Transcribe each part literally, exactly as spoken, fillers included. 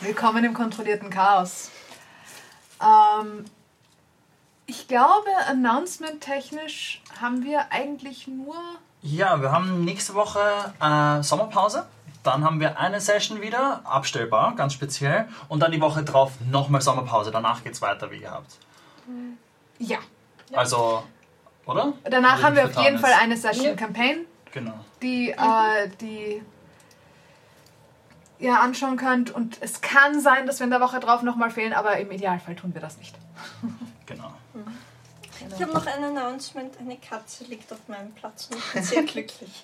Willkommen im kontrollierten Chaos. Ähm, ich glaube, announcement-technisch haben wir eigentlich nur... Ja, wir haben nächste Woche äh, Sommerpause. Dann haben wir eine Session wieder, abstellbar, ganz speziell. Und dann die Woche drauf nochmal Sommerpause. Danach geht's weiter, wie gehabt. Ja. Also, oder? Danach haben wir auf jeden ist. Fall eine Session ja. Campaign, genau. die, äh, die ihr anschauen könnt. Und es kann sein, dass wir in der Woche drauf nochmal fehlen, aber im Idealfall tun wir das nicht. Genau. Mhm. Ich habe noch ein Announcement. Eine Katze liegt auf meinem Platz und ich bin sehr glücklich.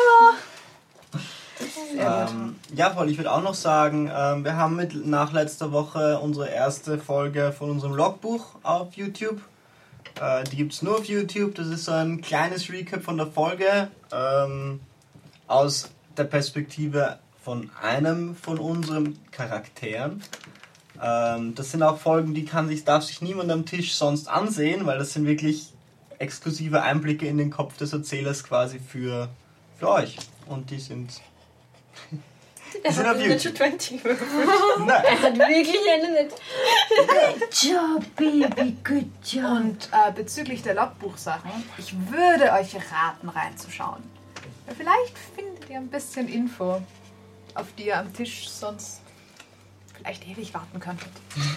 Ähm, ja, voll. Ich würde auch noch sagen, ähm, wir haben mit nach letzter Woche unsere erste Folge von unserem Logbuch auf YouTube. Äh, die gibt es nur auf YouTube. Das ist so ein kleines Recap von der Folge ähm, aus der Perspektive von einem von unseren Charakteren. Ähm, das sind auch Folgen, die kann sich, darf sich niemand am Tisch sonst ansehen, weil das sind wirklich exklusive Einblicke in den Kopf des Erzählers quasi für, für euch. Und die sind... Er hat eine Natural zwanzig gewürfelt. Nein. Er hat wirklich eine Natural. Good job, Baby, good job. Und äh, bezüglich der Logbuchsachen, ich würde euch raten, reinzuschauen. Weil vielleicht findet ihr ein bisschen Info, auf die ihr am Tisch sonst vielleicht ewig warten könntet.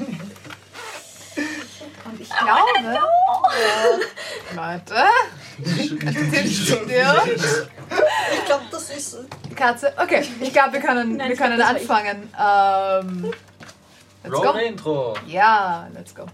Und ich glaube... Äh, Leute... Tischstill. Ich glaube, das ist... Katze. Okay, ich glaube, wir können, Nein, wir können glaub, anfangen. Ähm, let's Roll go. Intro. Ja, let's go.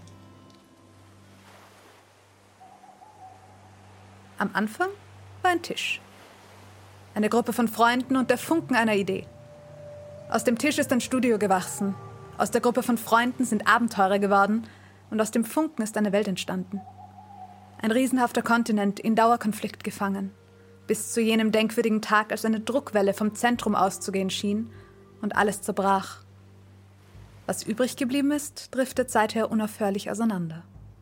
Am Anfang war ein Tisch. Eine Gruppe von Freunden und der Funken einer Idee. Aus dem Tisch ist ein Studio gewachsen. Aus der Gruppe von Freunden sind Abenteurer geworden und aus dem Funken ist eine Welt entstanden. Ein riesenhafter Kontinent in Dauerkonflikt gefangen. Bis zu jenem denkwürdigen Tag, als eine Druckwelle vom Zentrum auszugehen schien und alles zerbrach. Was übrig geblieben ist, driftet seither unaufhörlich auseinander.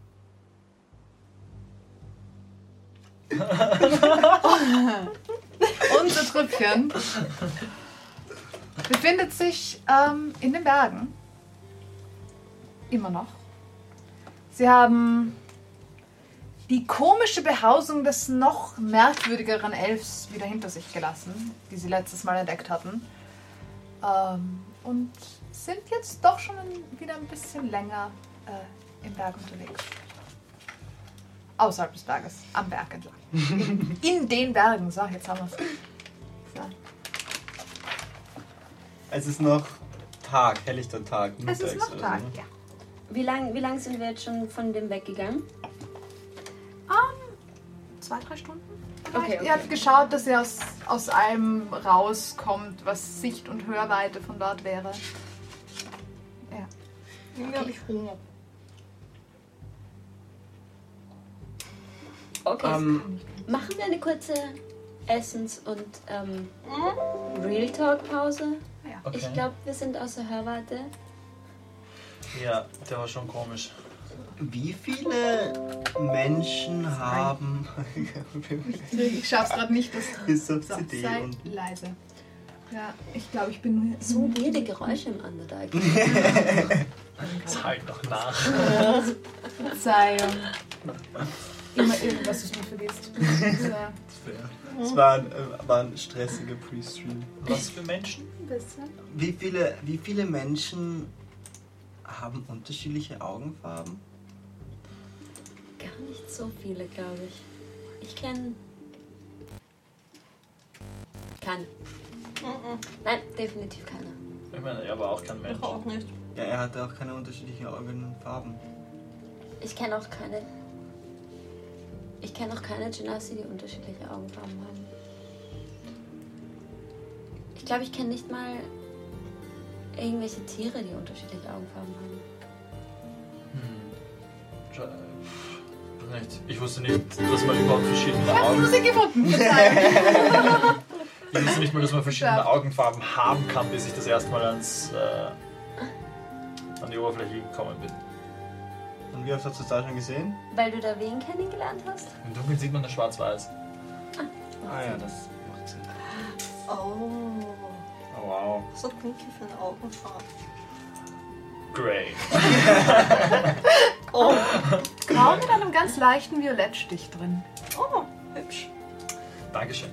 Unser Trüppchen befindet sich ähm, in den Bergen. Immer noch. Sie haben die komische Behausung des noch merkwürdigeren Elfs wieder hinter sich gelassen, die sie letztes Mal entdeckt hatten. Ähm, und sind jetzt doch schon wieder ein bisschen länger äh, im Berg unterwegs. Außerhalb des Berges, am Berg entlang. In, in den Bergen, so, jetzt haben wir es. So. Es ist noch Tag, helllichter Tag. Es ist noch Tag, so. Ja. Wie lange wie lang sind wir jetzt schon von dem weggegangen? Um, zwei, drei Stunden. Okay, okay. Ihr habt geschaut, dass ihr aus, aus allem rauskommt, was Sicht- und Hörweite von dort wäre. Ja. Irgendwie habe ich Hunger. Okay. Ähm, Machen wir eine kurze Essens- und ähm, Real Talk-Pause? Ja. Okay. Ich glaube, wir sind außer Hörweite. Ja, der war schon komisch. Wie viele Menschen haben... Ich schaff's gerade nicht, das Ist auf so, C D sei und... leise. Ja, ich glaube, ich bin nur So weirde Geräusche im Underdark. Das halt noch nach. Verzeihung. Immer irgendwas, das du vergisst. Ja. Es waren, äh, waren stressige Pre-Stream. Was für Menschen? Ein bisschen. Wie viele, wie viele Menschen haben unterschiedliche Augenfarben? Gar nicht so viele, glaube ich. Ich kenne... Keine. Mhm. Nein, definitiv keine. Ich meine, er war auch kein Mensch. Ich auch nicht. Ja, er hatte auch keine unterschiedlichen Augenfarben. Ich kenne auch keine... Ich kenne auch keine Genasi, die unterschiedliche Augenfarben haben. Ich glaube, ich kenne nicht mal irgendwelche Tiere, die unterschiedliche Augenfarben haben. Hm. Scha- äh, nicht. Ich wusste nicht, dass man überhaupt verschiedene Ich habe Augen... Musik gefunden. Verzeihung. Ich wusste nicht mal, dass man verschiedene Ja. Augenfarben haben kann, bis ich das erste Mal ans, äh, an die Oberfläche gekommen bin. Und wie oft hast du das da schon gesehen? Weil du da wen kennengelernt hast? Im Dunkeln sieht man das schwarz-weiß. Ah ja, das macht Sinn. Oh, Oh wow. so dunkel für eine Augenfarbe. Grey. Oh, Grau mit einem ganz leichten Violettstich drin. oh, hübsch. Dankeschön.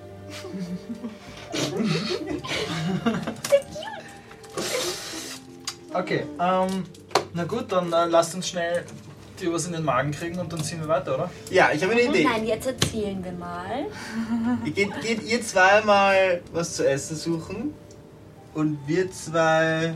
Okay, ähm, na gut, dann äh, lasst uns schnell die was in den Magen kriegen und dann ziehen wir weiter, oder? Ja, ich habe eine Idee. Nein, jetzt erzählen wir mal. Geht, geht ihr zwei mal was zu essen suchen und wir zwei...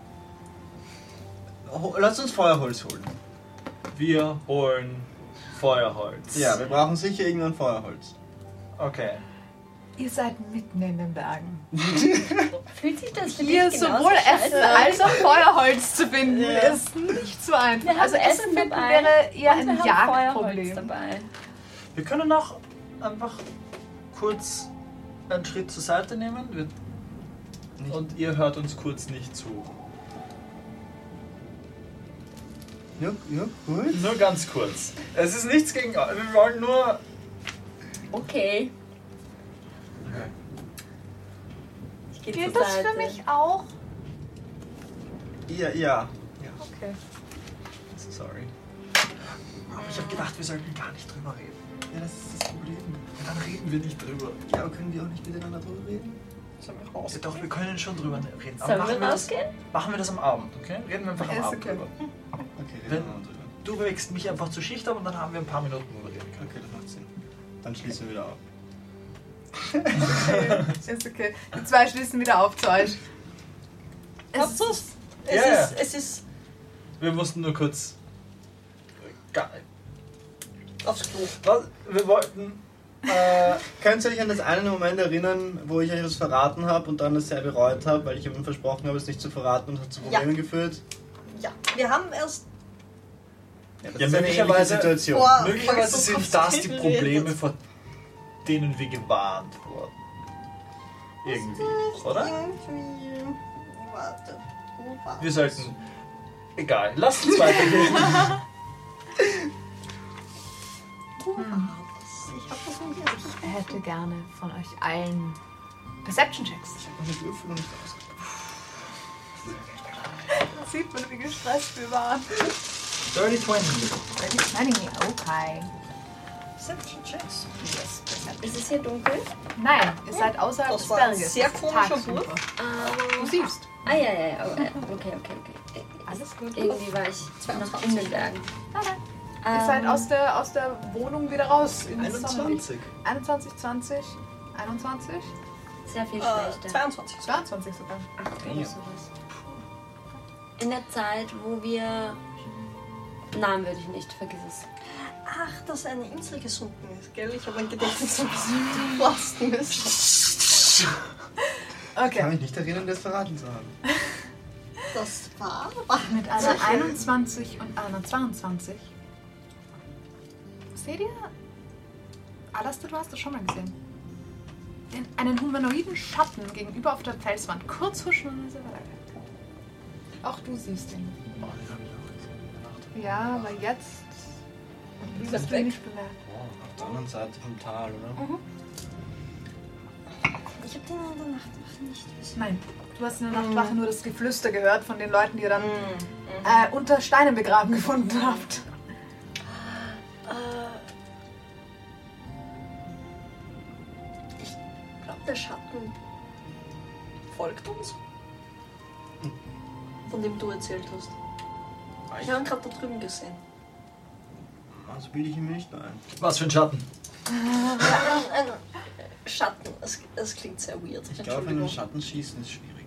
Ho- Lasst uns Feuerholz holen. Wir holen Feuerholz. Ja, wir brauchen sicher irgendwann Feuerholz. Okay. Ihr seid mitten in den Bergen. Fühlt sich das für Hier dich genauso sowohl scheiße Essen an? als auch Feuerholz zu finden, Ja. ist nicht so einfach. Wir haben Also Essen Essen finden dabei wäre eher und wir ein haben Feuerholz Jagdproblem. dabei. Wir können auch einfach kurz einen Schritt zur Seite nehmen wir, Nicht. und ihr hört uns kurz nicht zu. Ja, ja, gut. Nur ganz kurz. Es ist nichts gegen... Wir wollen nur... Okay. Ich gehe Geht zur das Seite. für mich auch? Ja, ja. Okay. Sorry. Aber ich habe gedacht, wir sollten gar nicht drüber reden. Ja, das ist das Problem. Dann reden wir nicht drüber. Ja, aber können wir auch nicht miteinander drüber reden? Sollen wir raus? Ja, doch, wir können schon drüber reden. Aber Sollen machen wir das, rausgehen? machen wir das am Abend, okay? Reden wir einfach am Ist Abend okay. drüber. Okay, reden Wenn- wir mal drüber. Du bewegst mich einfach zur Schicht ab und dann haben wir ein paar Minuten drüber reden können. Okay, das macht Sinn. Dann schließen wir wieder auf. Okay. Ist okay. Die zwei schließen wieder auf zu euch. Habt ihr's? Es Ja, ja. ist, es ist Wir mussten nur kurz... Gar, aufs Klo. was? Wir wollten... Äh, könnt ihr euch an das eine Moment erinnern, wo ich euch was verraten habe und dann es sehr bereut habe, weil ich ihm versprochen habe, es nicht zu verraten und hat zu Problemen geführt? Ja, wir haben erst Ja, das Ja, ist eine ähnliche möglicherweise- Situation. vor... Möglicherweise vor sind das die geredet. Probleme, vor denen wir gewarnt wurden. Irgendwie, oder? Irgendwie... Warte. Wo war Wir es? sollten... Egal, lasst uns weitergehen. Wo war das? Ich hab das nicht erst. Ich hätte gerne von euch allen Perception-Checks. Ich habe meine Würfel noch nicht ausgepackt. Da sieht man, wie gestresst wir waren. thirty twenty. Ready twenty, okay. Perception Checks. Yes, Perception. Ist es hier dunkel? Nein, ihr seid außerhalb Das des war ein Berges. sehr Es ist komischer tagsüber. Wurf. Du Ähm, siehst. ah ja, ja, ja. Oh, äh, okay, okay, okay. Alles gut. Irgendwie war ich noch in den Bergen. Nein, nein. Ihr seid Ähm, aus der, aus der Wohnung wieder raus. ins Sonnenlicht. einundzwanzig. einundzwanzig, zwanzig, einundzwanzig, Sehr viel Äh, schlechter. zweiundzwanzig. zweiundzwanzig sogar. Ach, oder sowas. In der Zeit, wo wir... Namen würde ich nicht, vergiss es. Ach, dass eine Insel gesunken ist, gell? Ich habe mein Gedächtnis ein bisschen belasten müssen. Ich kann Okay. mich nicht erinnern, das verraten zu haben. Das war... Mit einer einundzwanzig und einer zweiundzwanzig. Seht ihr? Alastair, du hast das schon mal gesehen. Den, einen humanoiden Schatten gegenüber auf der Felswand. Kurz huschen und dann ist er weiter. Auch du siehst ihn. Oh, den hab ich auch gesehen. Ja, aber jetzt Ist hast er du ihn weg? nicht bemerkt. Auf der anderen Seite vom Tal, oder? Ich habe den in der Nachtwache nicht gesehen. Nein, du hast in der Nachtwache nur das Geflüster gehört von den Leuten, die ihr dann Mhm. äh, unter Steinen begraben gefunden habt. Ich glaube, der Schatten folgt uns. Von dem du erzählt hast. Ich habe ihn gerade da drüben gesehen. Also bilde ich ihn mir nicht ein. Was für ein Schatten? Ein, ein Schatten. Es, es klingt sehr weird. Ich glaube, einen Schatten schießen ist schwierig.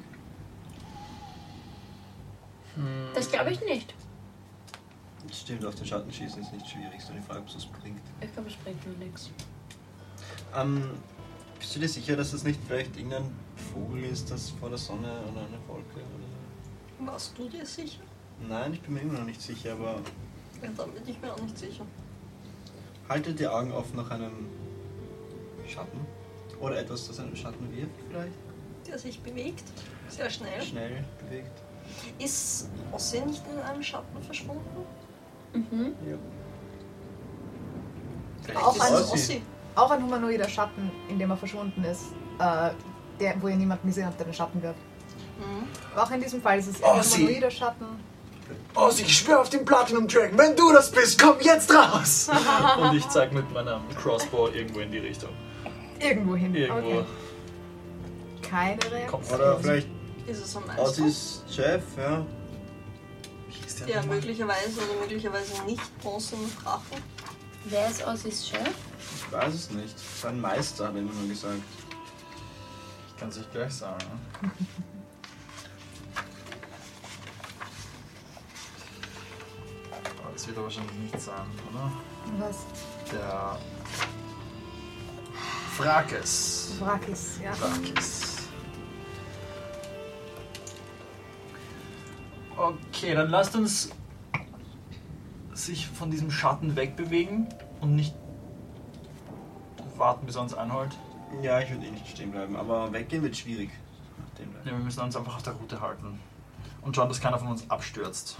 Das glaube ich nicht. Das stimmt, auf den Schatten schießen ist nicht schwierig, sondern die Frage, ob es was bringt. Ich glaube, es bringt nur nichts. Ähm, bist du dir sicher, dass es nicht vielleicht irgendein Vogel ist, das vor der Sonne oder eine Wolke oder so? Warst du dir sicher? Nein, ich bin mir immer noch nicht sicher, aber Ja, dann bin ich mir auch nicht sicher. haltet die Augen offen nach einem Schatten. Oder etwas, das einen Schatten wirft vielleicht. Der sich bewegt. Sehr schnell. Schnell bewegt. Ist Ossi nicht in einem Schatten verschwunden? Mhm. Ja. Auch ist ein Ossi. Ossi. Auch ein humanoider Schatten, in dem er verschwunden ist, äh, der, wo ihr niemanden gesehen habt, der den Schatten wirft. Mhm. Aber auch in diesem Fall ist es Oh, ein sie. humanoider Schatten. Oh, ich schwöre auf den Platinum Dragon, wenn du das bist, komm jetzt raus! Und ich zeig mit meinem Crossbow irgendwo in die Richtung. Irgendwo hin. Irgendwo. Okay. Keine Reaktion. Oder vielleicht Ist es am Meister? Ossis Chef, ja. Wie ist der Ja, nochmal? möglicherweise oder möglicherweise nicht bronzenen Drachen. Wer ist Ossis Chef? Ich weiß es nicht. Sein Meister hat er immer nur gesagt. Ich kann es euch gleich sagen. Aber das wird er wahrscheinlich nicht sein, oder? Was? Der Frakes. Wrackis, ja. Frakes. Okay, dann lasst uns sich von diesem Schatten wegbewegen und nicht warten, bis er uns einholt. Ja, ich würde eh nicht stehen bleiben, aber weggehen wird schwierig. Nach dem Ja, wir müssen uns einfach auf der Route halten und schauen, dass keiner von uns abstürzt.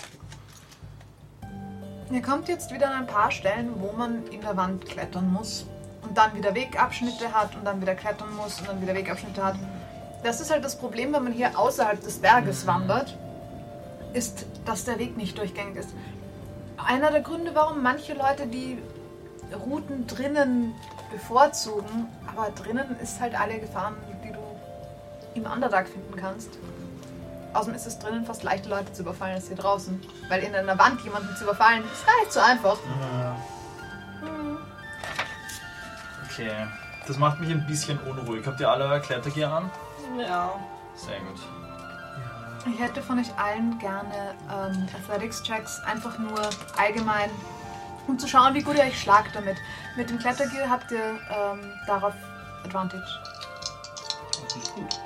Ihr kommt jetzt wieder an ein paar Stellen, wo man in der Wand klettern muss und dann wieder Wegabschnitte hat und dann wieder klettern muss und dann wieder Wegabschnitte hat. Das ist halt das Problem, wenn man hier außerhalb des Berges wandert, ist, dass der Weg nicht durchgängig ist. Einer der Gründe, warum manche Leute die Routen drinnen bevorzugen, aber drinnen ist halt alle Gefahren, die du im Underdark finden kannst. Außerdem ist es drinnen fast leichter, Leute zu überfallen als hier draußen. Weil in einer Wand jemanden zu überfallen, ist gar nicht so einfach. Hm. Okay, das macht mich ein bisschen unruhig. Habt ihr alle euer Klettergear an? Ja. Sehr gut. Ich hätte von euch allen gerne ähm, Athletics-Checks, einfach nur allgemein, um zu schauen, wie gut ihr euch schlagt damit. Mit dem Klettergear habt ihr ähm, darauf Advantage. Das ist gut.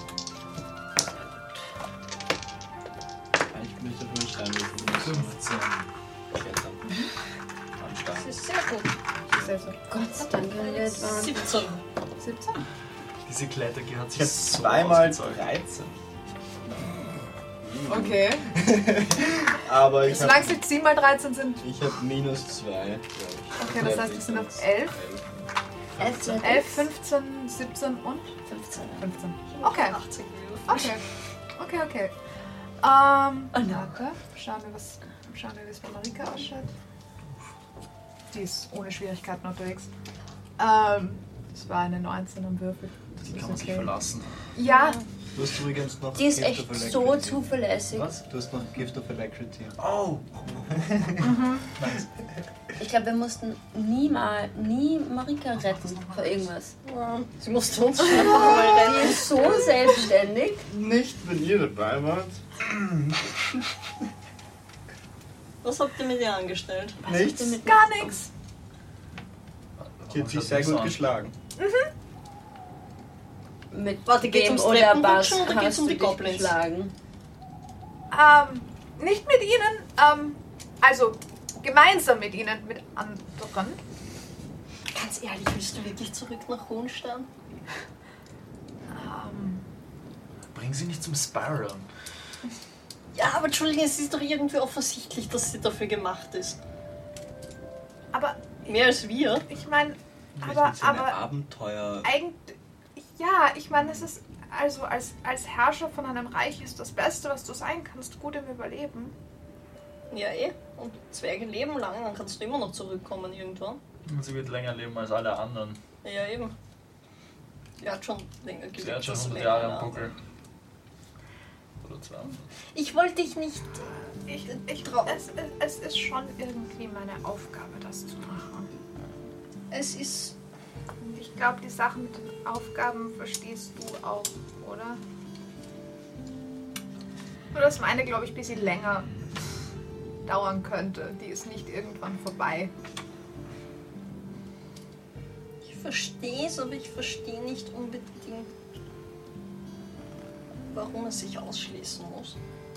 Ich müsste fünf Steine fünfzehn. klettern. Am Das Stein. ist sehr gut. Sehr, sehr. Gott sei Dank können wir Advantage. siebzehn. siebzehn? Diese Klettergear hat Ich sich habe so zweimal ausgezahlt. dreizehn. Okay. Aber ich Solange habe es nicht sieben mal dreizehn sind. ich hab minus zwei, glaube ich. Okay, das heißt, wir sind auf elf. Athletics? elf, fünfzehn, siebzehn und fünfzehn. fünfzehn. Okay, achtzig gewürfelt. okay. Okay, okay. Ähm, Oh no. warte. Schauen wir, was, schauen wir, wie es bei Marika ausschaut. Die ist ohne Schwierigkeiten unterwegs. Ähm, das war eine neunzehn am Würfel. Das Die ist kann man sich okay. verlassen. Ja, Du hast übrigens noch Die ist Gift echt of so Alacrity. zuverlässig. Was? Du hast noch Gift of Alacrity. Oh! Nice. Ich glaube, wir mussten nie mal, nie Marika retten vor irgendwas. Ja, sie musste uns schon einfach mal Die retten. ist so selbstständig. Nicht, wenn ihr dabei wart. Was habt ihr mit ihr angestellt? Nichts. Mit gar nichts. Die hat sich sehr gut geschlagen. Mit Warte, geht's wem ums oder was Treppenrutschen oder geht's hast um du die dich Goblins? geschlagen? Ähm, nicht mit ihnen, ähm, also gemeinsam mit ihnen, mit anderen. Ganz ehrlich, willst du wirklich zurück nach Hohenstein? Ähm, Bring sie nicht zum Spiral. Ja, aber Entschuldigung, es ist doch irgendwie offensichtlich, dass sie dafür gemacht ist. aber Mehr als wir. ich meine, Vielleicht aber, wird sie eine aber Abenteuer. eigentlich, ja, ich meine, es ist, also als, als Herrscher von einem Reich ist das Beste, was du sein kannst, gut im Überleben. Ja, eh. Und Zwerge leben lang, dann kannst du immer noch zurückkommen irgendwann. Und sie wird länger leben als alle anderen. Ja, eben. Sie hat schon länger gelebt. Sie hat schon als hundert länger, Jahre ja. am Buckel. Oder zweihundert. Ich wollte dich nicht. Ich, ich, es, es ist schon irgendwie meine Aufgabe, das zu machen. Es ist. Und ich glaube, die Sachen mit den Aufgaben verstehst du auch, oder? Nur, dass meine, glaube ich, ein bisschen länger dauern könnte. Die ist nicht irgendwann vorbei. Ich verstehe es, aber ich verstehe nicht unbedingt, warum es sich ausschließen muss.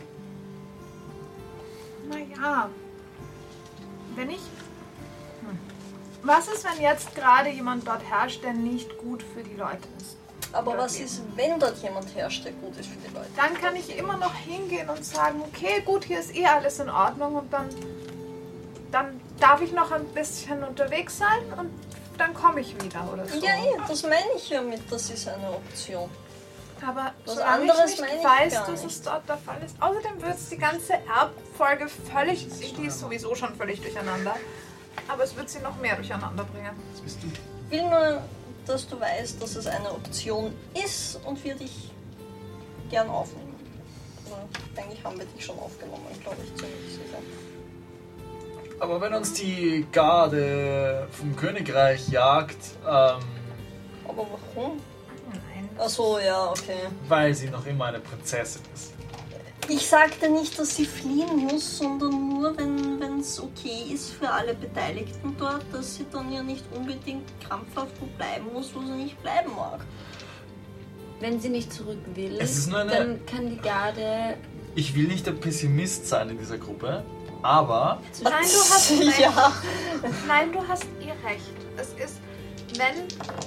Naja, wenn ich... Hm. Was ist, wenn jetzt gerade jemand dort herrscht, der nicht gut für die Leute ist? Aber Dort was leben? ist, wenn dort jemand herrscht, der gut ist für die Leute? Dann kann ich immer noch hingehen und sagen, okay, gut, hier ist eh alles in Ordnung und dann, dann darf ich noch ein bisschen unterwegs sein und dann komme ich wieder oder so. Ja, eh, das meine ich ja mit, das ist eine Option. Aber Was solange anderes ich meine nicht ich weiß, gar dass nicht. es dort der Fall ist. Außerdem wird es die ganze Erbfolge völlig, die ist sowieso schon völlig durcheinander, aber es wird sie noch mehr durcheinander bringen. Das bist du. Ich will nur, dass du weißt, dass es eine Option ist und wir dich gern aufnehmen. Aber eigentlich haben wir dich schon aufgenommen, glaube ich, ziemlich sicher. Aber wenn uns die Garde vom Königreich jagt, ähm, Aber warum? Nein. Achso, ja, okay. weil sie noch immer eine Prinzessin ist. Ich sagte nicht, dass sie fliehen muss, sondern nur, wenn es okay ist für alle Beteiligten dort, dass sie dann ja nicht unbedingt krampfhaft wo bleiben muss, wo sie nicht bleiben mag. Wenn sie nicht zurück will, Es ist nur eine- dann kann die Garde... Ich will nicht der Pessimist sein in dieser Gruppe, aber Nein, du hast recht. Ja. Nein, du hast eh recht. Es ist, wenn,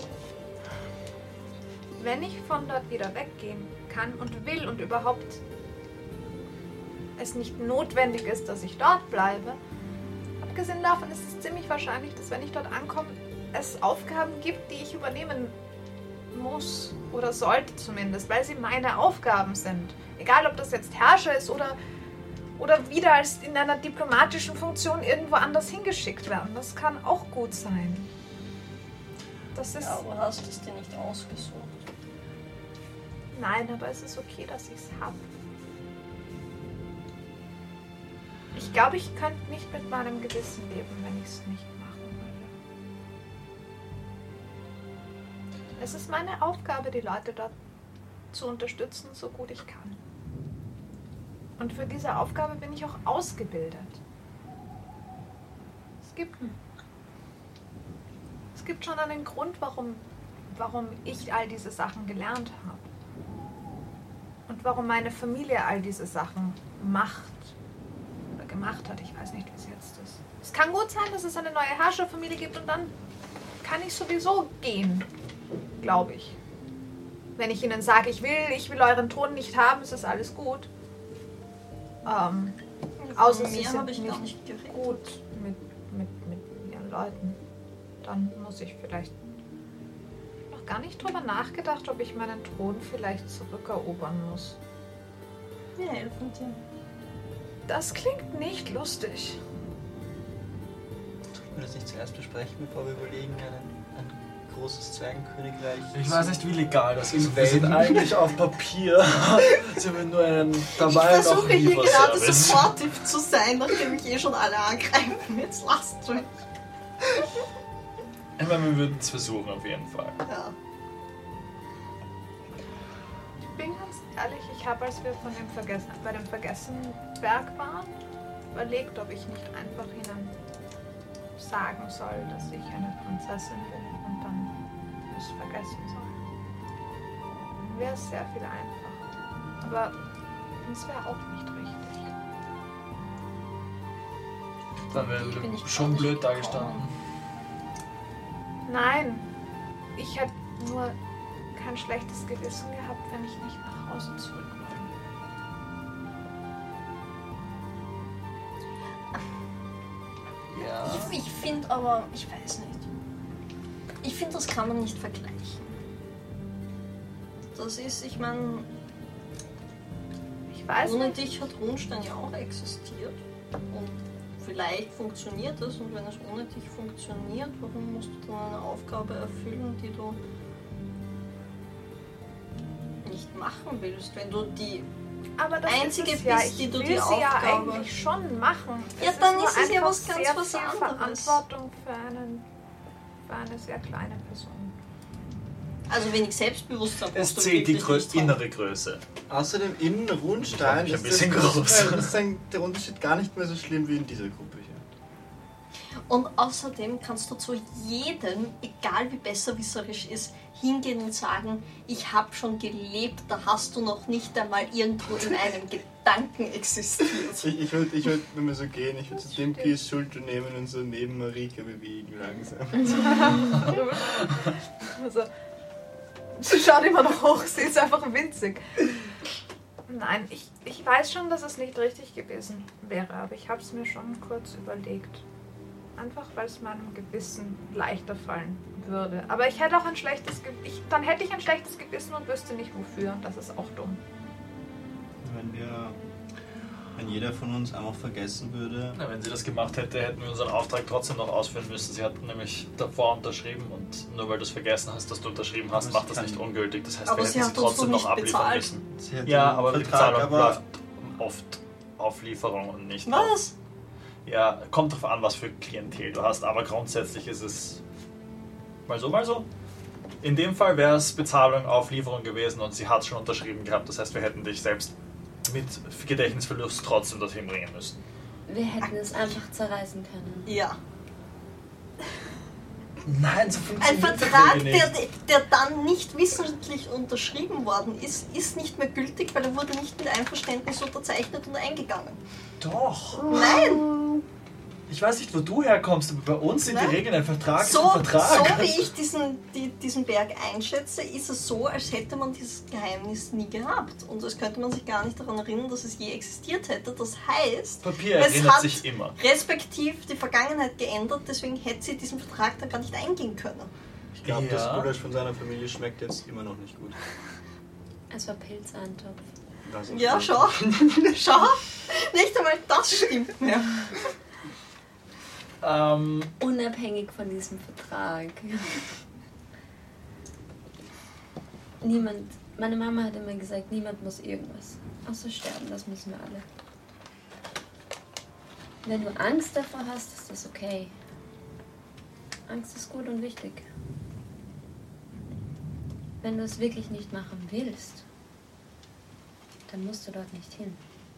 wenn ich von dort wieder weggehen kann und will und überhaupt es nicht notwendig ist, dass ich dort bleibe, abgesehen davon ist es ziemlich wahrscheinlich, dass wenn ich dort ankomme, es Aufgaben gibt, die ich übernehmen muss oder sollte zumindest, weil sie meine Aufgaben sind. Egal, ob das jetzt Herrscher ist oder oder wieder als in einer diplomatischen Funktion irgendwo anders hingeschickt werden. Das kann auch gut sein. Das ist... Ja, aber hast es dir nicht ausgesucht. Nein, aber es ist okay, dass ich es habe. Ich glaube, ich könnte nicht mit meinem Gewissen leben, wenn ich es nicht machen würde. Es ist meine Aufgabe, die Leute dort zu unterstützen, so gut ich kann. Und für diese Aufgabe bin ich auch ausgebildet. Es gibt, es gibt schon einen Grund, warum, warum ich all diese Sachen gelernt habe. Und warum meine Familie all diese Sachen macht. Oder gemacht hat. Ich weiß nicht, wie es jetzt ist. Es kann gut sein, dass es eine neue Herrscherfamilie gibt und dann kann ich sowieso gehen. Glaube ich. Wenn ich ihnen sage, ich will, ich will euren Thron nicht haben, ist das alles gut. Ähm, außer sie Mehr sind habe ich gar nicht nicht geredet. gut mit, mit, mit ihren Leuten. Dann muss ich vielleicht noch gar nicht drüber nachgedacht, ob ich meinen Thron vielleicht zurückerobern muss. Wir helfen dir. Das klingt nicht lustig. Sollten wir das nicht zuerst besprechen, bevor wir überlegen, ein, ein großes Zwergenkönigreich? ich weiß nicht, wie legal das ist. In Wir sind Welten. eigentlich auf Papier. sind wir nur ein dabei Ich noch versuche hier gerade Lieferservice. supportive zu sein, nachdem mich eh schon alle angreifen. Jetzt lasst mich. Ich meine, wir würden es versuchen auf jeden Fall. Ja. Ich bin ganz ehrlich, ich habe, als wir von dem Vergessen, bei dem Vergessenberg waren, überlegt, ob ich nicht einfach ihnen sagen soll, dass ich eine Prinzessin bin und dann es vergessen soll. Dann wäre es sehr viel einfacher. Aber es wäre auch nicht richtig. Dann Ich bin wären nicht wir schon gar blöd nicht dagestanden. Nein, ich hätte nur kein schlechtes Gewissen gehabt, wenn ich nicht nach Hause zurück wollte. Ja. Ich, ich finde aber, ich weiß nicht. Ich finde, das kann man nicht vergleichen. Das ist, ich meine, Ich weiß ohne nicht. dich hat Rundstein ja auch existiert. Und vielleicht funktioniert das. Und wenn es ohne dich funktioniert, warum musst du dann eine Aufgabe erfüllen, die du nicht machen willst? Wenn du die... Aber das einzige ist es ja. bist, Ich die du will die sie ja Aufgabe- eigentlich schon machen. Ja, Es dann nur ist es ja einfach was ganz sehr was viel anderes. Verantwortung für, einen, für eine sehr kleine Person. Also wenig Selbstbewusstsein Es brauchst du zählt die wirklich Grö nicht haben. innere Größe. Außerdem in Rundstein Ich glaub, ist, ich das, ein bisschen das, groß. das ist ein, der Unterschied gar nicht mehr so schlimm wie in dieser Gruppe hier. Und außerdem kannst du zu jedem, egal wie besserwisserisch ist, hingehen und sagen, ich habe schon gelebt, da hast du noch nicht einmal irgendwo in einem Gedanken existiert. Ich, ich würde, ich würd, wenn wir so gehen, ich würde so Dimkis Schulter nehmen und so neben Marika bewegen langsam. Also, sie schaut immer noch hoch, sie ist einfach winzig. Nein, ich, ich weiß schon, dass es nicht richtig gewesen wäre, aber ich habe es mir schon kurz überlegt. Einfach weil es meinem Gewissen leichter fallen würde. Aber ich hätte auch ein schlechtes Gewissen. Dann hätte ich ein schlechtes Gewissen und wüsste nicht wofür. Das ist auch dumm. Wenn wir, wenn jeder von uns einfach vergessen würde. Na, wenn sie das gemacht hätte, hätten wir unseren Auftrag trotzdem noch ausführen müssen. Sie hat nämlich davor unterschrieben und nur weil du es vergessen hast, dass du unterschrieben hast, Das macht das kann- nicht ungültig. Das heißt, Aber wir sie hätten sie hat uns trotzdem doch noch nicht abliefern bezahlt. müssen. Sie hat Ja, den aber die Vertrag, Bezahlung aber läuft oft auf Lieferung und nicht Was? auf... Ja, kommt drauf an, was für Klientel du hast, aber grundsätzlich ist es mal so, mal so. In dem Fall wäre es Bezahlung auf Lieferung gewesen und sie hat schon unterschrieben gehabt. Das heißt, wir hätten dich selbst mit Gedächtnisverlust trotzdem dorthin bringen müssen. Wir hätten es einfach zerreißen können. Ja. Nein, so Ein funktioniert Vertrag, das der, nicht. der dann nicht wissentlich unterschrieben worden ist, ist nicht mehr gültig, weil er wurde nicht mit Einverständnis unterzeichnet und eingegangen. Doch. Nein! Ich weiß nicht, wo du herkommst, aber bei uns sind Nein. die Regeln, ein Vertrag So, ist ein Vertrag. so wie ich diesen, die, diesen Berg einschätze, ist es so, als hätte man dieses Geheimnis nie gehabt. Und als könnte man sich gar nicht daran erinnern, dass es je existiert hätte. Das heißt, Papier es erinnert hat sich immer. respektiv die Vergangenheit geändert, deswegen hätte sie diesen Vertrag dann gar nicht eingehen können. Ich glaube, das Ja. Gulasch von seiner Familie schmeckt jetzt immer noch nicht gut. Es war Pilzeintopf. Das ist Ja, gut. schau. Schau. Nicht einmal das stimmt mehr. Ähm, Unabhängig von diesem Vertrag. Niemand, meine Mama hat immer gesagt, niemand muss irgendwas. Außer sterben, das müssen wir alle. Wenn du Angst davor hast, ist das okay. Angst ist gut und wichtig. Wenn du es wirklich nicht machen willst, dann musst du dort nicht hin.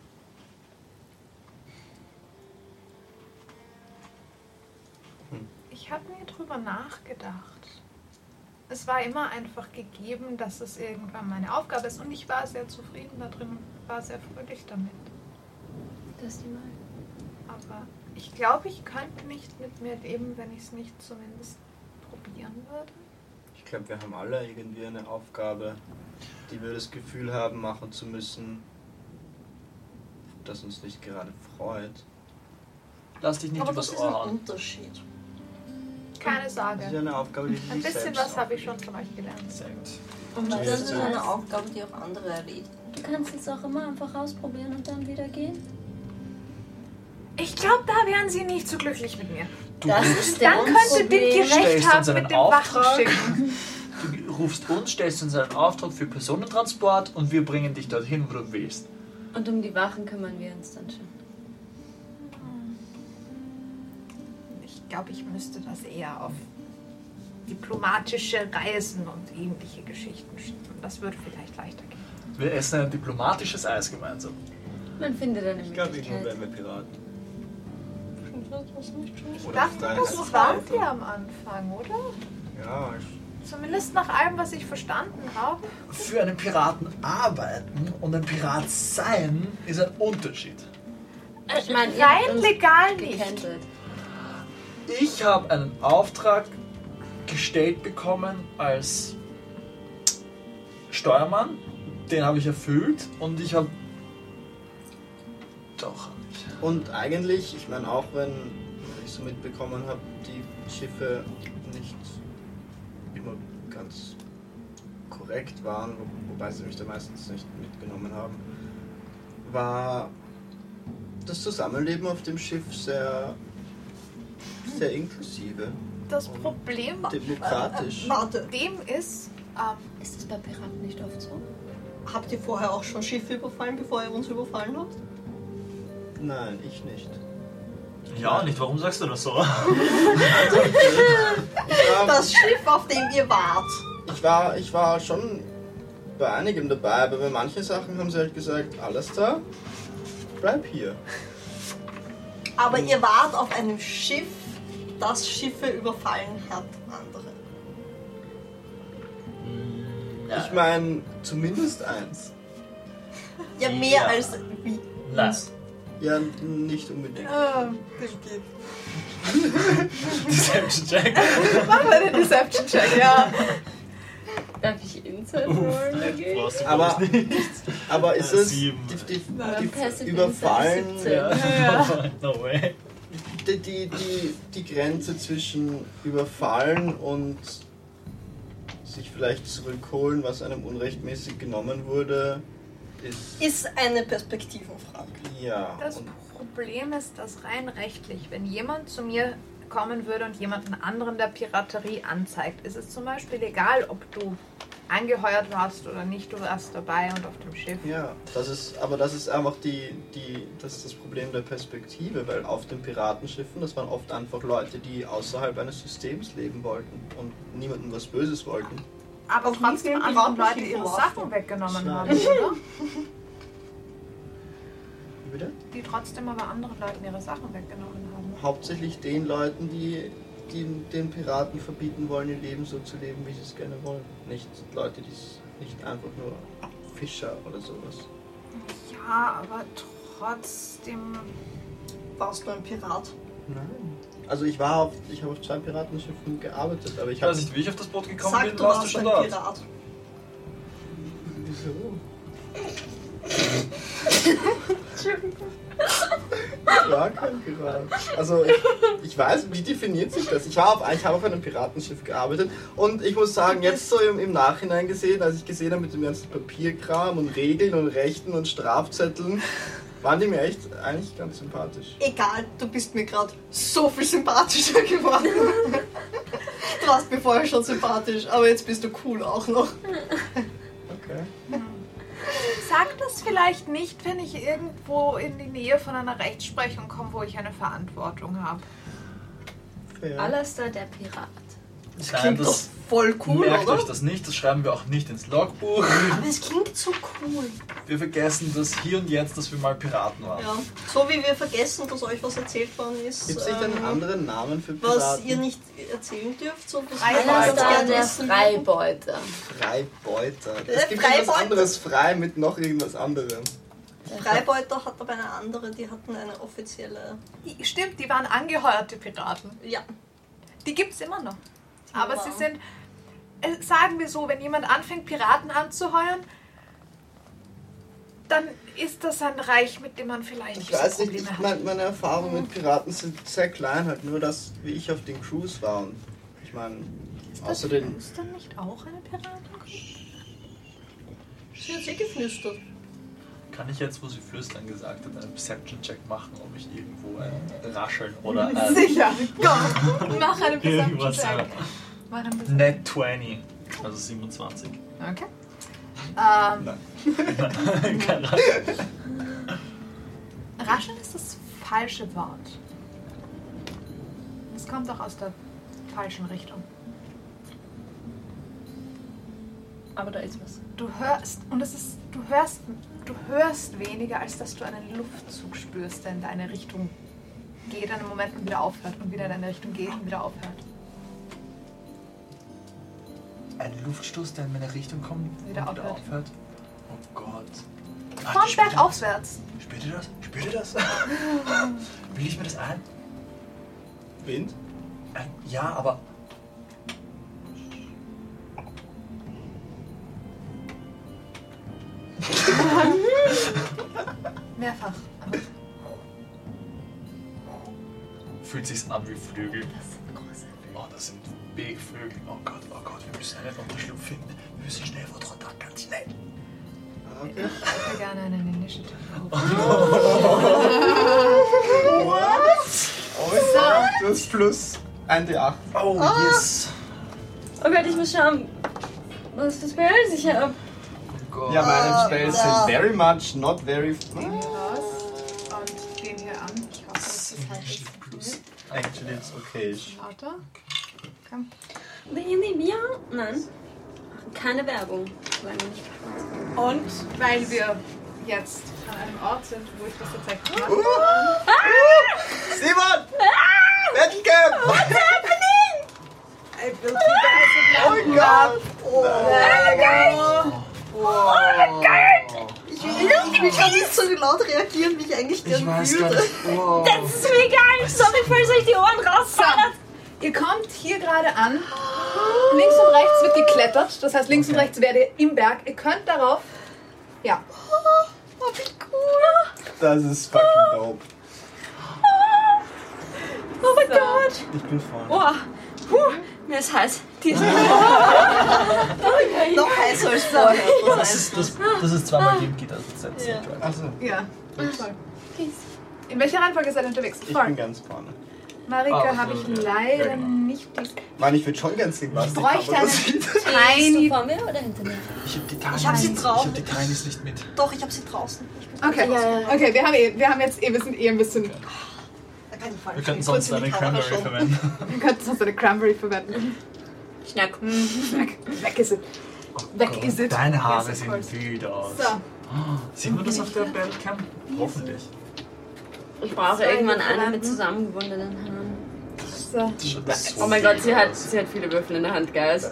Ich habe mir drüber nachgedacht. Es war immer einfach gegeben, dass es irgendwann meine Aufgabe ist und ich war sehr zufrieden da drin, war sehr fröhlich damit. Das ist die Mal. Aber ich glaube, ich könnte nicht mit mir leben, wenn ich es nicht zumindest probieren würde. Ich glaube, wir haben alle irgendwie eine Aufgabe, die wir das Gefühl haben, machen zu müssen, das uns nicht gerade freut. lass dich nicht Aber übers das ist ein Ohr hauen. Unterschied. Keine Das ist Sorge. eine Aufgabe, die Ein sich bisschen selbst was habe ich schon auferlegt. von euch gelernt. Sehr gut. Und Ja, das das ist ist eine Aufgabe, die auch andere erledigen. Du kannst es auch immer einfach ausprobieren und dann wieder gehen. Ich glaube, da wären sie nicht so glücklich mit mir. Du Das rufst, ist der Dann könnte Problem. Dinky Stellst recht uns haben einen mit dem Auftrag. Wachenschicken. du rufst uns, stellst uns einen Auftrag für Personentransport und wir bringen dich dorthin, wo du willst. Und um die Wachen kümmern wir uns dann schon. Ich glaube, ich müsste das eher auf diplomatische Reisen und ähnliche Geschichten schieben. Das würde vielleicht leichter gehen. Wir essen ein diplomatisches Eis gemeinsam. Man findet eine Ich glaube, irgendwann Möglichkeit. werden wir Piraten. Ich Oder dachte, deine das Seite. waren sie am Anfang, oder? Ja, ich, Zumindest nach allem, was ich verstanden habe. Für einen Piraten arbeiten und ein Pirat sein ist ein Unterschied. Ich meine, ihr habt Rein uns legal nicht. gecancelt. Ich habe einen Auftrag gestellt bekommen als Steuermann. Den habe ich erfüllt und ich habe... Doch, hab ich. und eigentlich, ich meine, auch wenn ich so mitbekommen habe, die Schiffe nicht immer ganz korrekt waren, wo, wobei sie mich da meistens nicht mitgenommen haben, war das Zusammenleben auf dem Schiff sehr, sehr inklusive, Das Problem demokratisch. Warte, dem ist, ähm, Ist das bei Piraten nicht oft so? habt ihr vorher auch schon Schiffe überfallen, bevor ihr uns überfallen habt? Nein, ich nicht. Ja, nicht. Warum sagst du das so? Ich war, Das Schiff, auf dem ihr wart. ich war, ich war schon bei einigen dabei, aber bei manchen Sachen haben sie halt gesagt, alles da, bleib hier. Aber ihr wart auf einem Schiff, das Schiffe überfallen hat, andere. Ich meine, zumindest eins. Ja, mehr Ja. als wie Nein. uns. Ja, nicht unbedingt. Ah, Deception Check. machen wir den Deception-Check, ja. Darf ich Inside rollen? Brauchst du Aber, bloß nicht. aber ist Äh, es sieben. die, die, Nein, die Passive überfallen? Insight Ja. Ja. No way. die, die, die, die Grenze zwischen überfallen und sich vielleicht zurückholen, was einem unrechtmäßig genommen wurde, ist... Ist eine Perspektivenfrage. Ja. Das und Problem ist, dass rein rechtlich, wenn jemand zu mir kommen würde und jemanden anderen der Piraterie anzeigt, ist es zum Beispiel egal, ob du angeheuert warst oder nicht, du warst dabei und auf dem Schiff. ja, das ist, aber das ist einfach die, die, das ist das Problem der Perspektive, weil auf den Piratenschiffen, das waren oft einfach Leute, die außerhalb eines Systems leben wollten und niemandem was Böses wollten. Aber Auf trotzdem wie vielen andere Leute Piraten ihre warst Sachen du? weggenommen Zwei. haben, oder? Wie bitte? Die trotzdem aber anderen Leuten ihre Sachen weggenommen haben. Hauptsächlich den Leuten, die, die den Piraten verbieten wollen, ihr Leben so zu leben, wie sie es gerne wollen. Nicht Leute, die es nicht einfach nur Fischer oder sowas. Ja, aber trotzdem... Warst du ein Pirat? Nein. Also ich war auf, ich habe auf zwei Piratenschiffen gearbeitet, aber ich Ich habe... weiß nicht, wie ich auf das Boot gekommen Sag, bin, du warst du warst schon ein dort. Pirat. Wieso? Ich war kein Pirat. Also ich, ich weiß, wie definiert sich das? Ich, war auf, ich habe auf einem Piratenschiff gearbeitet und ich muss sagen, jetzt so im, im Nachhinein gesehen, als ich gesehen habe mit dem ganzen Papierkram und Regeln und Rechten und Strafzetteln, waren die mir echt eigentlich ganz sympathisch. Egal, du bist mir gerade so viel sympathischer geworden. Du warst mir vorher schon sympathisch, aber jetzt bist du cool auch noch. Okay. Sag das vielleicht nicht, wenn ich irgendwo in die Nähe von einer Rechtsprechung komme, wo ich eine Verantwortung habe. Fair. Alastair der Pirat. Das Nein, klingt das doch voll cool, merkt oder? euch das nicht, das schreiben wir auch nicht ins Logbuch. Aber es klingt so cool. Wir vergessen das hier und jetzt, dass wir mal Piraten waren. Ja. So wie wir vergessen, dass euch was erzählt worden ist, Gibt es nicht einen ähm, anderen Namen für Piraten? was ihr nicht erzählen dürft. So was Freibeuter. wir ganz Alastair gerne der wissen. Freibeuter. Freibeuter. Der Es gibt ja was Freibeuter. anderes, frei mit noch irgendwas anderem. Freibeuter hat aber eine andere, die hatten eine offizielle... Die- Stimmt, die waren angeheuerte Piraten. Ja. Die gibt es immer noch. Aber Wow. sie sind, äh, sagen wir so, wenn jemand anfängt, Piraten anzuheuern, dann ist das ein Reich, mit dem man vielleicht Ich nicht so weiß nicht, Probleme ich, hat. mein, meine Erfahrungen mit Piraten sind sehr klein, halt nur das, wie ich auf den Cruise war. Und ich meine, außer den... Ist dann nicht auch eine Piratencrew? Sie hat eh geflüstert. Kann ich jetzt, wo sie flüstern gesagt hat, einen Perception-Check machen, ob ich irgendwo ein Rascheln oder ein Sicher. Komm, mach einen irgendwas Perception-Check. habe? Mach einen Perception. Net zwanzig, also siebenundzwanzig. Okay. Ähm, Nein. Kein Rascheln. Rascheln ist das falsche Wort. Es kommt doch aus der falschen Richtung. Aber da ist was. Du hörst, und es ist, du hörst, du hörst weniger, als dass du einen Luftzug spürst, der in deine Richtung geht, einen Moment und wieder aufhört und wieder in deine Richtung geht und wieder aufhört. Ein Luftstoß, der in meine Richtung kommt und Wieder wieder aufhört. aufhört. Oh Gott. Von Warte, spürt ihr- bergaufwärts. Spürt ihr das? Spürt ihr das? Will ich mir das ein? Wind? ein? Ja, aber... Mehrfach. Aber Fühlt sich's an wie Flügel. Das sind große. Oh, das sind Wegvögel. Oh Gott, oh Gott, wir müssen einen Unterschlupf finden. Wir müssen schnell wo drunter, ganz schnell. Okay. ich hätte gerne einen Initiative. Oh, du hast plus ein D acht. Oh, yes. Oh Gott, ich muss schauen, was das Spells ich habe. Oh Gott. Ja, meine Spells ja. sind very much, not very... Den hier raus und den hier an. Ich hoffe, das ist halt Plus. Actually, it's okay. lauter. Komm. Nehmen wir? Nein. Machen keine Werbung. Solange wir nicht Und weil wir jetzt an einem Ort sind, wo ich das tatsächlich mache, Simon! Battlecamp! I will keep it Oh mein Gott! Oh, ich will, ich will gar nicht so laut reagieren, wie ich eigentlich Ich gerne weiß gar würde. nicht. Wow. Das ist mir egal. Sorry, falls euch die Ohren rausfallen. Ihr kommt hier gerade an. Links und rechts wird geklettert. Das heißt, links und Okay. rechts werdet ihr im Berg. Ihr könnt darauf. Ja. Oh, wie cool. Das ist fucking dope. gut. Ich bin vorne. Oh, puh, mir ist heiß. Die ist Noch heißer als vorher. Das ist, das, das ist zweimal Dimki, das ist jetzt. Ja. Also, Ja. Toll. In welcher Reihenfolge seid ihr unterwegs? ich Voll. bin ganz vorne. Marika Ah, habe so, ich ja. leider Ja, genau. nicht. Dies. Mann, ich würde schon ganz sehen, was Ich die bräuchte Kamera einen sieht. Bist du tiny. vor mir oder hinter mir? Ich hab die Tinies. Ich hab sie Ich drauf. hab die Tinies nicht mit. Doch, ich habe sie draußen. Ich bin Okay, Ja, ja, ja. okay, wir haben, eh, wir haben jetzt eh, wir sind eh ein bisschen. Da kann ich falsch. Wir könnten Ich sonst bin eine kurz in die Kamera Cranberry schon. verwenden. Wir könnten sonst eine Cranberry verwenden. Schnack. Weg, weg ist es. Weg ist es. Deine Haare Yes, of sehen course. wild aus. So, Sieht man das auf der Battlecam? Hoffentlich. Ich brauche So, irgendwann wir eine verwenden. mit zusammengebundenen Haaren. so. Das schaut so Oh mein Gott, wild sie hat, aus. sie hat viele Würfel in der Hand, Guys.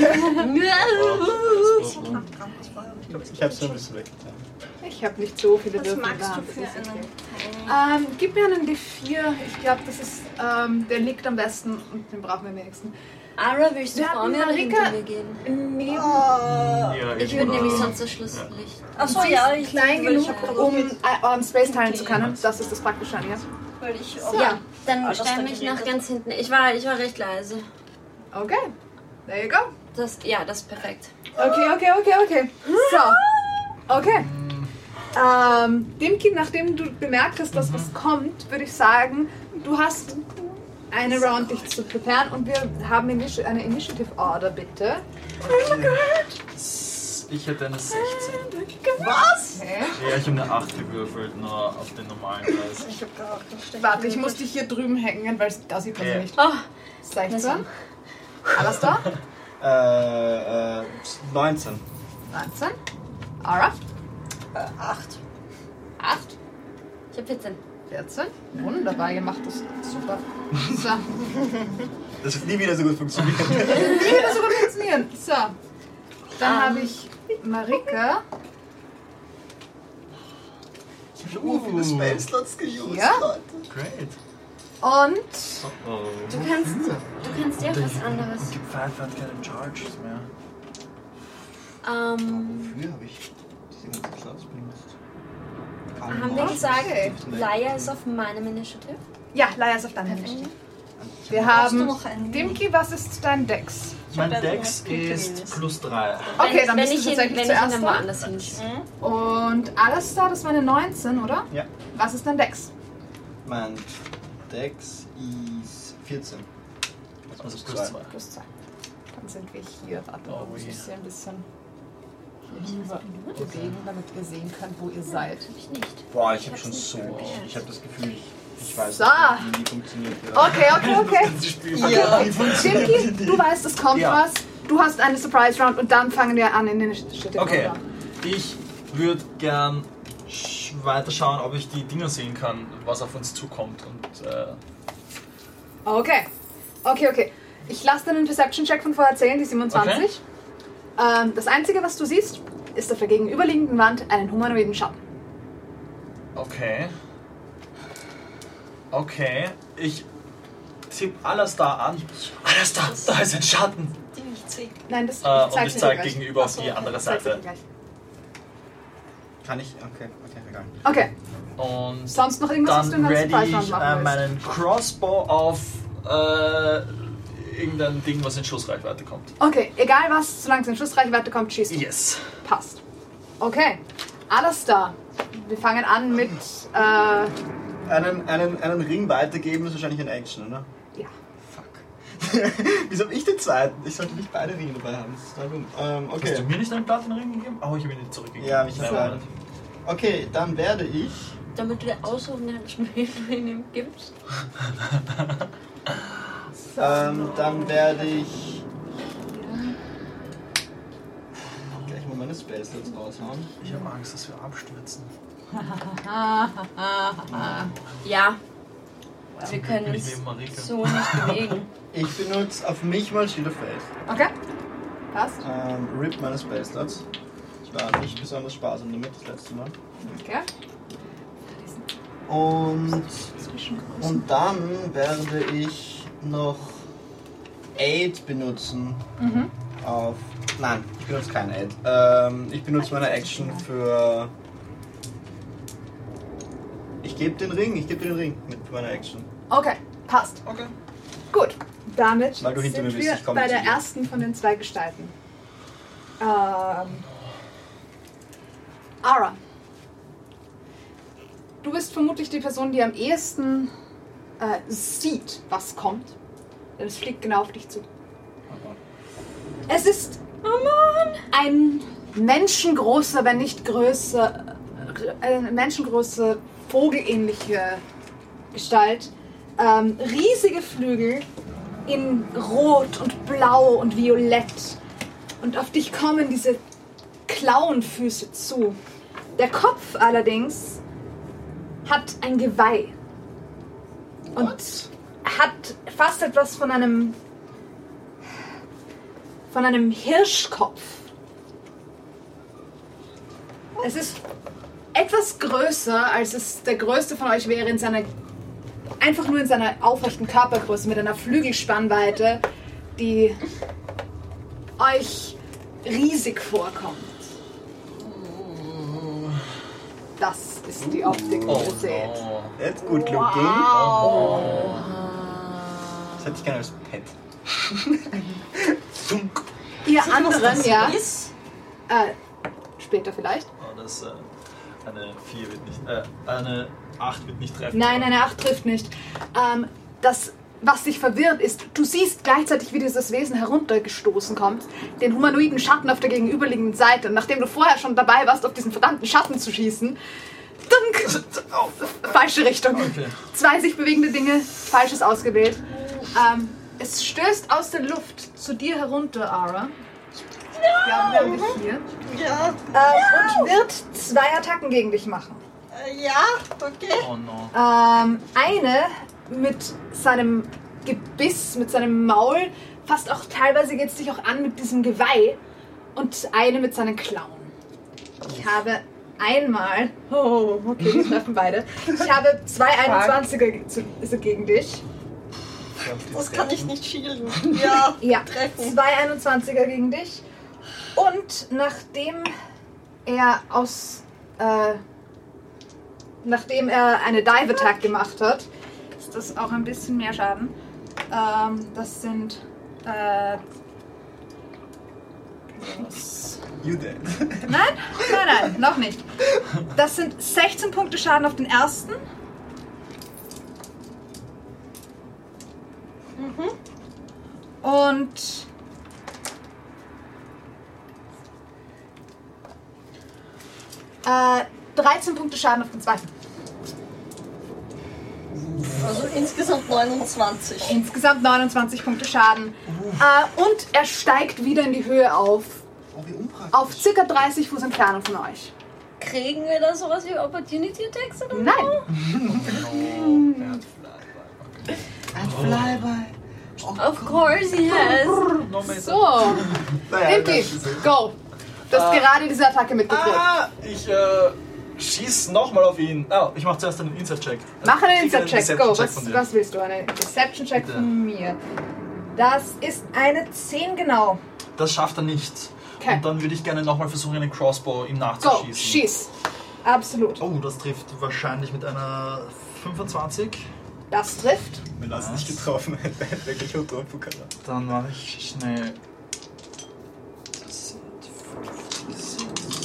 Ich hab's nur ein bisschen weggetan. Ich habe nicht so viele Was Würfel magst da. du das für ist okay. einen Ähm, gib mir einen D vier. Ich glaube, das ist, ähm, der liegt am besten und den brauchen wir am wenigsten. Ara, willst du Wir vor hatten mir oder Marika- hinter mir gehen? Neben Ja, Ich eben, würde nämlich äh, sonst das Schlusslicht. Achso, Sie ja, ist ich klein weil ich genug, hab um probiert, äh, euren Space teilen zu können. Das ist das Praktische an ihr. weil ich So. Ja, dann Ah, das stell war mich geredet. nach ganz hinten. Ich war, ich war recht leise. Okay, there you go. Das, ja, das ist perfekt. Okay, okay, okay, okay. So, okay. Ähm, Dimki, nachdem du bemerkt hast, dass was kommt, würde ich sagen, du hast eine Round, dich zu preparen und wir haben Initi- eine Initiative Order, bitte. Ich hätte eine sechzehn. Was? Okay. Ja, ich habe eine acht gewürfelt, nur auf den normalen Preis. Ich hab gerade auch das Warte, ich muss dich hier drüben hängen, weil da sieht man sie Ja. nicht. Oh, sechzehn. Alles da? Äh, äh, neunzehn. neunzehn. Ara? Äh, acht. acht. ich hab vierzehn. vierzehn. Wunderbar gemacht, das ist super. So. Das wird nie wieder so gut funktionieren. Wie wird das so gut funktionieren? So. Dann habe ich Marika. Ich habe schon uh, viele Spellslots geused, Ja? Leute. Great. Und Oh. Du kannst, du kannst dir auch was anderes. Und gibt Pfeif hat keine Charges mehr. Ähm, Wofür habe ich diese ganzen Slots benutzt? haben wir gesagt, Okay. Laia ist auf meinem Initiative? ja, Laia ist auf deinem Initiative. Wir Brauchst du haben. noch einen? Dimki, was ist dein Dex? Mein hab ja Dex so was ist Gutes. plus drei. Okay, dann wenn bist ich du ihn, tatsächlich wenn ich ihn zuerst dann dran. woanders hin. Und Alistair, das war eine neunzehn, oder? Ja. Was ist dein Dex? Mein Dex ist vierzehn. Also plus zwei. zwei. Plus zwei. Dann sind wir hier. Warte, Oh, da muss je. ich sie ein bisschen hier rüber bewegen, damit ihr sehen könnt, wo ihr seid. Ich nicht. Boah, ich habe hab's schon nicht so. probiert. Ich, ich habe das Gefühl, ich, ich weiß So. nicht, wie die funktioniert. Ja. Okay, okay, okay. Ja. Dimki, du weißt, es kommt Ja. was. Du hast eine Surprise Round und dann fangen wir an in den Initiative Okay, Order. ich würde gern sch- weiterschauen, ob ich die Dinger sehen kann, was auf uns zukommt. Und äh, Okay. Okay, okay. Ich lasse dir einen Perception-Check von vorher zählen, die siebenundzwanzig. Ähm, das Einzige, was du siehst, ist auf der gegenüberliegenden Wand einen humanoiden Schatten. okay. Okay, ich tippe alles da an. Alles da, da ist ein Schatten. Die ich sehe. Nein, das Äh, und zeig's ich dir zeige gleich. gegenüber auf Ach so, die okay. andere Ich zeig's dir Seite. gleich. Kann ich? Okay, okay, egal. Okay, Und sonst noch irgendwas, was du in dann der ready Surprise Round ich machen äh, willst? meinen Crossbow auf äh, irgendein Ding, was in Schussreichweite kommt. Okay, egal was, solange es in Schussreichweite kommt, schießt du. Yes. Passt. Okay, alles da. Wir fangen an mit, äh, Einen, einen, einen Ring weitergeben ist wahrscheinlich eine Action, oder? ja. Fuck. Wieso hab ich den zweiten? Ich sollte nicht beide Ringe dabei haben. Das ist total dumm. Ähm, Hast okay. du mir nicht einen Platinring gegeben? Oh, ich habe ihn nicht zurückgegeben. Ja, hab ich Never leider. mind. Okay, dann werde ich. Damit du dir aussuchen kannst, wie du ihn gibst. Ähm, dann werde ich. Gleich mal meine Spellslots raushauen. Ich habe Angst, dass wir abstürzen. Ja, wir Zum Glück können bin ich uns neben Marika. so nicht bewegen. Ich benutze auf mich mal Shield of Faith. Okay, passt. Ähm, rip meine Spellslots. Ich war nicht besonders sparsam damit das letzte Mal. Okay. Und, und dann werde ich noch Aid benutzen Mhm. auf. Nein, ich benutze kein Aid. Ähm, ich benutze meine Action für. Ich gebe den Ring, ich gebe den Ring mit meiner Action. Okay, passt. Okay. Gut, damit Weil du hinter sind mir bist, wir ich komme bei zu der dir. ersten von den zwei Gestalten. Ähm, Ara. Du bist vermutlich die Person, die am ehesten äh, sieht, was kommt. Denn es fliegt genau auf dich zu. Es ist ein menschengroßer, wenn nicht größer, äh, eine menschengroße, vogelähnliche Gestalt. Ähm, riesige Flügel in Rot und Blau und Violett. Und auf dich kommen diese Klauenfüße zu. Der Kopf allerdings hat ein Geweih. Und hat fast etwas von einem von einem Hirschkopf. Es ist etwas größer, als es der größte von euch wäre in seiner einfach nur in seiner aufrechten Körpergröße mit einer Flügelspannweite, die euch riesig vorkommt. Das ist die Optik, die Oh, ihr seht. no. Jetzt gut looking. Oh. Das hätte ich gerne als Pet. Thunk. Ihr anderen, ja, Ist? äh, später vielleicht. Oh, das, äh, eine vier wird nicht, äh, eine acht wird nicht treffen. Nein, eine acht trifft nicht. Ähm, das, was dich verwirrt, ist, du siehst gleichzeitig, wie dieses Wesen heruntergestoßen kommt, den humanoiden Schatten auf der gegenüberliegenden Seite. Und nachdem du vorher schon dabei warst, auf diesen verdammten Schatten zu schießen, dunk, falsche Richtung. Okay. Zwei sich bewegende Dinge, falsches ausgewählt. Ähm, es stößt aus der Luft zu dir herunter, Ara. Ja, wir haben dich hier. Ja. Ähm, und wird zwei Attacken gegen dich machen. Äh, ja, okay. Oh no. Ähm, eine mit seinem Gebiss, mit seinem Maul, fast auch teilweise geht es dich auch an mit diesem Geweih, und eine mit seinen Klauen. Ich habe einmal, oh, okay, die treffen beide. Ich habe zwei einundzwanziger zu- also gegen dich. Das kann ich nicht schielen. Ja, Ja, treffen. zwei einundzwanziger gegen dich. Und nachdem er aus, äh, nachdem er eine Dive Attack gemacht hat, ist das auch ein bisschen mehr Schaden. Ähm, das sind, äh, das- You dead. nein, nein, nein, noch nicht. Das sind sechzehn Punkte Schaden auf den ersten. Und äh, dreizehn Punkte Schaden auf den zweiten. Also insgesamt neunundzwanzig. Insgesamt neunundzwanzig Punkte Schaden. Äh, und er steigt wieder in die Höhe auf. Oh, wie unpraktisch. Auf circa dreißig Fuß Entfernung von euch. Kriegen wir da sowas wie Opportunity Attacks oder? Nein. No. Er hat Flyby. Ein Flyby. Of course he has. No Messer. So, Naja, Impi, das ist- go. Du hast Ah. gerade diese Attacke mitgekriegt. Ah, ich äh, schieß nochmal auf ihn. Ah, ich mach zuerst einen Inside-Check. Mach einen Ich krieg Inside-Check, go. Deception-Check Was, von dir. was willst du? Eine Deception-Check Bitte. von mir. Das ist eine zehn genau. Das schafft er nicht. Okay. Und dann würde ich gerne nochmal versuchen, einen Crossbow ihm Go, nachzuschießen. schieß. Absolut. Oh, das trifft wahrscheinlich mit einer fünfundzwanzig. Das trifft. Wenn das nicht getroffen hätte, hätte er wirklich getroffen können. Dann mache ich schnell. Das sind fünfzig.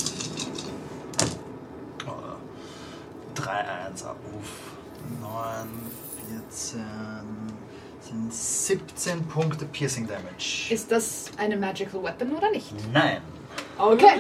Oh, drei eins, Abruf. neun, vierzehn. Sind siebzehn Punkte Piercing Damage. Ist das eine Magical Weapon oder nicht? Nein. Okay.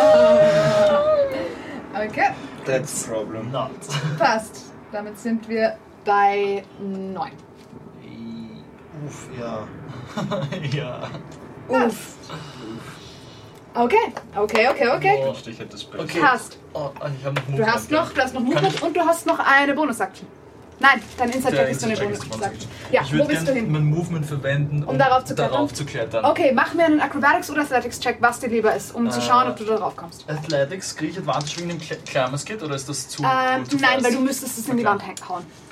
Okay, That's the problem. Not. passt. Damit sind wir bei neun. Uff, ja. ja. Uff. Okay, okay, okay, okay. Oh. Ich hätte das Bett. Okay. Passt. Oh, ich habe noch Du Movement, hast noch, du hast noch Kann Movement ich- und du hast noch eine Bonus-Action. Nein, dein Inside-Check Der ist eine Inside-Check ist die Bonus-Action. Ja, ich wo würde bist du gerne hin? mein Movement verwenden, Um darauf zu klettern? darauf zu klettern. Okay, mach mir einen Acrobatics- oder Athletics-Check, was dir lieber ist, um zu Äh, schauen, ob du da drauf kommst. Athletics, kriege ich Advantage wegen dem Cl- Climber's Kit oder ist das zu, Ähm, zu nein, fast? weil du müsstest es in die Okay. Wand hängen- hauen.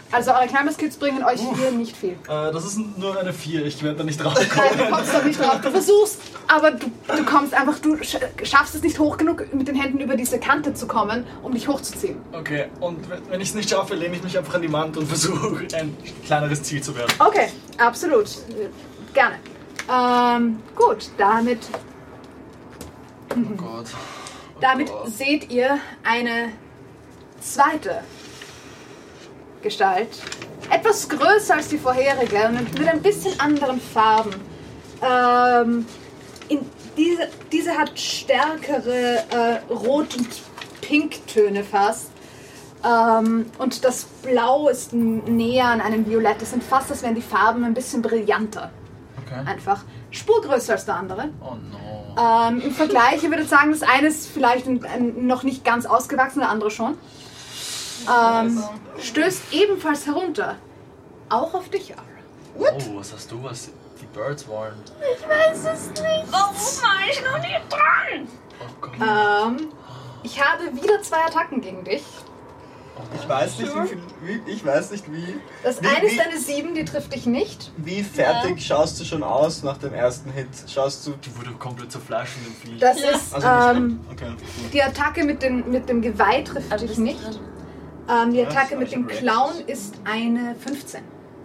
Also eure Climber-Skills bringen euch Uff. hier nicht viel. Äh, das ist nur eine vier, ich werde da nicht drauf Nein, du kommen. kommst doch nicht drauf. Du versuchst, aber du, du kommst einfach, du sch- schaffst es nicht hoch genug, mit den Händen über diese Kante zu kommen, um dich hochzuziehen. Okay, und wenn- wenn ich es nicht schaffe, lehne ich mich einfach an die Wand und versuche, ein kleineres Ziel zu werden. Okay, absolut. Gerne. Ähm, gut, damit, Oh Gott. Oh damit Gott. seht ihr eine zweite Gestalt. Etwas größer als die vorherige und mit ein bisschen anderen Farben. Ähm, in diese, diese hat stärkere äh, Rot- und Pinktöne fast. Ähm, und das Blau ist n- näher an einem Violett. Es sind fast, als wären die Farben ein bisschen brillanter. Okay. Einfach. Spur größer als der andere. Oh no. Ähm, Im Vergleich, ich würde sagen, das eine ist vielleicht ein, ein, noch nicht ganz ausgewachsen, der andere schon. Ähm, stößt ebenfalls herunter. Auch auf dich, Ara. Oh, was hast du, was die Birds wollen? Warum war ich noch nicht dran? Oh Gott. Ähm, ich habe wieder zwei Attacken gegen dich. Ich weiß nicht, wie, viel, wie, ich weiß nicht wie, Das Wie- eine ist wie- eine sieben, die trifft dich nicht. wie fertig schaust du schon aus nach dem ersten Hit. Schaust du... Die wurde komplett zerfleischt in dem Vieh. Das Ja. ist, Also nicht, ähm, okay, gut. die Attacke mit, den, mit dem Geweih trifft Also dich bist du nicht. dran. Ähm, die Ja, Attacke das mit ist dem eigentlich Clown recht. ist eine fünfzehn.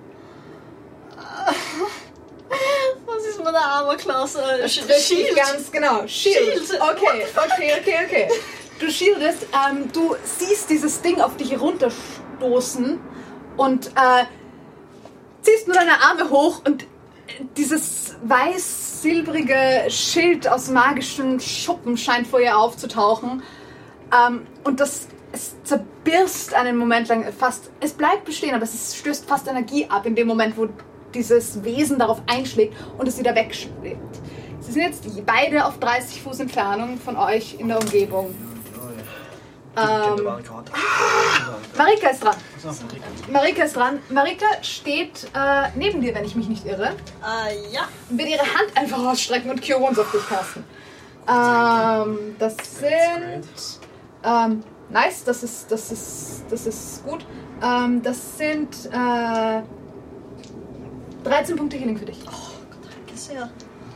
Was ist mit der Armor-Klasse? Das trifft dich ganz genau. Shield. Shield. Okay, okay, okay, okay. Du shieldest, ähm, du siehst dieses Ding auf dich herunterstoßen und äh, ziehst nur deine Arme hoch und dieses weiß-silbrige Schild aus magischen Schuppen scheint vor ihr aufzutauchen. Ähm, und das es zerbirst einen Moment lang fast. Es bleibt bestehen, aber es ist, stößt fast Energie ab in dem Moment, wo dieses Wesen darauf einschlägt und es wieder wegschwebt. Sie sind jetzt beide auf dreißig Fuß Entfernung von euch in der Umgebung. Ähm, Marika ist dran. Marika ist dran. Marika steht äh, neben dir, wenn ich mich nicht irre. Äh, ja. Und wird ihre Hand einfach ausstrecken und Cure Wounds auf dich casten. Ähm, das sind... Ähm, nice, das ist, das ist, das ist gut. Ähm, das sind äh, dreizehn Punkte Healing für dich. Danke sehr.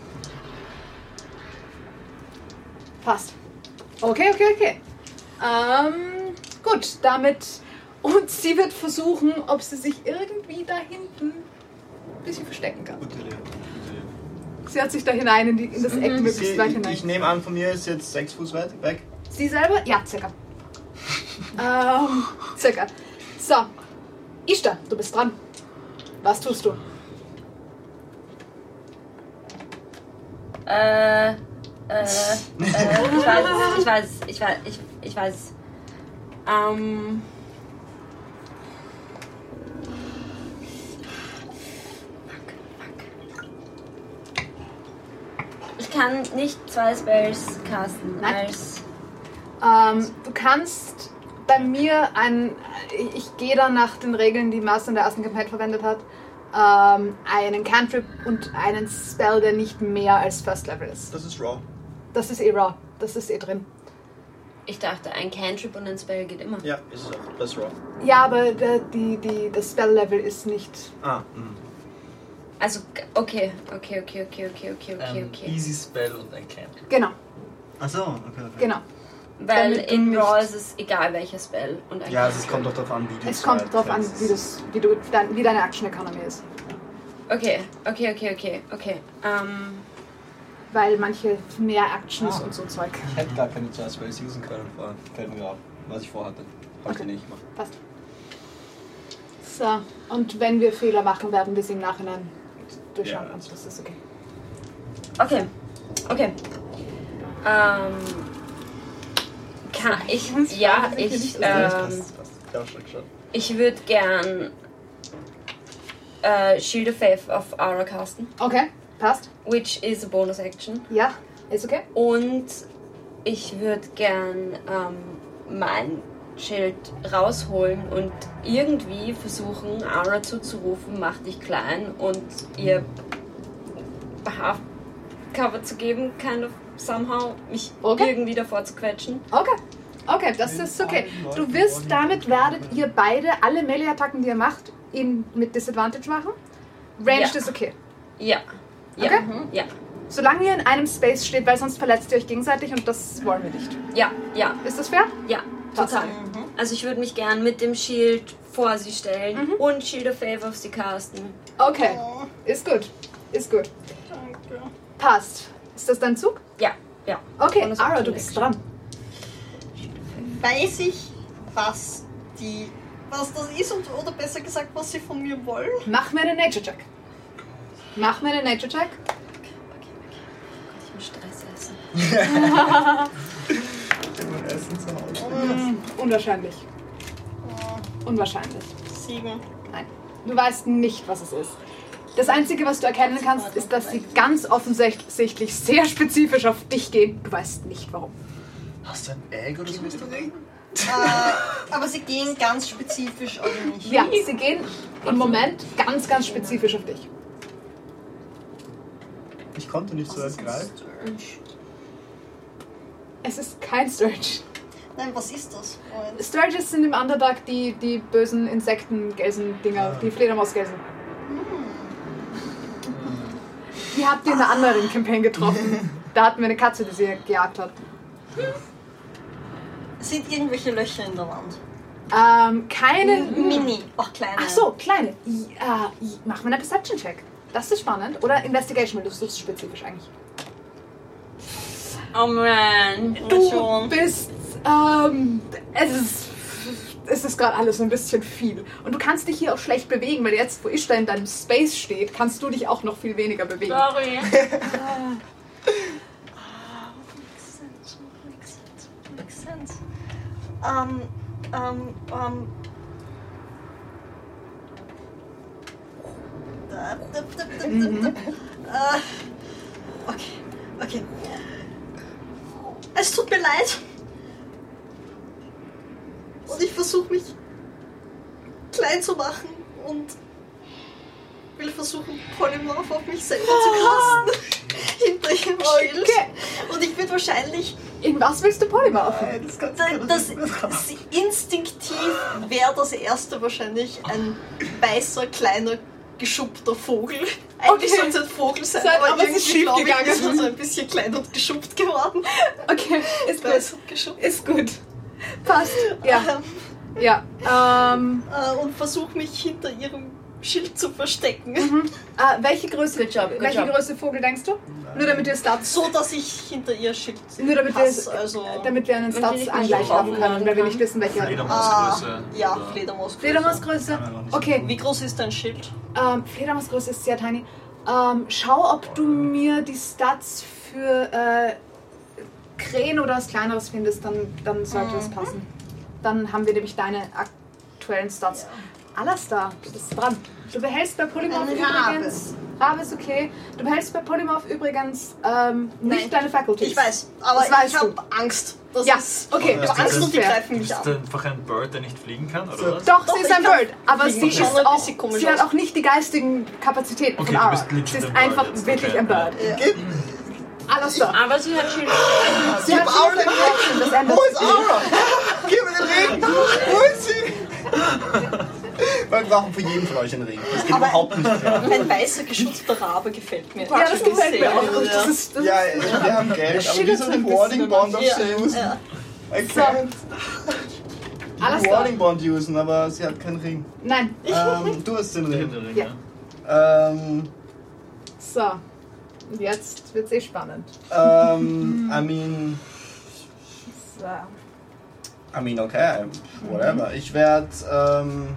Passt. Okay, okay, okay. Ähm, gut, damit... Und sie wird versuchen, ob sie sich irgendwie da hinten ein bisschen verstecken kann. Gute Idee. Sie hat sich da hinein in, die, in das Eck möglichst Sie, weit ich, hinein. ich nehme an, von mir ist jetzt sechs Fuß weit weg. Sie selber? Ja, circa. ähm, circa. So. Ishtar, du bist dran. Was tust du? Äh, äh, äh, ich weiß es, ich weiß es, ich weiß, ich, ich weiß es. Ähm. Fuck, fuck. Ich kann nicht zwei Spells casten Nein. als. Ähm, du kannst bei mir ein... Ich, ich gehe dann nach den Regeln, die Master in der ersten Kampagne verwendet hat, ähm, einen Cantrip und einen Spell, der nicht mehr als First Level ist. Das ist Raw. Das ist eh raw. Das ist eh drin. Ich dachte, ein Cantrip und ein Spell geht immer. Ja, ist es auch. Das ist Raw. Ja, aber der, die, die, das Spell-Level ist nicht... Ah, mhm. Also, okay, okay, okay, okay, okay, okay, okay, Ein okay. Easy Spell und ein Camp. Genau, Achso, okay, okay. genau. Weil damit du in nicht- Raw ist es egal welcher Spell und ein Ja, also es Cantrip. kommt doch darauf an, wie du Es kommt halt drauf an, fällst. wie, das, wie, du, dein, wie deine Action-Economy ist. Okay, okay, okay, okay, okay. Ähm, Weil manche mehr Actions Ah. und so Zeug. Ich hätte gar keine zwei Spells usen können, vor- fällt mir auf, was ich vorhatte. Hab ich Okay. nicht gemacht. Passt. So, und wenn wir Fehler machen, werden wir sie im Nachhinein durchschauen. Ja. Also das ist okay. okay, okay. Ähm, kann ich, ja, ich, ähm, Das passt. Ich hab schon geschaut. ich würde gern äh, Shield of Faith auf Aura casten, Okay, passt. which is a bonus action. Ja, ist okay. Und ich würde gern ähm, mein Schild rausholen und irgendwie versuchen, Aura zuzurufen, mach dich klein und ihr Behaft Cover zu geben, kind of somehow, mich Okay. irgendwie davor zu quetschen. Okay. Okay, das ist okay. Du wirst, damit werdet ihr beide alle Melee-Attacken, die ihr macht, in, mit Disadvantage machen. Ranged Ja. ist okay. Ja. Ja. Okay? Mhm. Ja. Solange ihr in einem Space steht, weil sonst verletzt ihr euch gegenseitig und das wollen wir nicht. Ja. Ja. Ist das fair? Ja. Passt. Total. Also ich würde mich gern mit dem Schild vor sie stellen Mhm. und Shield of Favor auf sie casten. Okay, Oh, ist gut. Ist gut. danke. Passt. Ist das dein Zug? Ja. Ja. Okay, Und das Ara, macht du die bist Action. dran. Weiß ich, was die. was das ist und, oder besser gesagt, was sie von mir wollen? Mach mir einen Nature-Check. Mach mir einen Nature-Check. Ich muss Stress essen. Immer Essen zu Hause. Mm, unwahrscheinlich. Oh, Unwahrscheinlich. sieben. Nein. Du weißt nicht, was es ist. Das Einzige, was du erkennen kannst, ist, dass sie ganz offensichtlich sehr spezifisch auf dich gehen. Du weißt nicht, warum. Hast du ein Egg oder so? Äh, aber sie gehen ganz spezifisch auf mich. Ja, sie gehen im Moment ganz, ganz spezifisch auf dich. Ich konnte nicht so Was ist ein ergreifen. Sturge? Es ist kein Sturge. Nein, was ist das? Moment. Sturges sind im Underdark die, die bösen Insekten-Gelsen-Dinger, die Fledermausgelsen. Die habt ihr in einer anderen Campaign getroffen. Da hatten wir eine Katze, die sie gejagt hat. Sind irgendwelche Löcher in der Wand? Ähm, keine... Mini, auch kleine. Ach so, kleine. Ja, mach mal einen Perception-Check. Das ist spannend. Oder Investigation, weil du suchst spezifisch eigentlich. Oh man. Du schon. bist... Ähm, es ist... Es ist gerade alles ein bisschen viel. Und du kannst dich hier auch schlecht bewegen, weil jetzt, wo Ishtar in deinem Space steht, kannst du dich auch noch viel weniger bewegen. Sorry. Ah, makes sense, makes sense, makes sense. Ähm, ähm, ähm. Da, da, da, da, da, Mhm. da. Äh, okay, okay. Es tut mir leid. Und ich versuche mich klein zu machen und will versuchen, Polymorph auf mich selber zu casten. Hinter ihrem Schild. Okay. Und ich bin wahrscheinlich, In was willst du Polymorphen? Nein, das kannst da- du das, nicht. instinktiv wäre das erste wahrscheinlich ein weißer, kleiner, geschuppter Vogel. Eigentlich Okay. sollte es ein Vogel sein, Sein, aber, aber es irgendwie ist schief glaube ich, gegangen. ist er so ein bisschen klein und geschuppt geworden. Okay, ist Weiß gut. und geschuppt. Ist gut. Passt. Ja. Ähm, Ja. Ähm, äh, und versuche mich hinter ihrem Schild zu verstecken. äh, welche Größe, Good job, good welche job. Größe Vogel denkst du? Nur damit wir Stats, So, dass ich hinter ihr Schild nur damit passe. wir, Also, damit wir einen Wenn Stats sie nicht angleich mehr haben so können, weil wir kann. nicht wissen, welche. Fledermausgröße. ah, ja, oder- Fledermausgröße. Fledermausgröße. Kann er noch nicht Okay. Wie groß ist dein Schild? Ähm, Fledermausgröße ist sehr tiny. Ähm, schau, ob du mir die Stats für äh, Krähen oder was Kleineres findest, dann, dann sollte das passen. Dann haben wir nämlich deine aktuellen Stats. Alastar, du bist dran. Du behältst bei Polymorph Ein Rabe. übrigens... Rabe ist okay. Du behältst bei Polymorph übrigens ähm, nicht Nein. deine Faculties. Ich weiß, aber Das weißt ich habe Angst. Das Ja, ist, okay, ich du habe Angst Angst ist und die fair. greifen mich Ist an. das einfach ein Bird, der nicht fliegen kann, oder So. was? Doch, Doch, sie ist ich ein kann Bird, aber fliegen. sie Die schauen ist ein auch, bisschen komisch sie hat aus. auch nicht die geistigen Kapazitäten Okay, von du Ara. bist legit Sie ist ein Bird einfach jetzt, wirklich okay. ein Bird. Ja. Alastar. Aber sie hat Shield. Sie hat Aura schon Action, das ändert Wo ist Aura? Gib mir den Ring! Wo ist sie? Wir brauchen für jeden von euch einen Ring. Das geht Aber- überhaupt nicht mehr. Ein weißer, geschützter Rabe gefällt mir. Ja, das gefällt mir auch. sehr. Das ist, das Ja, ist, wir haben Geld, aber schillert dieser so ein Rewarding bisschen Bond of Ja, Sales. ja. I can't alles klar. Rewarding Bond usen, aber sie hat keinen Ring. Nein. Ähm, du hast den Ring. Ring, Ja. ja. Ähm, So. Und jetzt wird's eh spannend. ähm, I mean, So. I mean, okay, whatever. Ich werde, ähm,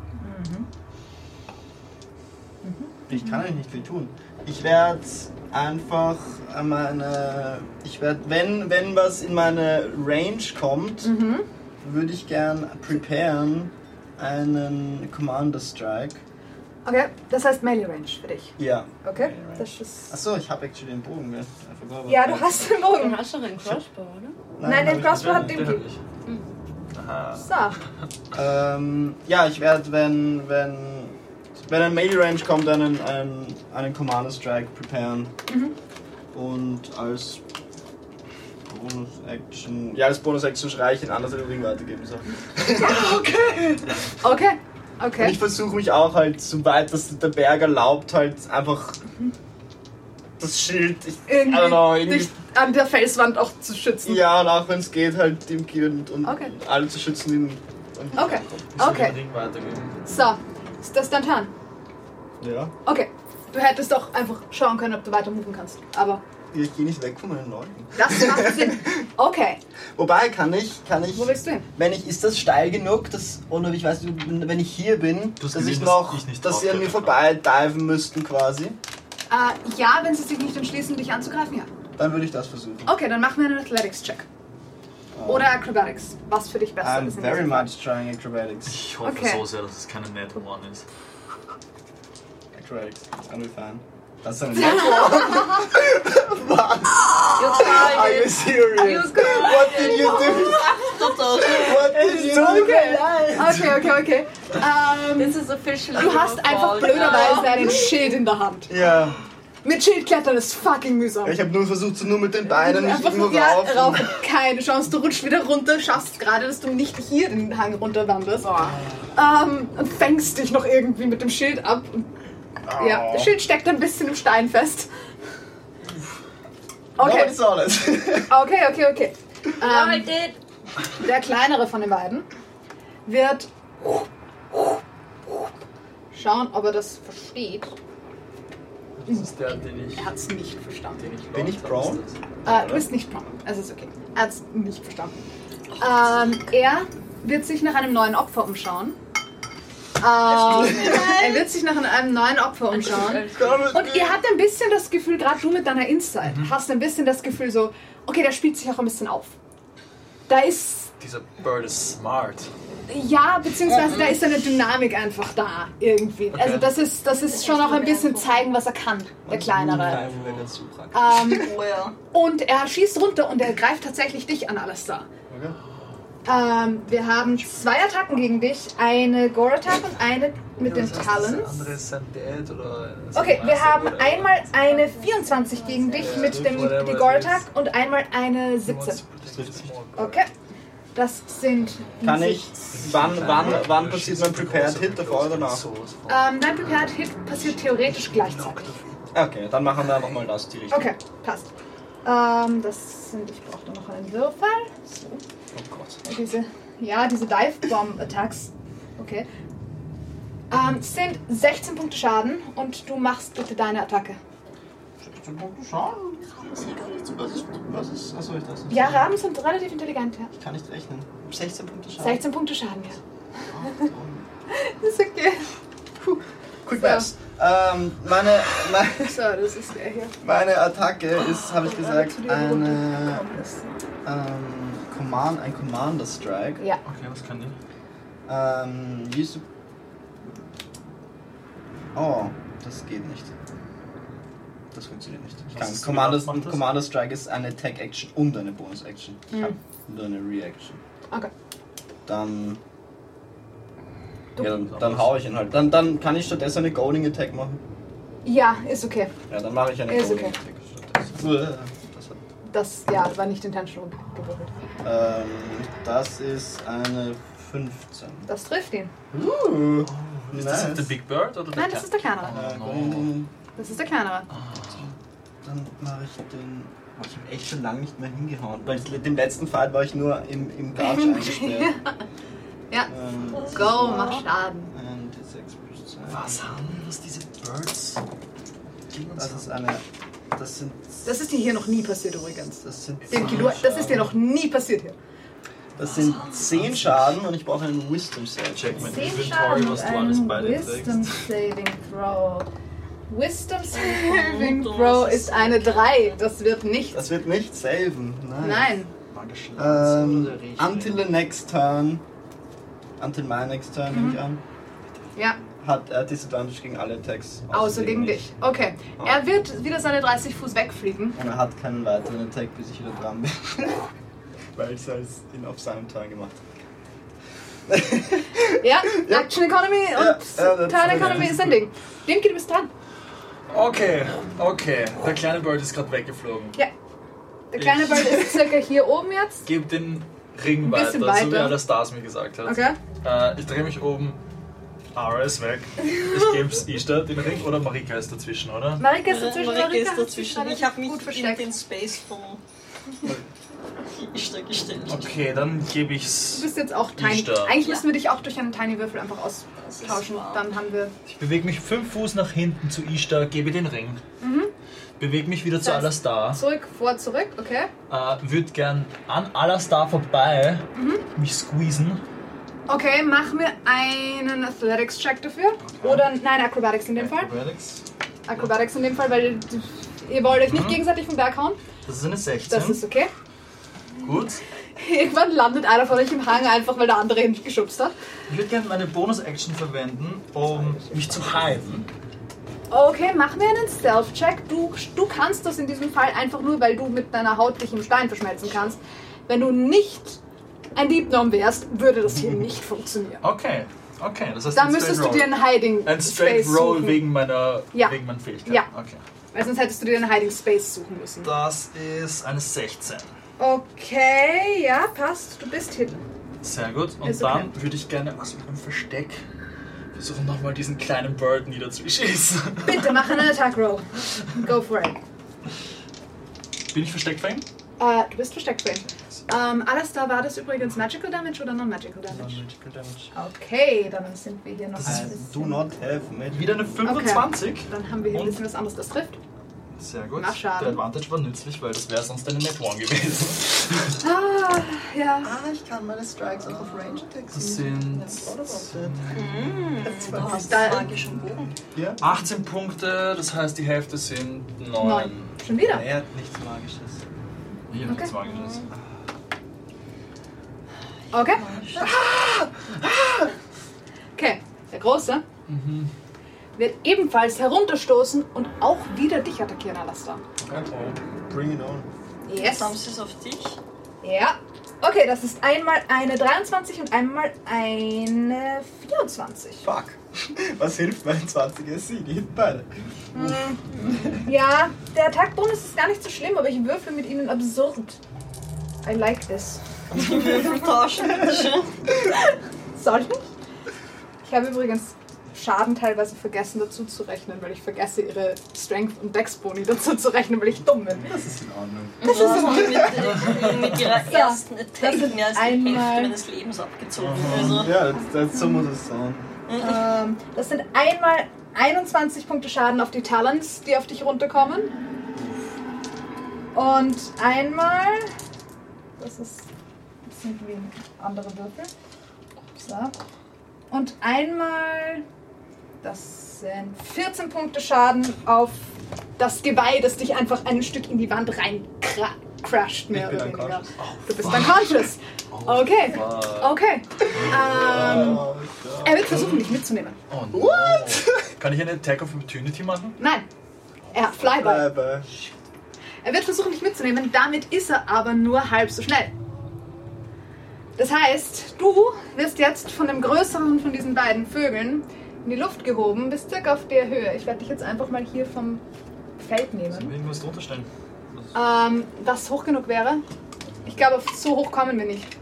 ich kann eigentlich nicht viel tun. Ich werde einfach meine, ich werde, wenn, wenn was in meine Range kommt, Mhm. würde ich gern preparen einen Commander Strike. Okay, das heißt Melee Range für dich. Ja. Okay, das ist... Achso, ich habe actually den Bogen, gell? I forgot about Ja, du that. hast den Du Bogen. hast doch einen Crossbow, oder? Nein, den hab ich Crossbow nicht. hat Den den hab Typ. ich. Aha. So. Ähm, ja, ich werde, wenn, wenn, wenn ein Melee Range kommt, einen, einen, einen Commander Strike preparen. Mhm. Und als Bonus-Action. Ja, als Bonus-Action schreie ich den anderen den Ring weitergeben. So. Okay. Okay, Und okay. ich versuche mich auch halt, soweit dass der Berg erlaubt, halt einfach das Schild, ich, I don't know, Irgendwie irgendwie, dich an der Felswand auch zu schützen. ja, und auch wenn es geht, halt dem Kind und, Okay. und alle zu schützen, die ihn- und Okay, Ich soll okay. den Ring weitergeben. So, ist das dein Turn? Ja, Okay. Du hättest doch einfach schauen können, ob du weiter moven kannst. Aber ich gehe nicht weg von meinen Leuten. das macht Sinn. Okay, Wobei, kann ich, kann ich, wo willst du hin? wenn ich, ist das steil genug, dass, oder ich weiß nicht, wenn ich hier bin, Du hast dass ich gesehen, noch, dass ich nicht dass sie an mir draufklettern vorbei diven müssten quasi, Äh, ja, wenn sie sich nicht entschließen, dich anzugreifen, ja. dann würde ich das versuchen. Okay, dann machen wir einen Athletics-Check. Oder Acrobatics, was für dich besser I'm ist. in very diesem Fall. much trying acrobatics. Ich hoffe Okay. so sehr, dass es keine Net One ist. Acrobatics, I'm a fan. Das ist eine Net Was? Are you serious? What did you do? What did you do? Okay, okay, okay. Ähm, This is officially du hast your einfach fault. blöderweise einen Schild in der Hand. Ja, Mit Schild klettern ist fucking mühsam. ich habe nur versucht, so nur mit den Beinen mich Einfach irgendwo ja, rauf. rauf. Keine Chance. Du rutschst wieder runter, schaffst gerade, dass du nicht hier den Hang runterwanderst. Ähm, und fängst dich noch irgendwie mit dem Schild ab. Und, ja, der Schild steckt ein bisschen im Stein fest. Okay, Nobody's honest. okay, okay, okay. No, I Ähm, did. der kleinere von den beiden wird schauen, ob er das versteht. Das ist der, den ich. Er hat es nicht verstanden. Den ich Bin ich laut prone? habe. Äh, du bist nicht prone. Es ist okay. Er hat es nicht verstanden. Ähm, er wird sich nach einem neuen Opfer umschauen. Ähm, er wird sich nach einem neuen Opfer umschauen. Und ihr habt ein bisschen das Gefühl, gerade du mit deiner Insight, hast ein bisschen das Gefühl so, okay, der spielt sich auch ein bisschen auf. Da ist, Dieser Bird ist smart. ja, beziehungsweise da ist eine Dynamik einfach da, irgendwie. Also das ist, das ist schon auch ein bisschen zeigen, was er kann, der Kleinere. Wäre ganz zu praktisch. Ähm, Oh ja. und er schießt runter und er greift tatsächlich dich an, Alastair. Okay. Ähm, wir haben zwei Attacken gegen dich, eine Gore-Attack und eine mit den Was heißt das? Der Talons. andere ist sein Dad oder. Okay, wir Meister haben oder- einmal eine vierundzwanzig gegen dich mit dem Whatever die it Gore-Attack is. und einmal eine siebzehn. Das trifft sich. Okay, das sind... Kann ich, wann, wann, wann passiert mein Prepared Hit, davor oder danach? Ähm, dein Prepared Hit passiert theoretisch gleichzeitig. Okay, dann machen wir nochmal das, die Richtung. Okay, passt. Ähm, das sind... Ich brauche da noch einen Würfel. So. Oh Gott. Diese, ja, diese Dive-Bomb-Attacks. Okay. Ähm, sind sechzehn Punkte Schaden und du machst bitte deine Attacke. sechzehn Punkte Schaden? Was ist, was ist, achso, ich dachte, Ja, Raben sind relativ intelligent, ja. ich kann nicht rechnen. sechzehn Punkte Schaden. sechzehn Punkte Schaden, ja. ist okay. Puh. Quick So. Maps. Ähm, meine, meine, So, das ist der hier. meine Attacke ist, habe ich gesagt, Zu dir eine, runtergekommen ist. ähm, Command, ein Commander Strike. Ja. Okay, was kann die? Ähm, use Oh, das geht nicht. Das funktioniert nicht. Ich Was kann, ist Commander, genau, macht das? Commander Strike ist eine Attack Action und eine Bonus Action. Ich Mhm. habe nur eine Reaction. Okay. Dann, Du- ja, dann, dann hau ich ihn halt. Dann, dann kann ich stattdessen eine Goading Attack machen. Ja, ist okay. Ja, dann mache ich eine Ist Goading okay. Attack stattdessen. Das, hat, Das, ja, war nicht intentional gewürfelt. ähm, das ist eine fünfzehn. Das trifft ihn. Uh, Ist das nice. der Big Bird oder der Nein, das ist der kleinere. Äh, Oh, Goading- Das ist der kleinere. Dann mache ich den. Oh, ich habe echt schon lange nicht mehr hingehauen. Weil dem letzten Fight war ich nur im, im Garage eingesperrt. Ja. Ähm, Go, mach Schaden. Und die sechs plus zwei. Was haben was diese Birds gegen uns Das ist haben? eine. Das sind. Das ist dir hier noch nie passiert übrigens. Das sind Denke, zehn du, das ist dir Schaden. noch nie passiert hier. Das sind zehn Schaden und ich brauche einen Wisdom Save. Check mein zehn Inventory, Schaden und was du alles einen bei dir Wisdom trägst. Saving Throw. Wisdom Saving Throw ist eine drei. Das wird nicht. Das wird nicht saven. Nein. Nein. Magische Lanze Ähm, oder der Riechling? until the next turn. Until my next turn, nehme ich an. Ja, Hat er Disadvantage gegen alle Attacks. außer gegen mich. dich. Okay. Er wird wieder seine dreißig Fuß wegfliegen. Und er hat keinen weiteren Attack, bis ich wieder dran bin. Weil ich es ihn auf seinem Turn gemacht habe. Ja, Action Economy und Ja, ja, das- Turn Economy ist ein Ding. Dimki, du bist dran. Okay, okay. Der kleine Bird ist gerade weggeflogen. Ja. Der kleine Ich- Ball ist circa hier oben jetzt. Gebe den Ring Ein weiter, bisschen so wie weiter. Alastar mir gesagt hat. Okay. Äh, ich drehe mich um. Ara ist weg. Ich gebe es Ishtar den Ring oder Marika ist dazwischen, oder? Marika ist dazwischen. Marika ist hat sich dazwischen. relativ Ich habe mich gut in versteckt. den Space von Ishtar gestellt. Okay, dann gebe Du ich's. bist jetzt auch Tiny. Ishtar. Eigentlich Ja. müssen wir dich auch durch einen Tiny-Würfel einfach Das austauschen. ist wahr. Dann haben wir. Ich bewege mich fünf Fuß nach hinten zu Ishtar, gebe den Ring. Mhm. Bewege mich wieder zu Das heißt- Alastar. Zurück, vor, zurück, okay. Äh, Würde gern an Alastar vorbei Mhm. mich squeezen. Okay, mach mir einen Athletics-Check dafür. Oder, nein, Acrobatics in dem Fall. Acrobatics. Acrobatics in dem Fall, weil ihr wollt euch nicht Mhm. gegenseitig vom Berg hauen. Das ist eine sechzehn. Das ist okay. Gut. Irgendwann landet einer von euch im Hang einfach, weil der andere ihn nicht geschubst hat. Ich würde gerne meine Bonus-Action verwenden, um mich zu hiden. Okay, mach mir einen Stealth-Check. Du, du kannst das in diesem Fall einfach nur, weil du mit deiner Haut dich im Stein verschmelzen kannst. Wenn du nicht ein Deep Gnome wärst, würde das hier nicht funktionieren. Okay, okay. Das heißt Dann ein müsstest du Straight dir Roll. einen Hiding Ein Straight Space Roll suchen. wegen meiner, Ja. wegen meiner Fähigkeit. Ja. Okay. Weil sonst hättest du dir einen Hiding Space suchen müssen. Das ist eine sechzehn. Okay, ja, passt. Du bist hidden. Sehr gut. Und Ist okay. dann würde ich gerne aus meinem Versteck versuchen, nochmal diesen kleinen Bird niederzuschießen. Bitte mach einen Attack Roll. Go for it. Bin ich versteckt vor ihm? Äh, du bist versteckt für ihn. Ähm, Alastar, war das übrigens Magical Damage oder Non-Magical Damage? Okay, dann sind wir hier noch Das ein ist- I bisschen. do not have magic. Wieder eine fünfundzwanzig. Dann haben wir hier ein Und? bisschen was anderes, das trifft. Sehr gut. Mach Schaden. Der Advantage war nützlich, weil das wäre sonst eine Net One gewesen. Ah, ja. Ah, ich kann meine Strikes auch auf Range Attacks. Das sind Mm, du hast Da- einen magischen Bogen. Ja. achtzehn Punkte, das heißt die Hälfte sind neun. Neun. Schon wieder? Er hat nichts Magisches. Hier Okay. nichts Magisches. Okay. Okay, der Große Mhm. wird ebenfalls herunterstoßen und auch wieder dich attackieren, Alastar. Bring it on. Yes. Jetzt haben sie es auf dich. Ja. Okay, das ist einmal eine dreiundzwanzig und einmal eine vierundzwanzig. Fuck. Was hilft mein zwanziger Sie? Die hitten beide. Ja, der Attack-Bonus ist gar nicht so schlimm, aber ich würfel mit ihnen absurd. I like this. Würfel tauschen, bitteschön. Soll ich nicht? Ich habe übrigens Schaden teilweise vergessen dazu zu rechnen, weil ich vergesse, ihre Strength- und Dex-Boni dazu zu rechnen, weil ich dumm bin. Das ist in Ordnung. Das ist mit, mit ihrer So, ersten das Attack sind mehr als die einmal- Hälfte meines Lebens abgezogen. Also, Ja, das, das, so muss es sein. Ähm, das sind einmal einundzwanzig Punkte Schaden auf die Talons, die auf dich runterkommen. Und einmal... Das ist... Das sind wie andere Würfel. So. Und einmal... Das sind vierzehn Punkte Schaden auf das Geweih, das dich einfach ein Stück in die Wand rein crasht, mehr Ich bin oder weniger. unconscious. Du bist unconscious. Okay. Fuck. Okay. Ähm, Oh, er wird versuchen, dich mitzunehmen. Oh no. What? Kann ich eine Attack of Opportunity machen? Nein. Er hat Flyby. Bye. Er wird versuchen, dich mitzunehmen. Damit ist er aber nur halb so schnell. Das heißt, du wirst jetzt von dem größeren von diesen beiden Vögeln in die Luft gehoben, bis circa auf der Höhe. Ich werde dich jetzt einfach mal hier vom Feld Sollen wir nehmen. irgendwas drunter stellen? Ähm, was hoch genug wäre. Ich glaube, so hoch kommen wir nicht.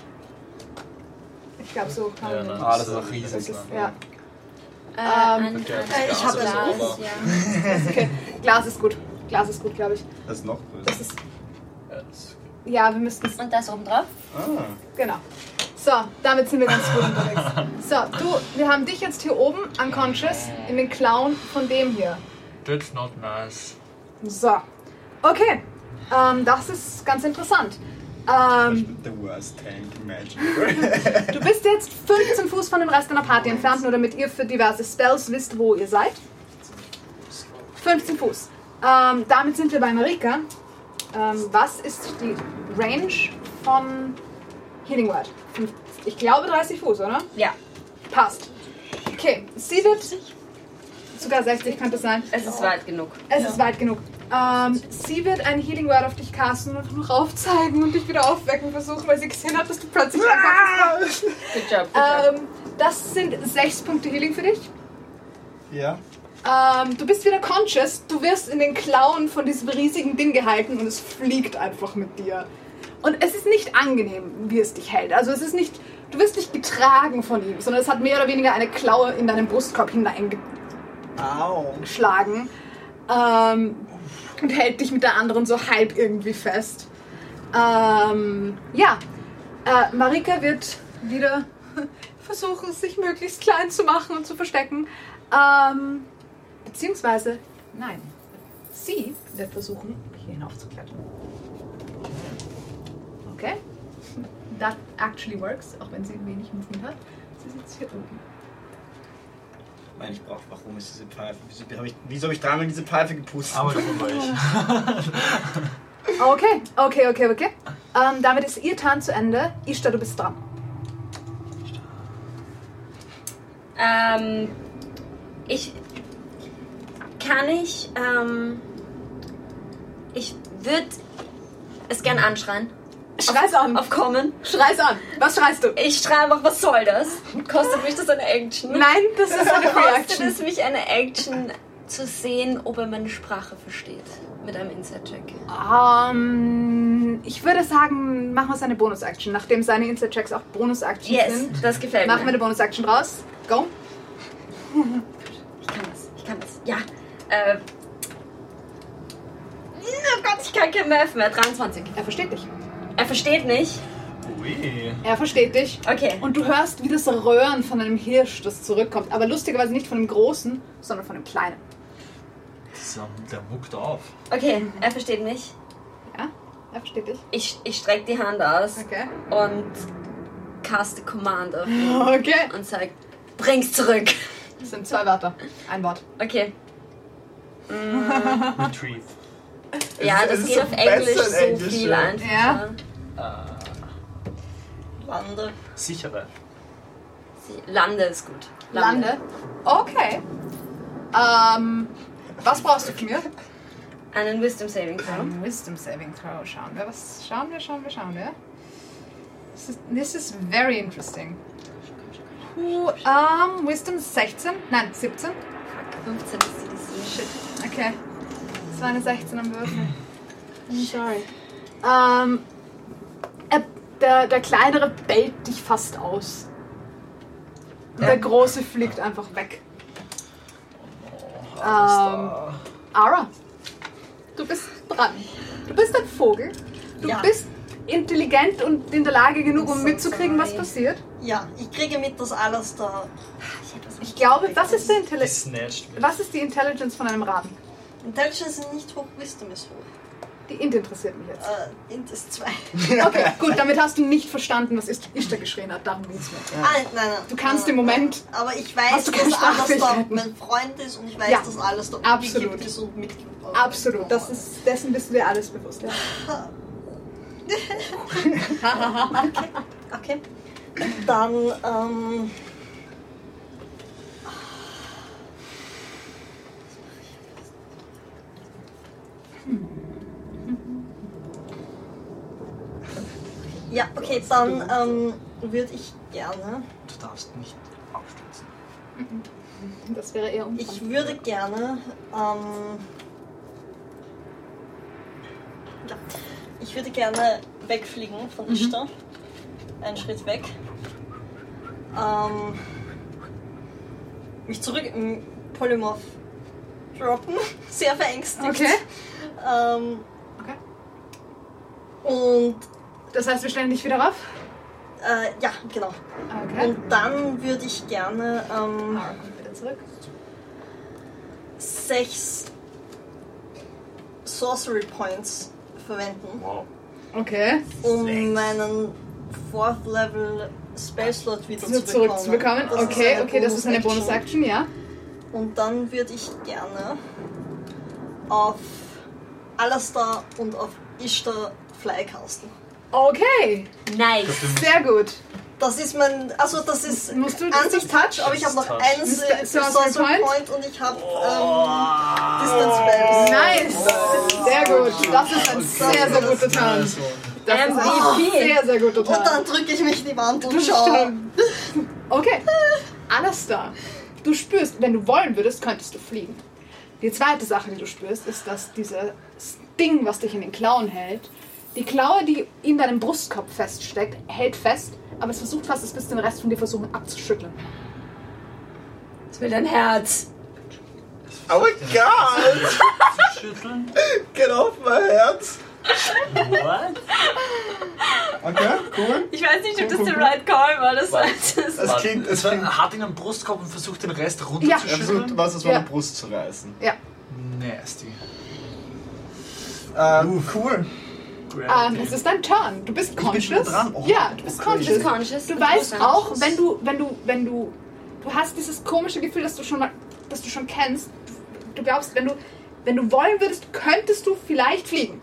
Ich glaube, so hoch kommen Ja, wir nein. nicht. Ah, das ist auch Das riesig. ist, ja. Äh, Ähm, an, okay, an das ich habe Glas, es auch. ja. Okay, Glas ist gut. Glas ist gut, glaube ich. Das ist noch größer. Das ist, Ja, das- ja, wir müssten es. Und das oben drauf? Ah. Genau. So, damit sind wir ganz gut unterwegs. So, du, wir haben dich jetzt hier oben, unconscious, in den Klauen von dem hier. That's not nice. So. Okay. Ähm, das ist ganz interessant. Ähm, The worst tank imaginable. du bist jetzt fünfzehn Fuß von dem Rest deiner Party entfernt, nur damit ihr für diverse Spells wisst, wo ihr seid. fünfzehn Fuß. Ähm, damit sind wir bei Marika. Ähm, was ist die Range von Healing Word? Ich glaube dreißig Fuß, oder? Ja. Passt. Okay, sie wird... Sogar sechzig könnte es sein. Es ist weit genug. Es ist weit genug. Ähm, sie wird ein Healing Word auf dich casten und einfach nur raufzeigen und dich wieder aufwecken versuchen, weil sie gesehen hat, dass du plötzlich einfach... Good job, good job. ähm, das sind sechs Punkte Healing für dich. Ja. Ähm, du bist wieder conscious, du wirst in den Klauen von diesem riesigen Ding gehalten und es fliegt einfach mit dir. Und es ist nicht angenehm, wie es dich hält. Also es ist nicht, du wirst nicht getragen von ihm, sondern es hat mehr oder weniger eine Klaue in deinen Brustkorb hineingeschlagen. Ähm, und hält dich mit der anderen so halb irgendwie fest. Ähm, ja, äh, Marika wird wieder versuchen, sich möglichst klein zu machen und zu verstecken. Ähm, beziehungsweise, nein, sie wird versuchen, hier hinaufzuklettern. Okay, that actually works, auch wenn sie wenig Movement hat. Sie sitzt hier oben. Ich meine, ich brauche, warum ist diese Pfeife? Wieso habe ich, wieso hab ich dreimal diese Pfeife gepustet? Aber das war ich. Okay, okay, okay, okay. Ähm, damit ist ihr Turn zu Ende. Ishtar, du bist dran. Ähm, ich kann ich, ähm, ich würde es gern anschreien. Schrei's an. Auf Common. Schrei's an. Was schreist du? Ich schreie einfach, was soll das? Kostet mich das eine Action? Nein, das ist eine Kostet Reaction. es mich eine Action zu sehen, ob er meine Sprache versteht? Mit einem Inside-Check. Um, ich würde sagen, machen wir es eine Bonus-Action. Nachdem seine Inside-Checks auch Bonus-Actions Yes, sind, das gefällt machen wir mir. eine Bonus-Action draus. Go. Ich kann das, ich kann das. Ja. Äh. Oh Gott, ich kann kein Math mehr. dreiundzwanzig. Er versteht dich. Er versteht nicht. Ui. Er versteht dich. Okay. Und du hörst wie das Röhren von einem Hirsch, das zurückkommt. Aber lustigerweise nicht von dem Großen, sondern von dem Kleinen. So, der muckt auf. Okay, er versteht mich. Ja, er versteht dich. Ich, ich strecke die Hand aus Okay. und caste Command auf ihn Okay. und sag, bring's zurück. Das sind zwei Wörter. Ein Wort. Okay. Retrieve. Ja, Es das ist geht so auf Englisch besser in so Englisch, viel ja. einfacher. Ja. Äh, Lande. sichere. Sie- Lande ist gut. Lande. Okay. Ähm, was brauchst du von mir? Einen Wisdom Saving Throw. Ein Wisdom Saving Throw. Schauen wir, was schauen wir, schauen wir, schauen wir. This is, this is very interesting. Who, um, Wisdom sechzehn? Nein, siebzehn. Fuck, fünfzehn ist die D C. Shit. Okay. Das war eine sechzehn am Würfel. I'm sorry. Ähm, er, der, der kleinere bellt dich fast aus. Der große fliegt einfach weg. Oh, alles da. Ara, du bist dran. Du bist ein Vogel. Du Ja. bist intelligent und in der Lage genug, um So mitzukriegen, was sorry. passiert. Ja, ich kriege mit, dass alles da. Ich glaube, was ist, der Intelli Gesnatcht wird. was ist die Intelligence von einem Raben? Intelligence ist nicht hoch, Wisdom ist hoch. Die Int interessiert mich jetzt. Äh, Int ist zwei. Okay, gut, damit hast du nicht verstanden, was Ist- Ishtar geschrien hat. Darum ging es mir. Ah, nein, nein. Du kannst nein, im Moment- nein. Aber ich Hast weiß, du keine dass alles da Sprachfähigkeiten? mein Freund ist und ich weiß, Ja. dass alles da Absolut. umgekippt ist und mitgebracht. Absolut, das ist, dessen bist du dir alles bewusst. Ja. Okay. Dann, ähm. Ja, okay, dann ähm, würde ich gerne. Du darfst nicht abstürzen. Das wäre eher Ich umfangreich. würde gerne. Ähm, ja, ich würde gerne wegfliegen von Ishtar. Einen Schritt weg. Ähm, mich zurück im Polymorph droppen. Sehr verängstigt. Okay. Ähm, Okay. und Das heißt, wir stellen dich wieder rauf? äh, ja, genau. Okay. Und dann würde ich gerne ähm, Ara kommt wieder zurück. sechs Sorcery Points verwenden, Wow. Okay. um Sechs. meinen Fourth Level Spellslot wieder So zu bekommen. zurückzubekommen. Das ist Okay, eine okay, das ist eine Bonus-Action. Bonus-Action, ja. Und dann würde ich gerne auf Alastar und auf Ishtar Flycasten. Okay, Nice. sehr gut. Das ist mein, also das ist Musst du das an sich nicht Touch, aber ich habe noch Touch. eins Ist äh, das für Sorcery Sorcery Point? Point und ich habe ähm, Distance Spells. Nice, sehr gut. Das ist ein sehr, sehr guter Turn. Das ist M ein V P. sehr, sehr guter Und dann Turn. drücke ich mich in die Wand und schaue. Okay, Alastar du spürst, wenn du wollen würdest, könntest du fliegen. Die zweite Sache, die du spürst, ist, dass dieses Ding, was dich in den Klauen hält, die Klaue, die in deinem Brustkorb feststeckt, hält fest, aber es versucht fast, es bis den Rest von dir versuchen abzuschütteln. Es will dein Herz. Oh my god! Schütteln? Get off my Herz! What? Okay, cool. Ich weiß nicht, ob das Cool, der cool, right call war. Das war Was? das. Es klingt, es Es war, klingt, er hat ihn am Brustkorb und versucht den Rest Ja. er runterzuschütteln. versucht, was aus Ja. meiner Brust zu reißen. Ja. Nasty. Ähm, cool. Ähm, es ist dein Turn. Du bist bin schon conscious. dran. Oh, ja, du bist okay. conscious. Du bist conscious. Du Du weißt bist auch, conscious. wenn du, wenn du, wenn du, du hast dieses komische Gefühl, das du schon mal, das du schon kennst. Du glaubst, wenn du, wenn du wollen würdest, könntest du vielleicht fliegen.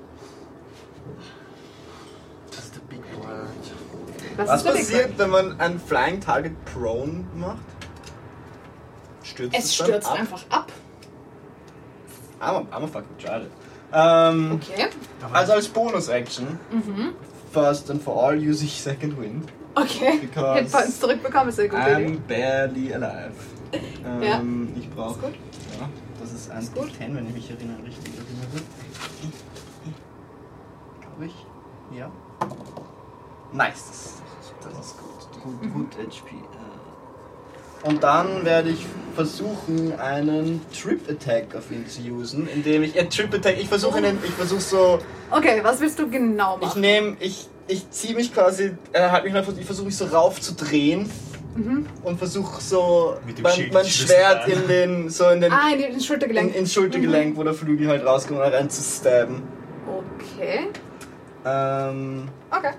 Das ist der Big Word. Was, Was ist der Big passiert, Bang? wenn man ein Flying Target prone macht? Stürzt Es dann stürzt ab? einfach ab. I'm a, I'm a fucking child. Ähm, Okay. Also als Bonus-Action, first and for all use ich Second Wind. Okay. Because Hitpoints zurückbekommen ist eine gute Idee. I'm barely alive. Ja. Ähm, ich brauche. Ist gut. Ja, das ist ein Ist gut. D zehn, wenn ich mich erinnere, richtig erinnere. Glaube ich. Ja. Nice. Das, das ist gut. Gut, Mhm. gut H P. Äh. Und dann werde ich versuchen, einen Trip Attack auf ihn zu usen, indem ich. Äh, Trip Attack, ich versuche ihn, ich versuche so. Okay, was willst du genau Ich machen? nehme, ich, ich ziehe mich quasi, äh, halt mich einfach, ich versuche mich so raufzudrehen und versuche so Mit dem mein, Schild mein geschmissen Schwert rein. in den, so in den, Ah, in den in, Schultergelenk. ins Schultergelenk, wo der Flügel halt rauskommt, und rein zu stabben. Okay. Ähm, Okay.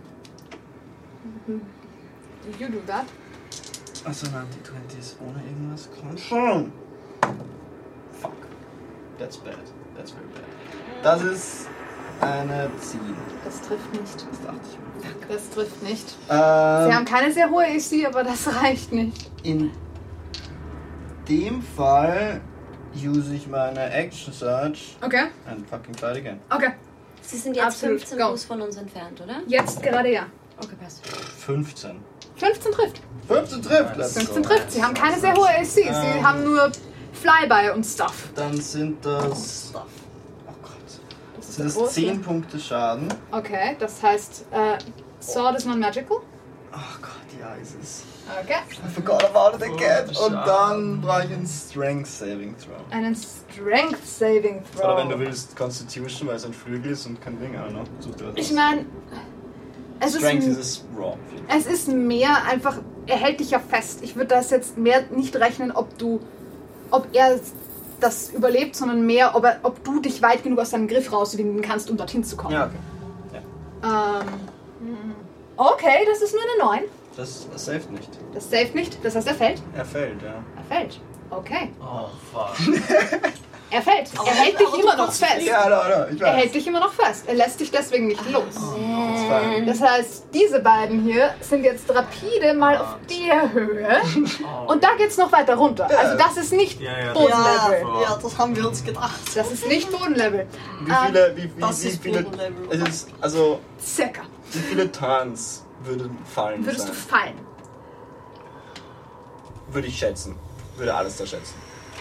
You do that. also nein, die zwanzig ist ohne irgendwas. Komm schon. Fuck. That's bad. That's very bad. Das ist eine zehn. Das trifft nicht. Das dachte ich mir. Das trifft nicht. Sie Ähm, haben keine sehr hohe A C, aber das reicht nicht. In dem Fall use ich meine Action Search Okay. and fucking try it again. Okay. Sie sind jetzt Absolut. fünfzehn Go. Fuß von uns entfernt, oder? Jetzt gerade ja. Okay, passt. fünfzehn. fünfzehn trifft. fünfzehn trifft, let's fünfzehn go. trifft. Sie haben keine sehr hohe A C. Sie Ähm. haben nur Flyby und Stuff. Dann sind das. Oh Gott. Das ist Sind der das große. zehn Punkte Schaden? Okay, das heißt, äh, Sword is non-magical. Oh Gott, ja, ist es. Okay. I forgot about it again. Oh, Und Schaden. dann brauche ich einen Strength Saving Throw. Einen Strength Saving Throw. Oder wenn du willst, Constitution, weil es ein Flügel ist und kein Ding, I don't know. Such dir was Ich aus. meine, es Strength ist, ist es raw. auf jeden Fall. es ist mehr einfach, er hält dich ja fest. Ich würde das jetzt mehr nicht rechnen, ob du, ob er das überlebt, sondern mehr, ob, er, ob du dich weit genug aus seinem Griff rauswinden kannst, um dorthin zu kommen. Ja, okay. Ähm, okay, das ist nur eine neun. Das saved nicht. Das saved nicht, das heißt, er fällt. Er fällt, ja. Er fällt. Okay. Oh, fuck. Er fällt. Er hält dich immer noch fest. Ja, no, no, ich Er weiß. hält dich immer noch fest. Er lässt dich deswegen nicht los. Das ist fein. Das heißt, diese beiden hier sind jetzt rapide mal auf der Höhe. Und da geht's noch weiter runter. Also das ist nicht Ja, ja. Bodenlevel. Ja, ja, das haben wir uns gedacht. Das ist nicht Bodenlevel. Wie viele, wie, wie, Das wie ist viele, Bodenlevel. es ist, also, Circa. wie viele Turns würden fallen Würdest du sein? fallen? Würde ich schätzen. Würde alles da schätzen.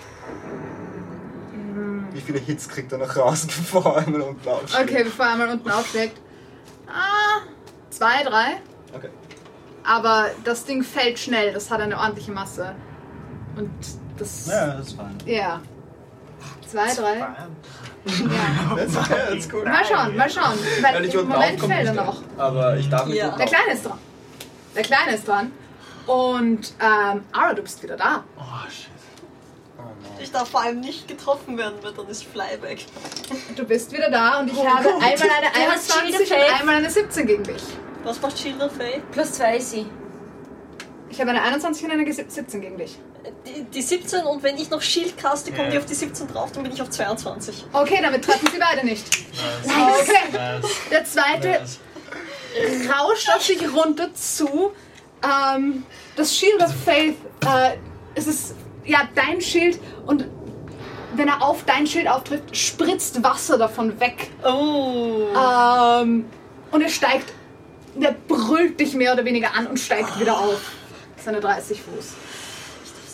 Wie viele Hits kriegt er noch raus, bevor er mal unten aufschlägt? Okay, bevor er mal unten aufschlägt. Ah, zwei, drei. Okay. Aber das Ding fällt schnell. Das hat eine ordentliche Masse. Und das... Ja, das ist fein. Ja. Zwei, drei. Ja. Das ist, okay, das ist cool. Mal schauen, mal schauen. Weil Wenn ich im unten Moment aufkomme, fällt er nicht. noch. Aber ich darf nicht Ja. unten Der auf. Kleine ist dran. Der Kleine ist dran. Und ähm, Ara, du bist wieder da. Oh, shit. Oh, no. Ich darf vor allem nicht getroffen werden, weil dann ist Flyback. Du bist wieder da und ich habe einmal eine Du hast Shield einundzwanzig of Faith. und einmal eine siebzehn gegen dich. Was macht Shield of Faith? Plus zwei ist sie. Ich habe eine einundzwanzig und eine siebzehn gegen dich. Die, die siebzehn und wenn ich noch Shield caste, kommen Ja. die auf die siebzehn drauf, dann bin ich auf zweiundzwanzig. Okay, damit treffen sie beide nicht. Nice. Okay. Nice. Der zweite Nice. rauscht auf sich runter zu. Ähm, das Shield of Faith, äh, es ist ja dein Schild und wenn er auf dein Schild auftrifft, spritzt Wasser davon weg. Oh. Ähm, und er steigt, der brüllt dich mehr oder weniger an und steigt wieder auf. Seine dreißig Fuß.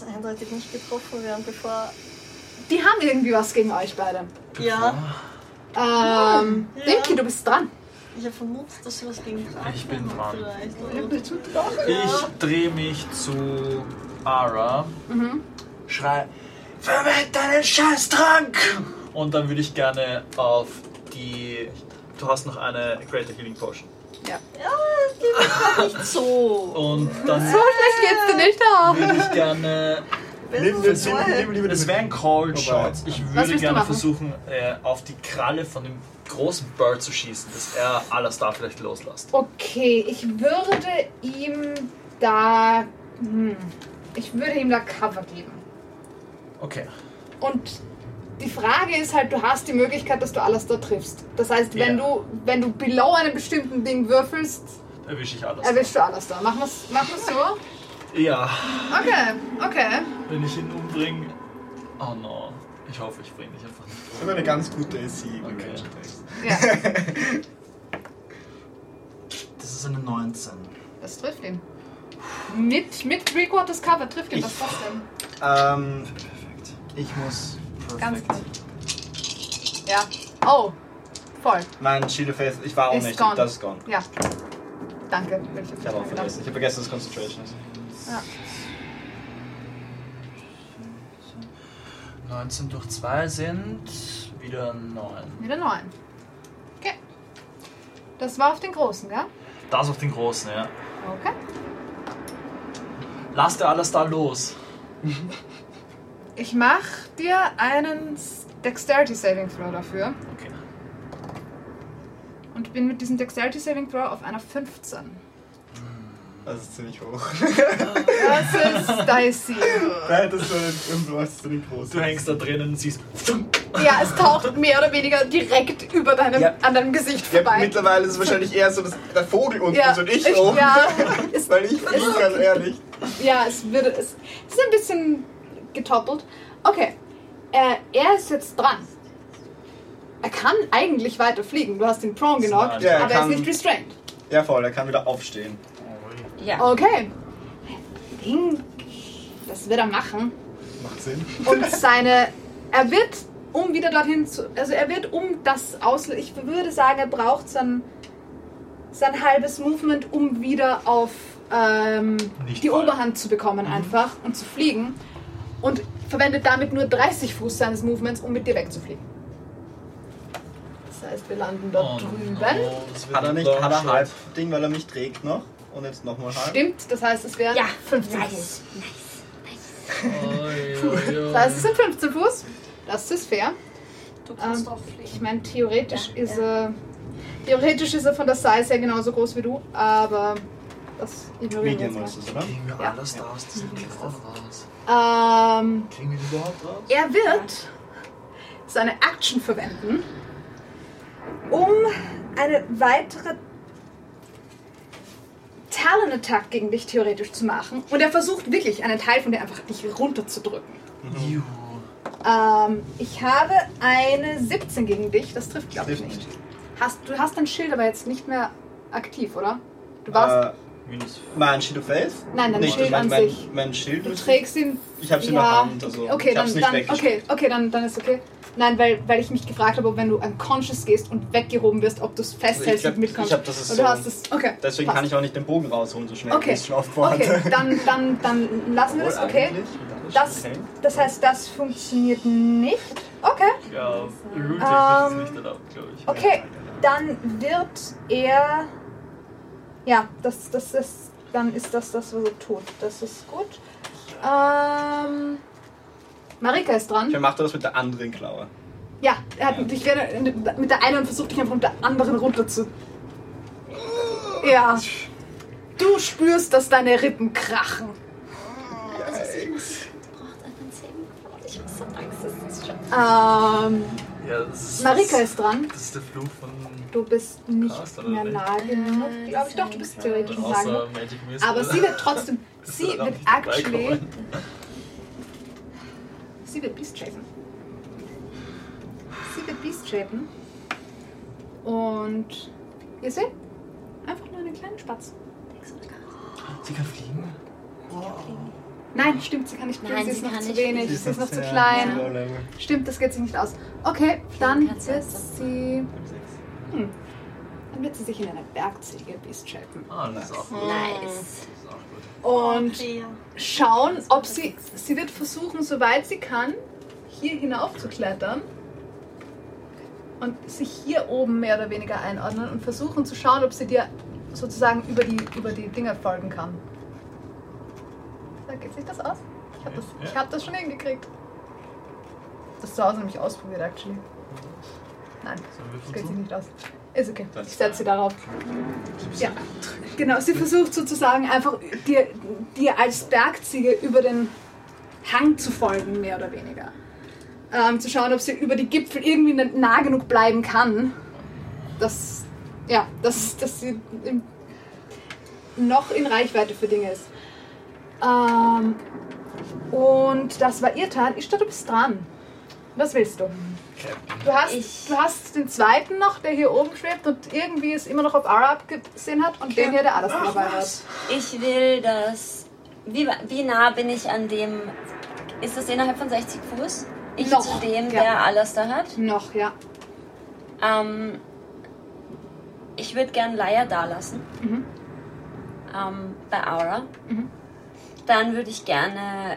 das eindeutig nicht getroffen werden, bevor... Die haben irgendwie was gegen euch beide. Ja, Ähm, Ja. Dimki, du bist dran. ich habe vermutet, dass sie was gegen Drachen Ich bin haben dran. vielleicht. Oder? Ich drehe mich zu Ara, Mhm. schrei, verwend deinen Scheißtrank! Und dann würde ich gerne auf die... Du hast noch eine Greater Healing Potion. Ja. Ja, das geht mir nicht so. Und dann So schlecht geht's dir nicht auf. würde ich gerne... Nehmen wir zu, nehmen wir Das wäre ein Cold Wobei- Shot. Ich Was würde willst du gerne machen? versuchen, äh, auf die Kralle von dem großen Bird zu schießen, dass er Alastar vielleicht loslässt. Okay, ich würde ihm da... Hm, ich würde ihm da Cover geben. Okay. Und die Frage ist halt, du hast die Möglichkeit, dass du alles da triffst. Das heißt, wenn Ja. du wenn du below einem bestimmten Ding würfelst, Erwische ich Alastar. erwischst du alles da. Machen wir es machen wir's so? Ja. Okay, okay. Wenn ich ihn umbringe... Oh no. Ich hoffe, ich bringe dich einfach nicht Das ist um. eine ganz gute A C. Okay. Ja, Das ist eine neunzehn. das trifft ihn. Mit, mit Three Quarters Cover trifft ihn das trotzdem. Ähm, Perfekt. ich muss. Ganz Perfekt. gut. Ja. Oh, voll. Mein Shield of Faith, ich war auch Ist nicht. gone. Das ist gone. Ja. Danke. Ich, Ich habe auch vergessen. Ich habe vergessen, dass Concentration ist. Ja. neunzehn durch zwei sind wieder neun. Wieder neun. Okay. Das war auf den Großen, gell? Das auf den Großen, ja. Okay. Lass dir alles da los. Ich mach dir einen Dexterity Saving Throw dafür. Okay. Und bin mit diesem Dexterity Saving Throw auf einer fünfzehn. Das ist ziemlich hoch. Das ist dicey. Da hättest du irgendwas zu den großen. Du hängst da drinnen und siehst... Ja, es taucht mehr oder weniger direkt über deinem, Ja. an deinem Gesicht Ja, vorbei. mittlerweile ist es wahrscheinlich eher so, dass der Vogel unten Ja, ist und ich ich- oben. ja, es- Weil ich fliege, ganz ehrlich. Ja, es wird. Es, es ist ein bisschen getoppelt. Okay. Äh, er ist jetzt dran. Er kann eigentlich weiter fliegen. Du hast ihn prone genockt, Ja, er aber er ist kann- nicht restrained. Ja, voll, er kann wieder aufstehen. Ja. Okay. Ding. Das wird er machen. Macht Sinn. Und seine. Er wird, um wieder dorthin zu. Also er wird um das aus. Ich würde sagen, er braucht sein, sein halbes Movement, um wieder auf ähm, Nicht die fallen. Oberhand zu bekommen, einfach und zu fliegen. Und verwendet damit nur dreißig Fuß seines Movements, um mit dir wegzufliegen. Das heißt, wir landen dort Oh, drüben. no, das wird Hat er ein nicht, hat er Longshot. halb Ding, weil er mich trägt noch? Und jetzt nochmal halb? Stimmt, das heißt, es wären Ja, fünfzehn nice. Fuß. Oi, oi, oi. Das heißt, es sind fünfzehn Fuß. Das ist fair. Du kannst Ähm, auch Ich fliegen. meine, theoretisch Ja, ist ja. er. Theoretisch ist er von der Size her genauso groß wie du, aber das ignorieren wir Medium jetzt ist mal. es, oder? Kriegen wir Ja. alles da aus diesem Clown raus? Ähm, Kriegen wir die überhaupt raus? er wird seine Action verwenden, um eine weitere Talon-Attack gegen dich theoretisch zu machen. Und er versucht wirklich, einen Teil von dir einfach dich runterzudrücken. Juhu. Ähm, ich habe eine siebzehn gegen dich, das trifft glaube ich Trifft nicht. Hast, du hast dein Schild aber jetzt nicht mehr aktiv, oder? Du warst. Äh, Minus mein Shield of Faith? Nein, dein Nicht, Schild mein, an mein, sich. Mein Schild Du ist- trägst ihn. Ich hab's in ja, der Hand, also okay, ich hab's dann, nicht dann, weggeschickt. okay, okay, dann, dann ist okay. Nein, weil, weil ich mich gefragt habe, ob wenn du unconscious gehst und weggehoben wirst, ob du es festhältst glaub- und mitkommst. ich hab, das ist und du so- hast es. Okay. Deswegen passt. kann ich auch nicht den Bogen rausholen so schnell, Okay. wie ich schon aufgebaut Okay, hatte. dann, dann, dann lassen wir das, Obwohl, okay? eigentlich, Das, okay. das heißt, das funktioniert nicht. Okay. Ja, rule-technisch Ähm, ist nicht erlaubt, glaube ich. Okay, dann wird er. Ja, das, das ist. Dann ist das das, was er tut. Das ist gut. Ähm. Marika ist dran. Wer macht das mit der anderen Klaue? Ja, er hat, ich werde mit der einen versucht, dich einfach mit der anderen runter zu. Ja. Du spürst, dass deine Rippen krachen. braucht einen Saving Throw. Ich hab so Angst, das ist schon. Ähm. Ja, das ist, Marika ist dran. Das ist der Fluch von... Du bist nicht Cast, oder mehr nicht? nah genug. Glaube ich doch, du bist theoretisch nah genug. Außer Magic Missile. Aber sie wird trotzdem. Sie Dass er da wird nicht actually. vorbeikommen. Sie wird Beast shapen. Sie wird Beast shapen. Und ihr seht, einfach nur einen kleinen Spatz. Sie kann fliegen? Nein, stimmt, sie kann nicht fliegen, Nein, sie ist sie noch kann zu nicht wenig, fliegen. sie ist noch zu sehr klein. low level. Stimmt, das geht sich nicht aus. Okay, dann kann sie wird erst sie... Hm. Dann wird sie sich in eine Bergziege Beast shapen. Ah, das ist auch gut. Nice. Das ist auch gut. Und Ja. schauen, ob sie... Sie wird versuchen, soweit sie kann, hier hinauf zu klettern. Und sich hier oben mehr oder weniger einordnen und versuchen zu schauen, ob sie dir sozusagen über die, über die Dinger folgen kann. Da geht sich das aus? Ich habe das, Ja. ich hab das schon hingekriegt. Das zu Hause nämlich ausprobiert, actually. Nein, das geht sich nicht aus. Ist okay, Das- ich setze sie darauf. Ja, genau, sie versucht sozusagen einfach dir, dir als Bergziege über den Hang zu folgen, mehr oder weniger. Ähm, zu schauen, ob sie über die Gipfel irgendwie nah genug bleiben kann, dass, ja, dass, dass sie im, noch in Reichweite für Dinge ist. Ähm, und das war ihr Teil. Ich du bist dran. Was willst du? Captain. Du hast, Ich- du hast den zweiten noch, der hier oben schwebt und irgendwie es immer noch auf Ara abgesehen hat und den hier, der alles dabei hat. Ich will das. Wie, wie nah bin ich an dem. Ist das innerhalb von sechzig Fuß? Ich Noch, zu dem, ja. der alles da hat? Noch, ja. Ähm, ich würde gern Laia da lassen. Mhm. Ähm, bei Aura. Mhm. Dann würde ich gerne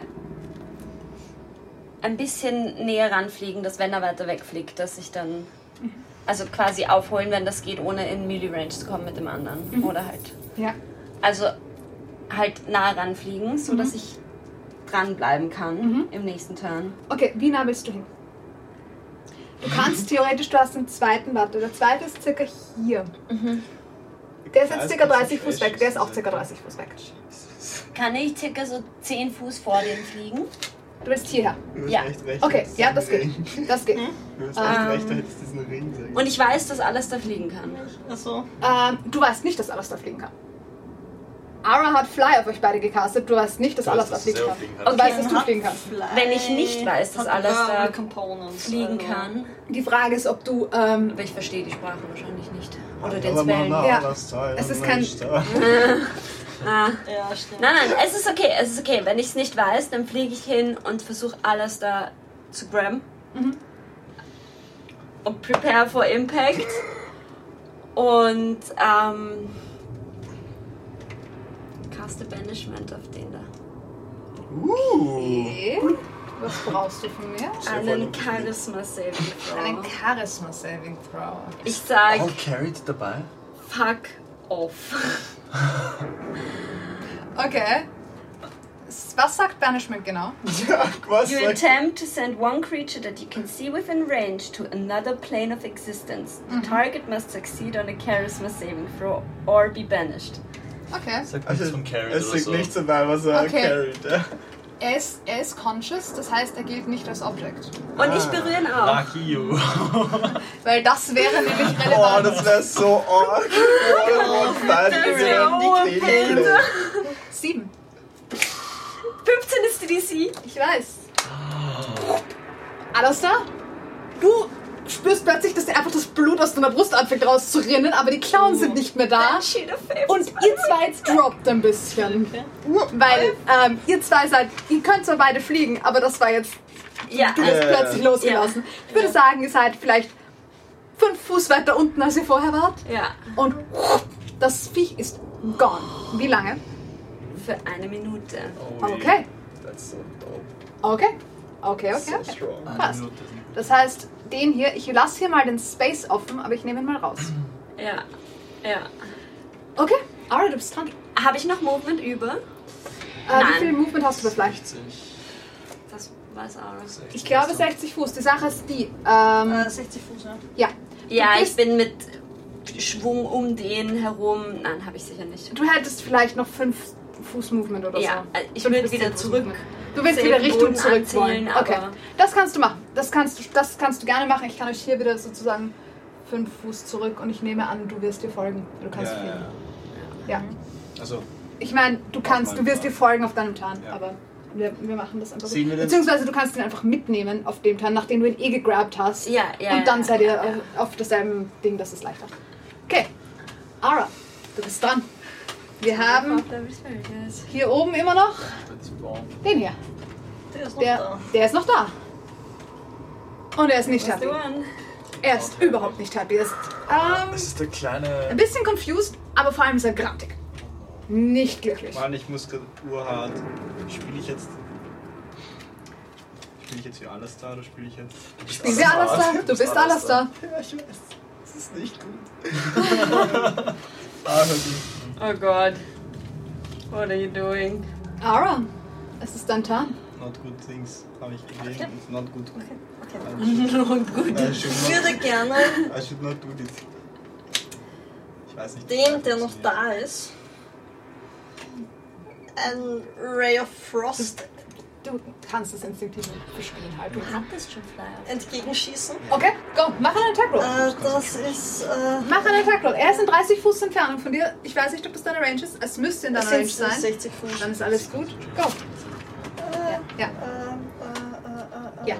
ein bisschen näher ranfliegen, dass wenn er weiter wegfliegt, dass ich dann. Also quasi aufholen, wenn das geht, ohne in Melee Range zu kommen mit dem anderen. Mhm. Oder halt. Ja. Also halt nah ranfliegen, so dass ich dranbleiben kann Mhm. im nächsten Turn. Okay, wie nah willst du hin? Du kannst theoretisch, du hast den zweiten, warte, der zweite ist circa hier. Der ist Ja, jetzt es circa gibt so dreißig Fuß weg, der ist auch Flashes, circa also- dreißig Fuß weg. Kann ich circa so zehn Fuß vor dem fliegen? Du willst hierher. Du hast Ja. echt recht. Okay, hättest ja, diesen das geht. Ring. Das geht. Du hast Ähm, echt recht, du hättest diesen Ring sagen. Und ich weiß, dass alles da fliegen kann. Also, Ähm, du weißt nicht, dass Alastar fliegen kann. Ara hat Fly auf euch beide gecastet, du weißt nicht, dass Du weißt, Alastar dass du fliegen selber kann. fliegen Du kannst. weißt, dass du fliegen kannst. Wenn ich nicht weiß, dass alles da Components Fliegen also. kann. Die Frage ist, ob du, ähm, Aber ich verstehe die Sprache wahrscheinlich nicht. Oder den Aber Spell. Mana, Ja. das Teil, Es ist dann kein- ist da. Ah. Ja, stimmt. Nein, nein, es ist okay, es ist okay. Wenn ich es nicht weiß, dann fliege ich hin und versuche alles da zu grabben. Mhm. Und prepare for impact. Und ähm, cast a Banishment auf den da. Uh. okay. Was brauchst du von mir? Einen Charisma Saving Einen Throw. Charisma Saving Throw. Ich sag, Oh, carried dabei? fuck off. Okay. Was sagt Banishment genau? Ja, was You sagt attempt to send one creature that you can see within range to another plane of existence. The target must succeed on a charisma saving throw or be banished. Okay. Sagt Also, nichts von carried es oder sagt so. nichts dabei, was er Okay. carried. Ja. Er ist, er ist conscious, das heißt, er gilt nicht als Object. Und ich Ah. berühre ihn auch. Lucky you. Weil das wäre nämlich Oh, relevant. das wäre so arg. Oh, das wär die Kleine. Sieben. fünfzehn ist die D C. Ich weiß. Alastar, du spürst plötzlich, dass dir einfach das Blut aus deiner Brust anfängt rauszurinnen, aber die Klauen sind nicht mehr da. Sheet of Fate. Und ihr zwei droppt ein bisschen. Weil ähm, ihr zwei seid, ihr könnt zwar beide fliegen, aber das war jetzt, ja, du bist Ja. plötzlich losgelassen. Ich würde sagen, ihr seid vielleicht fünf Fuß weiter unten, als ihr vorher wart. ja, Und das Viech ist gone. Wie lange? für eine Minute. Okay. That's so dope. Okay. Okay, okay, So okay. strong. Passt. Das heißt, den hier, ich lasse hier mal den Space offen, aber ich nehme ihn mal raus. Ja, ja. Okay, Ara, du bist dran. Habe ich noch Movement über? Äh, Nein. wie viel Movement hast du vielleicht? Das weiß Aura. Ich glaube sechzig Fuß. Die Sache ist die, ähm, Äh, sechzig Fuß, ja. ja. Ja, Du ich bist- bin mit Schwung um den herum. Nein, habe ich sicher nicht. Du hättest vielleicht noch fünf Fuß Movement oder Ja, so. äh, ich Fünf will bis wieder zehn Fuß zurück. Movement. Du willst zählen, wieder Richtung Boden zurück anzählen, wollen. Okay, aber- das kannst du machen. Das kannst, du, das kannst du gerne machen. Ich kann euch hier wieder sozusagen fünf Fuß zurück und ich nehme an, du wirst dir folgen. Du kannst Ja, fliegen. ja. Ja. Also, Ich meine, du kannst, du wirst dir folgen auf deinem Tarn, Ja. aber wir, wir machen das einfach so. Sehen wir den- Beziehungsweise du kannst ihn einfach mitnehmen auf dem Tarn, nachdem du ihn eh gegrabt hast. Ja, ja. Und dann ja, seid ihr ja, ja. auf, auf demselben Ding, das ist leichter. Okay, Ara, du bist dran. Wir haben hier oben immer noch den hier. Der ist noch Der, da. der ist noch da. Und er ist nicht That's the happy. one. Er ist überhaupt nicht happy. Er ist ähm, Das ist der ein kleine. bisschen confused, aber vor allem ist er grantig. Nicht glücklich. Mann, ich muss gerade urhart. Spiele ich jetzt. Spiele ich jetzt wie Alastar oder spiele ich jetzt. Spielen wir Alastar? Du bist Alastar. Ja, ich weiß. Das ist nicht gut. ah, Oh Gott. What are you doing? Ara, es ist dein Turn. not good things habe ich gesehen. It's not good. Okay. Und gut. I should Ich not, würde gerne I should not do this. Ich weiß nicht. dem, der noch da ist, ein Ray of Frost Du kannst es instinktiv verstehen halten. Das schon Flyer. entgegenschießen. Okay, go, mach einen Attack Roll. Äh, das ist. Äh, Mach einen Attack Roll. Er ist in dreißig Fuß Entfernung von dir. Ich weiß nicht, ob das deine Range ist. Es müsste in deiner Range es sind sein. sechzig Fuß. Dann ist alles gut. Go. Äh, Ja. äh, äh, äh, äh,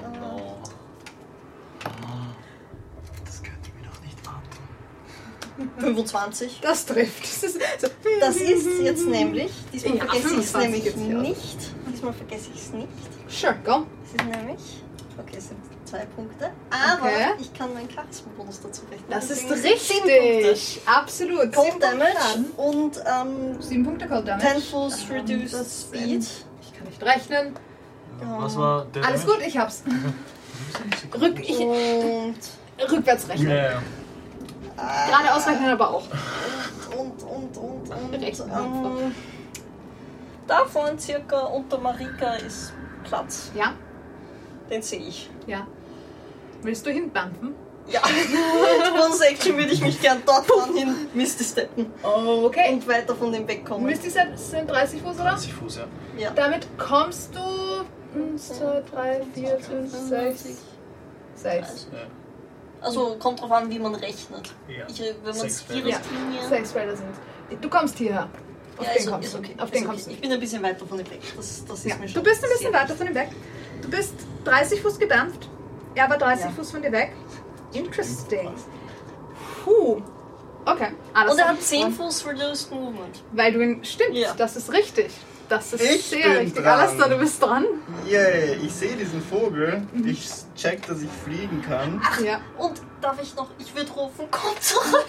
Ja. äh, Das könnte mir doch nicht warten. fünfundzwanzig. Das trifft. Das ist, so. Das ist jetzt nämlich, diesmal Ja, vergesse ich es fünfundzwanzig nämlich jetzt hier. nicht. Diesmal vergesse ich es nicht. Sure, go. Es ist nämlich, okay, es sind zwei Punkte, aber Okay. ich kann meinen Charisma-Bonus dazu rechnen. Das ist Deswegen sind es sieben richtig. Absolut. Punkte. Cold Sieben Damage Schaden. und ähm, Sieben Punkte Cold Damage. ten Fuß Ähm, Reduced das Speed. sind- Ich kann nicht rechnen. Was war der? Alles Damage? gut, ich hab's. Rück, ich, Und, rückwärts rechnen. Ja, ja. äh, Geradeaus rechnen aber auch. und, und, und, und, Rechnen ähm, davon circa unter Marika ist Platz. Ja, Den sehe ich. ja. Willst du hindampfen? Ja. Bonus Action würde ich mich gern dort hin Misty steppen Okay. und weiter von dem wegkommen. Misty sind sind dreißig Fuß, oder? dreißig Fuß, ja. Ja. Damit kommst du eins, zwei, drei, vier, fünf, sechs, sechs. ja. Also kommt drauf an, wie man rechnet. Ja. Ich, wenn man Sechs vier Felder. Richtlinien. Sechs Felder sind. Du kommst hierher. Auf Ja, den ist, kommst ist du. okay. Auf ist den okay. kommst du. Ich bin ein bisschen weiter von dem weg. Das, das ist Ja. mir Du schon bist ein bisschen sehr weiter von ihm weg. Du bist dreißig Fuß gedämpft. Er war dreißig Ja. Fuß von dir weg. Interesting. Puh. Okay. Alles Und er klar. hat zehn Fuß Reduced Movement. Weil du ihn. Stimmt, Ja. das ist richtig. Das ist Ich sehr bin richtig. dran. Alastair, du bist dran. Yay, ich sehe diesen Vogel. Ich check, dass ich fliegen kann. Ja. Und darf ich noch, ich würde rufen, komm zurück.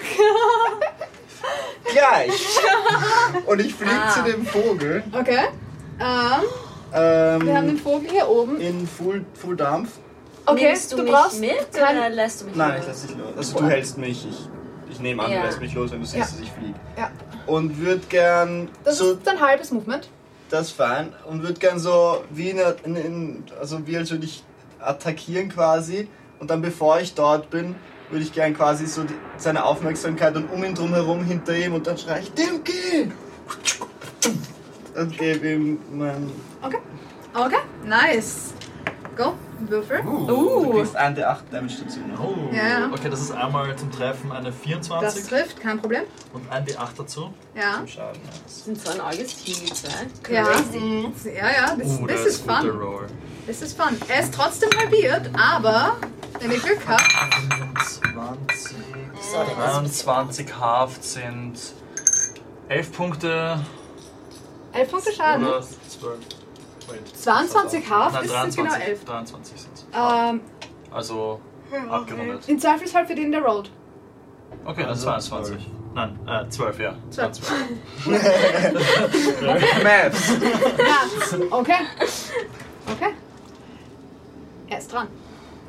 Gleich! Und ich fliege Ah. zu dem Vogel. Okay. Ähm, Ähm, wir haben den Vogel hier oben. in Full, Full Dampf. Okay, Nimmst du, du mich brauchst mit kein- oder lässt du mich Nein, los? ich lass dich los. Also du hältst mich. Ich, ich nehme an, Ja. du lässt mich los, wenn du siehst, Ja. dass ich fliege. Ja. Und würde gern Das so ist ein halbes Movement. das fein und würde gern so wie in, in, in also wie als würde ich attackieren quasi und dann bevor ich dort bin, würde ich gern quasi so die, seine Aufmerksamkeit und um ihn drum herum hinter ihm und dann schrei ich Dimki! Und gebe ihm mein... Okay. Okay, nice. Go, Würfel. Du kriegst ein D acht Damage dazu noch. Oh, Ja. okay, das ist einmal zum Treffen eine Das vierundzwanzig trifft, kein Problem. und ein D acht dazu. Ja. Zum Schaden. Ja. Das sind so ein arges Team, die zwei. Ja, Crazy. ja, ja, das, Oh, das das ist guter fun. Roll. Das ist fun. Er ist trotzdem halbiert, aber wenn ihr Glück habt, fünfundzwanzig, dreiundzwanzig Haft sind elf Punkte elf Punkte Schaden. oder zwölf. Wait. zweiundzwanzig Haft Nein, ist es genau dreiundzwanzig. elf. dreiundzwanzig sind es. Ähm, Also abgerundet. Im Zweifelsfall für den, der rollt. Okay, dann Also zweiundzwanzig. Nein, äh, zwölf, ja. zwölf. Maps! Ja, okay. Okay. Er ist dran.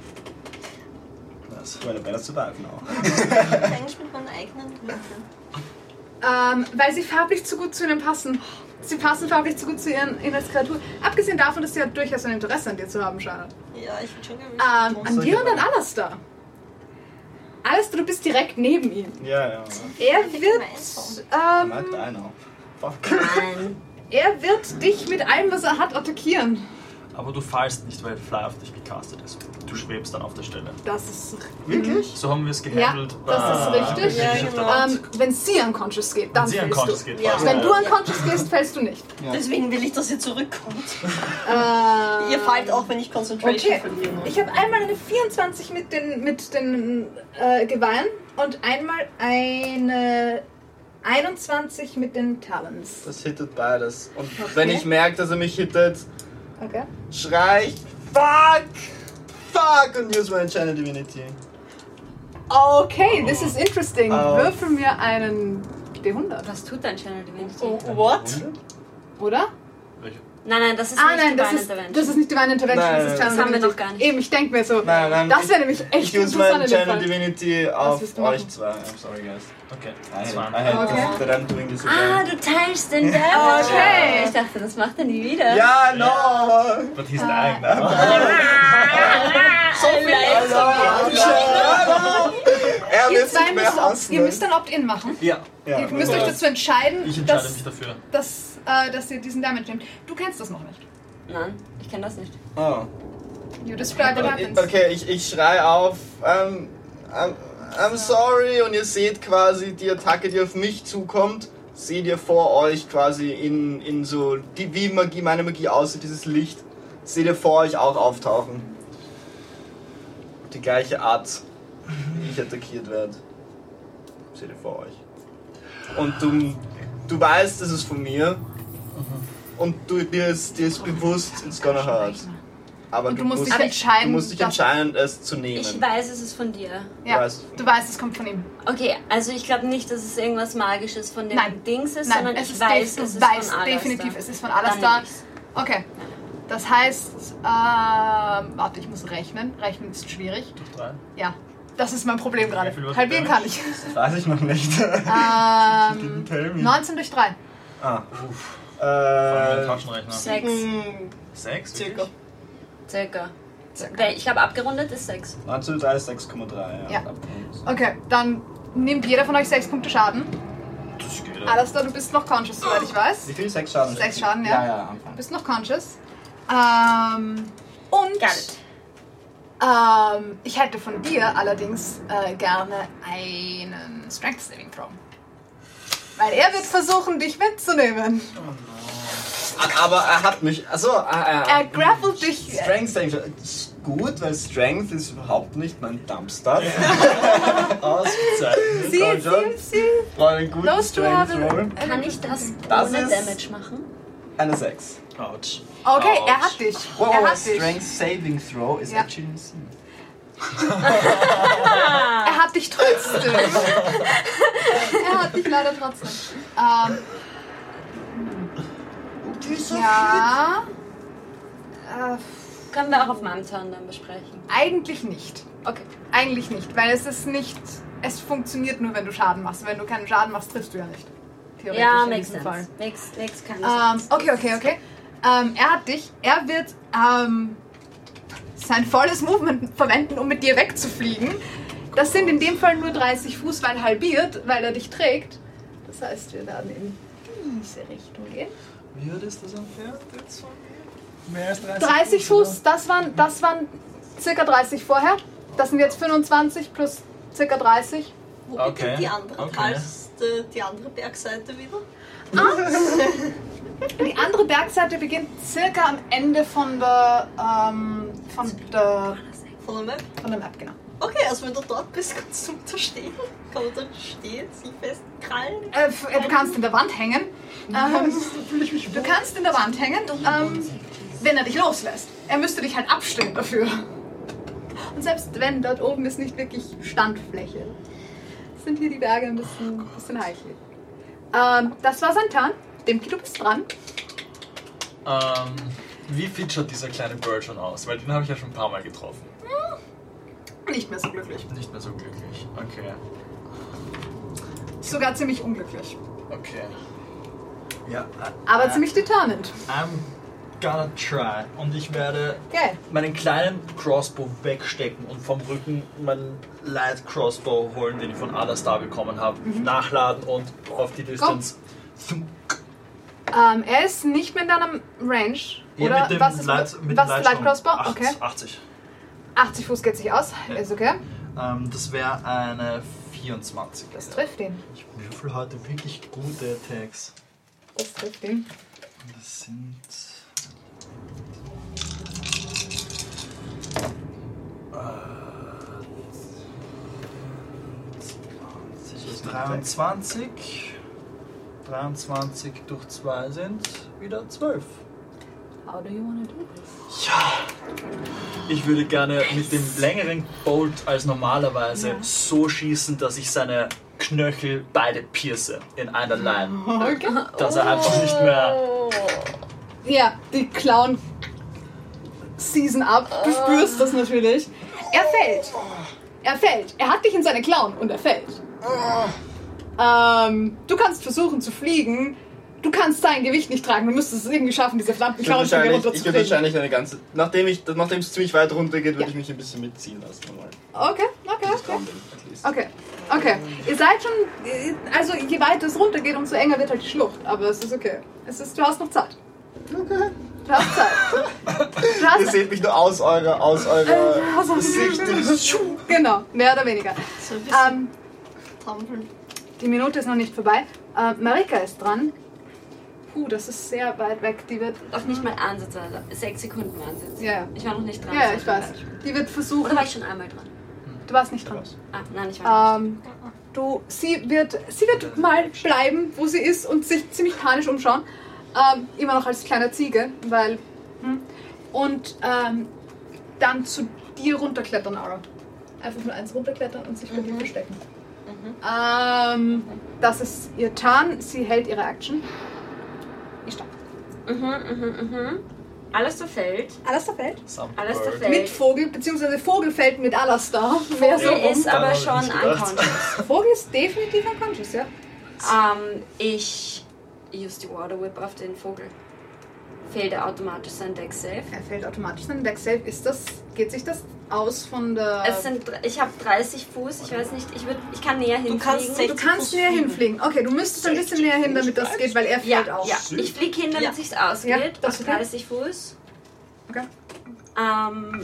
Nice. Weil er better survive now. Eigentlich mit meinen eigenen Würfeln. Ähm, weil sie farblich zu gut zu ihnen passen. Sie passen farblich zu gut zu ihren, ihnen als Kreatur. Abgesehen davon, dass sie ja durchaus ein Interesse an dir zu haben scheinen. Ja, ich bin schon Ähm, gewusst. an dir und an Alastair. Alastair, du bist direkt neben ihm. Ja, ja. Er Ich wird, I ähm, might die now. Fuck. Nein. er wird dich mit allem, was er hat, attackieren. Aber du fallst nicht, weil Fly auf dich gecastet ist. Du schwebst dann auf der Stelle. Das ist, Wirklich? So haben wir es ja, gehandelt. das ist bei richtig. Ja, Creature of the genau. Wand. Ähm, wenn sie unconscious geht, dann Wenn sie fällst unconscious du. geht, Ja. fallst Wenn du. du unconscious gehst, fällst du nicht. Ja. Deswegen will ich, dass ihr zurückkommt. Äh, Ihr fallt auch, wenn ich Concentration Okay. verliere. Ich habe einmal eine vierundzwanzig mit den, mit den äh, Geweihen und einmal eine einundzwanzig mit den Talons. Das hittet beides. Und Okay. wenn ich merke, dass er mich hittet, Okay. schrei ich Fuck! Fuck! Und use my Channel Divinity. Okay, this is interesting. Oh. Würfel mir einen D hundert. Was tut dein Channel Divinity? Oh, what? Oder? Welche? Nein, nein, das ist Ah nicht nein, das Divine ist, Intervention. das ist nicht Divine Intervention, Nein, das ist das Channel haben wir Divinity. noch gar nicht. Eben, ich denke mir so, Nein, nein. das wäre nämlich echt Ich use interessant my in dem Channel Fall. Divinity auf willst du machen? euch zwei. I'm sorry, guys. Okay, I das waren. hate, I hate Okay. this, that I'm doing this Ah, again. du teilst den Damage. Okay. Ich dachte, das macht er nie wieder. Ja, no! But he's dying now. So viel Er Ihr wird zwei sich mehr müsst, Opt- hassen. ihr müsst ein Opt-in machen. Ja. Ja, Ihr müsst ja. euch dazu entscheiden, Ich entscheide dass, mich dafür. dass, äh, dass ihr diesen Damage nehmt. Du kennst das noch nicht. Nein, ich kenne das nicht. Oh. You describe what happens. Okay, ich, ich schrei auf, ähm, I'm, I'm sorry, und ihr seht quasi die Attacke, die auf mich zukommt, seht ihr vor euch quasi in, in so, die, wie Magie, meine Magie aussieht, dieses Licht, seht ihr vor euch auch auftauchen. Die gleiche Art, wie ich attackiert werde. Seht ihr vor euch. Und du, du weißt, das ist von mir, und du, dir, ist, dir ist bewusst, it's gonna hurt. Aber Und du musst dich Aber entscheiden. Du musst dich dass- entscheiden, es zu nehmen. Ich weiß, es ist von dir. Ja, weiß. du weißt, es kommt von ihm. Okay, also ich glaube nicht, dass es irgendwas Magisches von dem Nein. Dings ist, Nein, sondern es ich ist weiß, du es ist weißt von Alastar. definitiv, es ist von Dann Alastar. nehm ich's. Okay. Das heißt, ähm, warte, ich muss rechnen. Rechnen ist schwierig. Durch drei. Ja, das ist mein Problem gerade. Wie viel wird Halbieren Damage? kann ich. Das weiß ich noch nicht. Ähm, Tell me. neunzehn durch drei. Ah. Uff. Von meinem Äh, Taschenrechner. Sechs, Sechs? Circa. circa. Weil Ich habe abgerundet, ist sechs. neunzehn zu drei ist sechs Komma drei. Ja. Okay, dann nimmt jeder von euch sechs Punkte Schaden. Das geht. Alastar, du bist noch conscious, soweit ich weiß. Wie viel? Sechs Schaden? Sechs Schaden, ja. Ja, ja, am Du Anfang. bist noch conscious. Ähm, und Got it. ähm, ich hätte von dir allerdings äh, gerne einen Strength Saving Throw. Weil er wird versuchen, dich mitzunehmen. Aber er hat mich. Achso, er, Er grappelt dich. Strength Saving ist gut, weil Strength ist überhaupt nicht mein Dumpster. Ausgezeichnet. Sie, Komm schon. sie, sie. Brauche einen guten Those two have Strength Roll. a- Kann ich das, Das ohne ist- Damage machen? Eine sechs. Autsch. Okay, Autsch. er hat dich. Wow, Er hat dich. Strength Saving Throw ist Ja. actually eine sieben. Er hat dich trotzdem. Er hat dich leider trotzdem. Ähm, ja. Äh, Können wir auch auf meinem Turn dann besprechen. eigentlich nicht. Okay. Eigentlich nicht, weil es ist nicht. Es funktioniert nur, wenn du Schaden machst. Wenn du keinen Schaden machst, triffst du ja nicht. Theoretisch Ja, in makes diesem sense. Fall. Makes, makes keine Ähm, sense. okay, okay, okay. Ähm, er hat dich. Er wird ähm, sein volles Movement verwenden, um mit dir wegzufliegen. Das sind in dem Fall nur dreißig Fuß, weil halbiert, weil er dich trägt. Das heißt, wir werden in diese Richtung gehen. Wie wird ist das am Pferd jetzt von mir? Mehr als dreißig, dreißig oder? Fuß, das waren, das waren circa dreißig vorher. Das sind jetzt fünfundzwanzig plus circa dreißig. Wo Okay, beginnt die andere okay. Hals, die, die andere Bergseite wieder? Die andere Bergseite beginnt circa am Ende von der, ähm, von der, Von der Map? von der Map, genau. Okay, also wenn du dort bist, kannst du unterstehen. Kann man dann stehen, sich festkrallen? Äh, f- äh, du kannst in der Wand hängen. Ähm, du kannst in der Wand hängen, ähm, wenn er dich loslässt. Er müsste dich halt abstellen dafür. Und selbst wenn, dort oben ist nicht wirklich Standfläche. Sind hier die Berge ein bisschen, bisschen heikel. Ähm, das war sein Turn. Dem du bist dran. Ähm, wie featured dieser kleine Bird schon aus? Weil den habe ich ja schon ein paar Mal getroffen. Nicht mehr so glücklich. Nicht mehr so glücklich. Okay. Sogar ziemlich unglücklich. Okay. Ja, Aber äh, ziemlich determined. I'm gonna try. Und ich werde Geil. meinen kleinen Crossbow wegstecken und vom Rücken meinen Light Crossbow holen, den ich von Alastar bekommen habe. Nachladen und auf die Distance. Ähm, er ist nicht mehr in deinem Range. Ja, Oder mit dem was ist Light, mit was dem ist Light Crossbow? Ach- Okay. achtzig. achtzig Fuß geht sich aus. Ja. Ist okay. Ähm, das wäre eine vierundzwanzig. Das trifft ihn. Ich würfel heute wirklich gute Attacks. Das trifft ihn. Das sind. Äh, dreiundzwanzig dreiundzwanzig durch zwei sind wieder zwölf. How do you wanna do this? Ja. Ich würde gerne mit dem längeren Bolt als normalerweise Ja. so schießen, dass ich seine Knöchel beide pierce in einer Line. Okay. Dass er einfach nicht mehr... Ja, die Clown season ab. Du spürst das natürlich. Er fällt. Er fällt. Er hat dich in seine Klauen und er fällt. Ähm, du kannst versuchen zu fliegen. Du kannst sein Gewicht nicht tragen. Du müsstest es irgendwie schaffen, diese verdammten Ich würde Klauen von dir wahrscheinlich, ich würde runterzukriegen. wahrscheinlich eine ganze. Nachdem ich, nachdem es ziemlich weit runter geht, würde Ja. ich mich ein bisschen mitziehen lassen. Normal. Okay, okay, Das okay. kann man, at least. Okay, okay. Ihr seid schon, also je weiter es runtergeht, umso enger wird halt die Schlucht. Aber es ist okay. Es ist, du hast noch Zeit. Okay. Du hast Zeit. Du Ihr hast seht mich nur aus eurer, aus eurer Äh, aus eurer Sicht. Genau, mehr oder weniger. So ein bisschen Ähm, tumbeln. die Minute ist noch nicht vorbei. Äh, Marika ist dran. Puh, das ist sehr weit weg. Die wird. Noch nicht mal ansatzweise. Sechs Sekunden Ansatz. Ja, ja. Ich war noch nicht dran. Ja, ja, ich weiß. Die wird Oder versuchen. war ich schon einmal dran? Du warst nicht dran. Ah, nein, ich war Ähm, du, sie wird, sie wird mal bleiben, wo sie ist und sich ziemlich panisch umschauen. Ähm, immer noch als kleine Ziege, weil. Hm. Und ähm, dann zu dir runterklettern, Ara. Einfach nur eins runterklettern und sich bei dir verstecken. Ähm, das ist ihr Turn. Sie hält ihre Action. Ich stopp. nicht. Mhm, mhm, mhm. Alles verfällt. Alles der Feld. Alles Bird. verfällt. Mit Vogel, beziehungsweise Vogel fällt mit Alastar. Wer so Vogel rum. ist aber Daran schon hab ich nicht gedacht. unconscious. Vogel ist definitiv unconscious, ja. ähm, ich use die Water Whip auf den Vogel. Fehlt er automatisch sein Deck Save. Er fällt automatisch. Sein Deck Save ist das. Geht sich das aus von der. Es sind, dr- ich habe dreißig Fuß, ich weiß nicht, ich, würd, ich kann näher hinfliegen. kannst Du sechzig kannst Fuß näher fliegen. hinfliegen. Okay, du müsstest ein bisschen näher hin, damit das geht, weil er Ja, fällt auch. ja. Ich fliege hin, damit Ja. es sich ausgeht. Ja, das auf ist okay. dreißig Fuß. Okay. Ähm,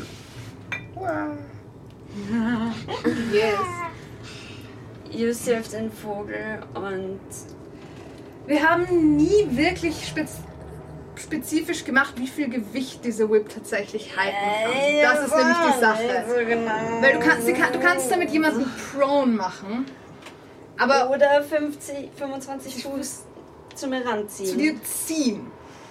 Yes. use auf den Vogel und Wir haben nie wirklich spez spezifisch gemacht, wie viel Gewicht diese Whip tatsächlich halten kann. Das ist nämlich die Sache. genau. Weil du kannst, sie kann, du kannst damit jemanden prone machen, aber Oder fünfzig, fünfundzwanzig Fuß zu mir ranziehen. zu dir ziehen.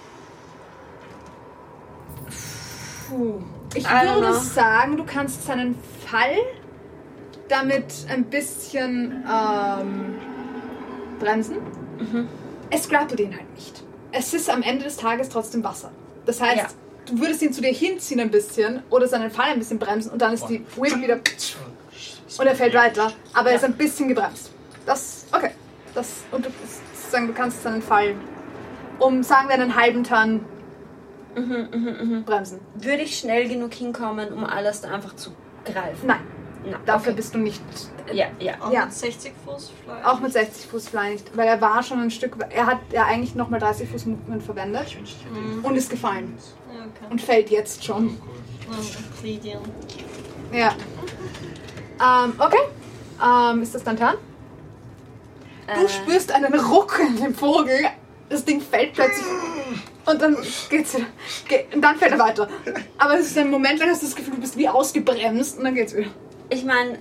Puh. Ich I don't würde know. sagen, du kannst seinen Fall damit ein bisschen ähm, bremsen. Mhm. Es grappelt ihn halt nicht. Es ist am Ende des Tages trotzdem Wasser. Das heißt, Ja. du würdest ihn zu dir hinziehen ein bisschen oder seinen Fall ein bisschen bremsen und dann ist die Whip wieder und er fällt weiter, aber er ist ein bisschen gebremst. Das, okay. Das, und du, sagen, du kannst seinen Fall um, sagen wir, einen halben Turn Mhm, mhm, mhm. bremsen. Würde ich schnell genug hinkommen, um alles da einfach zu greifen? Nein, Na, dafür okay. bist du nicht, Ja, ja. Auch Ja. mit sechzig Fuß Fly. auch mit sechzig Fuß Fly nicht, weil er war schon ein Stück, er hat ja eigentlich nochmal dreißig Fuß Movement verwendet und ist gefallen Ja, okay. und fällt jetzt schon. Und Pleidieren. Ja. Ähm, okay. Ähm, ist das dein Turn? Du Äh, spürst einen Ruck in dem Vogel. Das Ding fällt plötzlich. Und dann geht's wieder. Ge und dann fällt er weiter. Aber es ist ein Moment lang, hast du das Gefühl, du bist wie ausgebremst und dann geht's wieder. Ich meine.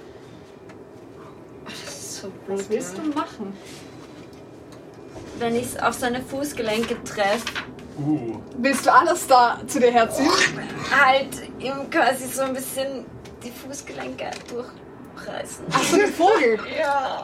Das ist so Was brutal. willst du machen? Wenn ich es auf seine Fußgelenke treffe, Uh. Willst du alles da zu dir herziehen? halt ihm quasi so ein bisschen die Fußgelenke durchreißen. Ach so, den Vogel. Ja.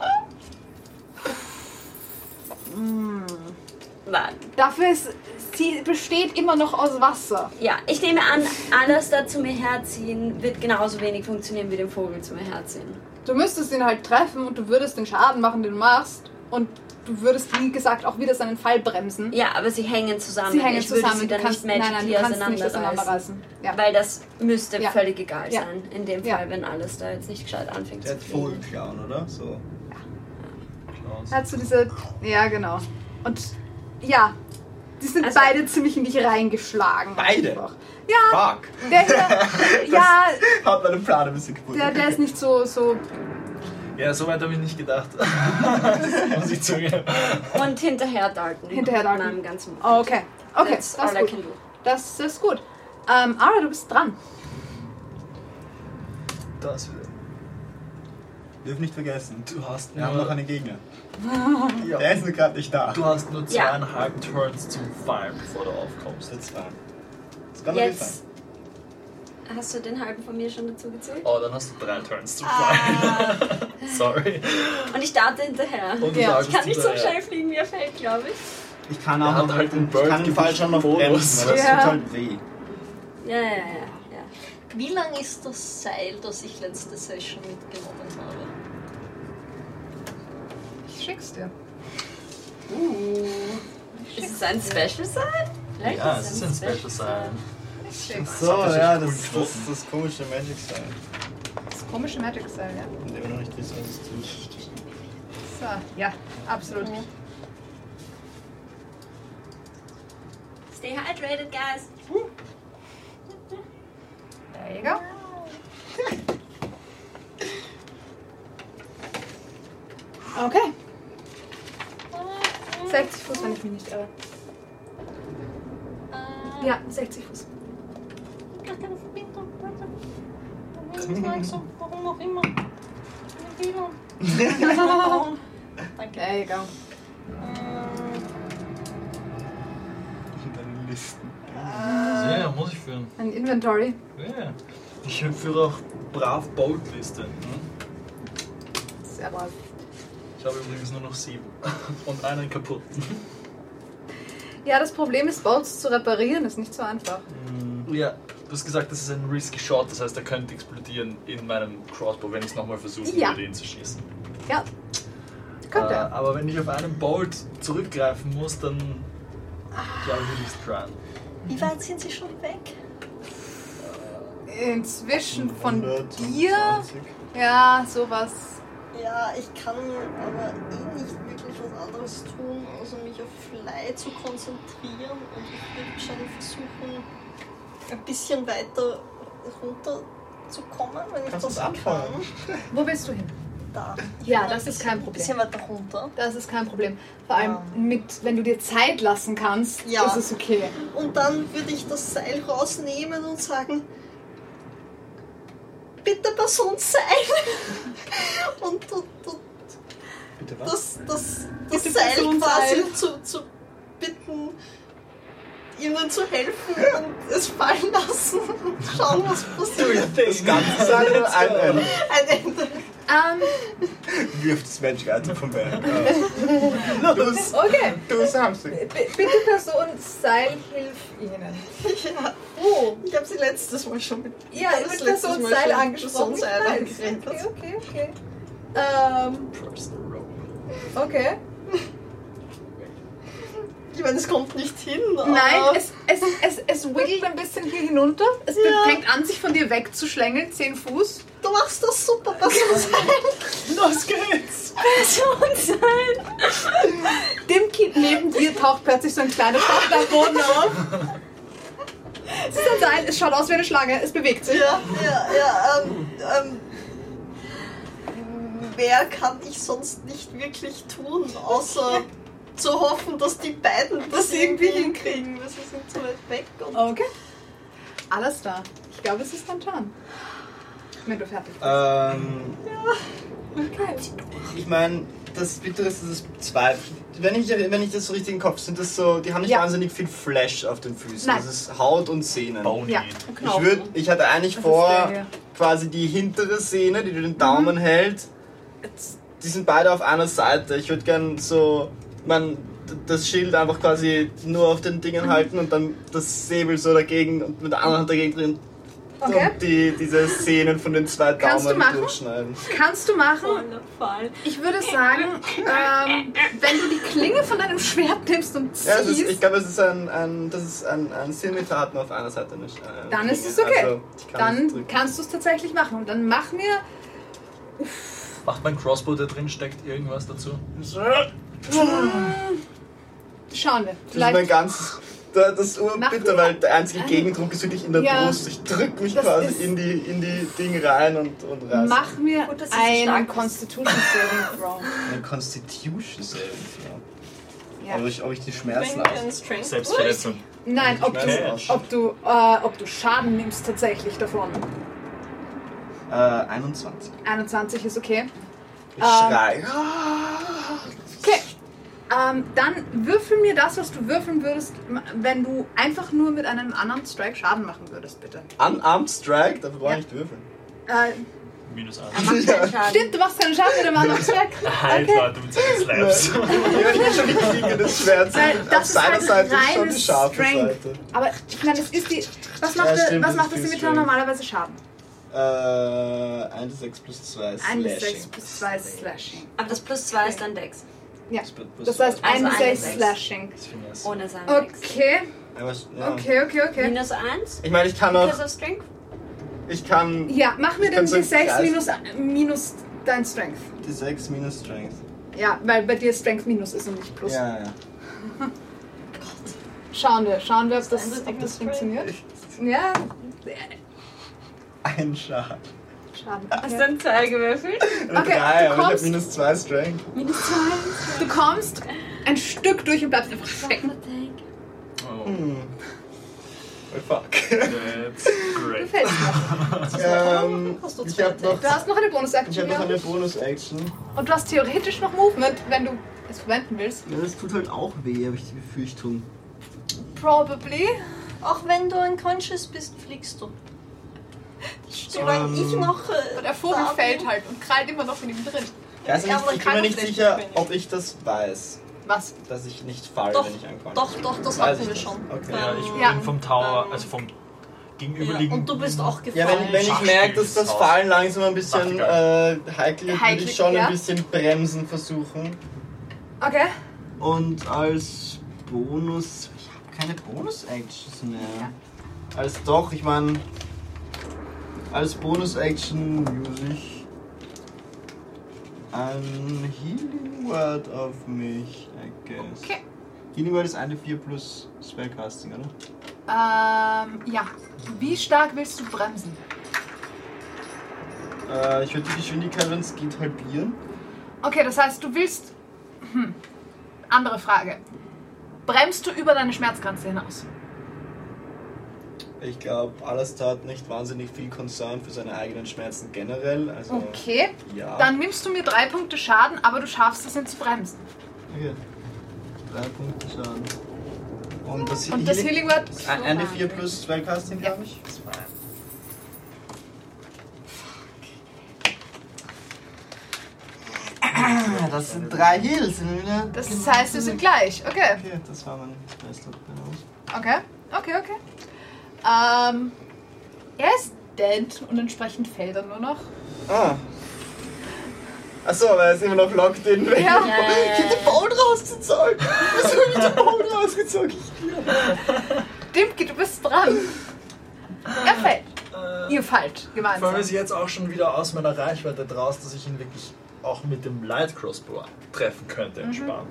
Nein. Dafür ist. Sie besteht immer noch aus Wasser. Ja, ich nehme an, alles da zu mir herziehen wird genauso wenig funktionieren wie den Vogel zu mir herziehen. Du müsstest ihn halt treffen und du würdest den Schaden machen, den du machst. Und du würdest, wie gesagt, auch wieder seinen Fall bremsen. Ja, aber sie hängen zusammen. Sie hängen ich würde zusammen. sie Du dann kannst, nicht nein, nein, magically du kannst nicht auseinanderreißen. auseinanderreißen. Ja. Weil das müsste Ja. völlig egal Ja. sein. In dem Ja. Fall, wenn alles da jetzt nicht gescheit anfängt Der zu hat fliegen. Vogelklauen, oder? So. Er hat so diese. Ja, genau. Und ja, die sind Also- beide ziemlich in dich reingeschlagen. Beide? Einfach. Ja, Fuck! der hier. Ja, Hat meine Plan ein bisschen gefunden. der, der ist nicht so. so Ja, so weit habe ich nicht gedacht. Das muss ich zugeben. Und hinterher darten. Hinterher darten. Meinem ganzen oh, okay. Okay, That's das all ist I gut. can do. Das ist gut. Ähm, Ara, du bist dran. Das wieder. Dürfen nicht vergessen. Du hast Wir haben nur, noch einen Gegner. ja, Der ist nur gerade nicht da. du hast nur Ja. zweieinhalb Turns zum Fallen, bevor du aufkommst. Das war. Das kann doch nicht sein. Jetzt hast du den halben von mir schon dazu gezählt. Oh, dann hast du drei Turns zum Fallen. Sorry. Und ich starte hinterher. Und du Ja. sagst Ich kann nicht so hinterher. schnell fliegen, wie er fällt, glaube ich. Ich kann Er auch hat noch halt den ich kann den Fall schon noch Bonus. bremsen, aber das Ja. tut halt weh. Ja, ja, ja. ja. Wie lang ist das Seil, das ich letzte Session mitgenommen habe? Ich schick's dir. Ist es ein Special Sein? Vielleicht Ja, es ist ein Special Sign. Ich schick's. So, Das ist ja, cool das, das, getroffen. das ist das komische Magic Style. Das komische Magic Style, ja. Von dem wir noch nicht wissen, was es tut. So, ja, absolut. Stay hydrated, guys. There you go. Okay. sechzig Fuß, wenn ich mich nicht irre. Ja, sechzig Fuß. Gar keine Verbindung, warte. Warum ist langsam? Warum auch immer? Warum? Danke. There you go. Und dann Listen. Ja, muss ich führen. Ein Inventory. Ja. Ich führe auch brav Bold-Liste. Sehr brav. Ich habe übrigens nur noch sieben. Und einen kaputten. Ja, das Problem ist, Bolts zu reparieren ist nicht so einfach. Ja, du hast gesagt, das ist ein risky Shot, das heißt, er könnte explodieren in meinem Crossbow, wenn ich es nochmal versuchen Ja. würde, ihn zu schießen. Ja. Könnte Äh, er. aber wenn ich auf einen Bolt zurückgreifen muss, dann glaube ich, will ich es tryen. Wie weit sind Sie schon weg? Inzwischen von dir. hundertzwanzig. Ja, sowas. Ja, ich kann aber eh nicht wirklich was anderes tun, außer mich auf Fly zu konzentrieren und ich würde wahrscheinlich versuchen, ein bisschen weiter runterzukommen, wenn ich Kannst du das es abfeuern? kann. Wo willst du hin? Da. Ja, Ein das ist bisschen- kein Ein Problem. bisschen weiter runter. Das ist kein Problem. Vor allem, Ja. mit, wenn du dir Zeit lassen kannst, Ja. ist es okay. Und dann würde ich das Seil rausnehmen und sagen, bitte Person Seil. Und, und, und Bitte was? das, das, das Bitte Seil Person quasi Seil. zu, zu bitten, ihnen zu helfen und es fallen lassen und schauen, was passiert. Das Ganze sagen wir ein Ende. Ein Ende. Ähm, Wirft das Magic Item vom Berg. Du es okay. du es Hamster. B bitte Person Seil, hilf ihnen. Ja, Oh. ich habe sie letztes Mal schon mit Ja, das ich bin letztes Person Mal Seil schon angesprochen. Person Seil Ich weiß. angeredet. Okay, okay, okay. Ähm, Personal Roll. okay. Ich meine, es kommt nicht hin. Nein, aber es, es, es, es wiggelt ein bisschen hier hinunter. Es Ja. fängt an, sich von dir wegzuschlängeln, zehn Fuß. du machst das super, Person Seil. Los geht's! Person sein. Dem Kind neben dir taucht plötzlich so ein kleiner Stapelboden auf. Es ist ein Seil, es schaut aus wie eine Schlange, es bewegt sich. Ja, ja, ja. Ähm, ähm, mehr kann ich sonst nicht wirklich tun, außer zu hoffen, dass die beiden das irgendwie hinkriegen, weil sie sind zu weit weg. Und Okay. Alles da. Ich glaube, es ist dein Turn. Wenn du fertig bist. Ähm, Okay. ich meine, das Bittere ist, dass es zwei. Wenn ich, wenn ich das so richtig im Kopf sind das so, die haben nicht Ja. wahnsinnig viel Fleisch auf den Füßen. Nein. Das ist Haut und Sehnen. Bony. Ja. Ich, würd, ich hatte eigentlich Das vor, ist der hier. quasi die hintere Sehne, die du den Daumen hält, die sind beide auf einer Seite. Ich würde gern so, man, das Schild einfach quasi nur auf den Dingen halten und dann das Säbel so dagegen und mit der anderen Hand dagegen drin Okay. und die, diese Sehnen von den zwei Kannst du Daumen machen? durchschneiden. Kannst du machen. Voller Fall. Ich würde sagen, ähm, wenn du die Klinge von deinem Schwert nimmst und ziehst, Ja, es ist, ich glaube, es ist ein, ein, das ist ein, ein Scimitar hat nur auf einer Seite nicht. Eine dann ist Klinge. es okay. Also, ich kann es Dann drücken. kannst du es tatsächlich machen. Und dann mach mir. Macht mein Crossbow, der drin steckt, irgendwas dazu? Schauen wir. Das ist mein Vielleicht. ganzes. Da- Das ist Mach urbitter, mir- weil der einzige Gegendruck ist wirklich in der Ja. Brust. Ich drück mich Das quasi ist- in die, in die Dinge rein und, und reiß. Mach mir Gut, dass du so einen stark bist. Constitution Saving Throw. Ein Constitution Saving Throw. Ja. Ob, ich, ob ich die Schmerzen Bring aus. einen Strength. Selbstverletzung. Nein, ob Schmerzen du, ausschaut. ob, du, äh, ob du Schaden nimmst tatsächlich davon. Äh, einundzwanzig. einundzwanzig ist okay. Ich Ähm, schrei. Okay. Ähm, dann würfel mir das, was du würfeln würdest, wenn du einfach nur mit einem anderen Strike Schaden machen würdest, bitte. Unarmed Strike? Dafür brauche Ja. ich nicht würfeln. Äh, Minus Er eins. macht keinen Schaden. stimmt, du machst keinen Schaden mit einem anderen Strike. Halt, Okay. Leute, mit seinen Slaps. Ja, ich bin schon die Klinge des Schwerts. Weil Auf das ist seiner halt Seite ist schon die reines scharfe Strength. Seite. Aber ich meine, das ist die. Was macht, Ja, der, stimmt, was das macht ist das viel Scimitar Strength. normalerweise Schaden? Äh, eins sechs plus zwei eins Slashing. sechs plus zwei Slashing. Aber das plus zwei ist dann Dex. Ja. Das wird plus Das heißt zwei. Also eins eine sechs sechs. Slashing. Das finde ich Ohne seinen Dex. Okay, Aber, ja. okay, okay, okay. Minus eins. Ich meine, ich kann auch. Because of Strength. Ich kann Ja, mach mir Ich den kann so D sechs kreisen. minus, minus dein Strength. die sechs minus Strength. Ja, weil bei dir Strength minus ist und nicht plus. Ja, ja. Schauen wir, schauen wir, ob das, eindeutig ob das mit funktioniert. Ja, Ein Schaden. Schaden. Hast du Okay. dann zwei gewürfelt? Eine Okay, drei, du aber ich kommst- hab minus zwei Strength. Minus zwei. Du kommst ein Stück durch und bleibst einfach stecken. Oh, Hm. Oh fuck. that's Du great. fällst noch. ähm, Hast du ich zwei hab noch. Du hast noch eine Ich Bonus-Action. hab noch Ja. eine Bonus-Action. Und du hast theoretisch noch Movement, wenn du es verwenden willst. Ja, das tut halt auch weh, habe ich die Befürchtung. Probably. Auch wenn du unconscious bist, fliegst du. Solange Ähm, ich noch. Äh, Und der Vogel da fällt bin. halt und krallt immer noch in ihm drin. Ich, weiß Ja, nicht, aber ich bin mir nicht kann sicher, vielleicht ob ich das weiß. Was? Dass ich nicht falle, Doch, wenn ich ankomme. Doch, doch, das Weiß hatten ich wir das? schon. Okay. Ja, ich Ja. bin vom Tower, Ähm, also vom Ja, gegenüberliegenden. und du bist auch gefallen. Ja, wenn, wenn ich merke, dass das Fallen langsam ein bisschen äh, heikel ist, würde Heikel, ich schon ja. ein bisschen bremsen versuchen. Okay. Und als Bonus... Ich habe keine Bonus-Actions mehr. Ja. Als doch, ich meine... Als Bonus-Action use ich ein Healing Word auf mich, I guess. Okay. Healing Word ist eine vier plus Spellcasting, oder? Ähm, ja. Wie stark willst du bremsen? Äh, ich würde die Geschwindigkeit, wenn es geht, halbieren. Okay, das heißt, du willst... Hm. Andere Frage. Bremst du über deine Schmerzgrenze hinaus? Ich glaube, Alastar hat nicht wahnsinnig viel Concern für seine eigenen Schmerzen generell. Also, Okay. ja. Dann nimmst du mir drei Punkte Schaden, aber du schaffst es nicht zu bremsen. Okay. Drei Punkte Schaden. Und das, Und das Healing Word? Ein- Eine vier plus Spellcasting, Ja. glaube ich. Ah, das sind drei Heals. Das heißt, wir sind gleich. Okay. Okay, das war mein bester Bonus. Okay. Okay, okay. Ähm, er ist dead und entsprechend fällt er nur noch. Ah. Achso, aber er ist immer noch locked in. Ja. Ich hab den Baum rausgezogen. Was hab ich den Baum rausgezogen? Dimki, du bist dran. Er fällt. Ihr fallt Vor allem gemeinsam. ist jetzt auch schon wieder aus meiner Reichweite draus, dass ich ihn wirklich auch mit dem Light Crossbow treffen könnte, entspannt.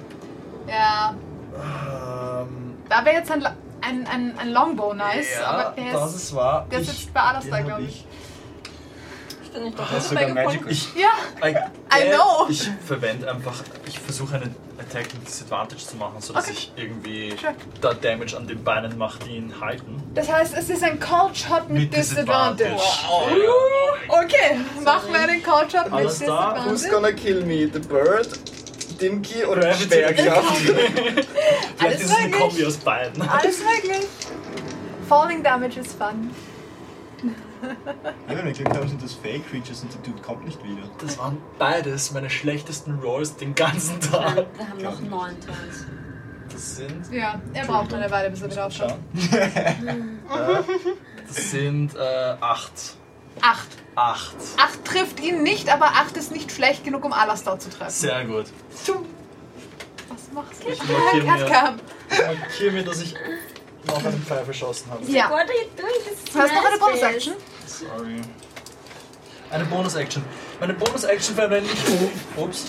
Ja, Ähm, da wäre jetzt ein, La- ein, ein, ein Longbow nice, ja, aber der das ist, ist wahr. der Ich- sitzt bei Alastar, den hab glaube ich. Ich bin nicht Das doch ist sogar Magical. Ich, Ja, I, I know. ich verwende einfach, ich versuche einen Attack mit Disadvantage zu machen, sodass Okay. ich irgendwie Sure. da Damage an den Beinen mache, die ihn halten. das heißt, es ist ein Cold Shot mit, Disadvantage. Ja. Okay, machen wir einen Cold Shot mit Alles da? Who's Disadvantage. gonna kill me? The Bird, Dimki oder Gravity. Schwerkraft? Vielleicht Alles ist es eine möglich. Kombi aus beiden. Alles möglich. Falling Damage ist fun. Ja, wenn wir Glück haben, sind das Fake Creatures und der Dude kommt nicht wieder. Das waren beides meine schlechtesten Rolls den ganzen Wir Tag. haben noch neun Toys. Das sind. Ja, er braucht noch eine Weile, bis er wieder aufschaut. Schauen. äh, das sind äh, acht. Acht. Acht. Acht trifft ihn nicht, aber acht ist nicht schlecht genug, um Alastar zu treffen. Sehr gut. Was machst du? Ich markiere mir, Catcam. markiere mir, dass ich noch einen Pfeil verschossen habe. Ja. What are you doing? This is Du hast noch eine nice, Bonus-Action. Sorry. Eine Bonus-Action. Meine Bonus-Action verwende ich. Ups.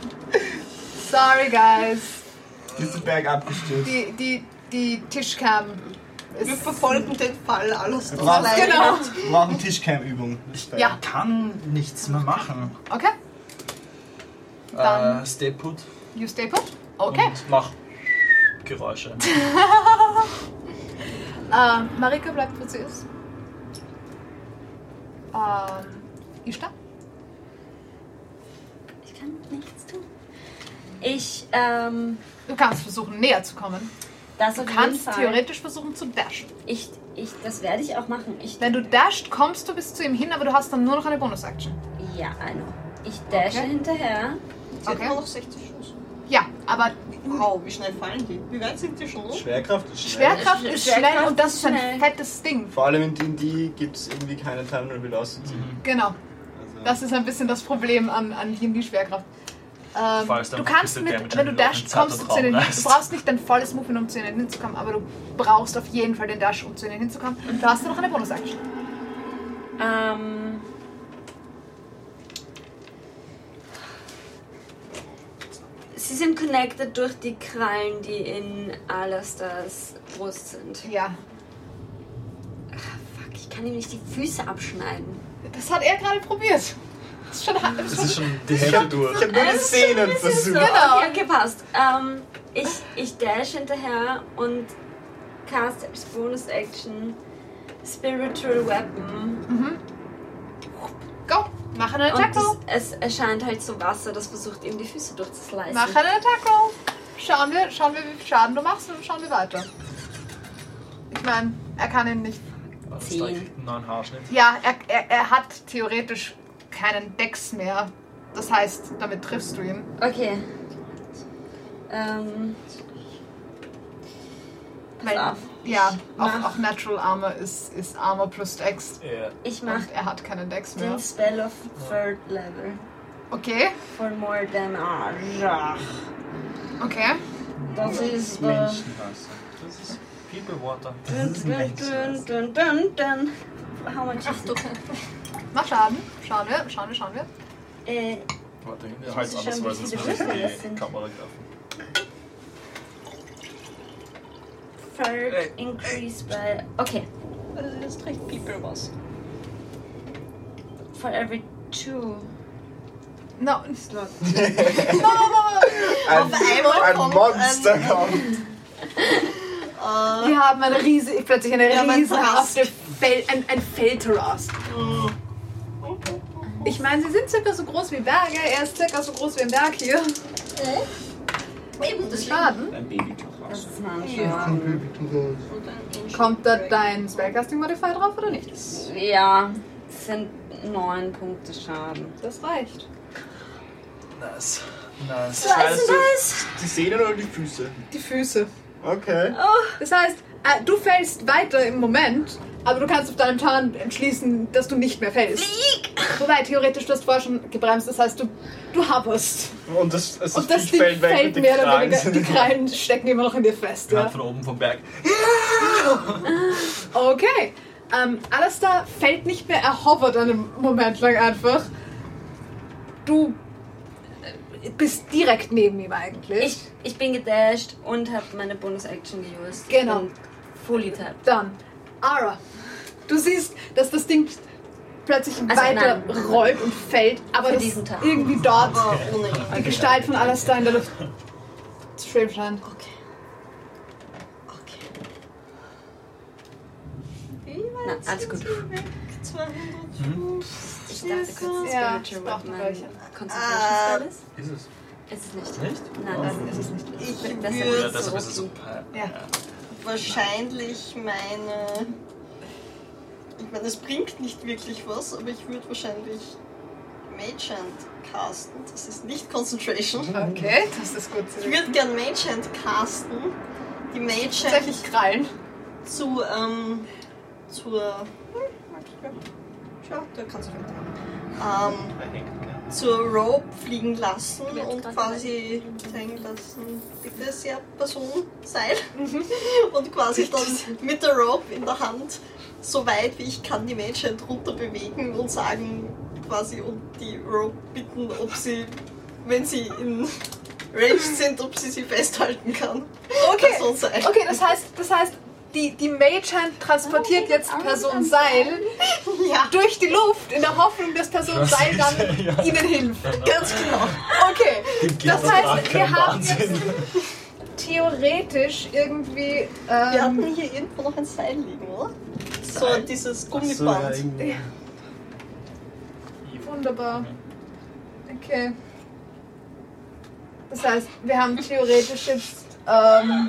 Sorry, guys. Die ist den Berg abgestürzt. Die, die, die Tischcam ist... Wir verfolgen den Fall, alles Wir das brauchen, alleine. Genau. wir brauchen Tischcam-Übung. Ich Ja. kann nichts mehr machen. Okay, Dann- Äh, stay put. you stay put. Okay. Und mach Geräusche. Ähm, Marika bleibt, wo sie ist. Ähm, Ishtar? Ich kann nichts tun. Ich, ähm... Du kannst versuchen, näher zu kommen. Das Du auf jeden kannst Fall. theoretisch versuchen zu dashen. Ich, ich, das werde ich auch machen. Ich, Wenn du dasht, kommst du bis zu ihm hin, aber du hast dann nur noch eine Bonus-Action. ja, I know. Ich dashe Okay. hinterher. Sie hat Okay. immer noch sechzig Schuss. Ja, aber Wow, wie schnell fallen die? Wie weit sind die schon los? Schwerkraft ist schnell. Schwerkraft Sch- ist Schwerkraft schnell und das ist ist ein schnell. fettes Ding. Vor allem in D und D gibt es irgendwie keine Terminal Velocity. Genau. Also, Das ist ein bisschen das Problem an, an D und D-Schwerkraft. Ähm, Falls dann du ein kannst bisschen mit, Damage wenn du an den dashst, kommst du zu ihnen hin. Zeitraum Du brauchst nicht dein volles Movement, um zu ihnen hinzukommen, aber du brauchst auf jeden Fall den Dash, um zu ihnen hinzukommen. Und da hast du noch eine Bonus-Action. Ähm... Sie sind connected durch die Krallen, die in Alastars Brust sind. Ja. Fuck, ich kann ihm nicht die Füße abschneiden. Das hat er gerade probiert. Das ist schon hart. Das ist schon die Hälfte durch. ich habe nur die Szenen versucht. So, Genau. okay, okay, passt. Ähm, ich, ich dash hinterher und cast als Bonus-Action Spiritual Weapon. Go, mach einen Und Attack das, Roll. es erscheint halt so Wasser, das versucht ihm die Füße durchzuslicen. Mach einen Attack Roll. Schauen wir, schauen wir, wie viel Schaden du machst und dann schauen wir weiter. Ich meine, er kann ihn nicht. Das Zehn. da kriegt einen neuen Haarschnitt. Ja, er, er, er hat theoretisch keinen Dex mehr. Das heißt, damit triffst du ihn. Okay. Ähm. Pass Weil, auf. ja, auch, mach- auch Natural Armor ist, ist Armor plus Dex. Ja. Ich mach Und er hat keinen Dex mehr. den Spell of Third Level. Okay, For more damage. okay. Das ist. Äh, Menschenhass. Das ist People Water. dun, dun, dun, dun, dun, dun. How much Ach is du. it? Mach Schaden. Schauen wir, schauen wir, schauen wir. Äh, Warte, Ich halt muss anders, schauen, weil wie sonst viele muss ich Würfel das die sind. Kamera greifen. third increase by. Okay. Also jetzt kriegt People was. For every two No, slot. no, no, no. Ein, Auf einmal ein kommt Monster ein- kommt. Äh, Wir haben eine riesige, plötzlich eine Wir haben ein riesenhafte Fel ein, ein Felterast. Ich meine, sie sind circa so groß wie Berge. Er ist circa so groß wie ein Berg hier. eben, das Schaden. Ein Babytuch Das raus. ist mein Ja. Schaden. Und ein Ancient Kommt da Spell. dein Spellcasting Modifier drauf oder nicht? Ja, es sind neun Punkte Schaden. Das reicht. Nice. Nice. Scheiße. Nice. Die Sehnen oder die Füße? Die Füße. Okay. Das heißt, äh, du fällst weiter im Moment, aber du kannst auf deinem Tarn entschließen, dass du nicht mehr fällst. Wobei, theoretisch, du hast vorher schon gebremst, das heißt, du, du hoverst. Und das, es Und das Viech Ding fällt weg fällt und die mehr oder Kragen weniger, die sind- Krallen stecken immer noch in dir fest. Ja. Ja. Von oben vom Berg. Okay. Ähm, Alistair fällt nicht mehr, er hovert einen Moment lang einfach. Du äh, bist direkt neben ihm eigentlich. Ich, ich bin gedasht und habe meine Bonus-Action geused. Genau. Und fully tapped. Dann, Ara, du siehst, dass das Ding plötzlich Also weiter nein. rollt und fällt, aber Für das diesen Tag. irgendwie dort Aber ohne ihn. die Gestalt von Alistair in der Luft zu schweben scheint. Okay. Okay. Wie Na, weit alles sind gut. sie weg? zweihundert Fuß. Ich dachte kurz, Ja, Spiritual braucht Weapon noch welche. ein Concentration Spell ist. Ist es? Ist es nicht. Nicht? Nein, Nein, ist es nicht. Ich Das ist Ja, würde deshalb ist es so. Ja. wahrscheinlich meine... Ich meine, es bringt nicht wirklich was, aber ich würde wahrscheinlich Mage Hand casten. Das ist nicht Concentration. Okay, das ist gut zu Ich würde gern Mage Hand casten. Die Mage Hand Tatsächlich Krallen. zu, ähm, zur... Hm, schau, da kannst du weiter. Ähm, zur Rope fliegen lassen Jetzt und grad quasi zeigen lassen, bitte sehr Person Seil und quasi dann mit der Rope in der Hand so weit wie ich kann die Mage Hand runter bewegen und sagen quasi und die Rope bitten, ob sie, wenn sie in Range sind, ob sie sie festhalten kann. Okay. Person Seil. Okay, das heißt, das heißt, die, die Mage Hand transportiert jetzt Person Seil Ja, durch die Luft in der Hoffnung, dass Person Seil dann Ja. ihnen hilft. ganz genau. Okay, Dem geht das das heißt, gerade wir kein haben jetzt Wahnsinn. theoretisch irgendwie. Wir hatten Ähm, hier irgendwo noch ein Seil liegen, oder? So Seil? dieses Ach so, ja, Gummiband. irgendwie. wunderbar. Okay. Das heißt, wir haben theoretisch jetzt. Ähm,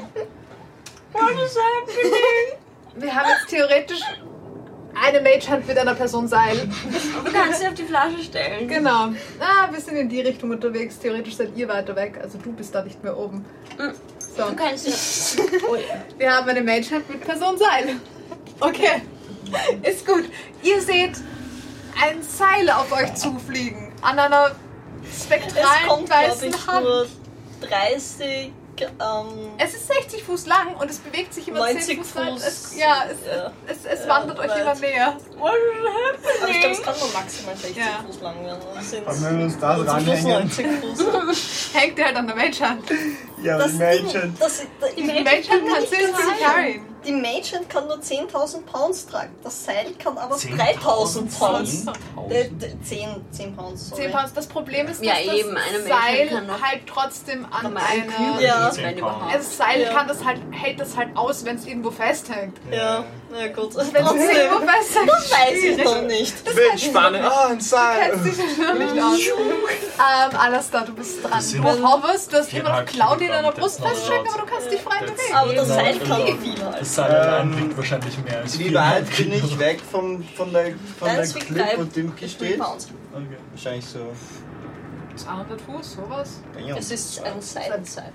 wir haben jetzt theoretisch eine Mage-Hand mit einer Person Seil. Du kannst sie auf die Flasche stellen. Genau. Ah, wir sind in die Richtung unterwegs. Theoretisch seid ihr weiter weg. Also du bist da nicht mehr oben. So. Du kannst sie. Oh ja. Wir haben eine Mage-Hand mit Person Seil. Okay. Ist gut. Ihr seht ein Seil auf euch zufliegen. An einer Es spektralen kommt, glaube weißen ich, Hand. nur dreißig, ähm, Es ist sechzig Fuß lang und es bewegt sich immer neunzig zehn Fuß weit. Fuß. Es, ja, es, Ja. es, es Ja, wandert euch weit. immer näher. aber ich glaube, es kann nur maximal sechzig Ja. Fuß lang werden. Das sind Und wenn wir uns da zum Schluss dranhängen. neunzig Fuß. Hängt ihr halt an der Mage-Hand. Ja, Das die Ding, Mädchen. das, das, Die Mage-Hand kann sie carryen. Die Mage-Hand kann nur zehntausend Pounds tragen. Das Seil kann aber zehntausend dreitausend Pounds. Pounds? Äh, d- zehn, zehn Pounds, sorry. zehn Pounds. Das Problem ist, dass Ja, das eben, eine Mage-Hand Seil kann noch- halt trotzdem an Kann man einen einer... Kübel Ja. gießen, wenn überhaupt. Also das Seil Ja. kann das halt, hält das halt aus, wenn es irgendwo festhängt. Ja, na gut. Wenn es irgendwo Trotzdem, festhängt, das weiß ich schwierig. noch nicht. Wild spannend. Oh, ein Seil. Kennst dich noch nicht aus. Ähm, Alastair, du bist dran. Das Du sind hoverst, du hast immer noch viereinhalb Klauen, die in deiner Kilogramm, Brust that's not feststecken, a aber du kannst dich frei That's- bewegen. Aber das Genau, Seil kann genau. viel Das als. Seil allein Ähm, wiegt wahrscheinlich mehr als Wie viereinhalb weit bin ich Kilo. weg vom, von der, von der Eins wiegt Clip, drei- wo Dimki steht? Pounds. Okay. Wahrscheinlich so. zweihundert Fuß, sowas. Damn. Es ist ein Seitenseil.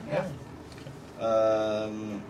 Ja. Ähm.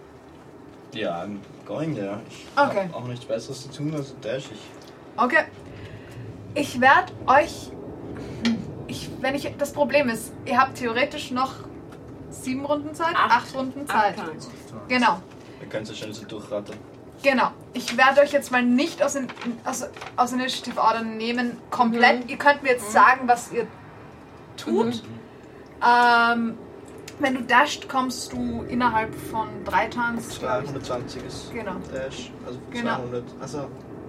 Ja, I'm going there. Ich Okay. hab auch nichts Besseres zu tun, also dash ich. Okay. Ich werde euch. Ich, wenn ich. Das Problem ist, ihr habt theoretisch noch sieben Runden Zeit? Acht. Acht Runden Zeit. Acht Turns. Genau. Wir können es ja schnell so durchrattern. Genau. Ich werde euch jetzt mal nicht aus, den, aus, aus Initiative Order nehmen, komplett. Ihr könnt mir jetzt sagen, was ihr tut. Ähm, wenn du dasht, kommst du innerhalb von drei Turns, glaube ich. zweihundertzwanzig ist Genau. Dash, also Genau. zweihundert. Also,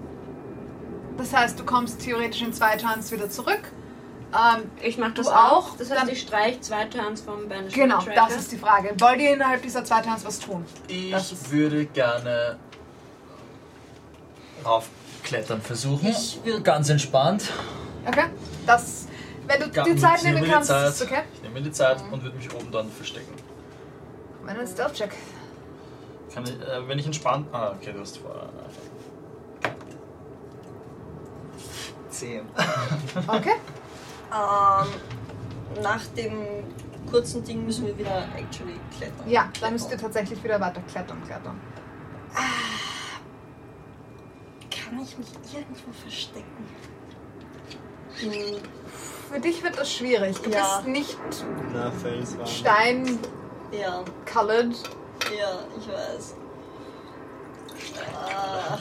Das heißt, du kommst theoretisch in zwei Turns wieder zurück. Ähm, Ich mach das Du auch. auch? Das heißt, Dann- ich streich zwei Turns vom Banishment genau, Tracker. das ist die Frage. Wollt ihr innerhalb dieser zwei Turns was tun? Das Ich ist- würde gerne raufklettern versuchen. Ich würd- Ganz entspannt. Okay? Das, wenn du Ja, die Zeit ich nehme nehmen mir kannst, die Zeit, ist okay. Ich nehme mir die Zeit und würde mich oben dann verstecken. Wenn ein Stealth-Check. Kann ich, äh, wenn ich entspannt. Ah, okay, du hast vor. Zehn. Okay? Ähm, nach dem kurzen Ding müssen wir wieder actually klettern. Ja, dann Klettern. müsst ihr tatsächlich wieder weiter klettern, klettern. Kann ich mich irgendwo verstecken? Hm, Für dich wird das schwierig. Du Ja. bist nicht na, Felswand. stein-colored. ja, ja, ich weiß. Ah,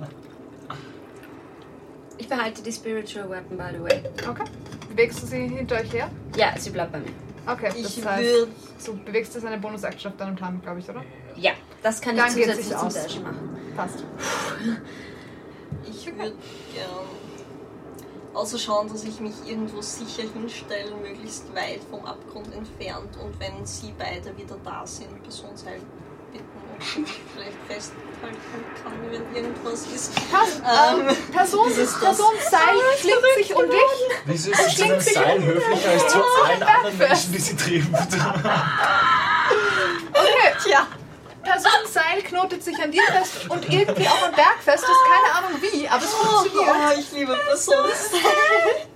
Ich behalte die Spiritual Weapon, by the way. Okay. Bewegst du sie hinter euch her? Ja, sie bleibt bei mir. Okay, das ich heißt, würde. du bewegst jetzt eine Bonus-Action auf deinem Tarn, glaube ich, oder? Ja, das kann Dann ich geht's zusätzlich sich zum aus. Dash machen. Passt. Ich würde gern außer schauen, dass ich mich irgendwo sicher hinstelle, möglichst weit vom Abgrund entfernt und wenn sie beide wieder da sind, Person Seil bitten und sie mich vielleicht festhalten kann, wenn irgendwas ist. Passt. Ähm, Ähm, Person, ist das? Person Seil schlingt sich um dich. Wieso ist es zu einem sich Seil um. höflicher als zu allen anderen Bergfest. Menschen, die sie trieben? Okay. Tja, Person Seil knotet sich an dir fest und irgendwie auch am Berg fest. Du hast keine Ahnung wie, aber es oh, funktioniert. oh, ich liebe Person Seil.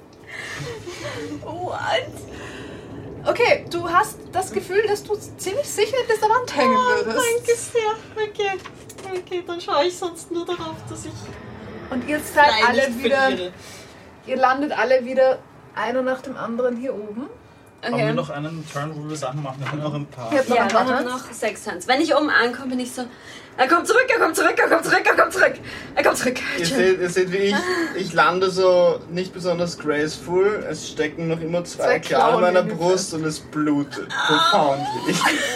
What? Okay, du hast das Gefühl, dass du ziemlich sicher in dieser Wand hängen Oh, würdest. danke sehr. Okay. Okay, dann schaue ich sonst nur darauf, dass ich Und ihr seid Nein, alle nicht wieder, verliere. ihr landet alle wieder einer nach dem anderen hier oben. Haben wir Okay. noch einen Turn, wo wir Sachen machen können? Noch ein paar. Ihr habt noch Ja, ein wir paar haben Turns. noch sechs Turns. Wenn ich oben ankomme, bin ich so, er kommt zurück, er kommt zurück, er kommt zurück, er kommt zurück, er kommt zurück. Ihr seht, ihr seht, wie ich, ich lande so nicht besonders graceful. Es stecken noch immer zwei, Zwei Klauen in Klauen meiner in die Brust und es blutet. Profoundly.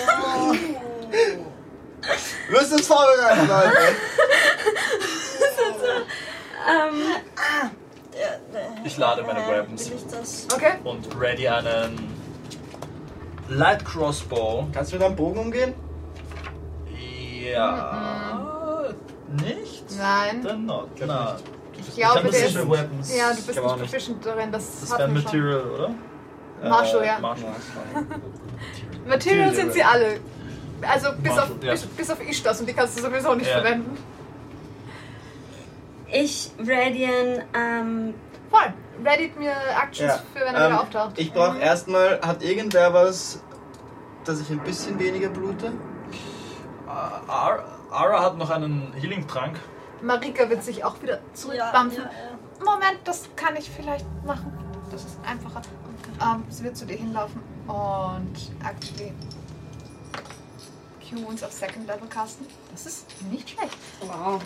Müsst ihr es vorbereiten, Leute? Ähm, Äh, äh, Ich lade meine äh, Weapons. Will ich das? Okay. Und ready einen Light Crossbow. Kannst du mit einem Bogen umgehen? Ja. Nicht? Nein. Dann not. Glaub Na. nicht. Ich Ich glaube, habe der Special ist, Weapons. ja, du bist glaube auch nicht nicht. proficient darin. Das, Das hat wäre mir schon. Material, oder? Marshall, ja. Marshall. Material sind sie alle. Also bis Marshall, auf, ja. bis, bis auf Ishtas und die kannst du sowieso nicht Ja. verwenden. Ich, Radian, ähm, Voll. Reddit mir Actions Ja. für, wenn er Ähm, wieder auftaucht. ich brauche erstmal, hat irgendwer was, dass ich ein bisschen weniger blute? Ara, Ara hat noch einen Healing-Trank. Marika wird sich auch wieder Ja, zurückbampfen. ja, ja. Moment, das kann ich vielleicht machen. Das ist einfacher. Ähm, sie wird zu dir hinlaufen und actually Q-Wounds auf Second Level casten. Das ist nicht schlecht. wow.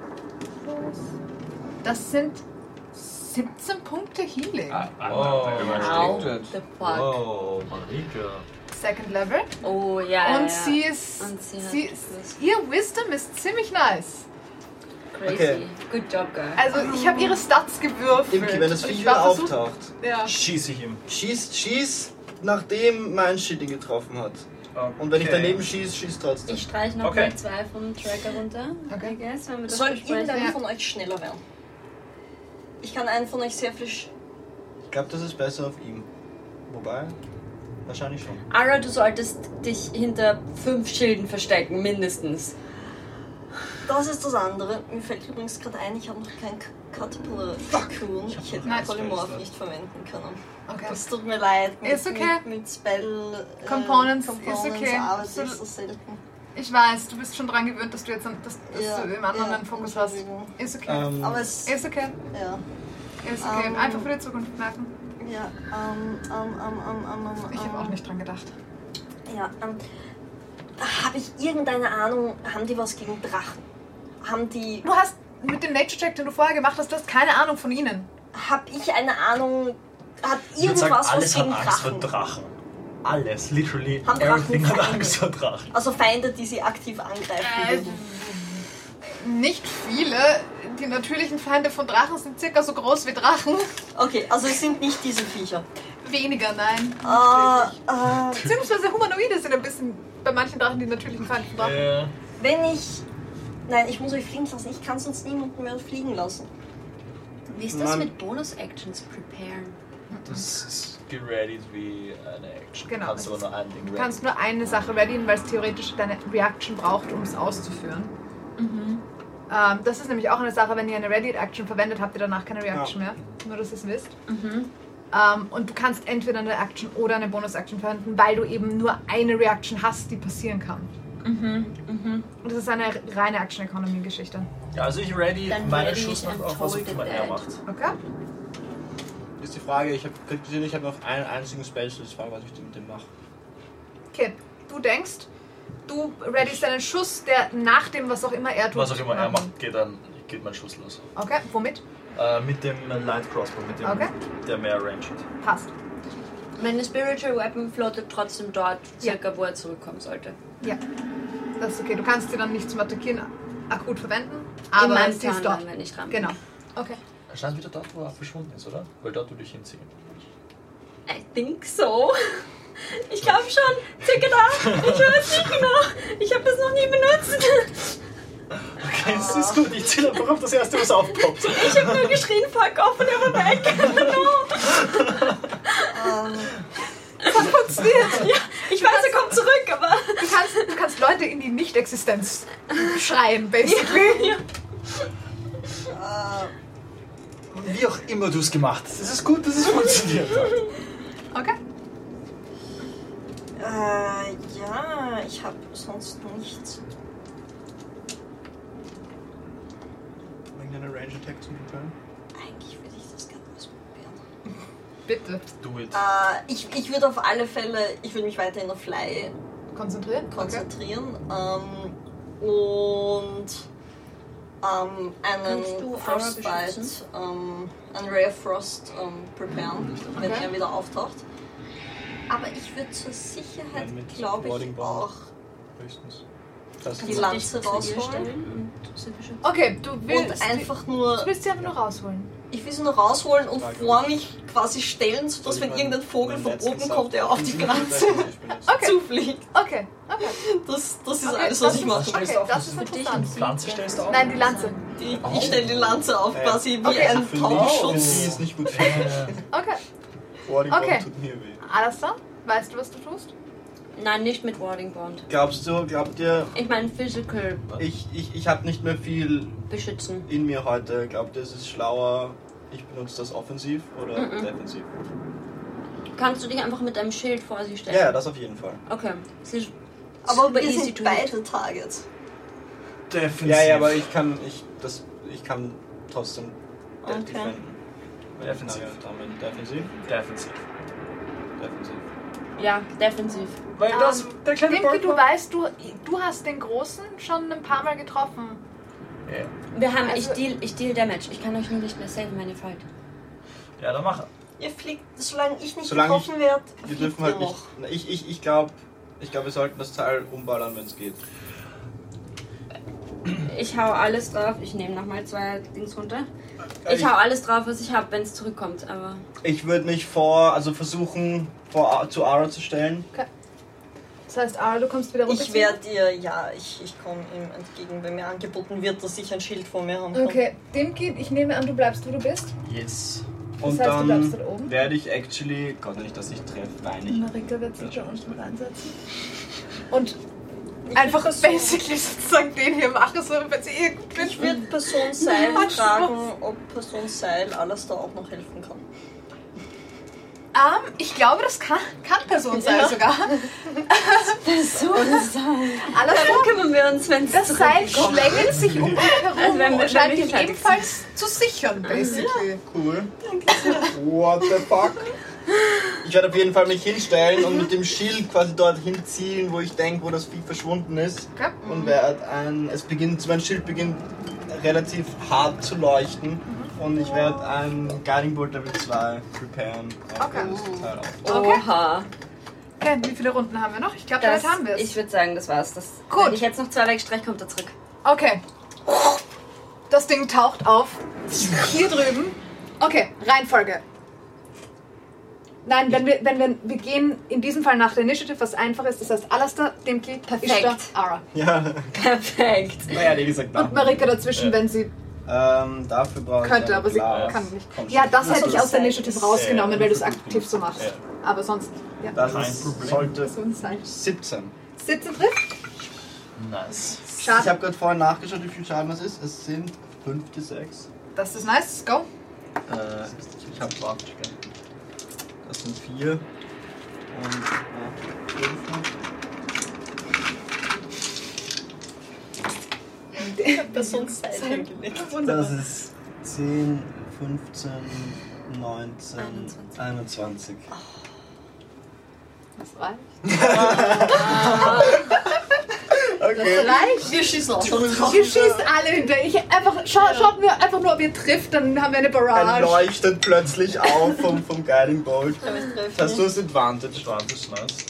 Das sind siebzehn Punkte Healing. Ah, Oh, How übersteigt the fuck? Oh, Marika. Second Level. Oh, ja, Und ja. sie ist, Und sie hat sie ist, ihr Wisdom ist ziemlich nice. Crazy. Okay. Good job, girl. Also ich habe ihre Stats gewürfelt. Imki, wenn das und Vieh ich wieder war versucht- auftaucht, Ja. Schieße ich ihm. schieß, schieß, nachdem mein Shit ihn getroffen hat. Okay. Und wenn ich daneben schieß, schieß trotzdem. Ich streiche noch Okay. mal zwei vom Tracker runter. Okay. I guess, wenn wir das Soll besprechen. irgendeiner Ja. von euch schneller werden? Ich kann einen von euch sehr viel... Sch Ich glaube, das ist besser auf ihm. Wobei, wahrscheinlich schon. Ara, du solltest dich hinter fünf Schilden verstecken, mindestens. Das ist das andere. Mir fällt übrigens gerade ein, ich habe noch kein Caterpillar Cocoon. Ich, hätte Nein. Polymorph nicht verwenden können. Okay. Das tut mir leid. Mit, Ist okay. Mit, mit Spell äh, Components, ist Components okay. aber es So- ist so selten. Ich weiß, du bist schon dran gewöhnt, dass du jetzt an- dass, dass Ja, du im anderen ja, einen Fokus hast. Entschuldigung. Ist okay. Ähm, Aber es... Ist okay. Ja. Ist okay. Ähm. Einfach für die Zukunft merken. Ja, ähm, ähm, ähm, ähm, ähm, ähm, Ich habe ähm, auch nicht dran gedacht. Ja, ähm, habe ich irgendeine Ahnung, haben die was gegen Drachen? Haben die, Du hast mit dem Nature-Check, den du vorher gemacht hast, du hast keine Ahnung von ihnen. hab ich eine Ahnung, hat Ich würde sagen, irgendwas was alles hat gegen Angst vor Drachen? Drachen. Alles, literally, Haben Drachen everything hat Feinde? Angst vor Drachen. Also Feinde, die sie aktiv angreifen Äh, würden. Nicht viele. Die natürlichen Feinde von Drachen sind circa so groß wie Drachen. Okay, also es sind nicht diese Viecher. Weniger, nein. Äh, äh, Beziehungsweise Humanoide sind ein bisschen bei manchen Drachen die natürlichen Feinde von Drachen. Äh, wenn ich... Nein, ich muss euch fliegen lassen. Ich kann sonst niemanden mehr fliegen lassen. Wie ist das Mann. mit Bonus-Actions preparen? das ist gereadied wie eine Action. Genau, Du kannst es aber nur ein Ding Du ready. kannst nur eine Sache readyen, weil es theoretisch deine Reaction braucht, um es auszuführen. Ähm, das ist nämlich auch eine Sache, wenn ihr eine Ready-Action verwendet, habt ihr danach keine Reaction mehr. Nur, dass ihr es wisst. Ähm, und du kannst entweder eine Action oder eine Bonus-Action verwenden, weil du eben nur eine Reaction hast, die passieren kann. Und das ist eine reine Action-Economy-Geschichte. Ja, also ich ready Dann meinen ready Schuss ich noch and auf was told auch immer it er that. macht. Okay? Ist die Frage, ich habe gesehen, ich habe noch einen einzigen Spell, das ist die Frage, was ich mit dem mache. Okay, du denkst, du readyst einen Schuss, der nach dem, was auch immer er tut. Was auch immer er machen. macht, geht, dann, geht mein Schuss los. Okay, womit? Äh, mit dem Light Crossbow, mit dem, Okay. der mehr Range hat. Passt. Meine Spiritual Weapon floatet trotzdem dort, Ja. circa wo er zurückkommen sollte. Ja, das ist okay. Du kannst sie dann nicht zum Attackieren akut verwenden, In aber meinem sie ist Turn, dort. dann, wenn ich dran bin. Genau. Okay. Er stand wieder dort, wo er verschwunden ist, oder? Weil dort würde ich hinziehen. I think so. Ich glaube schon. Circa da. Ich weiß nicht genau. Ich habe das noch nie benutzt. Okay, es ist gut. Ich zähle einfach auf das erste, was aufpoppt. Ich habe nur geschrien, fuck off, und er war weg. Ähm, Das hat funktioniert. Ja, ich weiß, er kommt zurück, aber... Du kannst, du kannst Leute in die Nicht-Existenz schreien, basically. äh, Wie auch immer du es gemacht hast. Es ist gut, dass es funktioniert hat. Okay. äh, ja, ich habe sonst nichts. Irgendeine Range Attack zum Preparen? Eigentlich würde ich das gerne ausprobieren. Bitte. Do it. Äh, ich ich würde auf alle Fälle, ich würde mich weiterhin auf Fly Konzentrieren. Okay. konzentrieren. Ähm, und ähm, einen Kannst du Aura Frostbite, beschützen? ähm, einen Ray of Frost ähm, preparen, wenn Okay. er wieder auftaucht. Aber ich würde zur Sicherheit, Dann mit glaube ich, Warding Bond. auch Höchstens. Das die ist Lanze Dich rausholen. stellen und sind wir schon- Okay, du willst, Und einfach die, nur, du willst sie einfach nur rausholen. ich will sie nur rausholen und Frage. vor mich quasi stellen, sodass Soll wenn ich irgendein Vogel meinen von letzten oben Saft kommt, er auf die Pflanze Okay. zufliegt. Okay, okay. Das, das ist okay alles, das was ich ist, mache. Okay, das ist Für dich interessant. und Pflanze stellst du auf? Nein, die Lanze. Ich, ich stelle die Lanze auf, Ja. quasi wie Okay. ein Für mich Taumschutz. ist nicht gut. Okay. Warding Okay. Bond tut mir weh. Alles klar? Weißt du, was du tust? Nein, nicht mit Warding Bond. Glaubst du, glaubt ihr, Ich meine Physical ich, ich, ich habe nicht mehr viel beschützen. in mir heute. Glaubt ihr, es ist schlauer, ich benutze das offensiv oder Mhm. defensiv? Kannst du dich einfach mit deinem Schild vor sie stellen? Ja, ja, das auf jeden Fall. Okay. Es ist Aber super wir easy sind to beide Targets. Defensiv. Ja, ja, aber ich kann, ich, das, ich kann trotzdem de- Okay. defenden. Defensiv. Ja, damit defensiv. Defensiv. Defensiv. Ja, defensiv. Weil das, der kleine Dimki, Bolt du war- weißt, du, du hast den Großen schon ein paar Mal getroffen. Ja, Wir haben, Also- ich deal, ich deal Damage. Ich kann euch nur nicht mehr saven, wenn ihr fallt. ja dann mach. Ihr fliegt, solange ich nicht Solange getroffen werde, Wir fliegt dürfen ihr halt noch. nicht. Ich, ich, ich glaube, ich glaub, wir sollten das Teil umballern, wenn es geht. Ich hau alles drauf. Ich nehme nochmal zwei Dings runter. Ich Ich, hau alles drauf, was ich habe, wenn es zurückkommt. Aber ich würde mich vor, also versuchen, vor zu Ara zu stellen. Das heißt, Ara, du kommst wieder runter. Ich werde dir, ja, ich, ich komme ihm entgegen, wenn mir angeboten wird, dass ich ein Schild vor mir habe. Okay, Dimki, ich nehme an, du bleibst, wo du bist. Yes. Und heißt, du bleibst dann dort oben? werde ich actually, Gott, wenn ich das nicht treffe, weine ich. Marika wird sich da unten reinsetzen. Und Ich einfach würd basically sozusagen den hier machen, so wenn sie irgendwie... Ich würde Person Seil Nein, fragen, ob Person Seil alles da auch noch helfen kann. Ähm, ich glaube, das kann, kann Person sein Ja. sogar. so ein Seil. Alles Darum kümmern wir uns, wenn es Das Seil schlängelt sich um dich herum Also wenn wir und scheint dich fertig ebenfalls zu sichern, basically. Cool. What the fuck? Ich werde auf jeden Fall mich hinstellen und mit dem Schild quasi dorthin zielen, wo ich denke, wo das Vieh verschwunden ist. Okay. Und werde ein, es beginnt, mein Schild beginnt relativ hart zu leuchten. Und ich werde ein Guiding Bolt Level zwei preparen. auf Okay. das Teil auf. Okay. Oha. Okay, wie viele Runden haben wir noch? Ich glaube, Das, damit haben wir es. ich würde sagen, das war's. Das, Gut. Wenn ich jetzt noch zwei wegstreiche, kommt er zurück. Okay. Das Ding taucht auf. Hier drüben. Okay, Reihenfolge. Nein, wenn wir, wenn wir, wir gehen in diesem Fall nach der Initiative, was einfach ist. Das heißt, Alastair, Dimki, Perfekt. Ishtar, Ara. Ja, Perfekt. naja, wie gesagt, Und Marika dazwischen, Ja. wenn sie ähm, dafür brauche ich könnte, ein aber sie Glas. kann nicht. Kommt Ja, schon. das hätte Also ich aus der das Initiative ist- rausgenommen, Ja, weil du es gut aktiv so machst. Ja. Aber sonst, ja. Das Kein ist, Problem. sollte So ein Seil. siebzehn. siebzehn trifft. Nice. Ich Schade. habe gerade vorhin nachgeschaut, wie viel Schaden das ist. Es sind fünf bis sechs. Das ist nice. Go. Äh, ich habe Das sind vier. Und äh, fünf. Person Seil hingelegt. Das ist zehn, fünfzehn, neunzehn, einundzwanzig. einundzwanzig. Das reicht. Okay. Reicht. Wir schießen auch schon drauf. Ihr schießt alle hinter. Ich einfach, scha schaut mir einfach nur, ob ihr trifft, dann haben wir eine Er Barrage. leuchtet plötzlich auf vom, vom Guiding Bolt. Hast du das Advantage? Advantage, nice.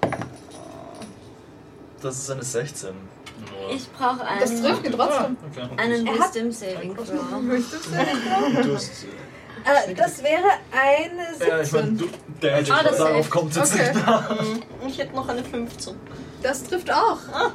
Das ist eine sechzehn. Nur. Ich brauche einen, Das trifft ihn trotzdem. Okay. einen Er hat- Wisdom Saving Throw. Möchtest du? Du hast, Äh, das wäre eine Ja, ich meine, siebzehn. du, der Ah, das darauf hilft. kommt jetzt Okay. nicht an. Ich hätte noch eine fünfzehn. Das trifft auch.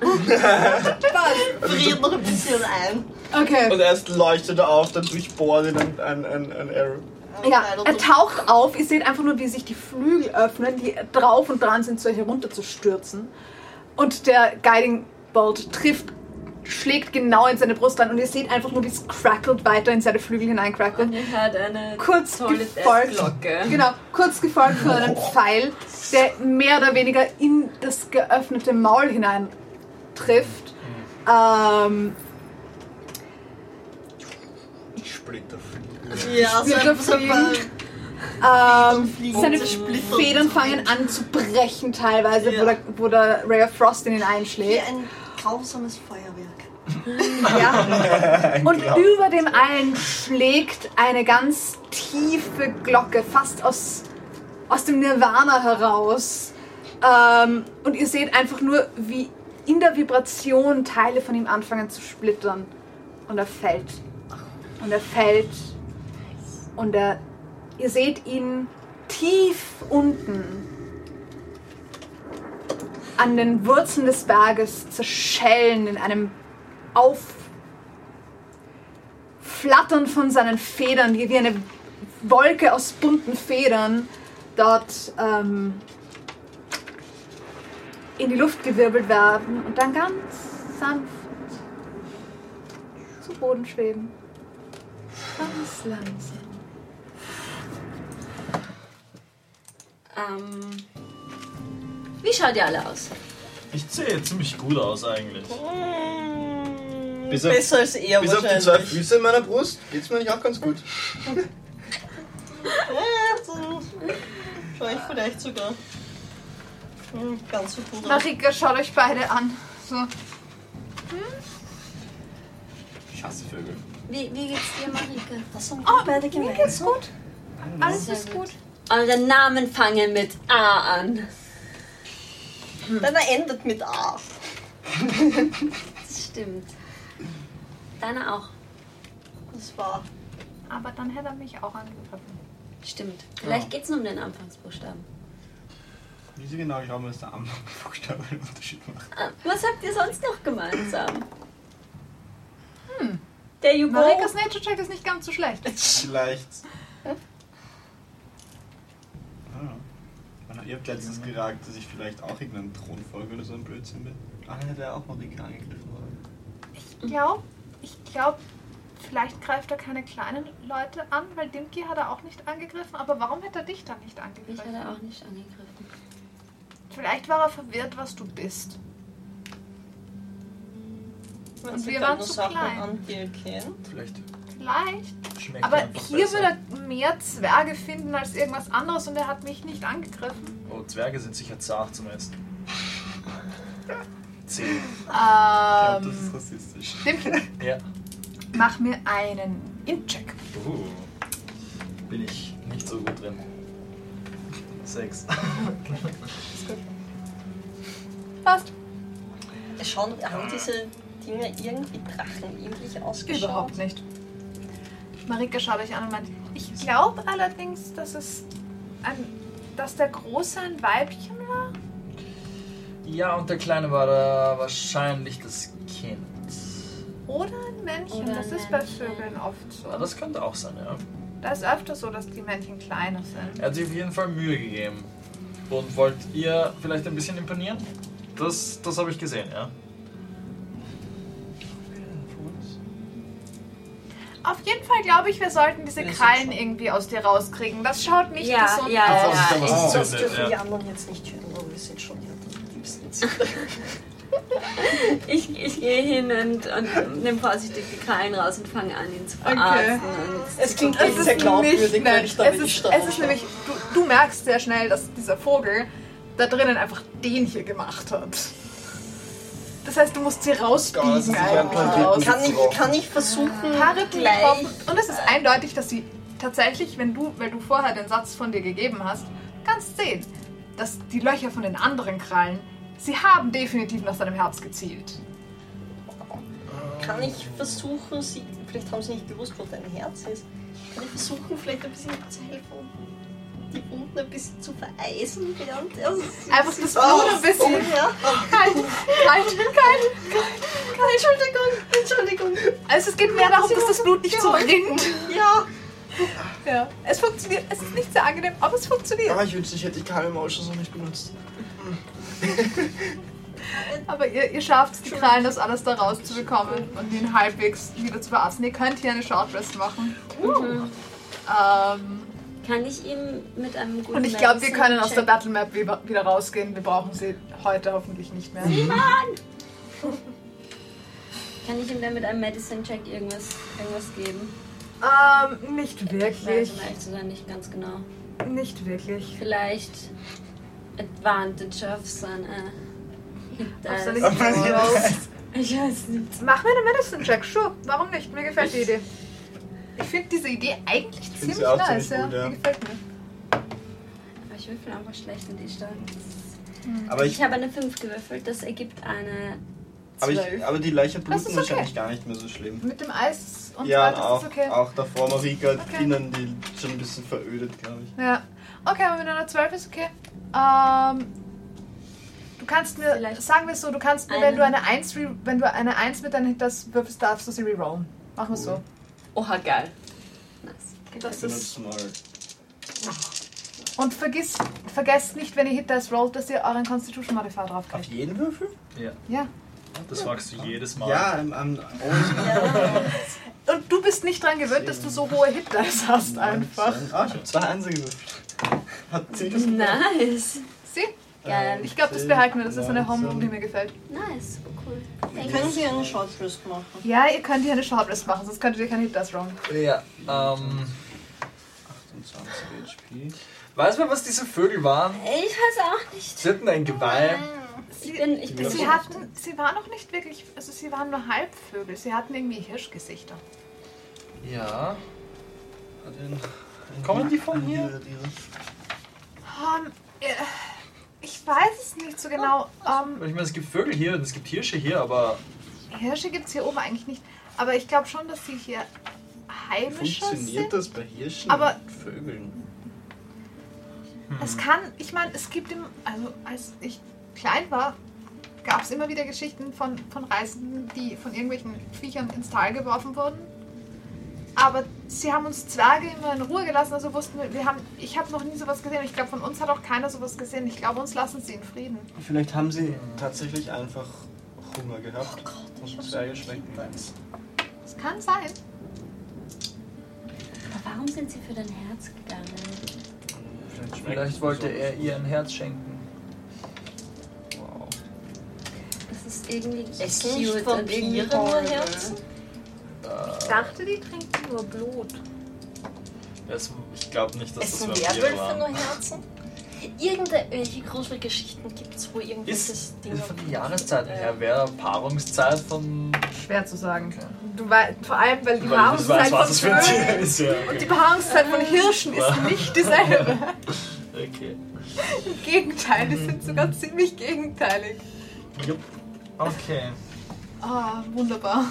Friert noch ein bisschen ein. Okay. und erst leuchtet er auf, dann durchbohrt ihn ein, ein, ein, ein Arrow. Ja, er taucht auf. Ihr seht einfach nur, wie sich die Flügel öffnen, die drauf und dran sind, so herunterzustürzen. Und der Guiding Bolt trifft, schlägt genau in seine Brust an. Und ihr seht einfach nur, wie es crackelt, weiter in seine Flügel hineincrackelt. Und er hat eine Kurz tolle gefolgt, Glocke. genau, kurz gefolgt von einem Pfeil, der mehr oder weniger in das geöffnete Maul hinein trifft. Ähm, Splitterfliege. Ja, so Wir ein so ein ähm, Fliegen seine zersplittern. Federn fangen an zu brechen teilweise, wo, Ja. der, wo der Ray of Frost in ihn wie einschlägt. ein grausames Feuerwerk. Ja. Und über dem allen schlägt eine ganz tiefe Glocke, fast aus, aus dem Nirvana heraus. Ähm, und ihr seht einfach nur, wie in der Vibration Teile von ihm anfangen zu splittern. Und er fällt. Und er fällt. Und er, ihr seht ihn tief unten an den Wurzeln des Berges zerschellen in einem Aufflattern von seinen Federn, die wie eine Wolke aus bunten Federn dort ähm, in die Luft gewirbelt werden und dann ganz sanft zu Boden schweben. Ganz langsam. Ähm, wie schaut ihr alle aus? Ich sehe ziemlich gut aus eigentlich. Bis auf, Besser als er bis auf die wahrscheinlich. zwei Füße in meiner Brust geht's mir eigentlich auch ganz gut. Ja, so schau ich vielleicht sogar hm, ganz so gut aus. Marika, schaut euch beide an. So. Schassvögel. Wie, wie geht's dir, Marika? Das haben wir Oh, beide mir gemeint. geht's gut. Alles Sehr ist gut. Eure Namen fangen mit A an. Deiner endet mit A. Das stimmt. Deine auch. Das war. Aber dann hätte er mich auch angegriffen. Stimmt. Vielleicht geht's nur um den Anfangsbuchstaben. Wie Sie genau glauben, dass der Anfangsbuchstabe einen Unterschied macht. Ah, was habt ihr sonst noch gemeinsam? Hm. Der Jugo. Marikas Nature Check ist nicht ganz so schlecht. Vielleicht. Ah. Ihr habt letztens gesagt, dass ich vielleicht auch irgendeine Thronfolge oder so ein Blödsinn bin. Ah, dann hätte er auch Marika angegriffen. Ich glaube, ich glaube, vielleicht greift er keine kleinen Leute an, weil Dimki hat er auch nicht angegriffen. Aber warum hätte er dich dann nicht Ich angegriffen? hatte auch nicht angegriffen. Vielleicht war er verwirrt, was du bist. Man Und sieht wir dann waren nur zu Sachen klein. an, die er kennt. Vielleicht Vielleicht. schmeckt Aber er einfach hier besser. würde er mehr Zwerge finden als irgendwas anderes und er hat mich nicht angegriffen. Oh, Zwerge sind sicher zart zum Essen. Zehn. Ich glaube, das ist Ähm, rassistisch. Dimki, Ja. mach mir einen Int-Check. Uh, bin ich nicht so gut drin. Sechs. Passt. Es schauen, haben diese Dinge irgendwie drachenähnlich ausgeschaut? Überhaupt nicht. Marika schaut euch an und meint, ich glaube allerdings, dass es ein, dass der Große ein Weibchen war. Ja, und der Kleine war da wahrscheinlich das Kind. Oder ein Männchen. Oder das ein ist bei Männchen. Vögeln oft so. Ja, das könnte auch sein, ja. Da ist öfter so, dass die Männchen kleiner sind. Er hat sich auf jeden Fall Mühe gegeben. Und wollt ihr vielleicht ein bisschen imponieren? Das, das habe ich gesehen, ja. Auf jeden Fall glaube ich, wir sollten diese Ja, das Krallen ist irgendwie aus dir rauskriegen. Das schaut nicht Ja, gesund ja, aus. Bevor sich da ja, was ich- Das entzündet, dürfen die ja. anderen jetzt nicht hören, aber wir sind schon ja die liebsten. Ich, ich gehe hin und, und nehme vorsichtig die Krallen raus und fange an, ihn zu verarzten. Und Es klingt Es echt ist sehr glaubwürdig, nicht, wenn nein, ich da es nicht ist, es ist nämlich, du, du merkst sehr schnell, dass dieser Vogel da drinnen einfach den hier gemacht hat. Das heißt, du musst sie Gott, das rausbiegen ist sicher ein eigentlich Planet raus. mit- Kann ich, kann ich versuchen, Haare gleich... getroffen. Und es ist eindeutig, dass sie tatsächlich, wenn du, weil du vorher den Satz von dir gegeben hast, kannst sehen, dass die Löcher von den anderen Krallen, sie haben definitiv nach seinem Herz gezielt. Kann ich versuchen, sie... Vielleicht haben sie nicht gewusst, wo dein Herz ist. Kann ich versuchen, vielleicht ein bisschen zu helfen, die Wunden ein bisschen zu vereisen, während er... Einfach das Blut ein bisschen. Ja. Kalt, kalt, kalt. Entschuldigung, Entschuldigung. Also es geht mehr darum, dass das Blut nicht so rinnt. Ja. Ja. Es funktioniert, es ist nicht sehr angenehm, aber es funktioniert. Ah, ich wünschte, ich hätte die Calm Emotions noch nicht benutzt. Aber ihr, ihr schafft es, die Krallen, das alles da rauszubekommen und ihn halbwegs wieder zu verarzten. Ihr könnt hier eine Short Rest machen. Mhm. Ähm, Kann ich ihm mit einem guten und ich glaube, wir können aus der Medicine-Check- Battle Map wieder wieder rausgehen. Wir brauchen sie heute hoffentlich nicht mehr. Kann ich ihm dann mit einem Medicine-Check irgendwas, irgendwas geben? Ähm, nicht Ich weiß, wirklich. um ehrlich zu sein, nicht ganz genau. Nicht wirklich. Vielleicht Advantage auf seine Hit Auf seine Dice. Hit Dice. Ich weiß nicht. Mach mir einen Medicine-Check, sure. Warum nicht? Mir gefällt die Idee. Ich finde diese Idee eigentlich find ziemlich sie auch nice. ziemlich Ja. gut, ja. Die gefällt mir. Aber ich würfel einfach schlecht in die Stadt. Aber Ich ich, habe eine fünf gewürfelt, das ergibt eine aber, zwölf. ich, aber die Leiche Das bluten ist okay. wahrscheinlich gar nicht mehr so schlimm. Mit dem Eis und Ja, so weiter auch, ist das okay. auch davor Marika Okay. innen, die schon ein bisschen verödet, glaube ich. Ja. Okay, aber mit einer zwölf ist okay. Ähm, du kannst mir, Vielleicht sagen wir es so, du kannst mir, eine- wenn du eine eins, re, wenn du eine eins mit deinem das würfelst, darfst du sie rerollen. Machen wir es so. Oha, geil. Nice. Das Ich ist, benutze mal. Und vergiss, vergesst nicht, wenn ihr Hit Dice rollt, dass ihr euren Constitution Modifier drauf Auf kriegt. jeden Würfel? Ja. Ja. Das fragst du jedes Mal. Ja, am, am Und du bist nicht dran gewöhnt, dass du so hohe Hit Dice hast einfach. Ah, ich habe zwei Einser gewürfelt. Hat ziemlich Nice. Sie? Geil. Ich glaube, das behalten wir. Das ist eine Home, die mir gefällt. Nice, cool. Können Sie einen Short Rest machen? Ja, ihr könnt hier eine Shortlist machen, sonst könntet ihr kein Hit Dice rollen. Ja, ähm... achtundzwanzig H P. Weiß man, was diese Vögel waren? Ich weiß auch nicht. Sie hatten ein Geweih. Ich bin, ich bin Sie hatten, sie waren noch nicht wirklich, also sie waren nur Halbvögel. Sie hatten irgendwie Hirschgesichter. Ja. Hat den- Kommen die von hier? Diese- diese- Um, äh, ich weiß es nicht so genau. Um, Ich meine, es gibt Vögel hier und es gibt Hirsche hier, aber Hirsche gibt es hier oben eigentlich nicht. Aber ich glaube schon, dass sie hier heimischer Funktioniert sind. das bei Hirschen Aber- und Vögeln? Es kann, ich meine, es gibt im, also als ich klein war, gab es immer wieder Geschichten von, von Reisenden, die von irgendwelchen Viechern ins Tal geworfen wurden. Aber sie haben uns Zwerge immer in Ruhe gelassen, also wussten wir, wir haben, ich habe noch nie sowas gesehen. Ich glaube, von uns hat auch keiner sowas gesehen. Ich glaube, uns lassen sie in Frieden. Vielleicht haben sie tatsächlich einfach Hunger gehabt und Zwerge schmecken. Das kann sein. Aber warum sind sie für dein Herz gegangen? Vielleicht, schmeckt vielleicht wollte er ihr ein Herz schenken. Wow. Das ist irgendwie Essen nicht cute und irgendwie Vampire nur horrible. Herzen? Ich dachte, die trinken nur Blut. Das, ich glaube nicht, dass Essen das Vampire Werwölfe waren. nur Herzen? Irgendwelche Gruselgeschichten gibt es, wo irgendwelches Ist, Ding... ist von den Jahreszeiten her, wäre Paarungszeit von... Schwer zu sagen. Du weißt, vor allem, weil die Weil ich nicht weiß, Paarungszeit was das für ein von Tier Vögeln ist. Ja, und die okay. Paarungszeit von Hirschen ist nicht dieselbe. Okay. Im Gegenteil, die sind sogar ziemlich gegenteilig. Jupp. Okay. Ah, wunderbar.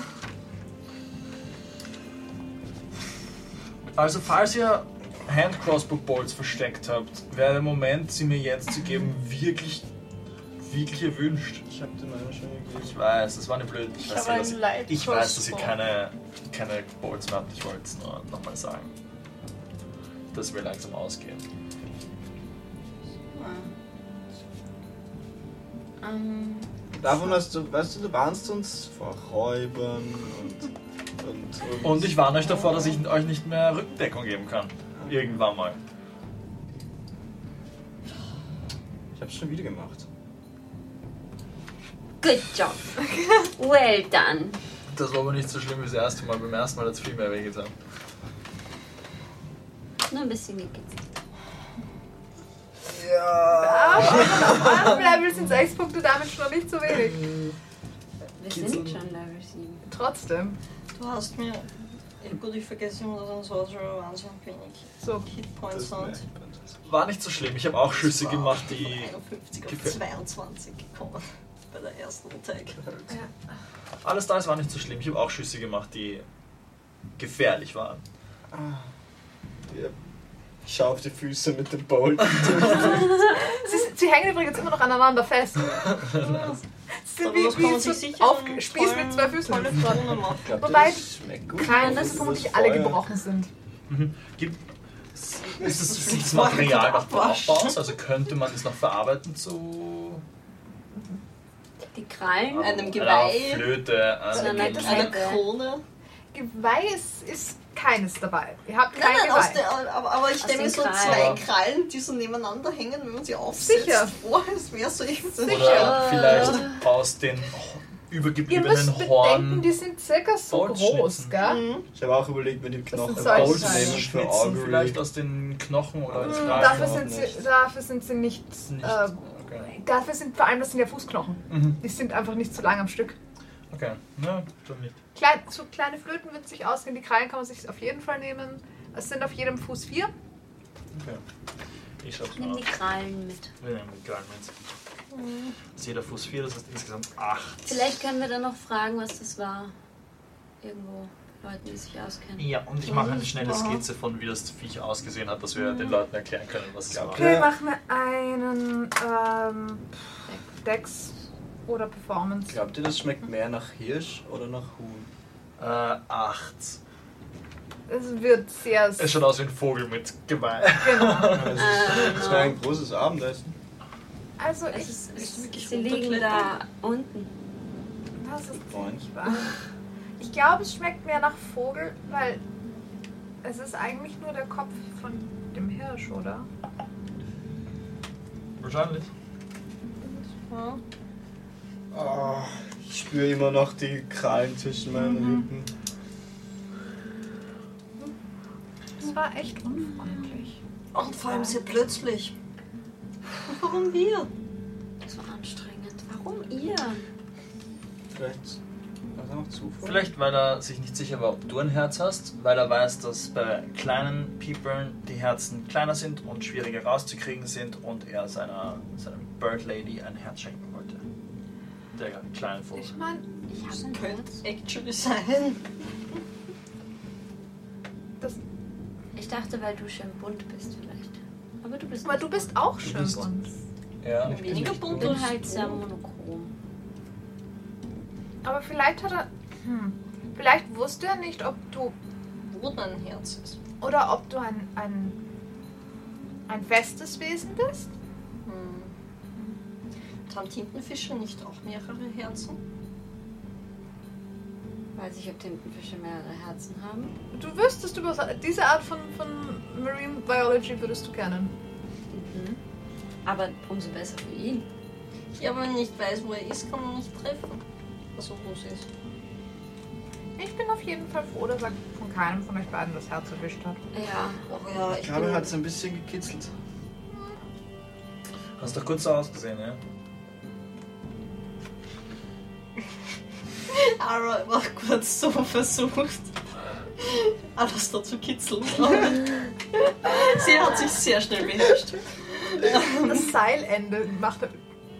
Also falls ihr Hand-Crossbow-Bolts versteckt habt, wäre der Moment, sie mir jetzt zu geben, wirklich, wirklich erwünscht. Ich habe dir meine schon gegeben. Ich weiß, das war eine blöde. Ich, Ich weiß, habe eh, dass, einen Light ich weiß, dass ihr Crossbow. keine, keine Bolts mehr habt. Ich wollte es nur nochmal sagen. Dass wir langsam ausgehen. Ähm, Davon hast du, weißt du, du warnst uns vor Räubern und. Und, Und ich warne euch davor, dass ich euch nicht mehr Rückdeckung geben kann. Irgendwann mal. Ich hab's schon wieder gemacht. good job. Well done. Das war aber nicht so schlimm wie das erste Mal. Beim ersten Mal hat es viel mehr wehgetan. Nur ein bisschen gekitzelt. Ja. Aber auf eurem Level sind sechs Punkte Damage noch nicht so wenig. Wir sind schon Level sieben. Trotzdem. Du hast mir... Ja gut, ich vergesse immer, dass ein Sorcerer wahnsinnig wenig So. Hitpoints hat. War nicht so schlimm. Ich habe auch Schüsse gemacht, die... einundfünfzig auf Gefähr- zweiundzwanzig gekommen bei der ersten Attack. Alles da, es war nicht so schlimm. Ich habe auch Schüsse gemacht, die gefährlich waren. Ja. Schau auf die Füße mit dem Bolt. Sie, sie hängen übrigens immer noch aneinander fest. Sie sind Aber wie, das kann wie man so sich sicher aufgespießt mit zwei Füßen. tolle Freunde machen. Wobei das schmeckt gut. Krallen, Das dass ist vermutlich das alle Feuer. gebrochen sind. Mhm. Gibt, ist das, sieht das Material noch brauchbar aus? Also könnte man es noch verarbeiten zu... Die Krallen. Einem einer Geweih. Flöte, So einer einer Gitarre. Eine Kette. Krone. Geweih ist, ist keines dabei. Ihr habt Nein, kein nein, aus Geweih. der, aber, aber ich Aus stelle mir den so Krallen. zwei Krallen, die so nebeneinander hängen, wenn man sie aufsetzt. Sicher. Vor, es wäre so irgendwie Oder vielleicht aus den Ihr übergebliebenen müsst bedenken, Horn... die sind circa so Bolzschnitzen. groß, gell? Mhm. Ich habe auch überlegt, mir die Knochen sind solche rauszunehmen für Schnitzen Augury. vielleicht aus den Knochen oder als Mm, Krallen. Dafür auch sind, sie, nicht. dafür sind sie nicht. Nicht. Äh, Okay. dafür sind vor allem, das sind ja Fußknochen. Mhm. Die sind einfach nicht so lang am Stück. Okay, ja, dann nicht. Klein, so kleine Flöten würden sich ausgehen, die Krallen kann man sich auf jeden Fall nehmen. Es sind auf jedem Fuß vier. Okay. Ich schreib's Nimm mal die auf. Krallen mit. Wir nehmen die Krallen mit. Das ist jeder Fuß vier, das ist insgesamt acht. Vielleicht können wir dann noch fragen, was das war. Irgendwo. Leuten, die sich auskennen. Ja, und ich mache eine schnelle Skizze von, wie das Viech ausgesehen hat, dass wir den Leuten erklären können, was es war. Okay, Ja. machen wir einen ähm, Dex oder Performance. Glaubt ihr, das schmeckt mehr nach Hirsch oder nach Huhn? Äh, acht. Es wird sehr... Es schaut aus wie ein Vogel mit Geweih. Genau. Das, das wäre ein großes Abendessen. Also Es ich... ist, ich es, wirklich sie liegen da unten. Das ist Freund. nicht wahr. Ich glaube, es schmeckt mehr nach Vogel, weil es ist eigentlich nur der Kopf von dem Hirsch, oder? Wahrscheinlich. Ja. Oh, ich spüre immer noch die Krallen zwischen meinen Lippen. Das war echt unfreundlich. Und vor allem sehr plötzlich. Und warum wir? Das war anstrengend. Warum ihr? Vielleicht war es auch Zufall. Vielleicht, weil er sich nicht sicher war, ob du ein Herz hast, weil er weiß, dass bei kleinen Peoplen die Herzen kleiner sind und schwieriger rauszukriegen sind und er seiner, seiner Bird Lady ein Herz schenken wollte. Der kleinen Vogel. Ich meine, Ich Das habe ein könnte Herz. actually sein. das, Ich dachte, weil du schön bunt bist vielleicht. Aber du bist aber du bist auch schön bist- bunt. Ja. Ich bin Weniger nicht bunt Ich bunt. bin halt sehr monochrom. Aber vielleicht hat er... Hm, vielleicht wusste er nicht, ob du... Wo dein Herz ist. Oder ob du ein, ein, ein festes Wesen bist. Hm. Haben Tintenfische nicht auch mehrere Herzen? Weiß ich, ob Tintenfische mehrere Herzen haben. Du wüsstest über diese Art von, von Marine Biology würdest du kennen. Mhm. Aber umso besser für ihn. Ja, aber wenn er nicht weiß, wo er ist, kann man nicht treffen. Also wo sie ist. Ich bin auf jeden Fall froh, dass er von keinem von euch beiden das Herz erwischt hat. Ja. Oh ja, Ich ich glaube, bin... er hat es ein bisschen gekitzelt. Hast doch kurz so ausgesehen, ja? Ara war kurz so versucht, alles da zu kitzeln. Aber sie hat sich sehr schnell beherrscht. Das Seilende macht er.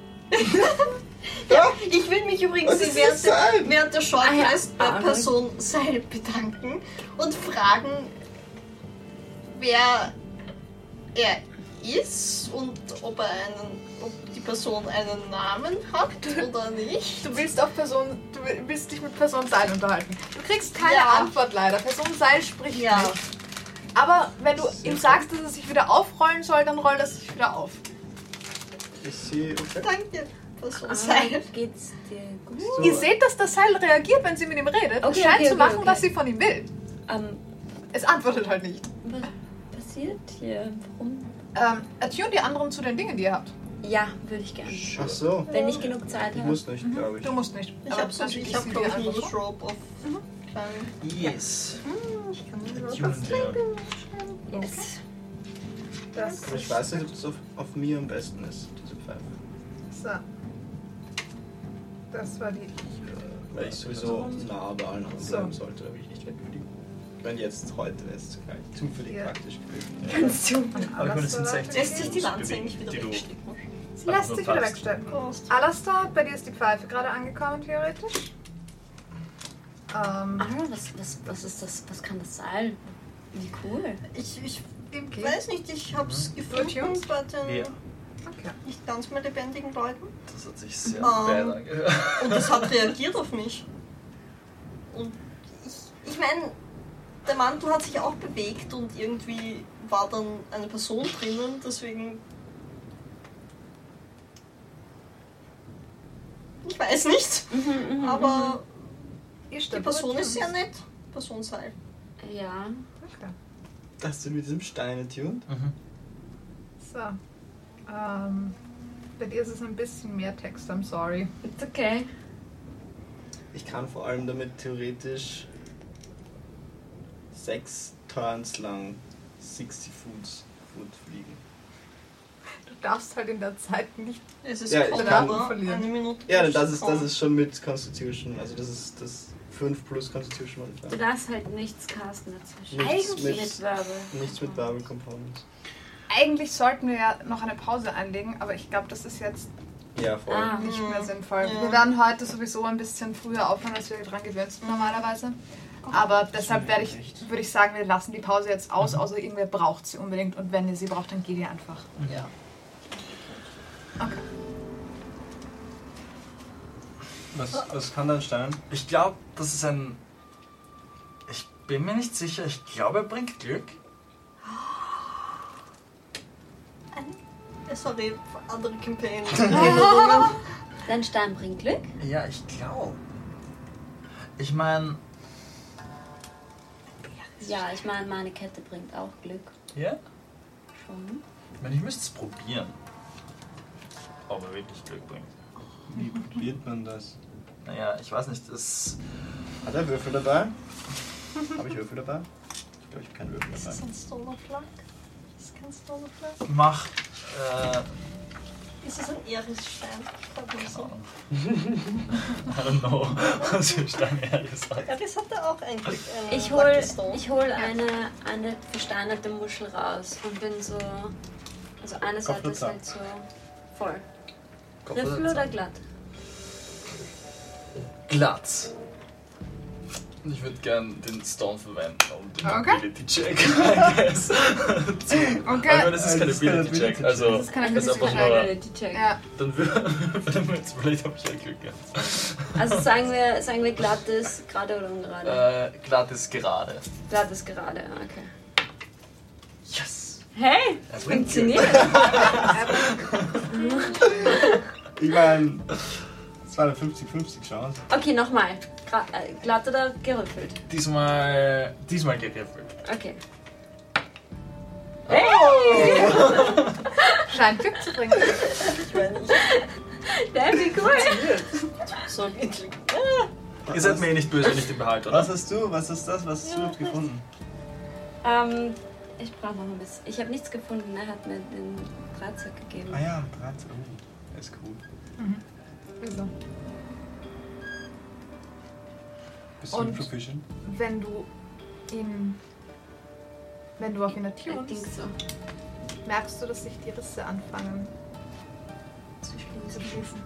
Ja, ich will mich übrigens Was ist während, das Seil? der, während der Shortlist Ah, ja. bei Ah, Person Seil bedanken und fragen, wer er ist und ob, er einen, ob die Person einen Namen hat oder nicht. Du willst auf Person, du willst dich mit Person Seil unterhalten. Du kriegst keine Ja. Antwort leider. Person Seil spricht Ja. nicht. Aber wenn du ihm sagst, dass er sich wieder aufrollen soll, dann rollt er sich wieder auf. Ist sie okay? Danke, Person Ah, Seil. geht's dir gut? So. Ihr seht, dass das Seil reagiert, wenn sie mit ihm redet. Okay, es scheint okay, zu okay, machen, okay. was sie von ihm will. Ähm, Es antwortet halt nicht. was passiert hier? Warum? Ähm, attune die anderen zu den Dingen, die ihr habt. Ja, würde ich gerne. Ach so. Wenn ich genug Zeit Ich habe. muss nicht, glaube ich. Du musst nicht. Ich Aber habe dann so, schicke ich hab, sie glaube dir ich, nur einfach das so. Rope auf kleinen. Yes. Ich kann nur Attunen wir. Yes. Das Aber ich weiß nicht, ob das auf, auf mir am besten ist, diese Pfeife. so. Das war die. Weil ich sowieso nah bei allen anderen So. bleiben sollte, damit ich nicht wegfliegen. Wenn jetzt heute wäre es zugleich zufällig Ja. praktisch gewesen. Kannst du? Aber ich meine, es sind sechzig. Lässt sich die Lanze bewegen, eigentlich wieder die du- wegstecken? Sie lässt nur sich wieder passt. wegstecken. Prost. Alastor, bei dir ist die Pfeife gerade angekommen, theoretisch. Ähm, Ah, was, was, was ist das? Was kann das sein? Wie cool. Ich, ich im Key. weiß nicht, ich hab's Mhm. gefunden Attuned? bei den Ja, Okay. nicht ganz mehr lebendigen Leuten. das hat sich sehr Ähm. bad angehört. Und es hat reagiert auf mich. Und ich, ich meine, der Mantel hat sich auch bewegt und irgendwie war dann eine Person drinnen, deswegen. Ich weiß nicht, aber Ihr die stimmt. Person ist sehr nett. Person Seil. Ja. Okay. Das du mit diesem Stein attuned? Mhm. So. Ähm, bei dir ist es ein bisschen mehr Text, I'm sorry. It's okay. Ich kann vor allem damit theoretisch sechs Turns lang sechzig Foot, Foot fliegen. Du darfst halt in der Zeit nicht. Es ist Ja, ich kaum, kann- aber verlieren. eine Minute. Ja, das ist, kaum. das ist schon mit Constitution, also das ist das fünf plus Constitution Du Modifier. darfst halt nichts casten dazwischen. Nichts Eigentlich mit, Mit Wirbel. nichts mit Babel Components. Eigentlich sollten wir ja noch eine Pause einlegen, aber ich glaube, das ist jetzt Ja, voll. Ah. nicht Mhm. mehr sinnvoll. Ja. Wir werden heute sowieso ein bisschen früher aufhören, als wir dran gewöhnt sind normalerweise. Aber deshalb werde ich, würde ich sagen, wir lassen die Pause jetzt aus, außer irgendwer braucht sie unbedingt. Und wenn ihr sie braucht, dann geht ihr einfach. Ja. Okay. Was, was kann dein Stein? Ich glaube, das ist ein. Ich bin mir nicht sicher. Ich glaube, er bringt Glück. Sorry, andere Campaign. Dein Stein bringt Glück? Ja, ich glaube. Ich meine... Ja, ich meine, meine Kette bringt auch Glück. Ja? Schon. Ich meine, ich müsste es probieren. Ob er wirklich Glück bringt. Wie probiert man das? Naja, ich weiß nicht, das... Hat er Würfel dabei? Habe ich Würfel dabei? Ich glaube, ich habe keinen Würfel Ist dabei. das ein Stone of Luck? Ist das kein Stone of Luck? Mach... Äh, Ist das ein Erisstein? Ich glaube nicht so. I don't know, was für Stein er gesagt. Eris hatte auch eigentlich einen Ich hol, Lucky Stone. ich hol eine, eine versteinerte Muschel raus und bin so. Also eine Seite ist Kopf halt so voll. Kopf Riffel oder oder glatt? Glatt. Ich würde gern den Stone verwenden, um den Okay. Ability-Check, I guess. Okay. Aber das ist kein Das ist kein Ability-Check, Ability-Check. also... Das ist kein das ist einfach Ability-Check. nur... Ability-Check. Ja. Dann würde jetzt vielleicht habe ich ja Glück gehabt. Also sagen wir, sagen wir glatt ist gerade oder ungerade? Äh, glatt ist gerade. Glatt ist gerade, okay. Yes! Hey, Er das bringt funktioniert. Ich meine, es war eine fünfzig fünfzig Chance. Okay, nochmal. Gra- äh, Glatt oder gerüffelt? Diesmal... Diesmal geriffelt. Okay. Scheint Glück zu bringen. Ich meine, ich Ja, wie cool. so wirklich. Ihr seid mir eh nicht böse, wenn ich den behalte, oder? Was hast du? Was ist das? Was hast du jetzt gefunden? Ähm, ich brauche noch ein bisschen. Ich habe nichts gefunden. Er hat mir den Dreizack gegeben. Ah ja, dreizehn. Oh, das ist cool. Wieso? Bist du Und- proficient? Wenn du ihn. Wenn du auf ihn Ich denke attunst, so. merkst du, dass sich die Risse anfangen Zu zu schließen. schließen.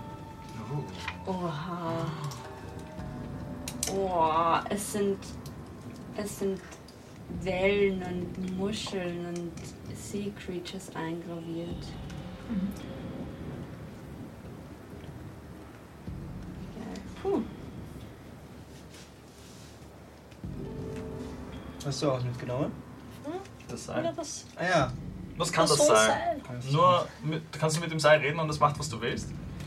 Oha. Boah, es sind. Es sind Wellen und Muscheln und Sea Creatures eingraviert. Ja, puh. Hast du auch mitgenommen? Das Oder Seil. was? Ah ja. Was kann das so ein sein? Seil. Nur, mit, kannst du mit dem Seil reden und das macht, was du willst?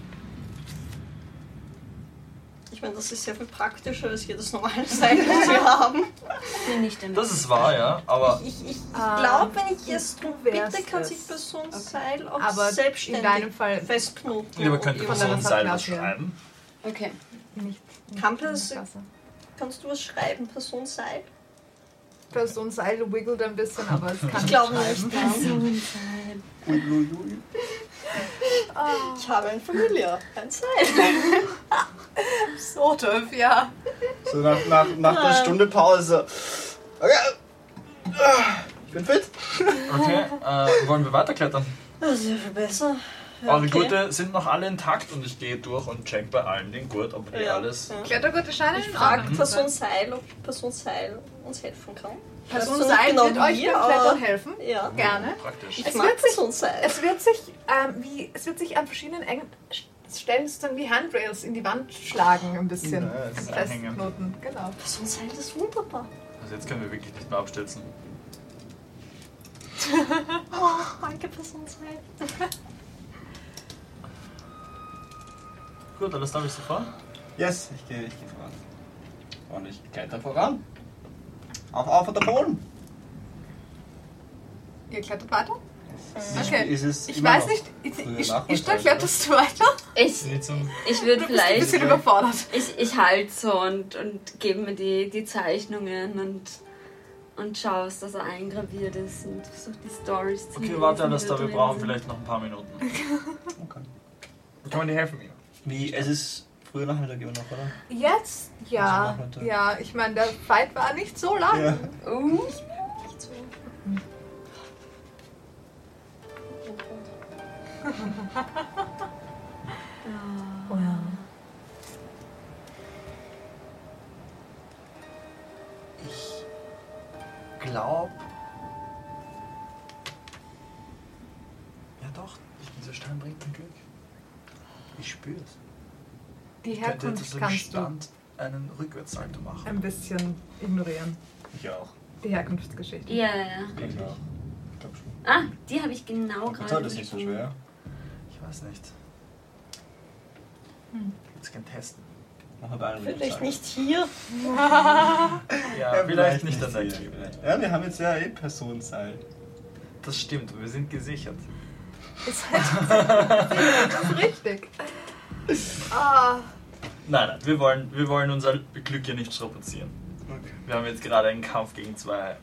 Ich meine, das ist sehr viel praktischer als jedes normale Seil, das wir haben. Bin nicht damit. Das ist wahr, ja, aber... Ich, ich, ich Ah, glaube, wenn ich es du drum wärst bitte, kann es. sich Person Okay. Seil auch Aber selbstständig in deinem Fall festknoten. Ja, aber könnte und Von Person deiner Seil was Klasse, ja. schreiben? Okay. nicht. nicht Kann in der das- Klasse. Kannst du was schreiben, Person Seil? Person Seil wiggelt ein bisschen, aber es kann Ich glaube schreiben. nicht. Personenseil. Uiuiui. Ich habe ein Familiar, ein Seil. So doof, ja. So nach, nach, nach der Stunde Pause. Okay. Ah, ich bin fit. Okay, äh, wollen wir weiterklettern? Das ist ja viel besser. Ja, Eure okay. Gurte sind noch alle intakt und ich gehe durch und check bei allen den Gurt, ob eh Ja, alles... ja. Klettergurte scheinen Ich in frage Ordnung zu Person sein. Seil, ob Person Seil uns helfen kann. Person Also Seil genau wird euch wir, beim aber- Klettern helfen. Ja. Gerne. Praktisch. Ich Es mag wird sich- Person Seil. Es wird sich, ähm, wie, es wird sich an verschiedenen engen Stellen sozusagen wie Handrails in die Wand schlagen, ein bisschen. Nice. Festknoten, genau. Person Seil ist wunderbar. Also jetzt können wir wirklich nicht mehr abstürzen. Oh, danke Person Seil. Gut, alles darf ich so vor? Yes, ich gehe ich geh voran. Und ich kletter voran. Auf, auf davon. Ihr klettert weiter? Ist, Okay. ist es Ich immer weiß noch nicht, früher ich, Nachmittag, ich, Ishtar, kletterst du weiter? Ich, Nee, zum ich würde Du bist ein bisschen vielleicht. überfordert. Ich, ich halte so und, und gebe mir die, die Zeichnungen und, und schaue, was da so eingraviert ist und versuche die Stories zu Okay, lesen, warte, die alles da da, wir drin brauchen sind. vielleicht noch ein paar Minuten. Okay. Kann man dir helfen, Mia? Wie, es ist früher Nachmittag immer noch, oder? Jetzt? Ja. Also Nachmittag. Ja, ich meine, der Fight war nicht so lang. Ja. Uh, Nicht so. Ich glaube... Ja doch, dieser Stein bringt mir Glück. Ich spüre es. Die Ich könnte jetzt Herkunft aus dem kannst du Stand einen Rückwärtssalto machen. Ein bisschen ignorieren. Ich auch. Die Herkunftsgeschichte. Ja, ja, ja. Ich auch. Ich glaube schon. Ah, die habe ich genau Das gerade. ist nicht so schwer. Ich weiß nicht. Hm. Jetzt gern testen. Machen wir beide Vielleicht nicht hier. Ja, Ja, vielleicht nicht an der hier, Kiew. vielleicht. Ja, wir haben jetzt ja eh Personenseil. Das stimmt, wir sind gesichert. Ist halt das ist richtig. Ah, Nein, nein, wir wollen, wir wollen unser Glück hier nicht strapazieren. Okay. Wir haben jetzt gerade einen Kampf gegen zwei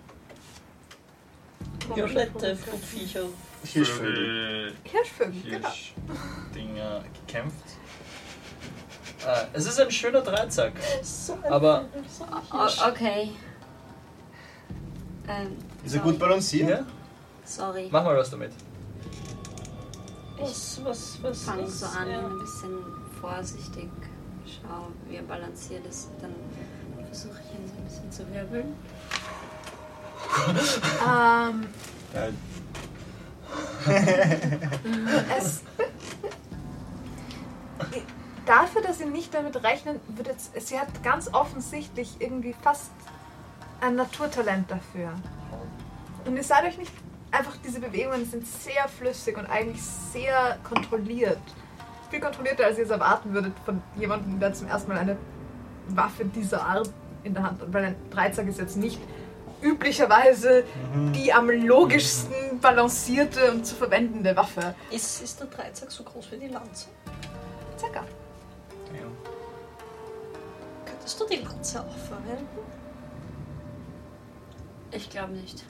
Violette Viecher. Hirschvögel. Vögel, Hirschvögel, genau. Hirschdinger gekämpft. Äh, es ist ein schöner Dreizack, So ein aber Oh, okay. Ähm, Ist er gut balanciert? ja? sorry. Mach mal was damit. Was, was, was Fang ist, so an, ja. ein bisschen vorsichtig. Schau, wie er balanciert ist. Dann versuche ich ihn so ein bisschen zu wirbeln. Ähm, Ja, es. Dafür, dass sie nicht damit rechnen, wird jetzt. Sie hat ganz offensichtlich irgendwie fast ein Naturtalent dafür. Und ihr seid euch nicht. Einfach diese Bewegungen sind sehr flüssig und eigentlich sehr kontrolliert. Viel kontrollierter, als ihr es erwarten würdet von jemandem, der zum ersten Mal eine Waffe dieser Art in der Hand hat. Weil ein Dreizack ist jetzt nicht üblicherweise die am logischsten balancierte und zu verwendende Waffe. Ist, ist der Dreizack so groß wie die Lanze? Circa. Könntest du die Lanze auch verwenden? Ich glaube nicht.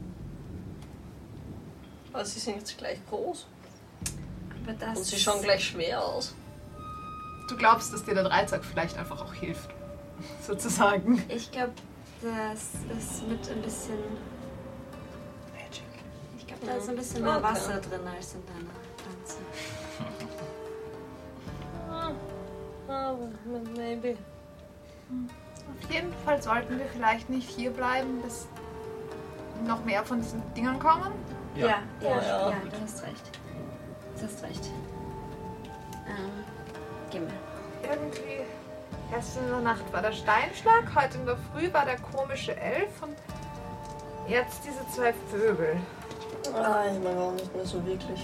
Also sie sind jetzt gleich groß. Aber das Und sie ist- schauen gleich schwer aus. Du glaubst, dass dir der Dreizack vielleicht einfach auch hilft. Sozusagen. Ich glaube, das ist mit ein bisschen. Ich glaube, da ist ein bisschen mehr Okay. Wasser drin als in deiner Pflanze. Ah, aber maybe. Auf jeden Fall sollten wir vielleicht nicht hier bleiben, bis noch mehr von diesen Dingern kommen. Ja, ja, ja, Oh, ja. ja, du hast recht. Du hast recht. Ähm, geh mal. Irgendwie gestern in der Nacht war der Steinschlag, heute in der Früh war der komische Elf und jetzt diese zwei Vögel. Ah, ich mag auch nicht mehr so wirklich.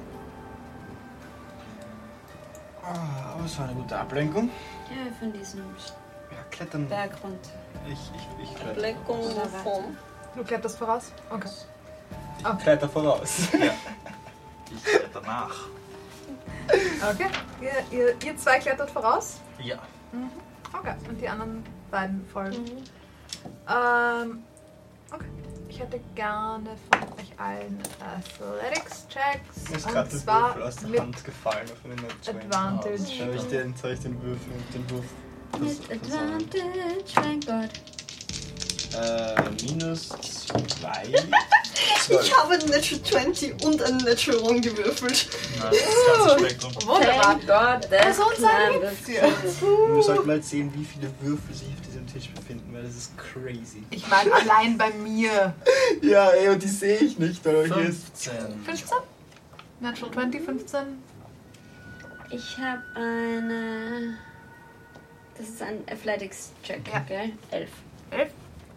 Ah, aber es war eine gute Ablenkung. Ja, von diesem Ja, klettern. Bergrund. Ich, ich, ich kletter. Ablenkung wovon? Du kletterst voraus? Okay. Ich kletter voraus. Ja. Ich kletter nach. Okay. Ihr, ihr, ihr zwei klettert voraus? Ja. Mhm. Okay. Und die anderen beiden folgen. Mhm. Ähm, okay. Ich hätte gerne von euch allen Athletics-Checks. Mir ist Und gerade der zwar Würfel aus der mit Hand gefallen auf einen Nat Advantage. Soll ich den, soll ich den Würfel und den Wurf Mit vers- versauen? Advantage, thank God. Äh, minus zwei. Ich habe einen Natural zwanzig und einen Natural One gewürfelt. Nein, das ganze Spektrum. Wunderbar. Thank God, das Person sein climbed hilft the dir. Wir sollten mal sehen, wie viele Würfel sich auf diesem Tisch befinden, weil das ist crazy. Ich meine, allein bei mir. Ja, ey, und die sehe ich nicht, oder hier ist. fünfzehn. fünfzehn? Natural zwanzig, fünfzehn. Ich habe eine. Das ist ein Athletics-Check, Ja. gell? Elf. elf.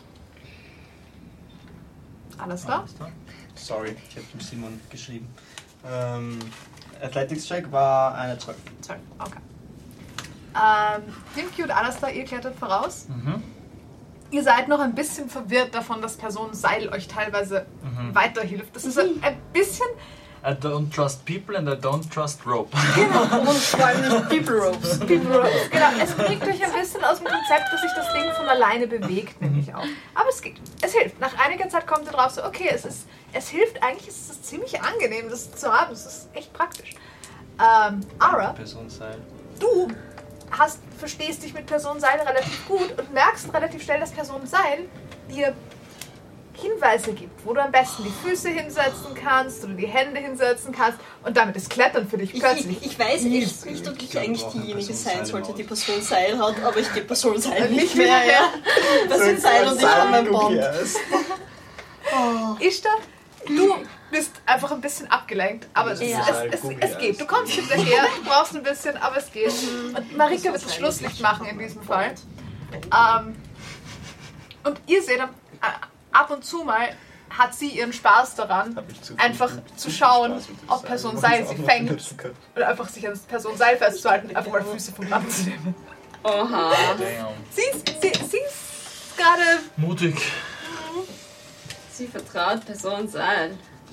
Alles klar? Alles klar. Sorry, ich habe dem Simon geschrieben. Ähm, Athletics Check war eine zwölf. zwölf. Okay. Ähm, Dimki und Alastair, ihr klettert voraus. Mhm. Ihr seid noch ein bisschen verwirrt davon, dass Personenseil euch teilweise Mhm. weiterhilft. Das ist ein, ein bisschen. I don't trust people and I don't trust rope. Und vor allem nicht People Ropes. Genau, es bringt euch ein bisschen aus dem Konzept, dass sich das Ding von alleine bewegt, nämlich auch. Aber es geht. Es hilft. Nach einiger Zeit kommt ihr drauf so, okay, es ist, es hilft eigentlich, es ist ziemlich angenehm, das zu haben. Es ist echt praktisch. Ähm, Ara, Personenseil. du hast, verstehst dich mit Personenseil relativ gut und merkst relativ schnell, dass Personenseil dir Hinweise gibt, wo du am besten die Füße hinsetzen kannst oder die Hände hinsetzen kannst und damit ist Klettern für dich Ich, plötzlich. ich, ich weiß echt easy. nicht, ob ich glaube, eigentlich wir brauchen diejenige Person sein Seil sollte, im die Haus. Person Seil hat, aber ich gebe Person Seil Nicht nicht mehr mehr, her. Person Seil und ich haben ein Bond. Ishtar, du bist einfach ein bisschen abgelenkt, aber es, Ja. es, es, es geht. Du kommst hinterher, du brauchst ein bisschen, aber es geht. Und Marika wird das Schlusslicht machen in diesem Fall. Ähm, und ihr seht, äh, ab und zu mal hat sie ihren Spaß daran, einfach zu schauen, ob Person Seil sie fängt. Oder einfach sich an Person Seil festzuhalten und einfach mal Füße vom Rand zu nehmen. Oha. Sie ist, sie, sie ist gerade mutig. Sie vertraut Person Seil.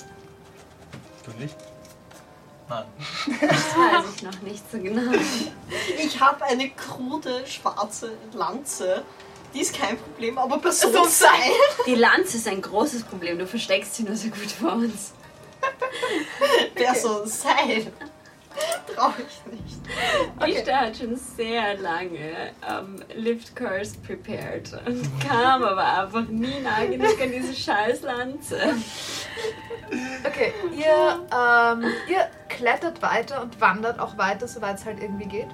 Du nicht? Nein. Das weiß ich noch nicht so genau. Ich habe eine krude schwarze Lanze. Die ist kein Problem, aber Person So Seil. Die Lanze ist ein großes Problem. Du versteckst sie nur so gut vor uns. Person Seil. Trau ich nicht. Okay. Ich hat schon sehr lange ähm, Lift Curse prepared und kam aber einfach nie nah genug an diese scheiß Lanze. Okay, ihr, ähm, ihr klettert weiter und wandert auch weiter, soweit es halt irgendwie geht.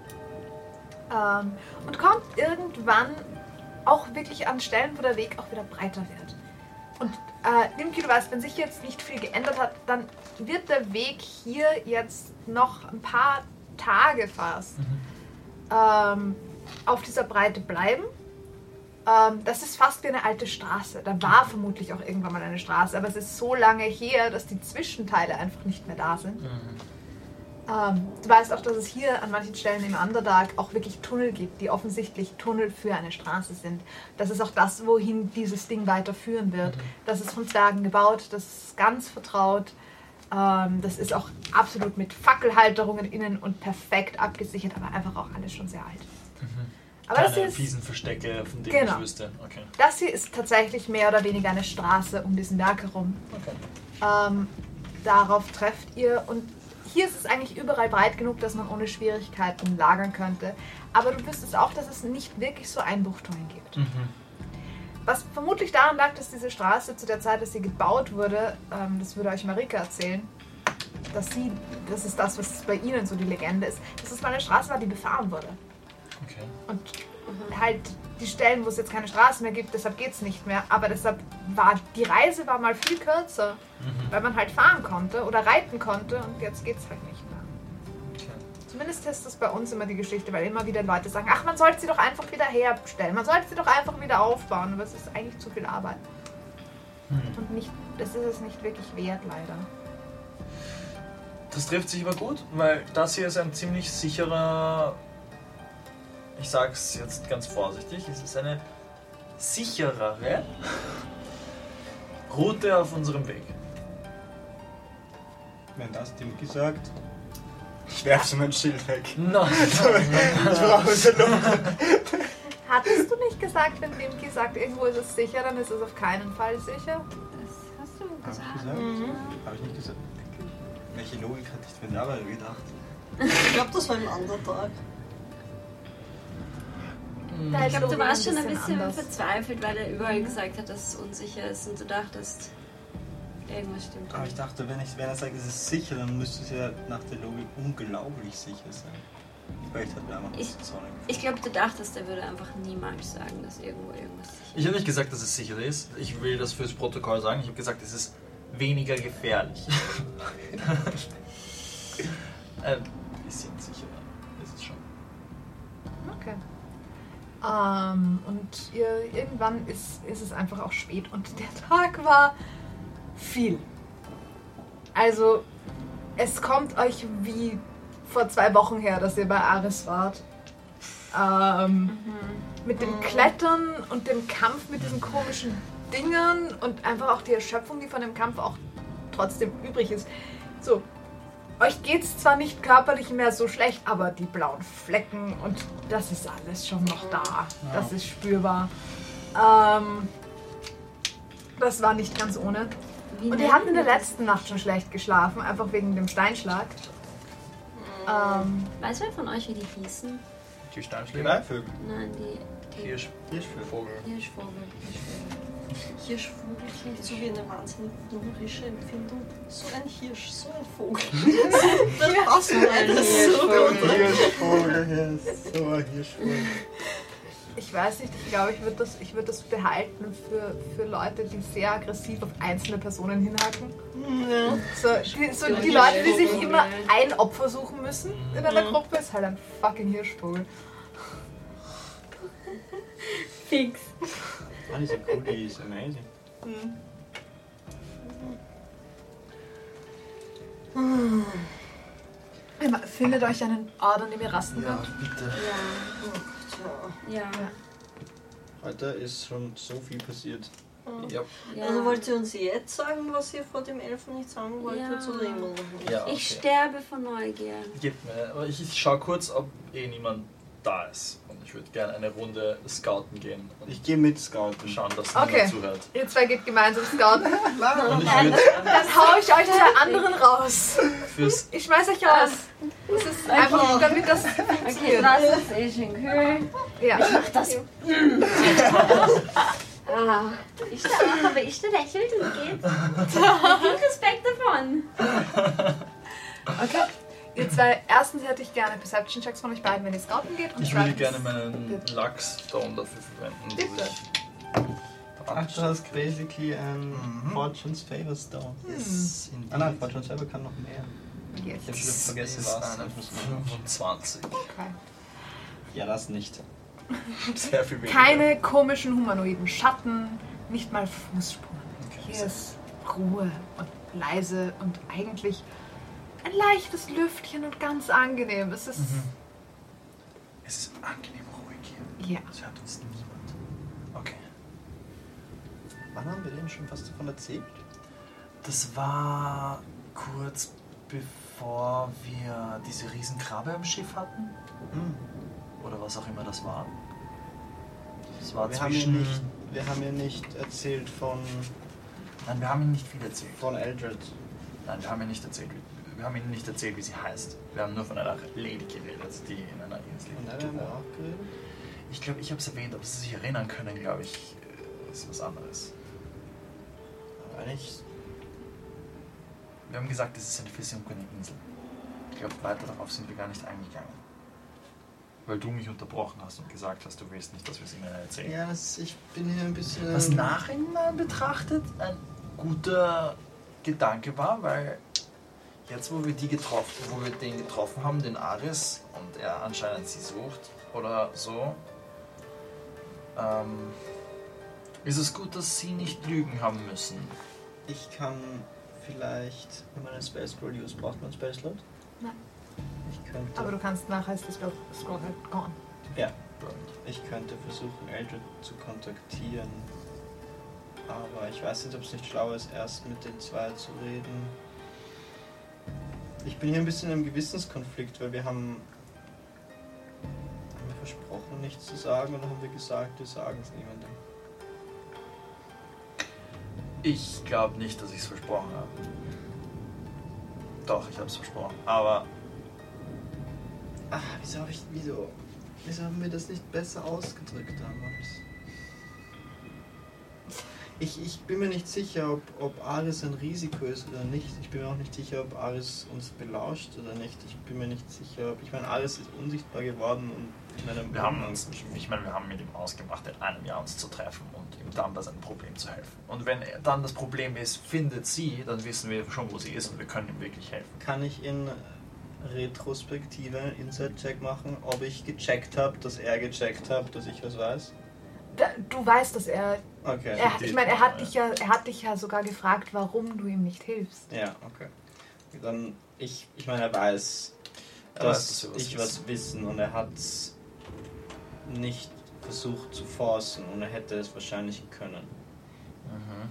Ähm, und kommt irgendwann auch wirklich an Stellen, wo der Weg auch wieder breiter wird. Und äh, Nimki, du weißt, wenn sich jetzt nicht viel geändert hat, dann wird der Weg hier jetzt noch ein paar Tage fast mhm. ähm, auf dieser Breite bleiben. Ähm, das ist fast wie eine alte Straße. Da war vermutlich auch irgendwann mal eine Straße, aber es ist so lange her, dass die Zwischenteile einfach nicht mehr da sind. Mhm. Ähm, du weißt auch, dass es hier an manchen Stellen im Underdark auch wirklich Tunnel gibt, die offensichtlich Tunnel für eine Straße sind. Das ist auch das, wohin dieses Ding weiterführen wird. Mhm. Das ist von Zwergen gebaut, das ist ganz vertraut. Ähm, das ist auch absolut mit Fackelhalterungen innen und perfekt abgesichert, aber einfach auch alles schon sehr alt. Mhm. Aber Keine das hier ist, fiesen Verstecke, von denen genau. ich wüsste. Okay. Das hier ist tatsächlich mehr oder weniger eine Straße um diesen Berg herum. Okay. Ähm, darauf trefft ihr und hier ist es eigentlich überall breit genug, dass man ohne Schwierigkeiten lagern könnte. Aber du wüsstest auch, dass es nicht wirklich so Einbuchtungen gibt. Mhm. Was vermutlich daran lag, dass diese Straße zu der Zeit, dass sie gebaut wurde, ähm, das würde euch Marika erzählen, dass sie, das ist das, was bei ihnen so die Legende ist, dass es mal eine Straße war, die befahren wurde. Okay. Und mhm. halt die Stellen, wo es jetzt keine Straße mehr gibt, deshalb geht es nicht mehr. Aber deshalb war die Reise war mal viel kürzer, mhm. weil man halt fahren konnte oder reiten konnte und jetzt geht es halt nicht mehr. Okay. Zumindest ist das bei uns immer die Geschichte, weil immer wieder Leute sagen, ach, man sollte sie doch einfach wieder herstellen, man sollte sie doch einfach wieder aufbauen, aber es ist eigentlich zu viel Arbeit. Mhm. Und nicht, das ist es nicht wirklich wert, leider. Das trifft sich aber gut, weil das hier ist ein ziemlich sicherer... Ich sage es jetzt ganz vorsichtig, es ist eine sicherere Route auf unserem Weg. Wenn das Dimki sagt, ich werfe mein Schild weg. Nein. Ich brauche es ja noch. Hattest du nicht gesagt, wenn Dimki sagt, irgendwo ist es sicher, dann ist es auf keinen Fall sicher? Das hast du Hab gesagt. ich gesagt? Mhm. Habe ich nicht gesagt. Welche Logik hatte ich denn dabei gedacht? Ich glaube, das war im Underdark. Ich glaube, du warst schon ein bisschen anders. verzweifelt, weil er überall gesagt hat, dass es unsicher ist und du dachtest, irgendwas stimmt. Aber ich dachte, wenn, ich, wenn er sagt, es ist sicher, dann müsste es ja nach der Logik unglaublich sicher sein. Vielleicht hat mir einfach Ich, das Sonne ich glaube, du dachtest, er würde einfach niemals sagen, dass irgendwo irgendwas sicher ist. Ich habe nicht gesagt, dass es sicher ist. Ich will das fürs Protokoll sagen. Ich habe gesagt, es ist weniger gefährlich. Ein bisschen sicherer ist es schon. Okay. Ähm, und ihr, irgendwann ist, ist es einfach auch spät und der Tag war viel. Also, es kommt euch wie vor zwei Wochen her, dass ihr bei Ares wart. Ähm, mhm. Mit dem Klettern und dem Kampf mit diesen komischen Dingern und einfach auch die Erschöpfung, die von dem Kampf auch trotzdem übrig ist. So, euch geht's zwar nicht körperlich mehr so schlecht, aber die blauen Flecken und das ist alles schon noch da. Das ist spürbar. Ähm, das war nicht ganz ohne. Und ihr habt in der letzten Nacht schon schlecht geschlafen, einfach wegen dem Steinschlag. Ähm, Weiß wer von euch, wie die hießen? Die Steinschläge? Greifvögel. Nein, die... die Hirsch. Hirschvögel. Hirschvogel. Hirschvogel. Hirschvogel klingt so wie eine wahnsinnig numerische Empfindung. So ein Hirsch, so ein Vogel. Das passt mir alles so gut. Hirschvogel, ja, so ein Hirschvogel. ich weiß nicht, ich glaube, ich würde das, ich würd das behalten für, für Leute, die sehr aggressiv auf einzelne Personen hinhacken. Ja. So, die, so die Leute, die sich immer ein Opfer suchen müssen in einer Gruppe, ist halt ein fucking Hirschvogel. Fix. Ah, die ist ja cool, die ist amazing. Emma, findet euch einen Ort, an dem ihr rasten Ja, könnt. bitte. Ja. Ja. Heute ist schon so viel passiert. Ja. Ja. Also wollt ihr uns jetzt sagen, was ihr vor dem Elfen nicht sagen wolltet, Ja. oder immer noch nicht? Ja, okay. Ich sterbe von Neugier. Gib mir, aber ich, ich schau kurz, ob eh niemand da ist. Und ich würde gerne eine Runde scouten gehen und Ich gehe mit Scouten. schauen, dass Okay. niemand zuhört. Ihr zwei geht gemeinsam scouten. Und ich würde Dann hau ich euch zwei anderen raus. fürs Ich schmeiß euch raus. Das ist einfach, damit das Okay, funktioniert. das ist eh schon cool. Ja. Das. Ah, ich da auch, aber ich da lächelt und geht. Viel Respekt davon. Okay. Ihr zwei, erstens hätte ich gerne Perception-Checks von euch beiden, wenn ihr scouten geht. Und Ich würde zweitens- gerne meinen Luckstone dafür verwenden. dass Bitte. ich- Ach, du hast basically ein Mhm. Fortune's Favor Stone. Yes, Ah nein, Fortune's Favor kann noch mehr. Yes. Ich hab schon Das vergessen, ist was. eine Ich muss mal- fünfundzwanzig. Okay. Ja, das nicht. Sehr viel weniger. Keine komischen humanoiden Schatten, nicht mal Fußspuren. Okay, Hier sehr- ist Ruhe und leise und eigentlich ein leichtes Lüftchen und ganz angenehm. Es ist. Mhm. Es ist angenehm ruhig hier. Ja. Es hört uns niemand. Okay. Wann haben wir denn schon was davon erzählt? Das war kurz bevor wir diese Riesenkrabbe im Schiff hatten. Hm. Oder was auch immer das war. Das war Wir haben, ja zwischen... nicht, wir haben ja nicht erzählt von, Nein, wir haben ihnen nicht viel erzählt. von Eldred. Nein, wir haben ihnen nicht erzählt, wie, wir haben ihnen nicht erzählt, wie sie heißt. Wir haben nur von einer Lady geredet, die in einer Insel Und da haben wir auch geredet. Ich glaube, ich habe es erwähnt, ob sie sich erinnern können, glaube ich, äh, ist was anderes. Aber eigentlich, Wir haben gesagt, es ist eine fissionkönige Insel. Ich glaube, weiter darauf sind wir gar nicht eingegangen. Weil du mich unterbrochen hast und gesagt hast, du willst nicht, dass wir es ihnen erzählen. ja, das, ich bin hier ein bisschen... Was ähm, nachhinein betrachtet ein guter Gedanke war, weil jetzt, wo wir die getroffen, wo wir den getroffen haben, den Aris, und er anscheinend sie sucht oder so, ähm, ist es gut, dass sie nicht lügen haben müssen. Ich kann vielleicht, wenn man einen Space Scroll use, braucht man einen Space Slot? Nein. Ich könnte, Aber du kannst nachher ist das Scroll Scroll halt gone. ja, ich könnte versuchen, Eldred zu kontaktieren. Aber ich weiß nicht, ob es nicht schlau ist, erst mit den zwei zu reden. Ich bin hier ein bisschen im Gewissenskonflikt, weil wir haben, haben wir versprochen, nichts zu sagen, oder haben wir gesagt, wir sagen es niemandem. Ich glaube nicht, dass ich es versprochen habe. Doch, ich habe es versprochen. Aber Ah, wieso habe ich, wieso, wieso haben wir das nicht besser ausgedrückt damals? Ich, ich bin mir nicht sicher, ob, ob Aris ein Risiko ist oder nicht. Ich bin mir auch nicht sicher, ob Aris uns belauscht oder nicht. Ich bin mir nicht sicher, ob... Ich meine, Aris ist unsichtbar geworden und... Ich meine, wir haben uns, ich meine, wir haben mit ihm ausgemacht, in einem Jahr uns zu treffen und ihm dann bei seinem Problem zu helfen. Und wenn er dann das Problem ist, findet sie, dann wissen wir schon, wo sie ist und wir können ihm wirklich helfen. Kann ich in Retrospektive einen Inside-Check machen, ob ich gecheckt habe, dass er gecheckt hat, dass ich was weiß? Da, du weißt, dass er. Okay. er ich meine, er hat dich ja, er hat dich ja sogar gefragt, warum du ihm nicht hilfst. Ja, okay. Dann, ich, ich meine, er weiß, Er dass weiß, dass wir was ich wissen. was wissen und er hat nicht versucht zu forcen und er hätte es wahrscheinlich können. Mhm.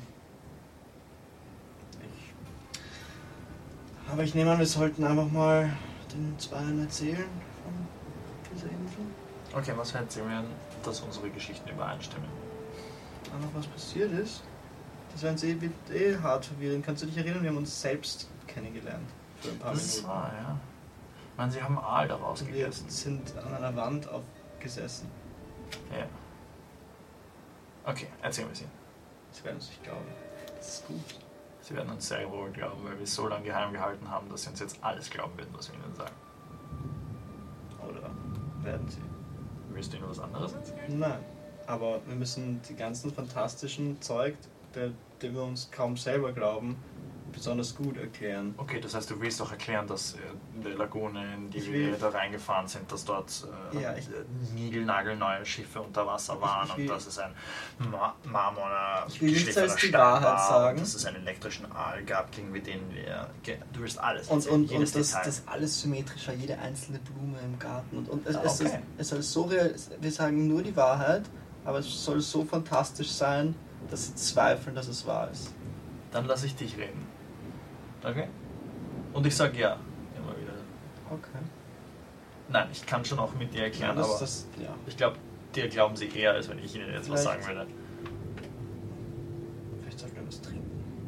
Ich, aber ich nehme an, wir sollten einfach mal den Zweien erzählen von dieser Insel. Okay, was erzählen wir, dass unsere Geschichten übereinstimmen? Einfach was passiert ist. Das wäre uns eh, eh hart verwirrend. Kannst du dich erinnern, wir haben uns selbst kennengelernt für ein paar Das Minuten. war, ja. Ich meine, sie haben Aal daraus Und wir gegessen. sind an einer Wand aufgesessen. Ja. Okay, erzählen wir sie. Sie werden uns nicht glauben. Das ist gut. Sie werden uns sehr wohl glauben, weil wir es so lange geheim gehalten haben, dass sie uns jetzt alles glauben werden, was wir ihnen sagen. Oder werden sie? Willst du ihnen was anderes erzählen? Nein. Aber wir müssen die ganzen fantastischen Zeug, der, dem wir uns kaum selber glauben, besonders gut erklären. Okay, das heißt, du willst auch erklären, dass äh, in der Lagune, in die Ich wir will- da reingefahren sind, dass dort äh, Ja, ich- niegelnagelneue Schiffe unter Wasser waren ich will- und dass es ein Ma marmorner, Ich will nichts geschliffener als die Stein Wahrheit war sagen. und dass es einen elektrischen Aal gab, gegen den wir... Ge du willst alles Und, erzählen, und, jedes und das, Detail. das alles symmetrisch war, jede einzelne Blume im Garten. Und, und es, Ah, es, okay. es, es soll so real, wir sagen nur die Wahrheit, aber es soll so fantastisch sein, dass sie zweifeln, dass es wahr ist. Dann lasse ich dich reden. Okay? Und ich sage ja, immer wieder. Okay. Nein, ich kann schon auch mit dir erklären, das, aber das, ja. ich glaube, dir glauben sie eher, als wenn ich ihnen jetzt was Vielleicht. sagen würde. Vielleicht sollten wir was trinken.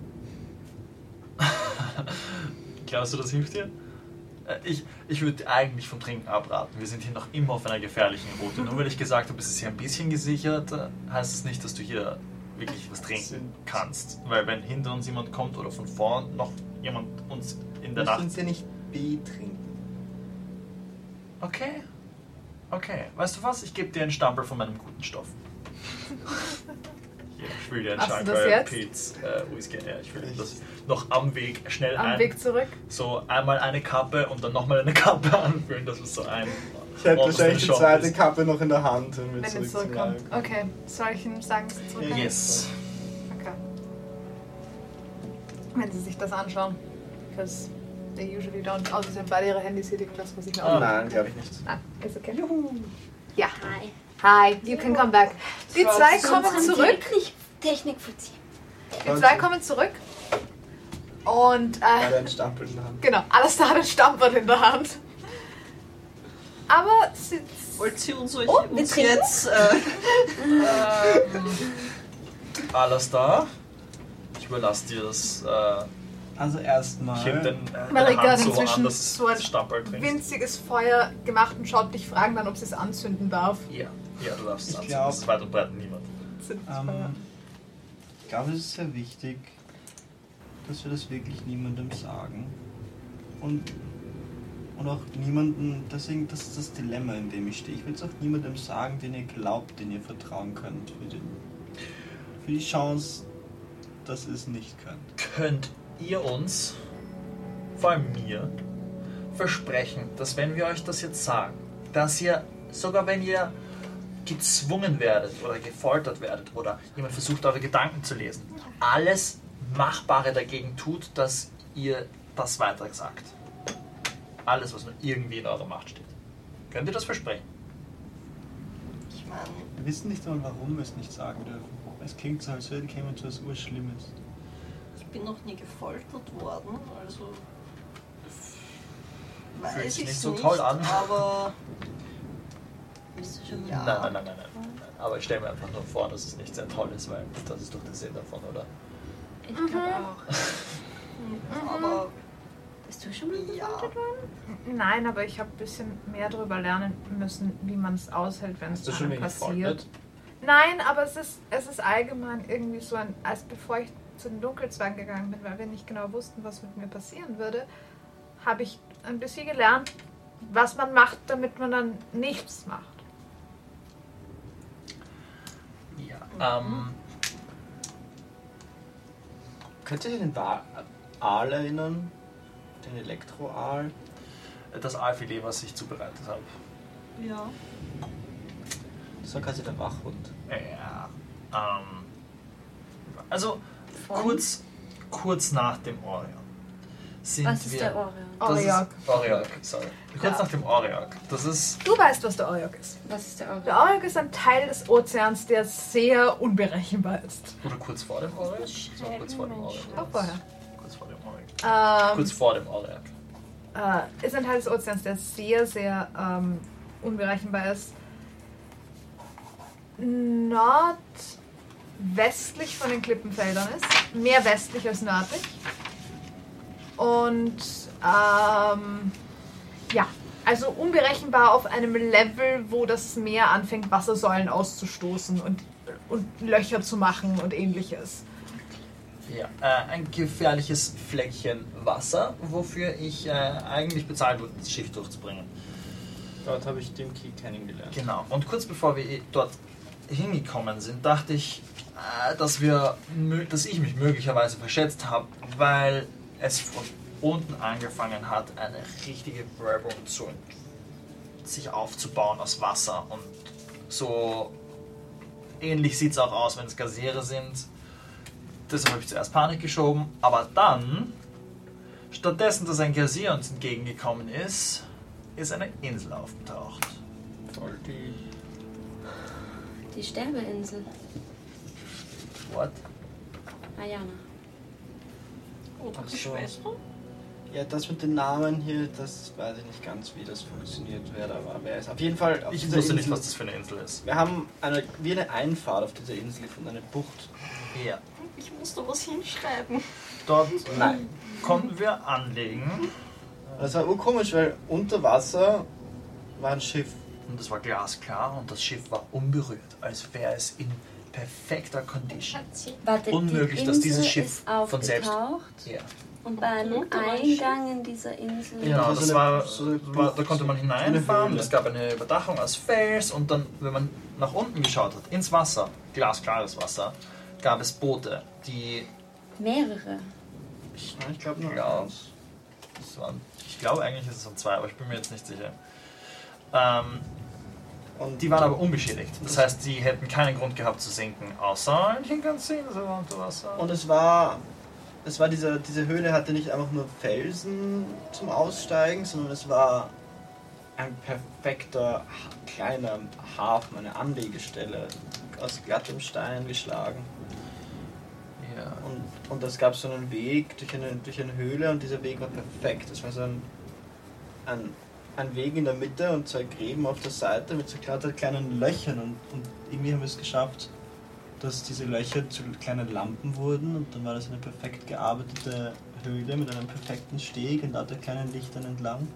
Glaubst du, das hilft dir? Äh, Ich, ich würde eigentlich vom Trinken abraten. Wir sind hier noch immer auf einer gefährlichen Route. Nur weil ich gesagt habe, es ist hier ein bisschen gesichert, äh, heißt es nicht, dass du hier wirklich was trinken Sind- kannst. Weil wenn hinter uns jemand kommt oder von vorn noch jemand uns in der Wir Nacht... müssen sie nicht betrinken. Okay. Okay. Weißt du was? Ich gebe dir einen Stapel von meinem guten Stoff. Ja, ich will dir einen Hast du Stapel das jetzt? Pilz, äh, Whisky. Ja, ich will Echt? das noch am Weg schnell Am ein... Weg zurück. So einmal eine Kappe und dann nochmal eine Kappe anfüllen, dass es so ein... Ich hätte ordentliches wahrscheinlich die Shot zweite ist. Kappe noch in der Hand, wenn wir Wenn zurück es zum zurückkommt. Lager Okay. Soll ich ihm sagen, dass es zurückkommt? Yes. Okay. Wenn sie sich das anschauen. Because they usually don't. Außer sie haben beide ihre Handys hier liegen, das muss ich mir Ah. auch. Nein, glaube ich nicht. Ah, ist okay. Ja. Hi. Hi, you can come back. Die zwei kommen zurück. Technik verziehen. Die zwei kommen zurück. Und, Beide äh, einen Stapel in der Hand. genau, alles da hat ein Stammbad in der Hand. Aber sie. Wollt ihr uns, euch, Oh, wir uns trinken? jetzt... Äh, Alles da. Ich überlasse dir das. Äh, Also erstmal. ich heb den, äh, deine Marika Hand hat so inzwischen an, dass so ein das Stamperl trinkst. winziges Feuer gemacht und schaut dich fragen dann, ob sie es anzünden darf. Ja, ja, du darfst es Ich anziehen. glaub- Das ist weit und breit niemand. Zündet das Feuer. Ähm, ich glaube, es ist sehr wichtig, dass wir das wirklich niemandem sagen. Und, und auch niemandem, deswegen, das ist das Dilemma, in dem ich stehe. Ich will es auch niemandem sagen, den ihr glaubt, den ihr vertrauen könnt. Für, den, für die Chance, dass ihr es nicht könnt. Könnt ihr uns, vor allem mir, versprechen, dass wenn wir euch das jetzt sagen, dass ihr, sogar wenn ihr gezwungen werdet oder gefoltert werdet oder jemand versucht, eure Gedanken zu lesen, alles Machbare dagegen tut, dass ihr das weiter sagt. Alles, was nur irgendwie in eurer Macht steht. Könnt ihr das versprechen? ich meine, Wir wissen nicht einmal, warum wir es nicht sagen dürfen. Es klingt so, als würde käme zu etwas Urschlimmes. ich bin noch nie gefoltert worden, also... Fühlt Weiß sich ich nicht so nicht, toll an. aber... Bist du schon Ja. Nein, nein, nein, nein, nein, nein. Aber ich stelle mir einfach nur vor, dass es nicht sehr toll ist, weil das ist doch der Sinn davon, oder? Ich glaube auch. Aber... Bist du schon mal Ja. gefoltert worden? Nein, aber ich habe ein bisschen mehr darüber lernen müssen, wie man es aushält, wenn es Hast du einem schon wen passiert. gefoltert? Nein, aber es ist, es ist allgemein irgendwie so ein, als bevor ich zu den Dunkelzwergen gegangen bin, weil wir nicht genau wussten, was mit mir passieren würde, habe ich ein bisschen gelernt, was man macht, damit man dann nichts macht. Ja. Ähm, Könnt ihr euch an den Wa- Aal erinnern? Den Elektroaal? das Aalfilet, was ich zubereitet habe. Ja. Das war quasi der Wachhund. Ja. Ähm, also, kurz, kurz nach dem Orion sind Was ist wir... der Orion? Das Oriok. Ist, Oriok, sorry. Kurz Ja. nach dem Oriok. Das ist... Du weißt, was der Oriok ist. Was ist der Orion? Der Oriok ist ein Teil des Ozeans, der sehr unberechenbar ist. Oder kurz vor dem Oriok? So, kurz vor dem Oriok. Auch vorher. Kurz vor dem Oriok. Ähm, Kurz vor dem Oriok. äh, ist ein Teil des Ozeans, der sehr, sehr ähm, unberechenbar ist. Nordwestlich von den Klippenfeldern ist. Mehr westlich als nördlich. Und ähm, ja, also unberechenbar auf einem Level, wo das Meer anfängt, Wassersäulen auszustoßen und, und Löcher zu machen und ähnliches. Ja, äh, ein gefährliches Fleckchen Wasser, wofür ich äh, eigentlich bezahlt wurde, das Schiff durchzubringen. Dort habe ich den Key kennengelernt. Genau. Und kurz bevor wir dort hingekommen sind, dachte ich, äh, dass wir, mö- dass ich mich möglicherweise verschätzt habe, weil es von unten angefangen hat, eine richtige Wölbung zu, sich aufzubauen aus Wasser und so ähnlich sieht es auch aus, wenn es Gasiere sind. Deshalb habe ich zuerst Panik geschoben, aber dann, stattdessen, dass ein Gasier uns entgegengekommen ist, ist eine Insel aufgetaucht. Voll die. Die Sterbeinsel. What? Ayana. Oder die Ach so. Schwester? Ja, das mit den Namen hier, das weiß ich nicht ganz, wie das funktioniert, wer da war, wer ist. Auf jeden Fall. Auf Ich dieser wusste Insel, nicht, was das für eine Insel ist. Wir haben eine, wie eine Einfahrt auf dieser Insel gefunden, eine Bucht. Ja. Ich muss da was hinschreiben. Dort Nein. konnten wir anlegen Das war urkomisch, weil unter Wasser war ein Schiff. und es war glasklar und das Schiff war unberührt, als wäre es in perfekter Condition. Warte, Unmöglich, die dass Insel dieses Schiff ist von selbst- aufgetaucht Ja. und bei einem Und da war ein Eingang in dieser Insel. Genau, das das ist war, eine- so eine war, Bucht, da konnte man so eine hineinfahren, Höhle. es gab eine Überdachung aus Fels und dann, wenn man nach unten geschaut hat, ins Wasser, glasklares Wasser, gab es Boote, die, Mehrere. Ich, ich glaube nur Ja. eins. das waren, ich glaube eigentlich ist es um zwei, aber ich bin mir jetzt nicht sicher. Ähm, Und die waren aber unbeschädigt, das heißt, sie hätten keinen Grund gehabt zu sinken, außer ich kann sehen, das war unter Wasser. Und es war, es war diese, diese Höhle hatte nicht einfach nur Felsen zum Aussteigen, sondern es war ein perfekter ha- kleiner Hafen, eine Anlegestelle aus glattem Stein geschlagen. Ja. Und, und es gab so einen Weg durch eine, durch eine Höhle und dieser Weg war perfekt. Das war so ein, ein, ein Weg in der Mitte und zwei Gräben auf der Seite mit so lauter kleinen Löchern und, und irgendwie haben wir es geschafft, dass diese Löcher zu kleinen Lampen wurden und dann war das eine perfekt gearbeitete Höhle mit einem perfekten Steg und lauter kleinen Lichtern entlang.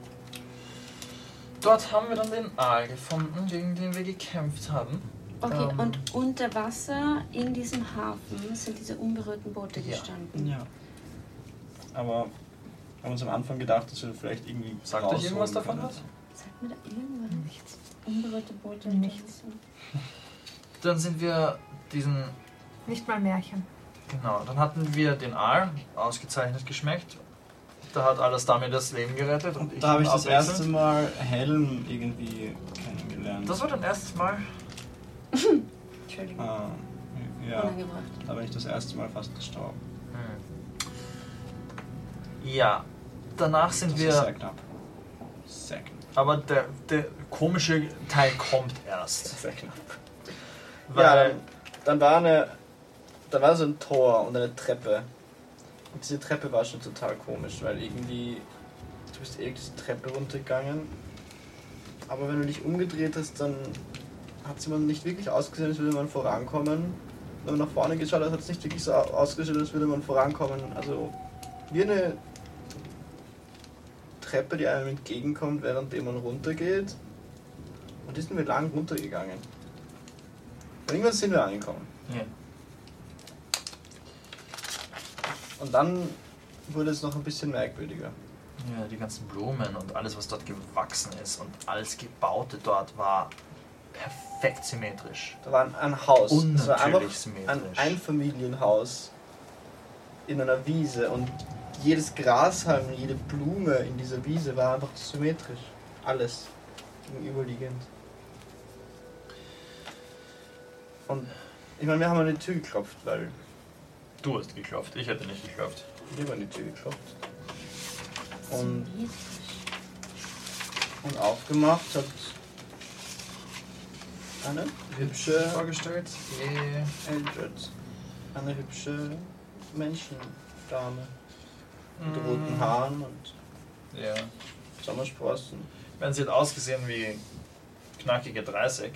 Dort haben wir dann den Aal gefunden, gegen den wir gekämpft haben. Okay, Ähm. und unter Wasser in diesem Hafen sind diese unberührten Boote Ja. gestanden. Ja. Aber wir haben uns am Anfang gedacht, dass wir vielleicht irgendwie Sagt euch rausholen irgendwas davon können. was? Sagt mir da irgendwas? Nichts. Unberührte Boote. Nichts. Dann sind wir diesen, Nicht mal Märchen. genau, dann hatten wir den Aal, ausgezeichnet geschmeckt. Da hat alles damit das Leben gerettet und ich Da habe ich das abwechselnd. erste Mal Helm irgendwie kennengelernt. Das war dein erstes Mal? Entschuldigung. Ah, ja, Unangebracht. da bin ich das erste Mal fast gestorben. Hm. Ja, danach sind Das wir, ist sehr knapp. Sehr knapp. aber der, der komische Teil kommt erst. Sehr knapp. Weil, Ja, dann, dann war eine, da war so ein Tor und eine Treppe. Und diese Treppe war schon total komisch, weil irgendwie, du bist eh diese Treppe runtergegangen, aber wenn du dich umgedreht hast, dann hat sie man nicht wirklich ausgesehen, als würde man vorankommen. Wenn man nach vorne geschaut hat, hat es nicht wirklich so ausgesehen, als würde man vorankommen. Also wie eine Treppe, die einem entgegenkommt, während man runtergeht. Und die sind wir lang runtergegangen. Und irgendwann sind wir angekommen. ja. Und dann wurde es noch ein bisschen merkwürdiger. Ja, die ganzen Blumen und alles, was dort gewachsen ist und alles Gebaute dort war perfekt symmetrisch. Da war ein, ein Haus. Es war einfach Unnatürlich ein symmetrisch. Einfamilienhaus in einer Wiese. Und jedes Grashalm, jede Blume in dieser Wiese war einfach symmetrisch. Alles gegenüberliegend. Und ich meine, wir haben an die Tür geklopft, weil Du hast geklopft, ich hätte nicht geklopft. wir haben an die Tür geklopft. Und, Symmetrisch. und aufgemacht hat eine hübsche vorgestellt. Yeah. Eldred. Eine hübsche Menschendame. Mit Mm. roten Haaren und Ja. Sommersprossen. Ich meine, sie hat ausgesehen wie knackige dreißig.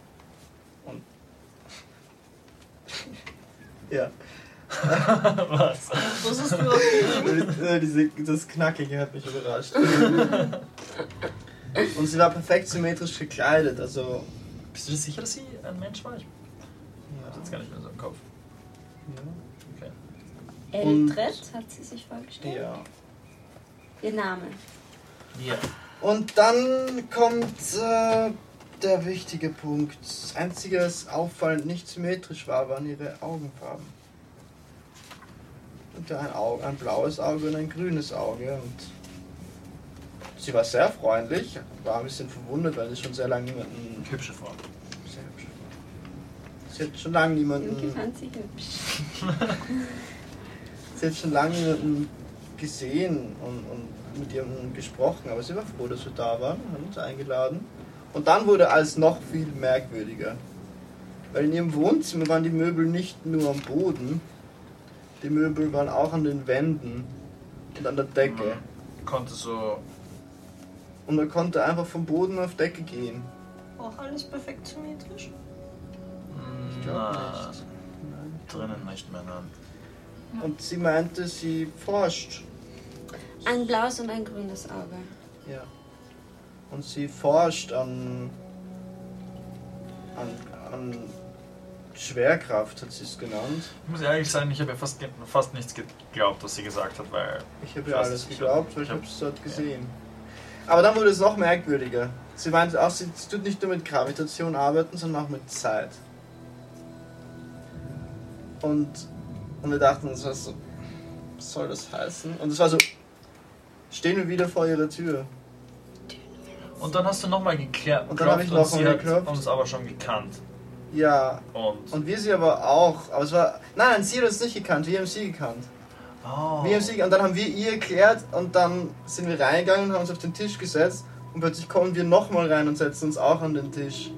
Ja. Was? Was hast du ausgegeben? Äh, Diese, das Knackige hat mich überrascht. Und sie war perfekt symmetrisch gekleidet, also. Bist du dir sicher, dass sie ein Mensch war? Ich Ja. hatte jetzt gar nicht mehr so im Kopf. Okay. Eldred hat sie sich vorgestellt. Ja. Ihr Name. Ja. Und dann kommt äh, der wichtige Punkt. Das Einzige, das auffallend nicht symmetrisch war, waren ihre Augenfarben. Und ein, Auge, ein blaues Auge und ein grünes Auge. Und sie war sehr freundlich, war ein bisschen verwundert, weil sie schon sehr lange niemanden... Hübsche Frau. Sehr hübsche Frau. Sie hat schon lange Luki niemanden... fand sie hübsch. Sie hat schon lange niemanden gesehen und, und mit jemandem gesprochen, aber sie war froh, dass wir da waren, haben uns eingeladen. Und dann wurde alles noch viel merkwürdiger. Weil in ihrem Wohnzimmer waren die Möbel nicht nur am Boden, die Möbel waren auch an den Wänden und an der Decke. Konnte so. Und man konnte einfach vom Boden auf Decke gehen. Auch alles perfekt symmetrisch. Ich glaube Na, nicht. Nein. drinnen nicht mehr, nein. Und sie meinte, sie forscht. Ein blaues und ein grünes Auge. Ja. Und sie forscht an, an, an Schwerkraft, hat sie es genannt. Ich muss ehrlich sagen, ich habe ja fast, fast nichts geglaubt, was sie gesagt hat, weil. Ich habe ja Fast. alles Ich geglaubt, hab- weil ich ich hab- habe es dort gesehen. Aber dann wurde es noch merkwürdiger. Sie meinte auch, sie tut nicht nur mit Gravitation arbeiten, sondern auch mit Zeit. Und, und wir dachten uns, was, so, was soll das heißen? Und es war so, stehen wir wieder vor ihrer Tür. Und dann hast du nochmal geklärt Und dann hab ich und noch sie mal hat geklopft. uns aber schon gekannt. Ja, Und. und wir sie aber auch. Aber es war, nein, nein, sie hat uns nicht gekannt, wir haben sie gekannt. Oh. Wir haben sie, und dann haben wir ihr erklärt und dann sind wir reingegangen und haben uns auf den Tisch gesetzt und plötzlich kommen wir nochmal rein und setzen uns auch an den Tisch.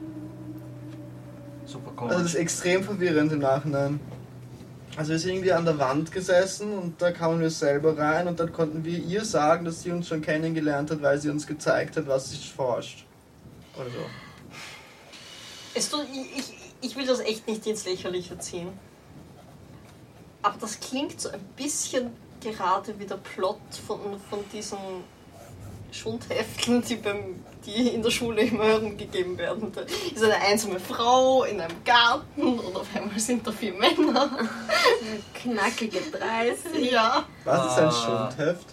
Super Also das komisch. ist extrem verwirrend im Nachhinein. Also wir sind irgendwie an der Wand gesessen und da kamen wir selber rein und dann konnten wir ihr sagen, dass sie uns schon kennengelernt hat, weil sie uns gezeigt hat, was sie forscht. Oder so. Es tut, ich, ich, ich will das echt nicht ins Lächerliche ziehen. Aber das klingt so ein bisschen gerade wie der Plot von, von diesen Schundhefteln, die, beim, die in der Schule immer herumgegeben werden. Da ist eine einsame Frau in einem Garten und auf einmal sind da vier Männer. Knackige dreißig. Ja. Was ist ein Ah. Schundheft?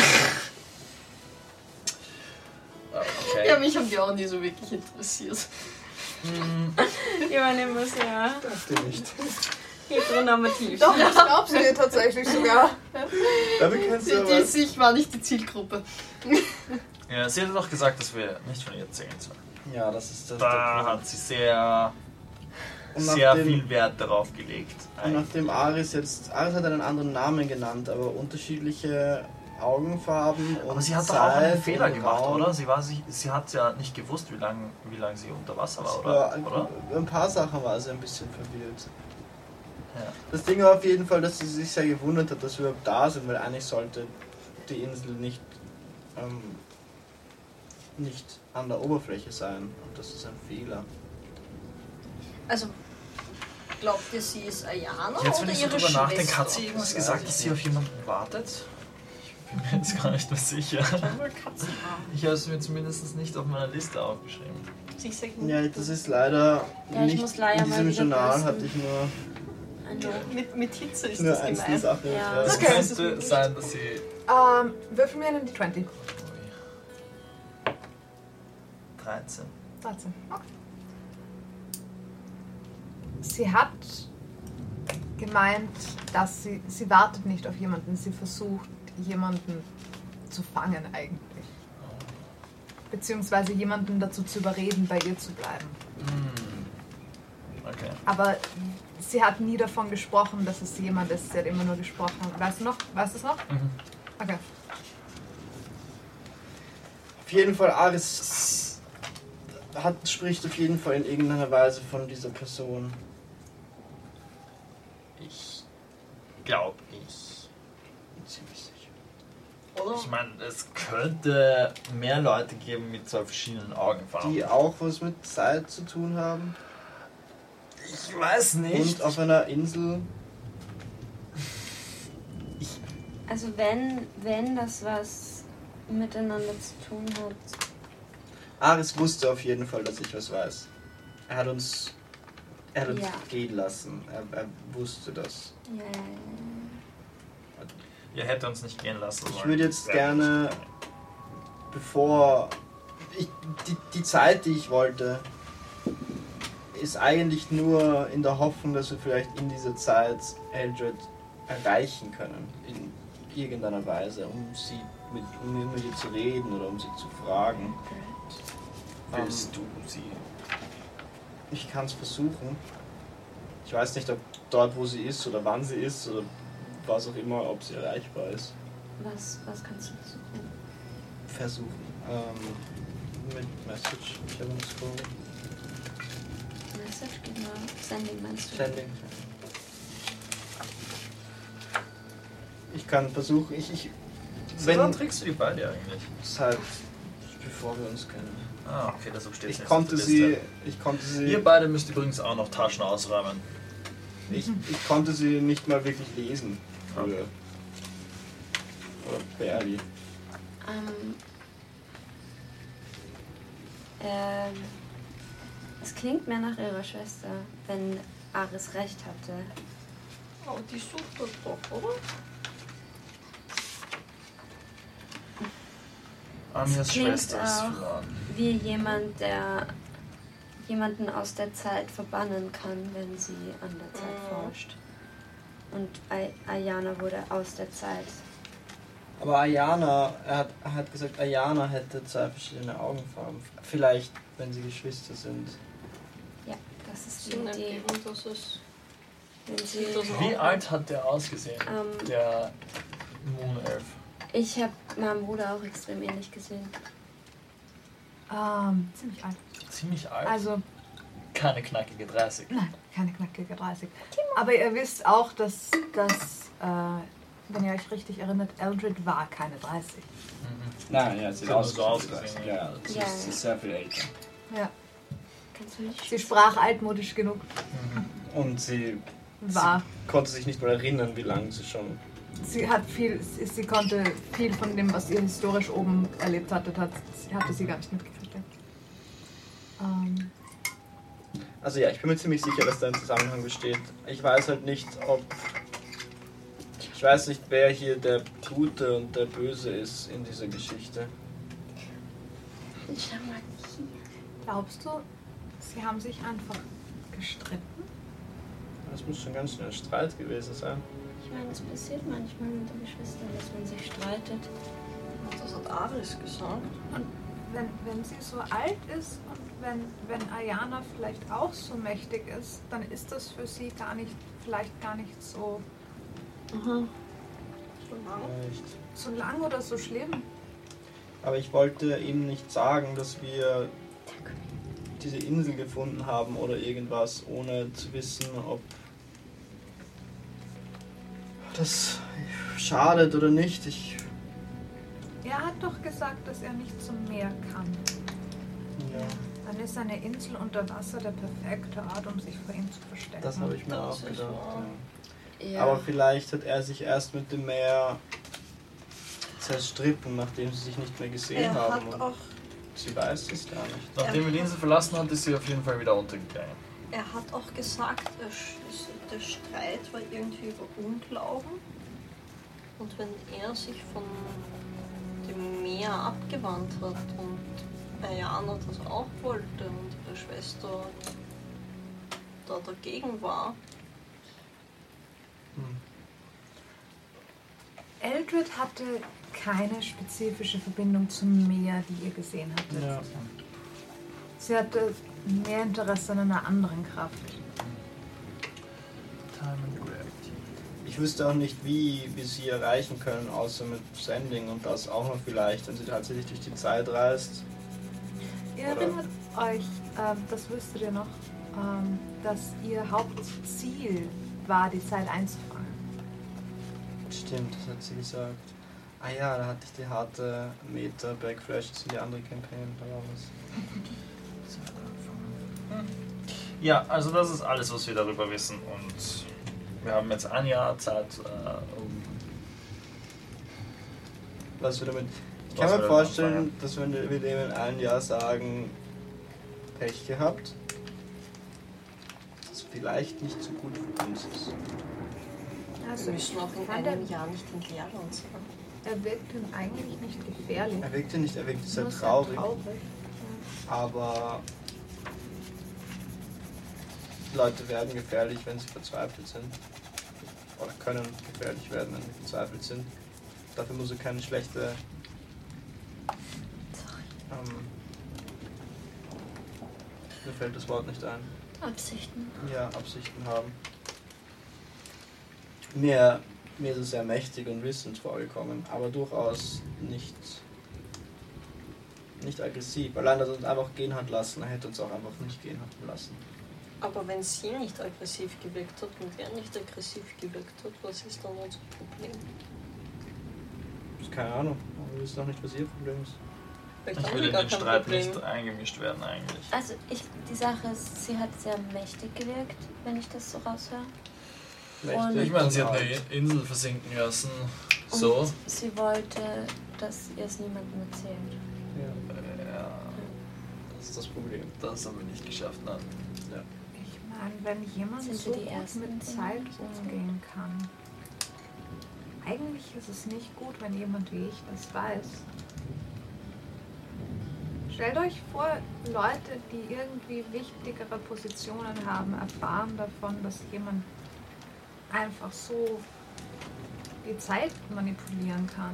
Okay. Ja, mich haben die auch nie so wirklich interessiert. Hm, Die waren immer sehr Dachte ich nicht. heteronormativ. Doch, das glaubst du dir tatsächlich sogar. Damit kannst Die, du die, aber... ich war nicht die Zielgruppe. ja, sie hat doch gesagt, dass wir nicht von ihr erzählen sollen. Ja, das ist das. Da der Punkt. hat sie sehr, Und sehr nachdem- viel Wert darauf gelegt. Und nachdem Aris jetzt... Aris hat einen anderen Namen genannt, aber unterschiedliche Augenfarben und Aber sie hat doch auch einen Zeit Fehler und gemacht, Raum. oder? Sie, war sich, sie hat ja nicht gewusst, wie lange wie lang sie unter Wasser war, Es oder? war- oder? Ein paar Sachen war sie ein bisschen verwirrt. Ja. Das Ding war auf jeden Fall, dass sie sich sehr gewundert hat, dass wir überhaupt da sind, weil eigentlich sollte die Insel nicht, ähm, nicht an der Oberfläche sein. Und das ist ein Fehler. Also, glaubt ihr, sie ist Ayana Jetzt, wenn oder ich so ihre drüber nachdenke, Schwester? hat sie irgendwas Das gesagt, weiß dass ich sie auf nicht. jemanden wartet? Ich bin mir jetzt gar nicht mehr sicher. Wohl Katzenhaar. Ich habe es mir zumindest nicht auf meiner Liste aufgeschrieben. Sie sehr gut. Ja, das ist leider Ja, ich nicht... muss Laia in mal diesem wieder Journal bürsten. hatte ich nur, Mit, mit Hitze ist nur das einzelne gemein. Sachen. Ja. Es Okay. könnte sein, dass sie. Ähm, würfel mir einen D zwanzig. dreizehn. dreizehn. Okay. Sie hat gemeint, dass sie, sie wartet nicht auf jemanden, sie versucht jemanden zu fangen eigentlich. Beziehungsweise jemanden dazu zu überreden, bei ihr zu bleiben. Hm. Okay. Aber sie hat nie davon gesprochen, dass es jemand ist, sie hat immer nur gesprochen. Weißt du noch? Weißt du es noch? Mhm. Okay. Auf jeden Fall, Aris hat, spricht auf jeden Fall in irgendeiner Weise von dieser Person. Ich glaube ich. Bin ziemlich sicher. Oder? Ich meine, es könnte mehr Leute geben mit zwei verschiedenen Augenfarben. Die auch was mit Zeit zu tun haben. Ich weiß nicht. Und auf einer Insel. Also wenn, wenn das was miteinander zu tun hat. Aris wusste auf jeden Fall, dass ich was weiß. Er hat uns, er hat uns Ja. gehen lassen. Er, er wusste das. Ja, ja, Ihr hättet uns nicht gehen lassen sollen. Ich würde jetzt Sehr gerne, bevor ich, die, die Zeit, die ich wollte, ist eigentlich nur in der Hoffnung, dass wir vielleicht in dieser Zeit Eldred erreichen können. In irgendeiner Weise, um sie mit, um mit ihr zu reden oder um sie zu fragen. Willst du sie? Ich kann es versuchen. Ich weiß nicht, ob dort, wo sie ist oder wann sie ist oder was auch immer, ob sie erreichbar ist. Was, was kannst du versuchen? Versuchen. Ähm, mit Message. Ich habe das vor. Message, genau. Sending meinst du? Sending. Ich kann versuchen, ich. ich Wenn wann trägst du die beide eigentlich? Seit bevor wir uns kennen. Ah, okay, deshalb steht es Ich nicht konnte auf der sie. Liste. Ich konnte sie. Ihr beide müsst übrigens auch noch Taschen ausräumen. Ich, ich konnte sie nicht mal wirklich lesen. Früher. Okay. Oder barely. Ähm, ähm, es klingt mehr nach ihrer Schwester, wenn Aris recht hatte. Oh, die sucht das doch, oder? Amias klingt Schwester ist auch verloren. wie jemand, der jemanden aus der Zeit verbannen kann, wenn sie an der Zeit Mhm. forscht. Und Ay- Ayana wurde aus der Zeit. Aber Ayana, er hat, er hat gesagt, Ayana hätte zwei verschiedene Augenfarben. Vielleicht, wenn sie Geschwister sind. Ja, das ist die Sie nennt Idee. eben, dass es... Wenn sie, Sieht das Wie auch- alt hat der ausgesehen? ähm, Der Moon Elf. ich habe meinen Bruder auch extrem ähnlich gesehen. Ähm, ziemlich alt. Ziemlich alt. Also, Keine knackige dreißig. nein, keine knackige dreißig. Aber ihr wisst auch, dass, dass äh, wenn ihr euch richtig erinnert, Eldred war keine dreißig. Mhm. Nein, ja, sie Sie hat so ausgesehen, Ja, ja. sie Ja, ist, sie ja. ist sehr viel älter. Ja. Kannst du nicht? Sie sprach altmodisch genug. Mhm. Und sie, War. sie konnte sich nicht mal erinnern, wie lange sie schon... Sie hat viel, sie, sie konnte viel von dem, was ihr historisch oben erlebt hattet, hat, hatte sie gar nicht mitgekriegt. Ja. Ähm, Also ja, ich bin mir ziemlich sicher, dass da ein Zusammenhang besteht. Ich weiß halt nicht, ob... Ich weiß nicht, wer hier der Gute und der Böse ist in dieser Geschichte. Schau mal hier. glaubst du, sie haben sich einfach gestritten? Das muss schon ganz schnell ein Streit gewesen sein. Ich meine, es passiert manchmal unter Geschwistern, dass man sich streitet. Das hat Aris gesagt. Und wenn, wenn sie so alt ist und wenn, wenn Ayana vielleicht auch so mächtig ist, dann ist das für sie gar nicht, vielleicht gar nicht so, Mhm. So lang? Vielleicht. so lang oder so schlimm. Aber ich wollte ihnen nicht sagen, dass wir diese Insel gefunden haben oder irgendwas, ohne zu wissen, ob das schadet oder nicht. Ich, Er hat doch gesagt, dass er nicht zum Meer kann. ja, Dann ist eine Insel unter Wasser der perfekte Ort, um sich vor ihm zu verstecken. das habe ich mir Das auch ist gedacht. wahr. Ja. Ja. Aber vielleicht hat er sich erst mit dem Meer zerstritten, nachdem sie sich nicht mehr gesehen Er haben. hat Und auch, sie weiß es gar nicht. Nachdem er die Insel verlassen hat, ist sie auf jeden Fall wieder untergegangen. er hat auch gesagt, der, Sch- der Streit war irgendwie über Unglauben. Und wenn er sich von dem Meer abgewandt hat und Ayana das auch wollte und ihre Schwester da dagegen war, Hm. Eldred hatte keine spezifische Verbindung zum Meer, die ihr gesehen hattet. Ja. Sie hatte mehr Interesse an einer anderen Kraft. Time and Gravity. Ich wüsste auch nicht, wie wir sie erreichen können, außer mit Sending und das auch noch vielleicht, wenn sie tatsächlich durch die Zeit reist. Ihr Oder- erinnert euch, ähm, das wüsstet ihr noch, ähm, dass ihr Hauptziel war, die Zeit einzufangen. Stimmt, das hat sie gesagt. Ah ja, da hatte ich die harte Meta-Backflash zu die andere Campaign. Da war was. Ja, also das ist alles, was wir darüber wissen. Und wir haben jetzt ein Jahr Zeit, äh, um Was wir damit. Ich Was kann wir mir damit vorstellen, anfangen. dass wenn wir dem in einem Jahr sagen, Pech gehabt, das vielleicht nicht so gut für uns ist. Also wir müssen auch in fand einem er, Jahr nicht entleeren sein. er wirkte eigentlich nicht gefährlich. Er wirkte nicht, er wirkte sehr nur traurig. traurig. Aber Leute werden gefährlich, wenn sie verzweifelt sind. Oder können gefährlich werden, wenn sie verzweifelt sind. Dafür muss er keine schlechte ähm, mir fällt das Wort nicht ein. Absichten. Ja, Absichten haben. Mir, mir ist es sehr mächtig und wissend vorgekommen, aber durchaus nicht, nicht aggressiv. Allein, dass er uns einfach gehen hat lassen, er hätte uns auch einfach nicht gehen haben lassen. Aber wenn sie nicht aggressiv gewirkt hat und er nicht aggressiv gewirkt hat, was ist dann unser Problem? Keine Ahnung, aber wir wissen noch nicht, was ihr Problem ist. Vielleicht Ich haben will wir in gar den kein Streit Problem. nicht eingemischt werden eigentlich. Also ich, die Sache ist, sie hat sehr mächtig gewirkt, wenn ich das so raushöre. Mächtig Ich meine, sie und hat alt. eine Insel versinken lassen. Und So. sie wollte, dass ihr es niemandem erzählt. Ja, Ja, das ist das Problem. das haben wir nicht geschafft, nein. Ja. Ich meine, wenn jemand Sind so wir die gut Ersten, mit die Zeit das umgehen kann, eigentlich ist es nicht gut, wenn jemand wie ich das weiß. Stellt euch vor, Leute, die irgendwie wichtigere Positionen haben, erfahren davon, dass jemand einfach so die Zeit manipulieren kann.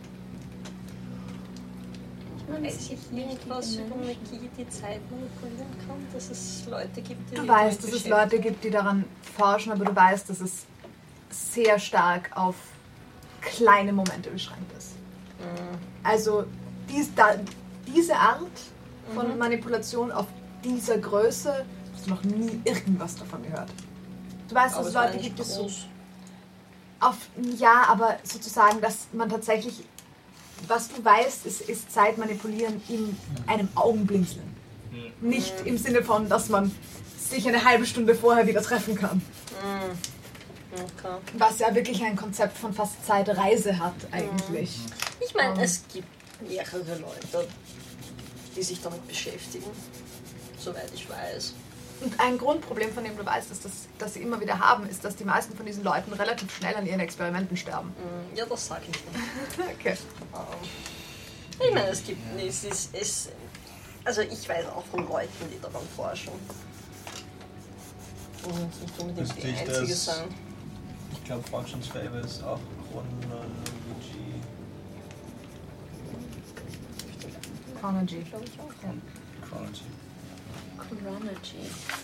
Ich meine, Weiß es ich gibt irgendwas mächtige über Menschen. Magie, die Zeit manipulieren kann? Dass es Leute gibt, die Du sich weißt, damit dass es Leute beschäftigen? gibt, die daran forschen, aber du weißt, dass es sehr stark auf kleine Momente beschränkt ist. Mhm. Also dies, da, diese Art von Mhm. Manipulation auf dieser Größe hast du noch nie irgendwas davon gehört. Du weißt, dass Aber es es war Leute nicht gibt, die so groß. auf ja, aber sozusagen, dass man tatsächlich, was du weißt, ist, ist Zeit manipulieren in einem Augenblinzeln. Mhm. Nicht im Sinne von, dass man sich eine halbe Stunde vorher wieder treffen kann. Mhm. Okay. Was ja wirklich ein Konzept von fast Zeitreise hat eigentlich. Ich meine, Ähm. es gibt mehrere Leute, die sich damit beschäftigen, soweit ich weiß. Und ein Grundproblem, von dem du weißt, ist, dass, dass sie immer wieder haben, ist, dass die meisten von diesen Leuten relativ schnell an ihren Experimenten sterben. Mhm. Ja, das sage ich nicht. Okay. Ähm, Ich meine, es gibt, es ist, es, also ich weiß auch von Leuten, die daran forschen. Und jetzt nicht unbedingt Wüsste die ich einzige das? sein. Ich glaube, Fortune's Favor ist auch Chronology. Chronology. Glaube ich auch. Ja. Chronology. Chronology.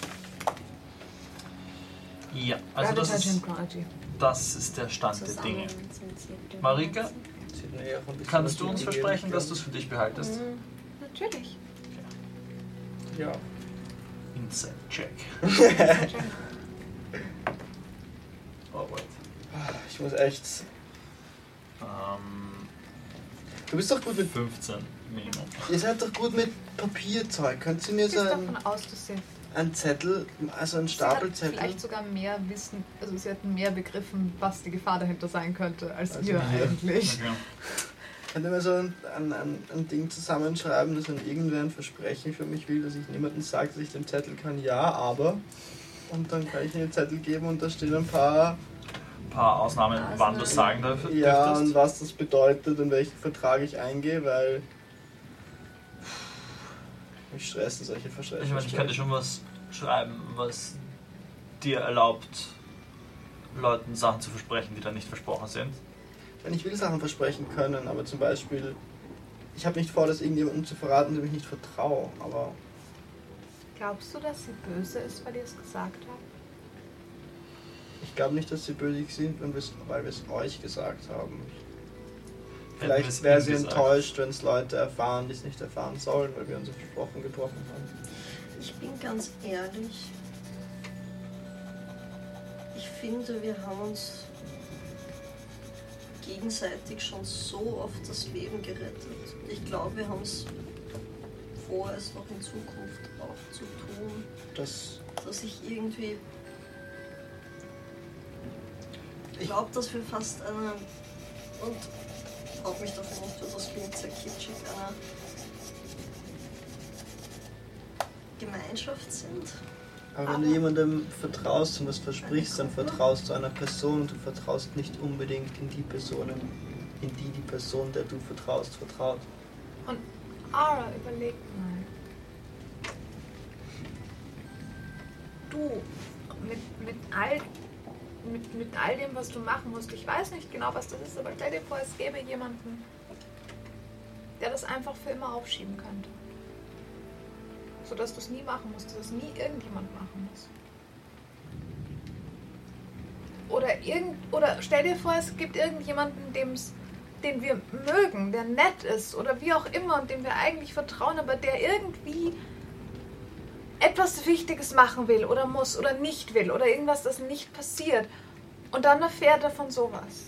Ja, also das Gravitation ist, Chronology. das ist der Stand der Zusammen Dinge. sind sie die Marika, Ganzen. Sieht mir eher von kannst du uns Psychologie versprechen, dass du gegeben, es für dich behaltest? Mhm. Natürlich. Ja. Inside Check. Alright. Ich muss echt. Ähm, Du bist doch gut mit. fünfzehn Minimum. Ihr seid doch gut mit Papierzeug. Könnt ihr mir Ich so gehe einen, davon aus, dass sie, einen Zettel, also einen Stapel sie hat Zettel? vielleicht sogar mehr Wissen, also sie hat mehr begriffen, was die Gefahr dahinter sein könnte, als Also wir wir. eigentlich. Okay. Könnt ihr mir so ein, ein, ein, ein Ding zusammenschreiben, dass wenn irgendwer ein Versprechen für mich will, dass ich niemandem sage, dass ich den Zettel kann, ja, aber. Und dann kann ich ihm den Zettel geben und da stehen ein paar. Ein paar Ausnahmen, wann du es sagen darf- Ja, und dürftest. was das bedeutet und welchen Vertrag ich eingehe, weil. Mich stressen solche Versprechen. Ich meine, ich könnte schon was schreiben, was dir erlaubt, Leuten Sachen zu versprechen, die dann nicht versprochen sind. Wenn ich will Sachen versprechen können, aber zum Beispiel, ich habe nicht vor, das irgendjemandem zu verraten, dem ich nicht vertraue, aber Glaubst du, dass sie böse ist, weil ihr es gesagt habt? ich glaube nicht, dass sie böse sind, wenn wir's- weil wir es euch gesagt haben. Hätten wir es Vielleicht wäre ihnen sie gesagt. enttäuscht, wenn es Leute erfahren, die es nicht erfahren sollen, weil wir unser Versprochen gebrochen haben. Ich bin ganz ehrlich. Ich finde, wir haben uns gegenseitig schon so oft das Leben gerettet. Ich glaube, wir haben es vor, es noch in Zukunft auch zu tun, Das, dass ich irgendwie. Ich glaube, dass wir fast eine. Und brauche mich dafür nicht, weil das klingt sehr kitschig, eine Gemeinschaft sind. aber wenn du jemandem vertraust und was versprichst, dann vertraust du einer Person und du vertraust nicht unbedingt in die Personen, in die die Person, der du vertraust, vertraut. Ara, überleg mal. du mit, mit, all, mit, mit all dem, was du machen musst, ich weiß nicht genau, was das ist, aber stell dir vor, es gäbe jemanden, der das einfach für immer aufschieben könnte. Sodass du es nie machen musst, dass es nie irgendjemand machen muss. Oder, irgend, oder stell dir vor, es gibt irgendjemanden, dem's, den wir mögen, der nett ist oder wie auch immer und dem wir eigentlich vertrauen, aber der irgendwie etwas Wichtiges machen will oder muss oder nicht will oder irgendwas, das nicht passiert. Und dann erfährt er von sowas.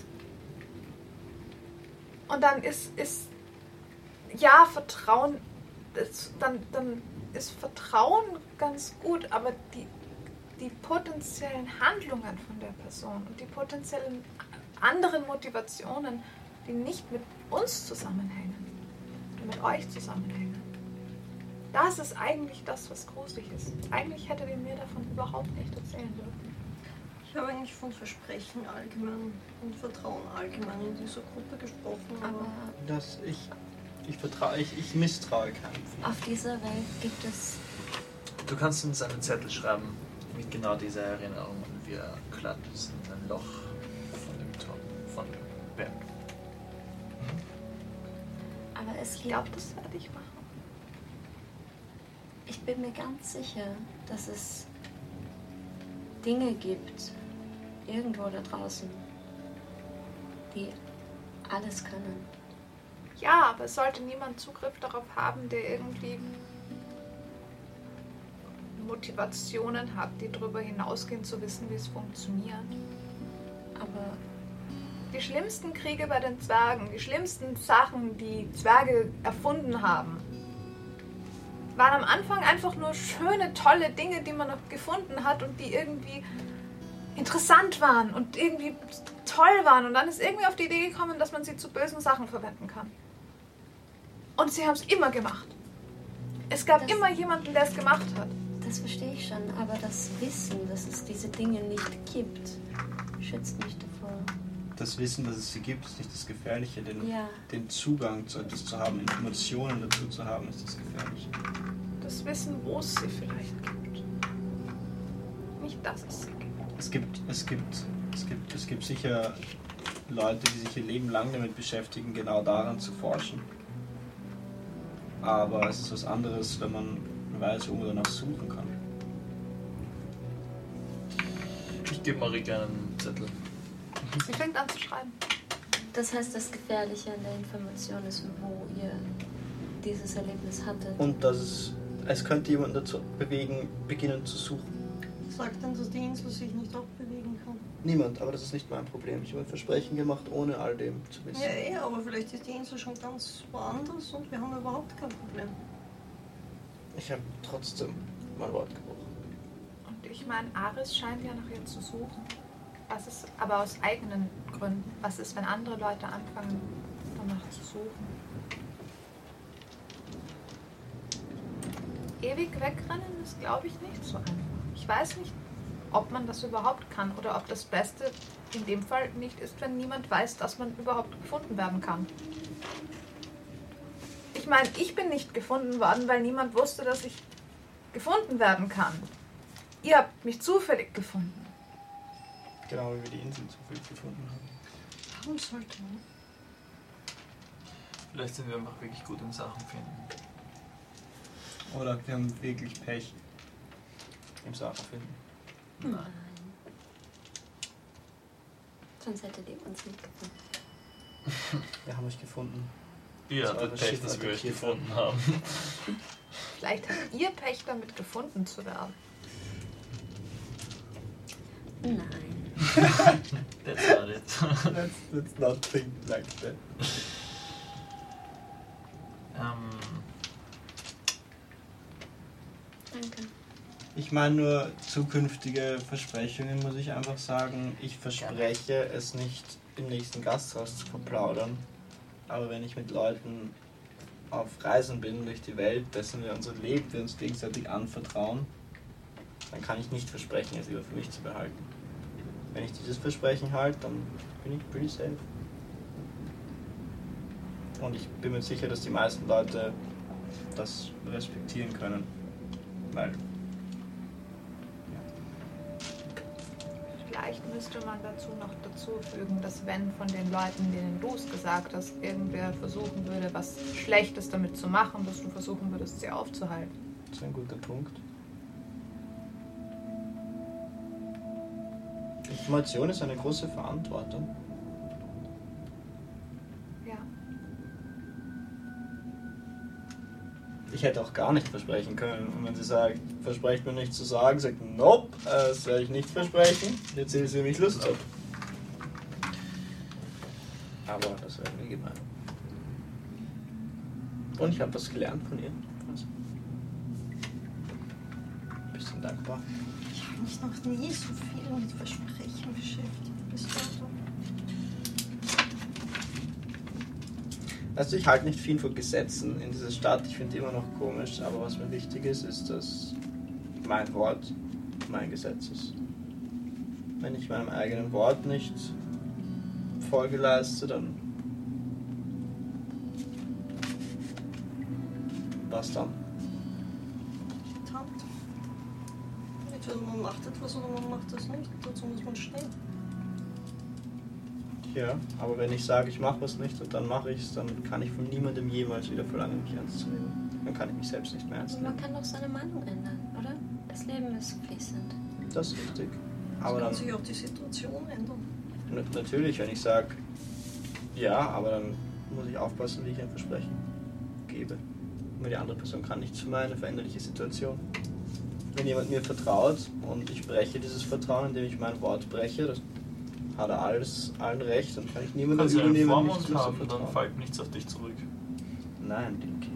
Und dann ist, ist ja, Vertrauen, ist, dann, dann ist Vertrauen ganz gut, aber die, die potenziellen Handlungen von der Person und die potenziellen anderen Motivationen, die nicht mit uns zusammenhängen, die mit euch zusammenhängen, das ist eigentlich das, was gruselig ist. Eigentlich hättet ihr mir davon überhaupt nicht erzählen dürfen. Ich habe eigentlich von Versprechen allgemein und Vertrauen allgemein in dieser Gruppe gesprochen, aber... Aber Das ich, ich vertraue, ich, ich misstraue keinem. auf dieser Welt gibt es... Du kannst uns einen Zettel schreiben mit genau dieser Erinnerung und wir klatschen ein Loch von dem Turm, von dem Berg. Aber es Ich gibt... glaube, das werde ich machen. Ich bin mir ganz sicher, dass es Dinge gibt, irgendwo da draußen, die alles können. Ja, aber es sollte niemand Zugriff darauf haben, der irgendwie Motivationen hat, die darüber hinausgehen, zu wissen, wie es funktioniert. Aber Die schlimmsten Kriege bei den Zwergen, die schlimmsten Sachen, die Zwerge erfunden haben, waren am Anfang einfach nur schöne, tolle Dinge, die man noch gefunden hat und die irgendwie interessant waren und irgendwie toll waren. Und dann ist irgendwie auf die Idee gekommen, dass man sie zu bösen Sachen verwenden kann. Und sie haben es immer gemacht. Es gab Das- immer jemanden, der es gemacht hat. das verstehe ich schon, aber das Wissen, dass es diese Dinge nicht gibt, schützt mich davor. Das Wissen, dass es sie gibt, ist nicht das Gefährliche. Den, Ja. den Zugang zu etwas zu haben, Informationen dazu zu haben, ist das Gefährliche. Das Wissen, wo es sie vielleicht gibt. Nicht, dass es sie gibt. Es gibt, es gibt, es gibt, es gibt sicher Leute, die sich ihr Leben lang damit beschäftigen, genau daran zu forschen. Aber es ist was anderes, wenn man weiß, wo man danach suchen kann. Ich gebe Marika einen Zettel. Sie fängt an zu schreiben. Das heißt, das Gefährliche an der Information ist, wo ihr dieses Erlebnis hattet. Und dass es, es könnte jemanden dazu bewegen, beginnen zu suchen. Sagt denn, dass die Insel sich nicht auch bewegen kann? Niemand, aber das ist nicht mein Problem. Ich habe ein Versprechen gemacht, ohne all dem zu wissen. Ja, eh, aber vielleicht ist die Insel schon ganz woanders und wir haben überhaupt kein Problem. Ich habe trotzdem mein Wort gebrochen. Und ich meine, Aris scheint ja nach ihr zu suchen. Was ist, aber aus eigenen Gründen. Was ist, wenn andere Leute anfangen, danach zu suchen? Ewig wegrennen ist, glaube ich, nicht so einfach. Ich weiß nicht, ob man das überhaupt kann oder ob das Beste in dem Fall nicht ist, wenn niemand weiß, dass man überhaupt gefunden werden kann. Ich meine, ich bin nicht gefunden worden, weil niemand wusste, dass ich gefunden werden kann. Ihr habt mich zufällig gefunden. Genau wie wir die Insel zufällig gefunden haben. Warum sollte man? Vielleicht sind wir einfach wirklich gut im Sachen finden. Oder wir haben wirklich Pech im Sachen finden. Nein. Sonst hättet ihr uns nicht gefunden. Wir haben euch gefunden. Ihr Das hattet eure Pech, Schiff dass wir euch attackiert gefunden haben. Vielleicht habt ihr Pech damit, gefunden zu werden. Nein. That's not it. Let's, let's not think like that. ähm, Danke. Ich meine nur zukünftige Versprechungen, muss ich einfach sagen. Ich verspreche es nicht im nächsten Gasthaus zu verplaudern. Aber wenn ich mit Leuten auf Reisen bin durch die Welt, dessen wir unser Leben, wir uns gegenseitig anvertrauen, dann kann ich nicht versprechen, es lieber für mich zu behalten. Wenn ich dieses Versprechen halte, dann bin ich pretty safe. Und ich bin mir sicher, dass die meisten Leute das respektieren können. Weil müsste man dazu noch dazu fügen, dass wenn von den Leuten, denen du es gesagt hast, irgendwer versuchen würde, was Schlechtes damit zu machen, dass du versuchen würdest, sie aufzuhalten. Das ist ein guter Punkt. Information ist eine große Verantwortung. Ja. Ich hätte auch gar nicht versprechen können. Und wenn sie sagt, versprecht mir nichts zu sagen, sagt, nope, das werde ich nicht versprechen. Jetzt erzählt sie, wie ich Lust habe. Aber das wäre mir gemein. Und ich habe was gelernt von ihr. Also, ein bisschen dankbar. Ich habe mich noch nie so viel mit Versprechen beschäftigt. Bis dato. Also ich halte nicht viel von Gesetzen in dieser Stadt. Ich finde die immer noch komisch. Aber was mir wichtig ist, ist, dass mein Wort mein Gesetz ist. Wenn ich meinem eigenen Wort nicht Folge leiste, dann was dann? Verdammt. Entweder man macht etwas oder man macht das nicht. Dazu muss man stehen. Ja, aber wenn ich sage, ich mache was nicht und dann mache ich es, dann kann ich von niemandem jemals wieder verlangen, mich ernst zu nehmen. Dann kann ich mich selbst nicht mehr ernst Also man nehmen. kann doch seine Meinung ändern, oder? Das Leben ist fließend. Das ist richtig. Es Aber kann dann, sich auch die Situation ändern. n- natürlich, wenn ich sage, ja, aber dann muss ich aufpassen, wie ich ein Versprechen gebe. Und die andere Person kann nichts für meine veränderliche Situation. Wenn jemand mir vertraut und ich breche dieses Vertrauen, indem ich mein Wort breche, das hat er alles, allen recht, dann kann ich niemandem Kannst du einen übernehmen, Vormund nicht zu haben, dann vertrauen. fällt nichts auf dich zurück. Nein, Dinky.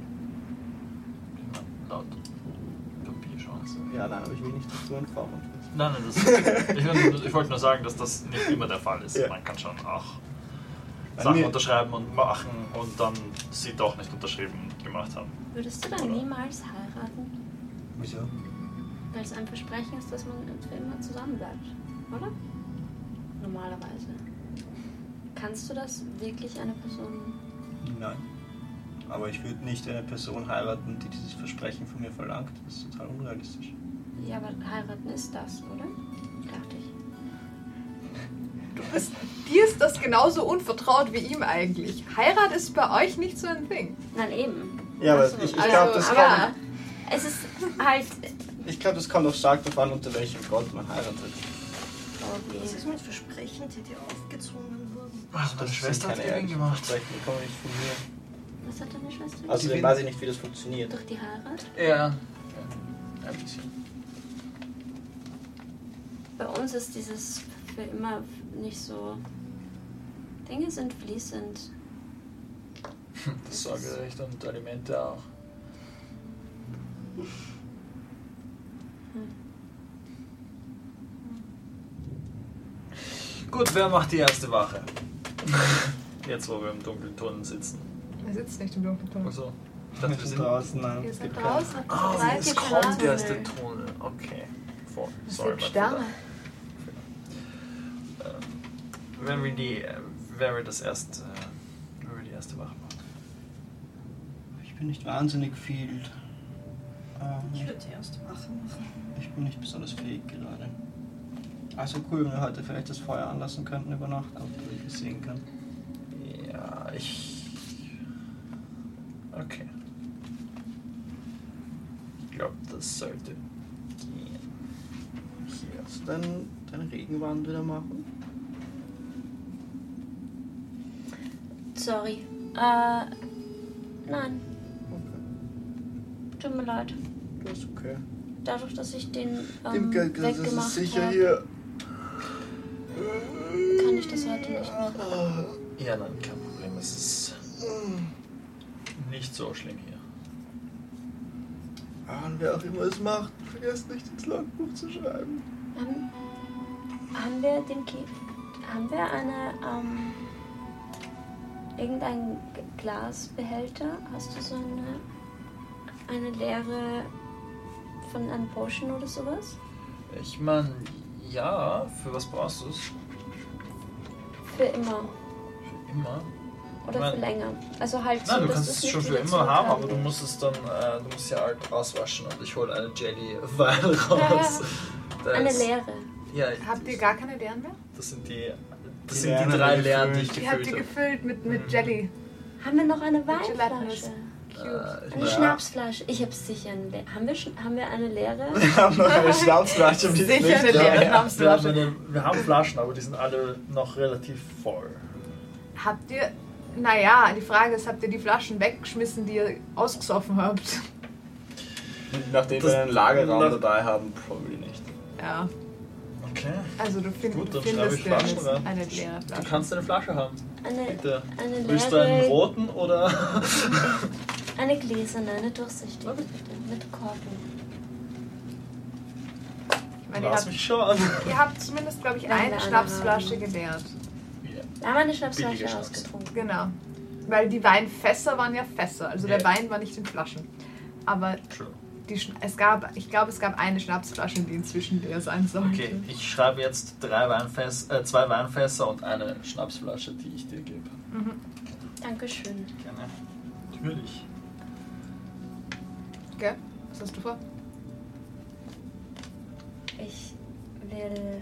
Laut Papierchance. Ja, nein, aber ich will nicht, dass du ein Vormund bist. Nein, nein, das, ich, ich wollte nur sagen, dass das nicht immer der Fall ist. Ja. Man kann schon auch An Sachen mir- unterschreiben und machen und dann sie doch nicht unterschrieben gemacht haben. Würdest du dann Oder? niemals heiraten? Wieso? Weil es ein Versprechen ist, dass man für immer zusammen bleibt, oder? Normalerweise. Kannst du das wirklich eine Person... Nein. Aber ich würde nicht eine Person heiraten, die dieses Versprechen von mir verlangt. Das ist total unrealistisch. Ja, aber heiraten ist das, oder? Dachte ich. Du bist, dir ist das genauso unvertraut wie ihm eigentlich. Heirat ist bei euch nicht so ein Ding. Nein, eben. Ja, aber Also, ich, ich also, glaube, das, aber- kommt- Es ist halt... ich glaub, das kommt auch stark davon, unter welchem Gott man heiratet. Was ist mit Versprechen, die dir aufgezwungen wurden? Also Das sind keine ehrlichen Versprechen, die kommen nicht von mir. Was hat deine Schwester? Außerdem weiß ich nicht, wie das funktioniert. Durch die Heirat? Ja, ja, ein bisschen. Bei uns ist dieses für immer nicht so... Dinge sind fließend. Das Sorgerecht und Alimente auch. Gut, wer macht die erste Wache? Jetzt, wo wir im dunklen Tunnel sitzen. Er sitzt nicht im dunklen Tunnel. Achso. Ich dachte, wir sind. draußen, nein. Ihr es seid gibt draußen. Ah, Seid jetzt ihr kommt schon erst Tunnel? der Tunnel. Okay. Vor. Es Sorry, gibt my Sterne. fault. Ähm, Wenn wir die, äh, wenn wir das erst, äh, wenn wir die erste Wache machen. kein- Ich bin nicht wahnsinnig viel. Ähm, Ich würde die erste Wache machen. ich bin nicht besonders fähig gerade. Also cool, wenn wir heute vielleicht das Feuer anlassen könnten über Nacht, damit ich es sehen kann. Ja, ich. Okay. Ich glaube, das sollte gehen. Hier. Hast du deinen, deinen Regenwand wieder machen? Sorry. Äh, nein. Okay. Tut mir leid. Das ist okay. Dadurch, dass ich den ähm, Dem Geld, das weggemacht ist sicher habe, hier. kann ich das heute nicht machen. Ja, nein, kein Problem. Es ist nicht so schlimm hier. Ah, und wer auch immer es macht, vergesst nicht ins Logbuch zu schreiben. Haben, haben wir den Key, haben wir eine, ähm, irgendein G- Glasbehälter? Hast du so eine, eine leere von einem Potion oder sowas? Ich meine, ja, für was brauchst du es? Für immer. Für immer? Oder Nein. für länger. Also halt so, Nein, du dass kannst du's es nicht schon für wieder immer haben, aber du zurückhaben musst es dann, äh, du musst ja halt auswaschen und ich hole eine Jelly Vial raus. Das- Eine leere. Ja, Habt ihr gar keine leeren mehr? Das sind die, das Die sind leeren die drei haben wir leeren, die ich Die habt gefüllt ihr habe. gefüllt mit, mit Jelly. Haben wir noch eine Gelatinous Weinflasche? Cubes. Eine Ja. Schnapsflasche. Ich habe sicher eine leere. Haben wir, schon- haben wir eine leere? Wir haben noch eine Schnapsflasche, die ist Sicher nicht eine leer. leere Wir haben, Schnapsflasche. eine, wir haben Flaschen, aber die sind alle noch relativ voll. Habt ihr, naja, die Frage ist, habt ihr die Flaschen weggeschmissen, die ihr ausgesoffen habt? Nachdem Das- wir einen Lagerraum nach- dabei haben, probably nicht. Ja, Okay. also du find, Gut, dann findest schreibe ich ja Flaschen rein. eine leere Du Flasche. kannst eine Flasche haben. Eine, Bitte. eine Willst du einen leere, roten oder? eine gläserne, eine durchsichtige, bitte, mit Korken. Ich meine, ihr Lass habt, mich schauen. ihr habt zumindest, glaube ich, Wenn wir eine eine Schnapsflasche haben. geleert. Da haben wir eine Billige Schnapsflasche Schnaps. ausgetrunken. Genau. Weil die Weinfässer waren ja Fässer, also der Ja. Wein war nicht in Flaschen. Aber True. die, Schn- es gab, ich glaube, es gab eine Schnapsflasche, die inzwischen leer sein sollte. Okay, ich schreibe jetzt drei Weinfässer, äh, zwei Weinfässer und eine Schnapsflasche, die ich dir gebe. Dankeschön. Gerne. Natürlich. Okay, was hast du vor? Ich will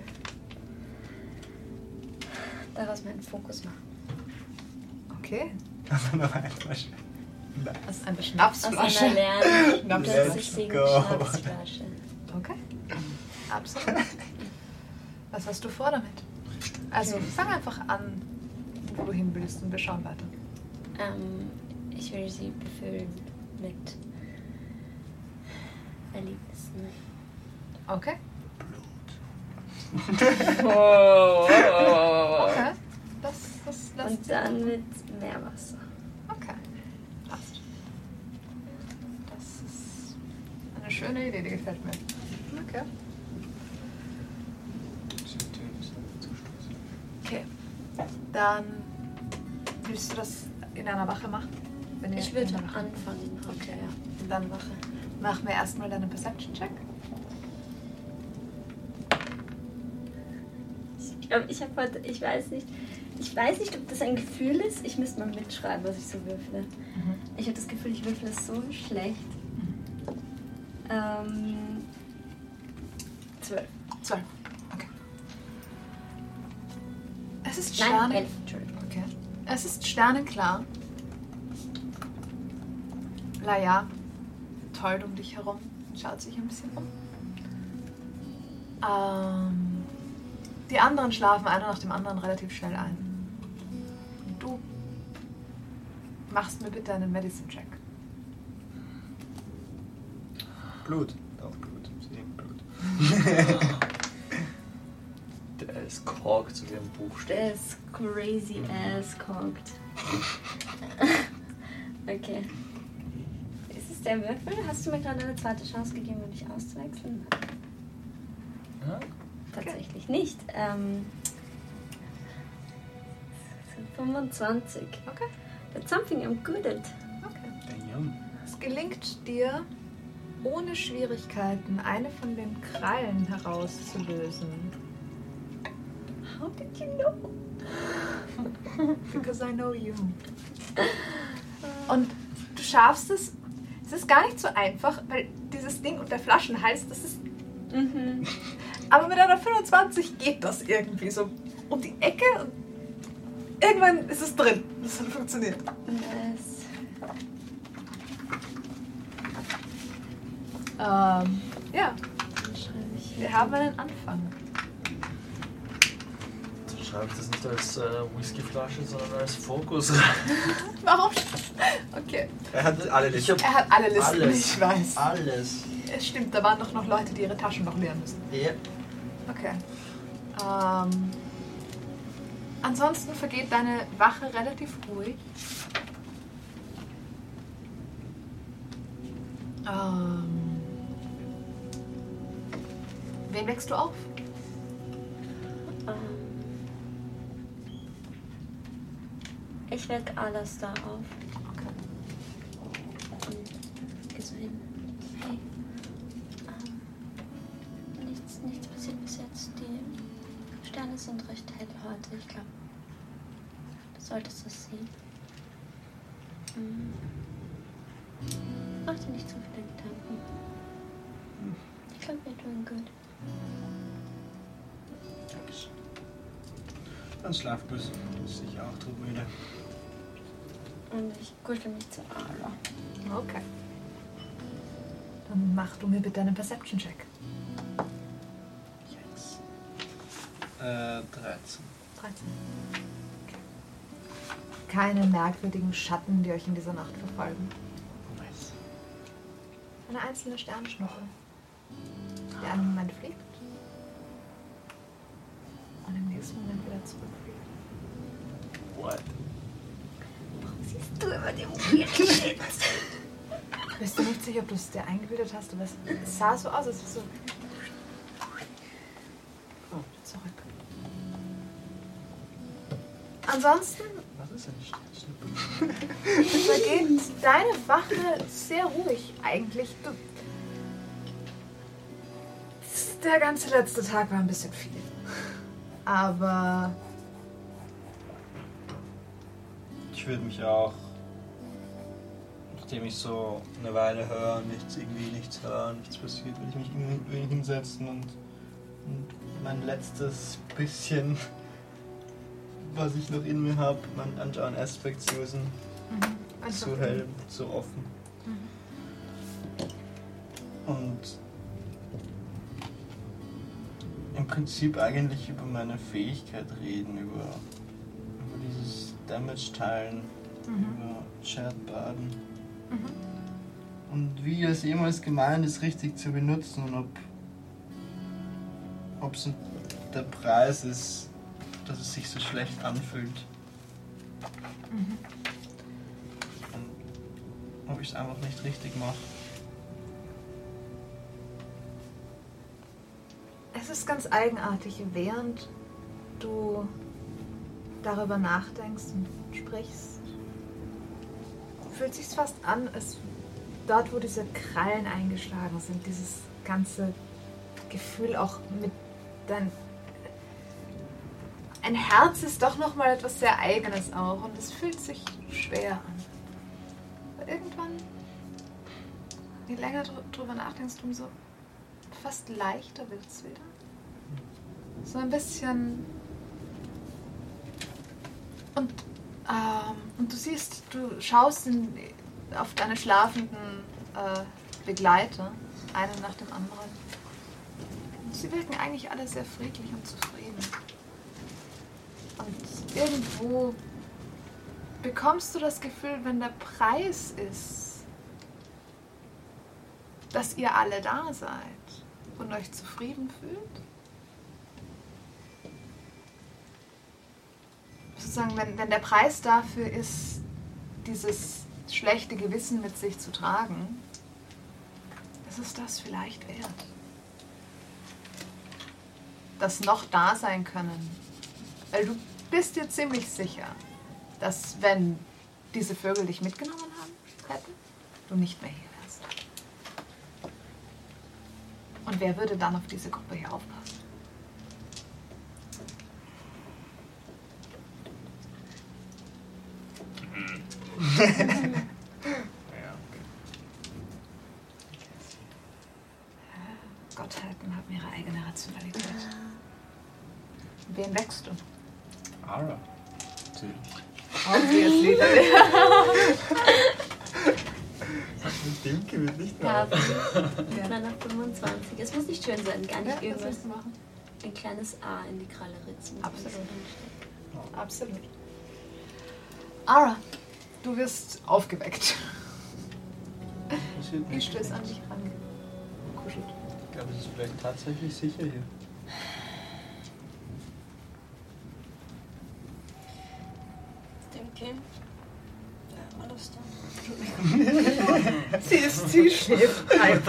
daraus meinen Fokus machen. Okay, Also noch eine Flasche. das ist eine Aus Schnapsflasche. einer leeren, Schnapsflasche. durchsichtigen Let's go. Schnapsflasche. Okay, absolut. Was hast du vor damit? Also fang einfach an, wo du hin willst und wir schauen weiter. Ähm, ich will sie befüllen mit Erlebnissen. Okay. Oh. Okay. Das, das lässt Und dann mit Meerwasser. Okay. Passt. Das ist eine schöne Idee, die gefällt mir. Okay. Okay. Dann willst du das in einer Wache machen? Wenn ihr Ich würde in der Wache- anfangen heute, Okay. ja. Dann Wache. Mach mir erstmal deinen Perception-Check. Ich glaube, ich habe heute, ich weiß nicht, ich weiß nicht, ob das ein Gefühl ist. Ich müsste mal mitschreiben, was ich so würfle. Ich habe das Gefühl, ich würfle so schlecht. Ähm, zwölf. Zwölf. Okay. Es ist Nein, Sterne. elf, Entschuldigung. Okay. Es ist sternenklar. Laia toll um dich herum, schaut sich ein bisschen um. Ähm, die anderen schlafen einer nach dem anderen relativ schnell ein. Du machst mir bitte einen Medicine-Check. Blut. Doch, Blut. Sie sehen Blut. Der ist kork, so wie im Buch steht. Der ist crazy ass cocked. Okay. Ist es der Würfel? Hast du mir gerade eine zweite Chance gegeben, um dich auszuwechseln? Ja? Tatsächlich nicht. Ähm, es sind fünfundzwanzig. Okay. That's something I'm good at. Okay. Damn. Es gelingt dir, ohne Schwierigkeiten eine von den Krallen herauszulösen. How did you know? Because I know you. Und du schaffst es. Es ist gar nicht so einfach, weil dieses Ding unter Flaschenhals, das ist. Mhm. Aber mit einer fünfundzwanzig geht das irgendwie so um die Ecke und irgendwann ist es drin. Das hat funktioniert. Nice. Ähm, ja, Dann schreibe ich hier. wir haben einen Anfang. So schreibe ich das nicht als äh, Whiskyflasche, sondern als Fokus. Warum? Okay. Er hat alle Listen. Er hat alle Listen, Alles. ich weiß. Alles. Es stimmt, da waren doch noch Leute, die ihre Taschen noch leeren müssen. Ja. Okay. Ähm, ansonsten vergeht deine Wache relativ ruhig. Ähm, wen wächst du auf? Ähm, ich wecke Alastar auf Okay. und gehe so hin. Hey, ähm, nichts, nichts passiert bis jetzt. Die Sterne sind recht hell heute. Ich glaube, du solltest das sehen. Ähm, mach dir nicht so viele Gedanken. Ich glaube, we're doing good. Dann schlaf gut. Du bist sicher auch todmüde. Und ich kuschel mich zu Ara. Okay. Dann mach du mir bitte einen Perception-Check. Yikes. Äh, dreizehn. dreizehn. Okay. Keine merkwürdigen Schatten, die euch in dieser Nacht verfolgen. Nice. Eine einzelne Sternschnuppe, die einen Moment fliegt und im nächsten Moment wieder zurückfliegt. What? Siehst du immer den Weird Bist du nicht sicher, ob du es dir eingebildet hast? Aber es sah so aus, als ob so zurück. Ansonsten Was ist eine Sternschnuppe? vergeht deine Wache sehr ruhig eigentlich. Du, der ganze letzte Tag war ein bisschen viel. Aber Ich würde mich auch, nachdem ich so eine Weile höre, nichts irgendwie nichts hören, nichts passiert, würde ich mich irgendwie hinsetzen und, und mein letztes bisschen, was ich noch in mir habe, mein anschauen Aspects usen. mhm. So hell, so offen. Und im Prinzip eigentlich über meine Fähigkeit reden, über, über dieses Damage teilen, Mhm. über Shared Burden. Mhm. Und wie es jemals gemeint ist, richtig zu benutzen und ob ob es der Preis ist, dass es sich so schlecht anfühlt. Mhm. Und ob ich es einfach nicht richtig mache. Es ist ganz eigenartig, während du darüber nachdenkst und sprichst, fühlt sich fast an, als dort, wo diese Krallen eingeschlagen sind, dieses ganze Gefühl auch mit dein ein Herz ist doch noch mal etwas sehr Eigenes auch und es fühlt sich schwer an. Aber irgendwann, je länger du drüber nachdenkst, umso fast leichter wird es wieder. So ein bisschen. Und, ähm, und du siehst, du schaust in, auf deine schlafenden äh, Begleiter, einen nach dem anderen. Und sie wirken eigentlich alle sehr friedlich und zufrieden. Und irgendwo bekommst du das Gefühl, wenn der Preis ist, dass ihr alle da seid und euch zufrieden fühlt. Sozusagen, wenn, wenn der Preis dafür ist, dieses schlechte Gewissen mit sich zu tragen, ist es das vielleicht wert. Das noch da sein können. Weil du bist dir ziemlich sicher, dass wenn diese Vögel dich mitgenommen haben hätten, du nicht mehr hier wärst. Und wer würde dann auf diese Gruppe hier aufpassen? Ja. Gottheiten haben ihre eigene Rationalität. Wen wächst du? Ara. Natürlich. Obviously. Mit dem gewinnt nicht Ja, Ja. dann nach fünfundzwanzig. Es muss nicht schön sein, gar nicht Ja, was irgendwas. willst du machen? Ein kleines A in die Kralle ritzen. Absolut. Und Absolut. Ara, du wirst aufgeweckt. Passiert Ich nichts. stößt an dich ran. Kuschelt. Ich glaube, es ist vielleicht tatsächlich sicher hier. Ich denke, ja, alles da. Sie ist, sie schläft halb.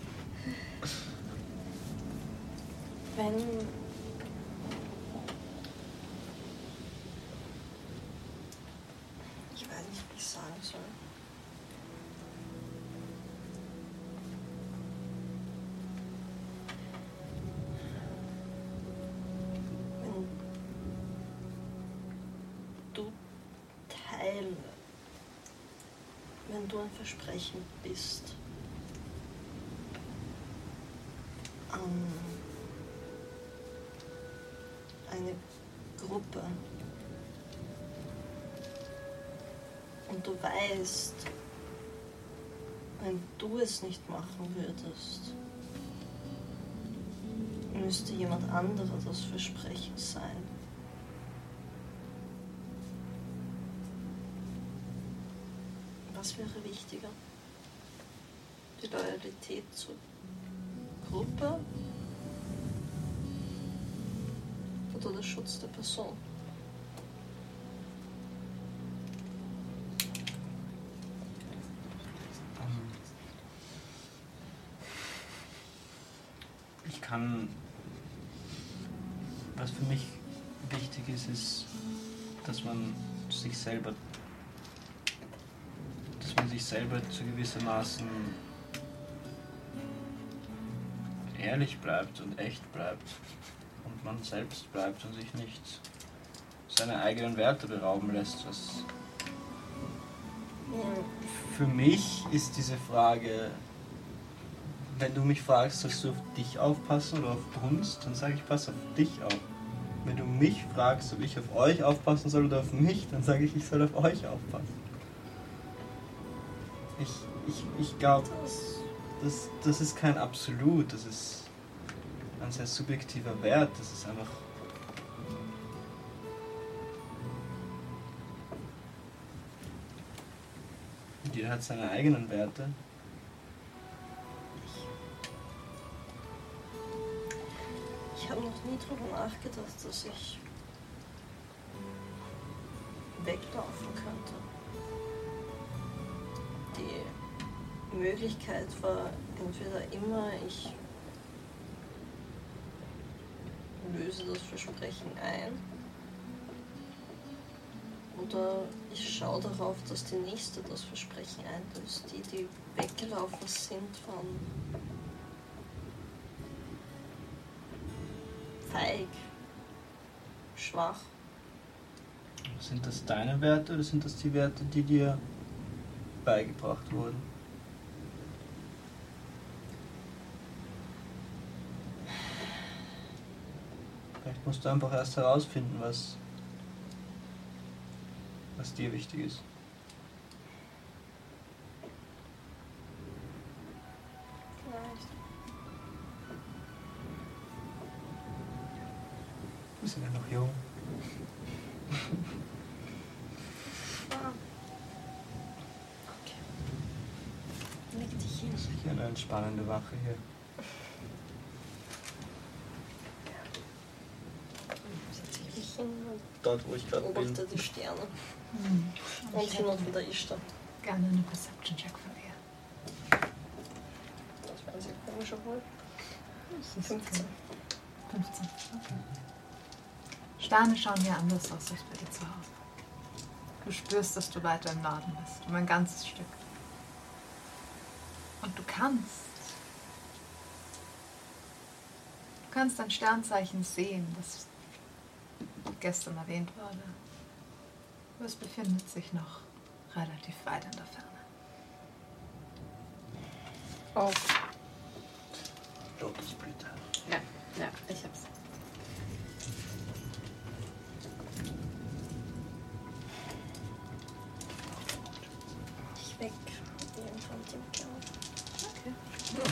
Wenn ich weiß nicht, wie ich sagen soll. Wenn du Teil, wenn du ein Versprechen bist, ähm, eine Gruppe. Und du weißt, wenn du es nicht machen würdest, müsste jemand anderer das Versprechen sein. Was wäre wichtiger? Die Loyalität zur Gruppe oder der Schutz der Person? Ich kann, was für mich wichtig ist, ist, dass man sich selber, dass man sich selber zu gewissermaßen ehrlich bleibt und echt bleibt und man selbst bleibt und sich nicht seine eigenen Werte berauben lässt. Was für mich ist diese Frage, wenn du mich fragst, sollst du auf dich aufpassen oder auf uns, dann sage ich, pass auf dich auf. Wenn du mich fragst, ob ich auf euch aufpassen soll oder auf mich, dann sage ich, ich soll auf euch aufpassen. Ich, ich, ich glaube, das, das ist kein Absolut, das ist ein sehr subjektiver Wert, das ist einfach... Jeder hat seine eigenen Werte. Ich habe noch nie darüber nachgedacht, dass ich weglaufen könnte. Die Möglichkeit war entweder immer, ich löse das Versprechen ein, oder ich schaue darauf, dass die Nächste das Versprechen einlöst. Die, die weggelaufen sind, waren feig, schwach. Sind das deine Werte oder sind das die Werte, die dir beigebracht wurden? Vielleicht musst du einfach erst herausfinden, was, was dir wichtig ist. Vielleicht. Wir sind ja noch jung. Ah. Okay. Leg dich hin. Sicher eine entspannende Wache hier. Setz ich mich hin und Dort, wo ich gerade bin. beobachte die Sterne. Hm. Und hin und wieder Ishtar. Gerne eine Perception-Check von dir. Das wäre ein sehr komischer Wohl. fünfzehn. fünfzehn. Okay. Sterne schauen hier anders aus als bei dir zu Hause. Du spürst, dass du weiter im Norden bist, um ein ganzes Stück. Und du kannst. Du kannst ein Sternzeichen sehen, das gestern erwähnt wurde. Aber es befindet sich noch relativ weit in der Ferne. Oh, Lotusblüte. ja, ja, ich hab's. Ich weg. Irgendwann dem Glauben. Okay.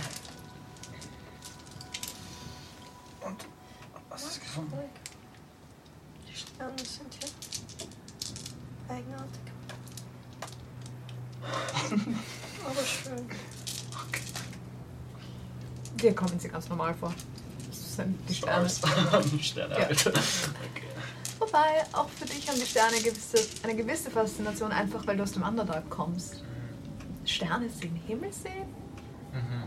Und was ist gefunden? Ruhig. Die Sterne sind hier eigenartig. Aber schön. Dir kommen sie ganz normal vor. Das sind die Sterne. Sterne. Ja. Okay. Wobei, auch für dich haben die Sterne gewisse, eine gewisse Faszination, einfach weil du aus dem Underdark kommst. Sterne sehen, Himmel sehen? Mhm.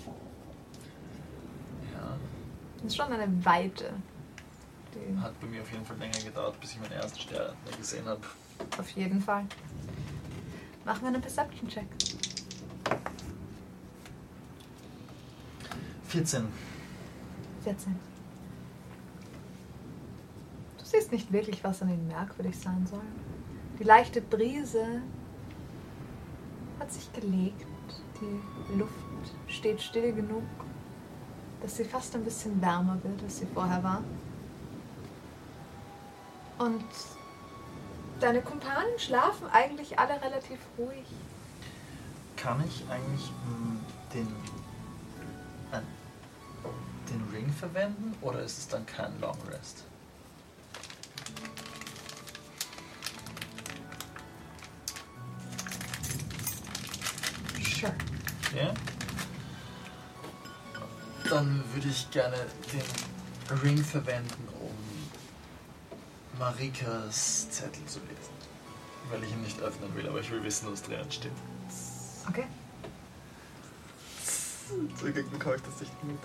Ja, Das ist schon eine Weite. Die hat bei mir auf jeden Fall länger gedauert, bis ich meine ersten Sterne gesehen habe. auf jeden Fall. Machen wir einen Perception-Check. vierzehn. vierzehn. Du siehst nicht wirklich, was an ihnen merkwürdig sein soll. Die leichte Brise hat sich gelegt. Die Luft steht still genug, dass sie fast ein bisschen wärmer wird, als sie vorher war. Und deine Kumpanen schlafen eigentlich alle relativ ruhig. Kann ich eigentlich mh, den, äh, den Ring verwenden oder ist es dann kein Long Rest? Sure. Ja? Dann würde ich gerne den Ring verwenden, um Marikas Zettel zu lesen. Weil ich ihn nicht öffnen will, aber ich will wissen, was drinnen steht. Okay. So kriegt ein Charakter sich mit.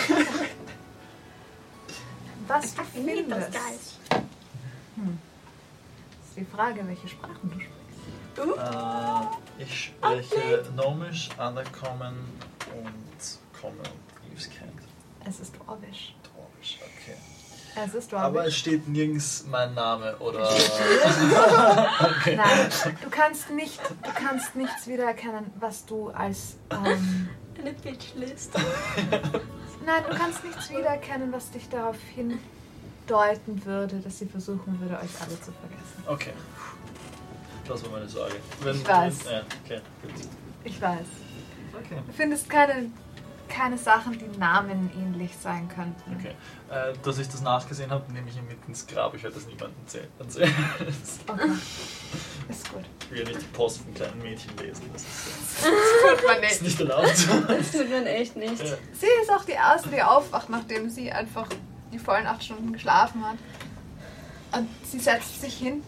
Was du Nee, das findest, geil. hm. ist die Frage, welche Sprachen du sprichst. Äh, ich spreche Gnomisch, Undercommon und Common und Thieves Cant. Es ist Dwarvish. Dwarvish, okay. Es ist Aber Dwarvish. es steht nirgends mein Name oder... okay. Nein, du kannst nicht, du kannst nichts wiedererkennen, was du als ähm, Eine Bitchlist. nein, du kannst nichts wiedererkennen, was dich darauf hindeuten würde, dass sie versuchen würde, euch alle zu vergessen. Okay. Das war meine Sorge. Wenn, Ich weiß. Wenn, ja, okay, gut. Ich weiß. Okay. Du findest keine, keine Sachen, die Namen ähnlich sein könnten. Okay. Äh, dass ich das nachgesehen habe, nehme ich ihn mit ins Grab. Ich werde das niemandem erzählen. Okay. Ist gut. Ich will ja nicht die Post von kleinen Mädchen lesen. Das ist, Tut man das ist nicht. nicht erlaubt. Das tut man echt nicht. Ja. Sie ist auch die Erste, die aufwacht, nachdem sie einfach die vollen acht Stunden geschlafen hat. Und sie setzt sich hin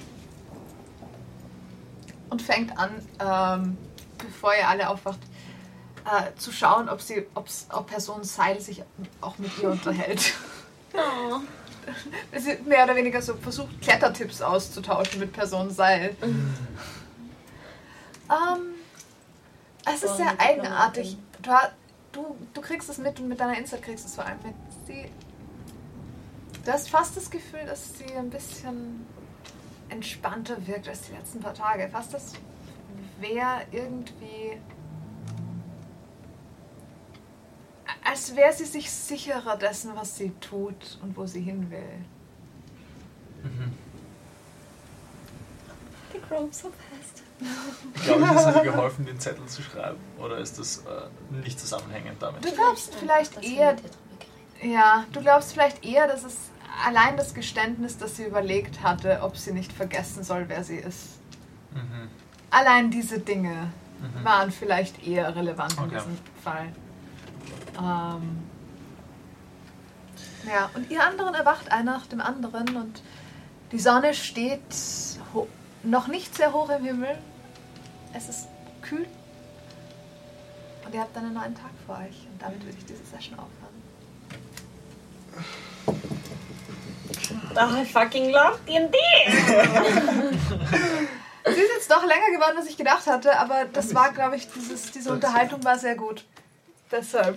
und fängt an, ähm, bevor ihr alle aufwacht, äh, zu schauen, ob sie, ob's, ob Person Seil sich auch mit ihr unterhält. Oh. Sie mehr oder weniger so versucht, Klettertipps auszutauschen mit Person Seil. ähm, es ist Oh, sehr mit eigenartig. Du, ha- du, du kriegst es mit und mit deiner Insight kriegst du es vor allem mit. Sie, du hast fast das Gefühl, dass sie ein bisschen entspannter wirkt als die letzten paar Tage. Fast das wäre irgendwie... Als wäre sie sich sicherer dessen, was sie tut und wo sie hin will. Mhm. Die grown so fast. Ich glaube, es hat dir geholfen, den Zettel zu schreiben. Oder ist das äh, nicht zusammenhängend damit? Du glaubst vielleicht Dass wir eher, mit ihr drüber geredet ja, du glaubst vielleicht eher, dass es allein das Geständnis, das sie überlegt hatte, ob sie nicht vergessen soll, wer sie ist. Mhm. Allein diese Dinge Mhm. waren vielleicht eher relevant in Okay. diesem Fall. Ähm, ja, und ihr anderen erwacht einer nach dem anderen und die Sonne steht ho- noch nicht sehr hoch im Himmel. Es ist kühl. Und ihr habt einen neuen Tag vor euch. Und damit würde ich diese Session aufhören. Oh, I fucking love D and D! Sie ist jetzt doch länger geworden, als ich gedacht hatte, aber das war, glaube ich, dieses, diese Unterhaltung war sehr gut. Deshalb.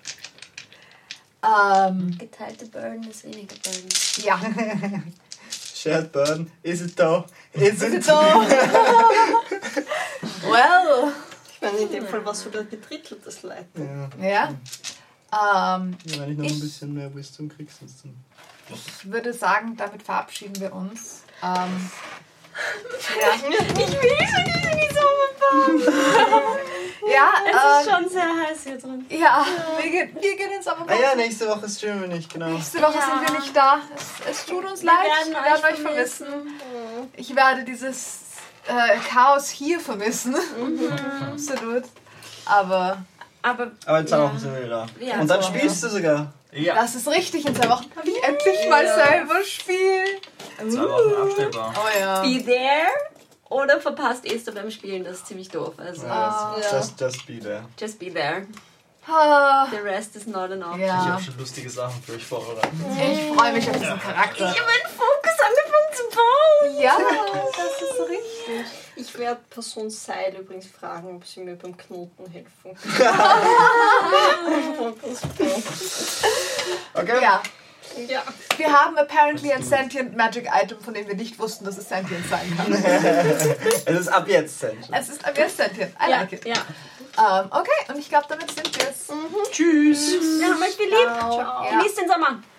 Ähm, Geteilte Burden ist weniger Burden. ja. Shared burden. Is it though? Is Ist it es so? Well. Ich meine, in dem Fall war es sogar gedritteltes Leid. Ja. Ja. Ähm, Ja, wenn ich noch Ich- ein bisschen mehr Wisdom krieg, sonst dann. ich würde sagen, damit verabschieden wir uns. Ähm, ja. Ich will schon nicht in die Sommerpause. Ja, Es ist ähm, schon sehr heiß hier drin. ja, wir gehen, wir gehen ins Ah Sommerpause. ja, nächste Woche streamen wir nicht, genau. Nächste Woche Ja. sind wir nicht da. Es, es tut uns leid. Wir werden euch vermissen. Ich werde dieses äh, Chaos hier vermissen. Absolut. Aber Aber Aber in zwei Ja. Wochen sind wir wieder da. Ja, Und dann so, spielst du sogar. Ja, das ist richtig. In zwei Wochen kann ich endlich mal selber spielen. zwei Wochen abstellbar. Oh ja. be there oder verpasst Esther beim Spielen. Das ist ziemlich doof. Also, Ah. Just, just be there. just be there. Ah, The rest is not an option. Ich ja. habe schon lustige Sachen für euch vorbereitet. Ich freue mich auf diesen Charakter. Ich habe meinen Fokus angefangen zu bauen. Ja, das ist so richtig. Ich werde Person Seil übrigens fragen, ob sie mir beim Knoten helfen kann. Okay? Ja. Ja. Wir haben apparently ein sentient Magic Item, von dem wir nicht wussten, dass es sentient sein kann. Es ist ab jetzt sentient. Es ist ab jetzt sentient. I Ja, like it. ja. Ähm, okay, und ich glaube, damit sind wir es. Tschüss. Wir haben euch geliebt. Ciao. Ja. Genießt den Sommer.